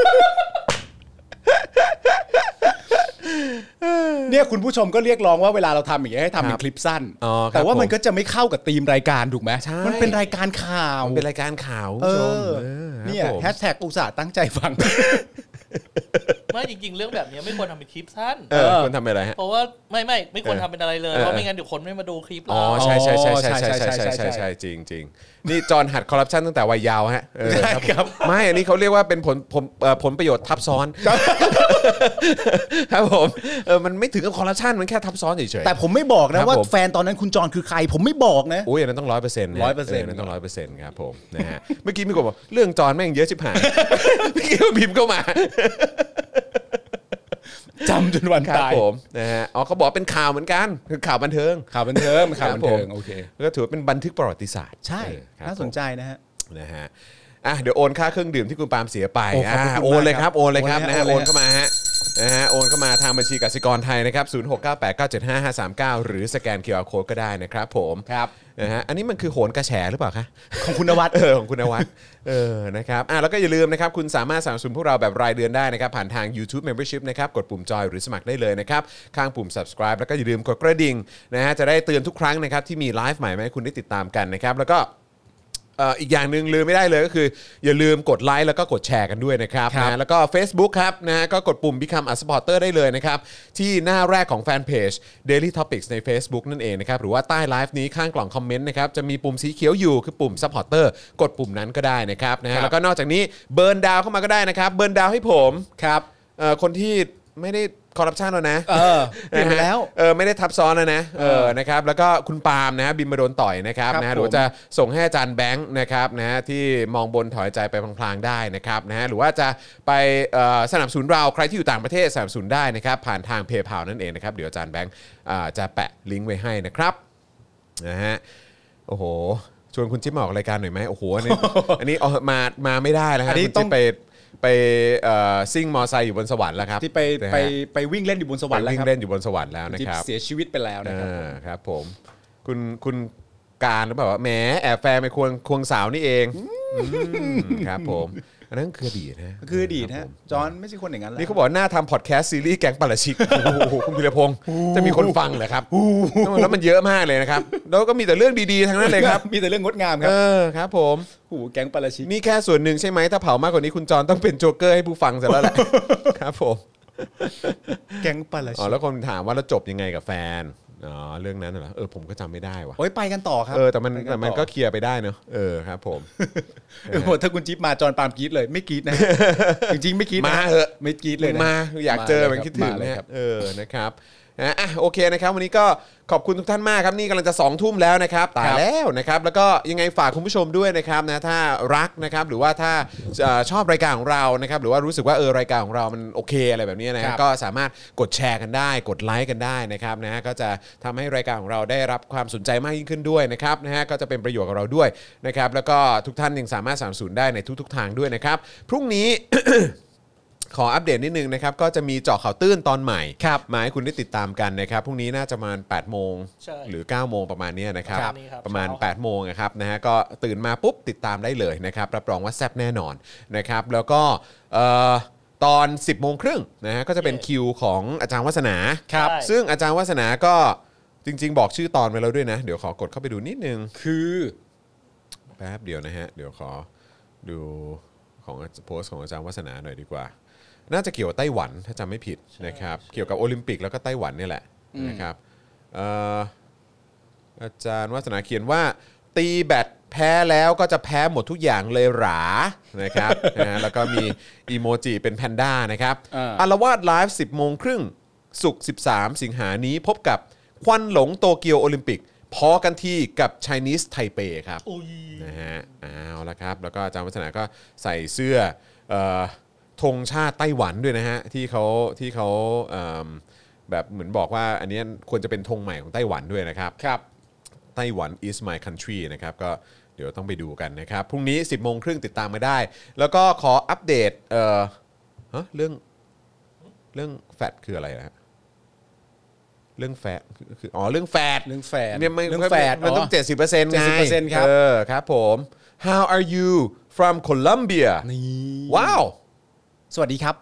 เนี่ยคุณผู้ชมก็เรียกร้องว่าเวลาเราทำอย่างเงี้ยให้ทำเป็นคลิปสั้นแต่ว่ามันก็จะไม่เข้ากับธีมรายการถูกไหมมันเป็นรายการข่าวเป็นรายการข่าวคุณผู้ชมเนี่ยแฮชแท็กอุตส่าห์ตั้งใจฟังไม่จริงๆเรื่องแบบนี้ไม่ควรทำเป็นคลิปสั้นควรทำเป็นอะไรฮะเพราะว่าไม่ควรทำเป็นอะไรเลยเพราะไม่งั้นเดี๋ยวคนไม่มาดูคลิปเราใช่จริงนี่จอนหัดคอร์รัปชันตั้งแต่วัยเยาว์ฮะไม่อันนี้เขาเรียกว่าเป็นผลประโยชน์ทับซ้อนครับผมมันไม่ถึงกับคอร์รัปชันมันแค่ทับซ้อนเฉยๆแต่ผมไม่บอกนะว่าแฟนตอนนั้นคุณจอนคือใครผมไม่บอกนะอุ้ยอันนั้นต้อง 100% นั่นต้อง 100% ครับผมนะฮะเมื่อกี้มีคนบอกเรื่องจอนแม่งเยอะชิบหายเมื่อกี้พิมพ์เข้ามาจำจนวันตายผมนะฮะเขาบอกเป็นข่าวเหมือนกันคือข่าวบันเทิงโอเคก็ถือว่าเป็นบันทึกประวัติศาสตร์ใช่น่าสนใจนะฮะเดี๋ยวโอนค่าเครื่องดื่มที่คุณปาล์มเสียไปโอนเลยครับนะฮะโอนเข้ามาฮะโอนเข้ามาทางบัญชีกสิกรไทยนะครับ0698975539หรือสแกน QR Code ก็ได้นะครับผมครับนะฮะอันนี้มันคือโหนกระแฉหรือเปล่าคะของคุณนวัดของคุณนวัดนะครับแล้วก็อย่าลืมนะครับคุณสามารถสนับสนุนพวกเราแบบรายเดือนได้นะครับผ่านทาง YouTube Membership นะครับกดปุ่มจอยหรือสมัครได้เลยนะครับข้างปุ่ม Subscribe แล้วก็อย่าลืมกดกระดิ่งนะฮะจะได้เตือนทุกครั้งนะครับที่มีไลฟ์ใหม่มาให้คุณได้ติดตามกันนะครับแล้วก็อีกอย่างหนึ่งลืมไม่ได้เลยก็คืออย่าลืมกดไลค์แล้วก็กดแชร์กันด้วยนะครับนะแล้วก็ Facebook ครับนะก็กดปุ่ม Become a supporter ได้เลยนะครับที่หน้าแรกของแฟนเพจ Daily Topics ใน Facebook นั่นเองนะครับหรือว่าใต้ไลฟ์นี้ข้างกล่องคอมเมนต์นะครับจะมีปุ่มสีเขียวอยู่คือปุ่ม supporter กดปุ่มนั้นก็ได้นะครับนะแล้วก็นอกจากนี้เบิร์นดาวเข้ามาก็ได้นะครับเบิร์นดาวให้ผมครับคนที่ไม่ได้คอร์รัปชันแล้วนะเปลี่ยนไปแล้วไม่ได้ทับซ้อนแล้วนะนะครับแล้วก็คุณปาล์มนะบินมาโดนต่อยนะครับนะหรือจะส่งให้อาจารย์แบงค์นะครับนะที่มองบนถอยใจไปพลางๆได้นะครับนะหรือว่าจะไปสนับสนุนเราใครที่อยู่ต่างประเทศสนับสนุนได้นะครับผ่านทาง PayPal นั่นเองนะครับเดี๋ยวอาจารย์แบงค์จะแปะลิงก์ไว้ให้นะครับนะฮะโอ้โหชวนคุณจิ๊บมาออกรายการหน่อยไหมโอ้โหอันนี้มาไม่ได้แล้วครับคุณจิ๊บไปซิ่งมอไซค์อยู่บนสวรรค์แล้วครับที่ไปวิ่งเล่นอยู่บนสวรรค์แล้วครับวิ่งเล่นอยู่บนสวรรค์แล้วนะครับเสียชีวิตไปแล้วนะครับครับผมคุณการหรือเปล่าแหมแอบแฟนไปควงสาวนี่เองครับผมอันนั้นคืออดีตนะคืออดีตฮะจอนไม่ใช่คนอย่างนั้นแล้วนี่เขาบอกหน้าทำพอดแคสต์ซีรีส์แก๊งปาราชิกโอ้โหคุณพิรพงศ์จะมีคนฟังเหรอครับแล้วมันเยอะมากเลยนะครับแล้วก็มีแต่เรื่องดีๆทั้งนั้นเลยครับมีแต่เรื่องงดงามครับครับผมแก๊งปาราชิกนี่แค่ส่วนหนึ่งใช่ไหมถ้าเผามากกว่านี้คุณจอนต้องเป็นโจ๊กเกอร์ให้ผู้ฟังซะแล้วแหละครับผมแก๊งปาราชิกแล้วคนถามว่าแล้วจบยังไงกับแฟนเรื่องนั้นเหรอผมก็จำไม่ได้ว่ะโอ้ยไปกันต่อครับแต่มันก็เคลียร์ไปได้เนอะครับผมถ้าคุณจิ๊บมาจอนปาล์มกรี๊ดเลยไม่กรี๊ดนะจริงๆไม่กรี๊ดมาเหอะไม่กรี๊ดเลยนะมาอยากเจอมันคิดถึงนะครับนะครับโอเคนะครับวันนี้ก็ขอบคุณทุกท่านมากครับนี่กำลังจะ20:00 นแล้วนะครับตายแล้วนะครับแล้วก็ยังไงฝากคุณผู้ชมด้วยนะครับนะถ้ารักนะครับหรือว่าถ้าชอบรายการของเรานะครับหรือว่ารู้สึกว่ารายการของเรามันโอเคอะไรแบบนี้นะก็สามารถกดแชร์กันได้กดไลค์กันได้นะครับนะก็จะทำให้รายการของเราได้รับความสนใจมากยิ่งขึ้นด้วยนะครับนะฮะก็จะเป็นประโยชน์กับเราด้วยนะครับแล้วก็ทุกท่านยังสามารถสนับสนุนได้ในทุกๆทางด้วยนะครับพรุ่งนี้ ขออัปเดตนิดนึงนะครับก็จะมีเจาะข่าวตื้นตอนใหม่มาให้คุณได้ติดตามกันนะครับพรุ่งนี้น่าจะประมาณ8 โมงหรือ9 โมงประมาณนี้นะครับประมาณ8 โมงนะครับนะฮะก็ตื่นมาปุ๊บติดตามได้เลยนะครับรับรองว่าแซ่บแน่นอนนะครับแล้วก็ตอน 10:30 นนะฮะก็จะเป็นคิวของอาจารย์วัฒนาซึ่งอาจารย์วัฒนาก็จริงๆบอกชื่อตอนไปแล้วด้วยนะเดี๋ยวขอกดเข้าไปดูนิดนึงคือแป๊บเดียวนะฮะเดี๋ยวขอดูของโพสต์ของอาจารย์วัฒนาหน่อยดีกว่าน่าจะเกี่ยวกับไต้หวันถ้าจำไม่ผิดนะครับเกี่ยวกับโอลิมปิกแล้วก็ไต้หวันนี่แหละนะครับอาจารย์วัฒนาเขียนว่าตีแบตแพ้แล้วก็จะแพ้หมดทุกอย่างเลยหรานะครับ แล้วก็มีอีโมจิเป็นแพนด้านะครับอารวาสไลฟ์ 10 โมงครึ่งศุกร์13 สิงหานี้พบกับควันหลงโตเกียวโอลิมปิกพอกันที่กับ Chinese Taipei ครับนะฮะเอาละครับแล้วก็อาจารย์วัฒนาก็ใส่เสื้อธงชาติไต้หวันด้วยนะฮะที่เขาแบบเหมือนบอกว่าอันนี้ควรจะเป็นธงใหม่ของไต้หวันด้วยนะครับไต้หวัน is my country นะครับก็เดี๋ยวต้องไปดูกันนะครับพรุ่งนี้ 10 โมงครึ่งติดตามมาได้แล้วก็ขออัปเดตเรื่องแฟตคืออะไรนะเรื่องแฟตคือเรื่องแฟตเนี่ยมันต้อง 70% ไง 70% ครับครับผม How are you from Colombia ว้าวสวัสดีครับ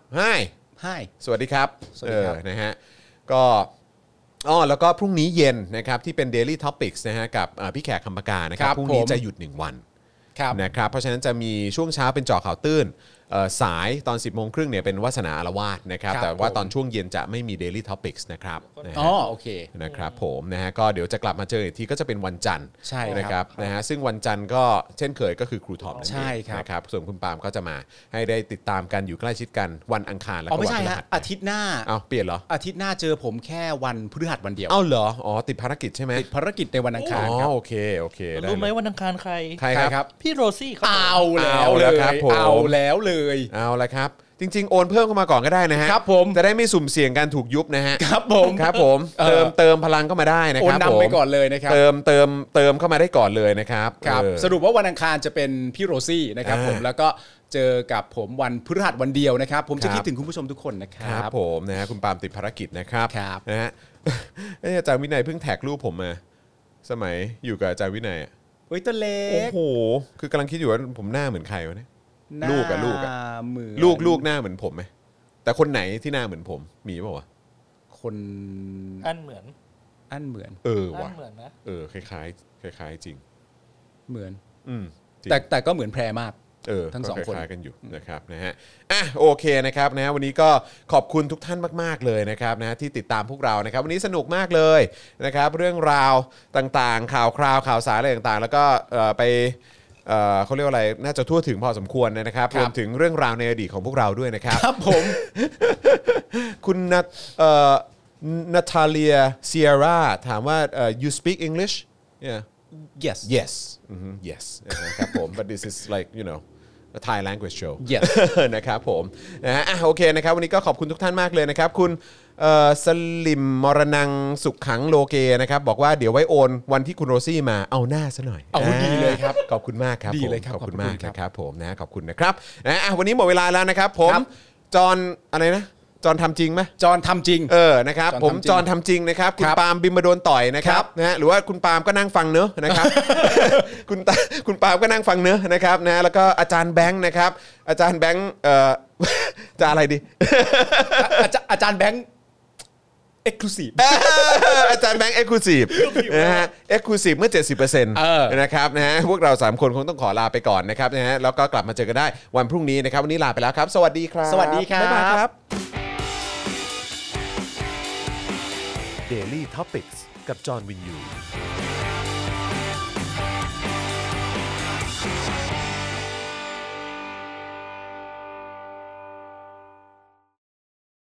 Hi สวัสดีครับนะฮะก็แล้วก็พรุ่งนี้เย็นนะครับที่เป็น Daily Topics นะฮะกับพี่แขกคำปากานะครับพรุ่งนี้จะหยุด1วันนะครับเพราะฉะนั้นจะมีช่วงเช้าเป็นเจาะข่าวตื้นสายตอน 10 โมงครึ่งเนี่ยเป็นวาสนาอารวาสนะครับแต่ว่าตอนช่วงเย็นจะไม่มี Daily Topics นะครับโอเคนะครับผมนะฮะก็เดี๋ยวจะกลับมาเจออีกทีก็จะเป็นวันจันทร์ใช่นะครับนะฮะซึ่งวันจันทร์ก็เช่นเคยก็คือครูทอมนั่นเองนะครับส่วนคุณปาล์มก็จะมาให้ได้ติดตามกันอยู่ใกล้ชิดกันวันอังคารและวันพฤหัสอาทิตย์หน้าเปลี่ยนเหรออาทิตย์หน้าเจอผมแค่วันพฤหัสวันเดียวเหรอติดภารกิจใช่ไหมติดภารกิจในวันอังคารครับโอเครู้ไหมวันอังคารใครครับพี่โรซี่เอาแล้วเลยเอาแล้วเลยเอาละครับจริงๆโอนเพิ่มเข้ามาก่อนก็ได้นะฮะครับผมจะได้ไม่สุ่มเสี่ยงการถูกยุบนะฮะครับผมเติมพลังเข้ามาได้นะครับโอนนำไปก่อนเลยนะครับเติมเข้ามาได้ก่อนเลยนะครับสรุปว่าวันอังคารจะเป็นพี่โรซี่นะครับผมแล้วก็เจอกับผมวันพฤหัสวันเดียวนะครับผมจะคิดถึงคุณผู้ชมทุกคนนะครับผมนะฮะคุณปาล์มติดภารกิจนะครับนะฮะอาจารย์วินัยเพิ่งแท็กรูปผมมาสมัยอยู่กับอาจารย์วินัยตัวเล็กโอ้โหคือกำลังคิดอยู่ว่าผมหน้าเหมือนใครวะเนี่ยลูกเหมือนลูกหน้าเหมือนผมไหมแต่คนไหนที่หน้าเหมือนผมมีป่าวะคนอันเหมือนว่ะเหมือนนะคล้ายจริงเหมือนแต่ก็เหมือนแพรมากทั้งสองคนคล้ายกันอยู่นะครับนะฮะโอเคนะครับนะวันนี้ก็ขอบคุณทุกท่านมากๆเลยนะครับนะที่ติดตามพวกเรานะครับวันนี้สนุกมากเลยนะครับเรื่องราวต่างๆข่าวคราวข่าวสารอะไรต่างๆแล้วก็ไปเขาเรียกว่าอะไรน่าจะทั่วถึงพอสมควรนะครับรวมถึงเรื่องราวในอดีตของพวกเราด้วยนะครับครับผมคุณนาตาเลียเซียร่าถามว่าyou speak English yes yes นะครับผม but this is like you know a Thai language show yes นะครับผมนะฮะโอเคนะครับวันนี้ก็ขอบคุณทุกท่านมากเลยนะครับคุณสลิมมรณังสุขขังโลเกนะครับบอกว่าเดี๋ยวไว้โอนวันที่คุณโรซี่มาเอาหน้าซะหน่อยดีเลยครับขอบคุณมากครับดีเลยครับขอบคุณมากนะครับผมนะขอบคุณนะครับวันนี้หมดเวลาแล้วนะครับผมจอนอะไรนะจอนทำจริงไหมจอนทำจริงนะครับผมจอนทำจริงนะครับคุณปาล์มบิมมาโดนต่อยนะครับนะฮะหรือว่าคุณปาล์มก็นั่งฟังเนอะนะครับคุณปาล์มก็นั่งฟังเนอะนะครับนะแล้วก็อาจารย์แบงค์นะครับอาจารย์แบงค์จะอะไรดีอาจารย์แบงค์Exclusive อาจารย์แบงค์ Exclusive นะฮะ Exclusive เมื่อ 70% นะครับนะฮะพวกเรา3คนคงต้องขอลาไปก่อนนะครับนะฮะแล้วก็กลับมาเจอกันได้วันพรุ่งนี้นะครับวันนี้ลาไปแล้วครับสวัสดีครับสวัสดีครับบ๊ายบายครับ Daily Topics กับจอห์นวินยู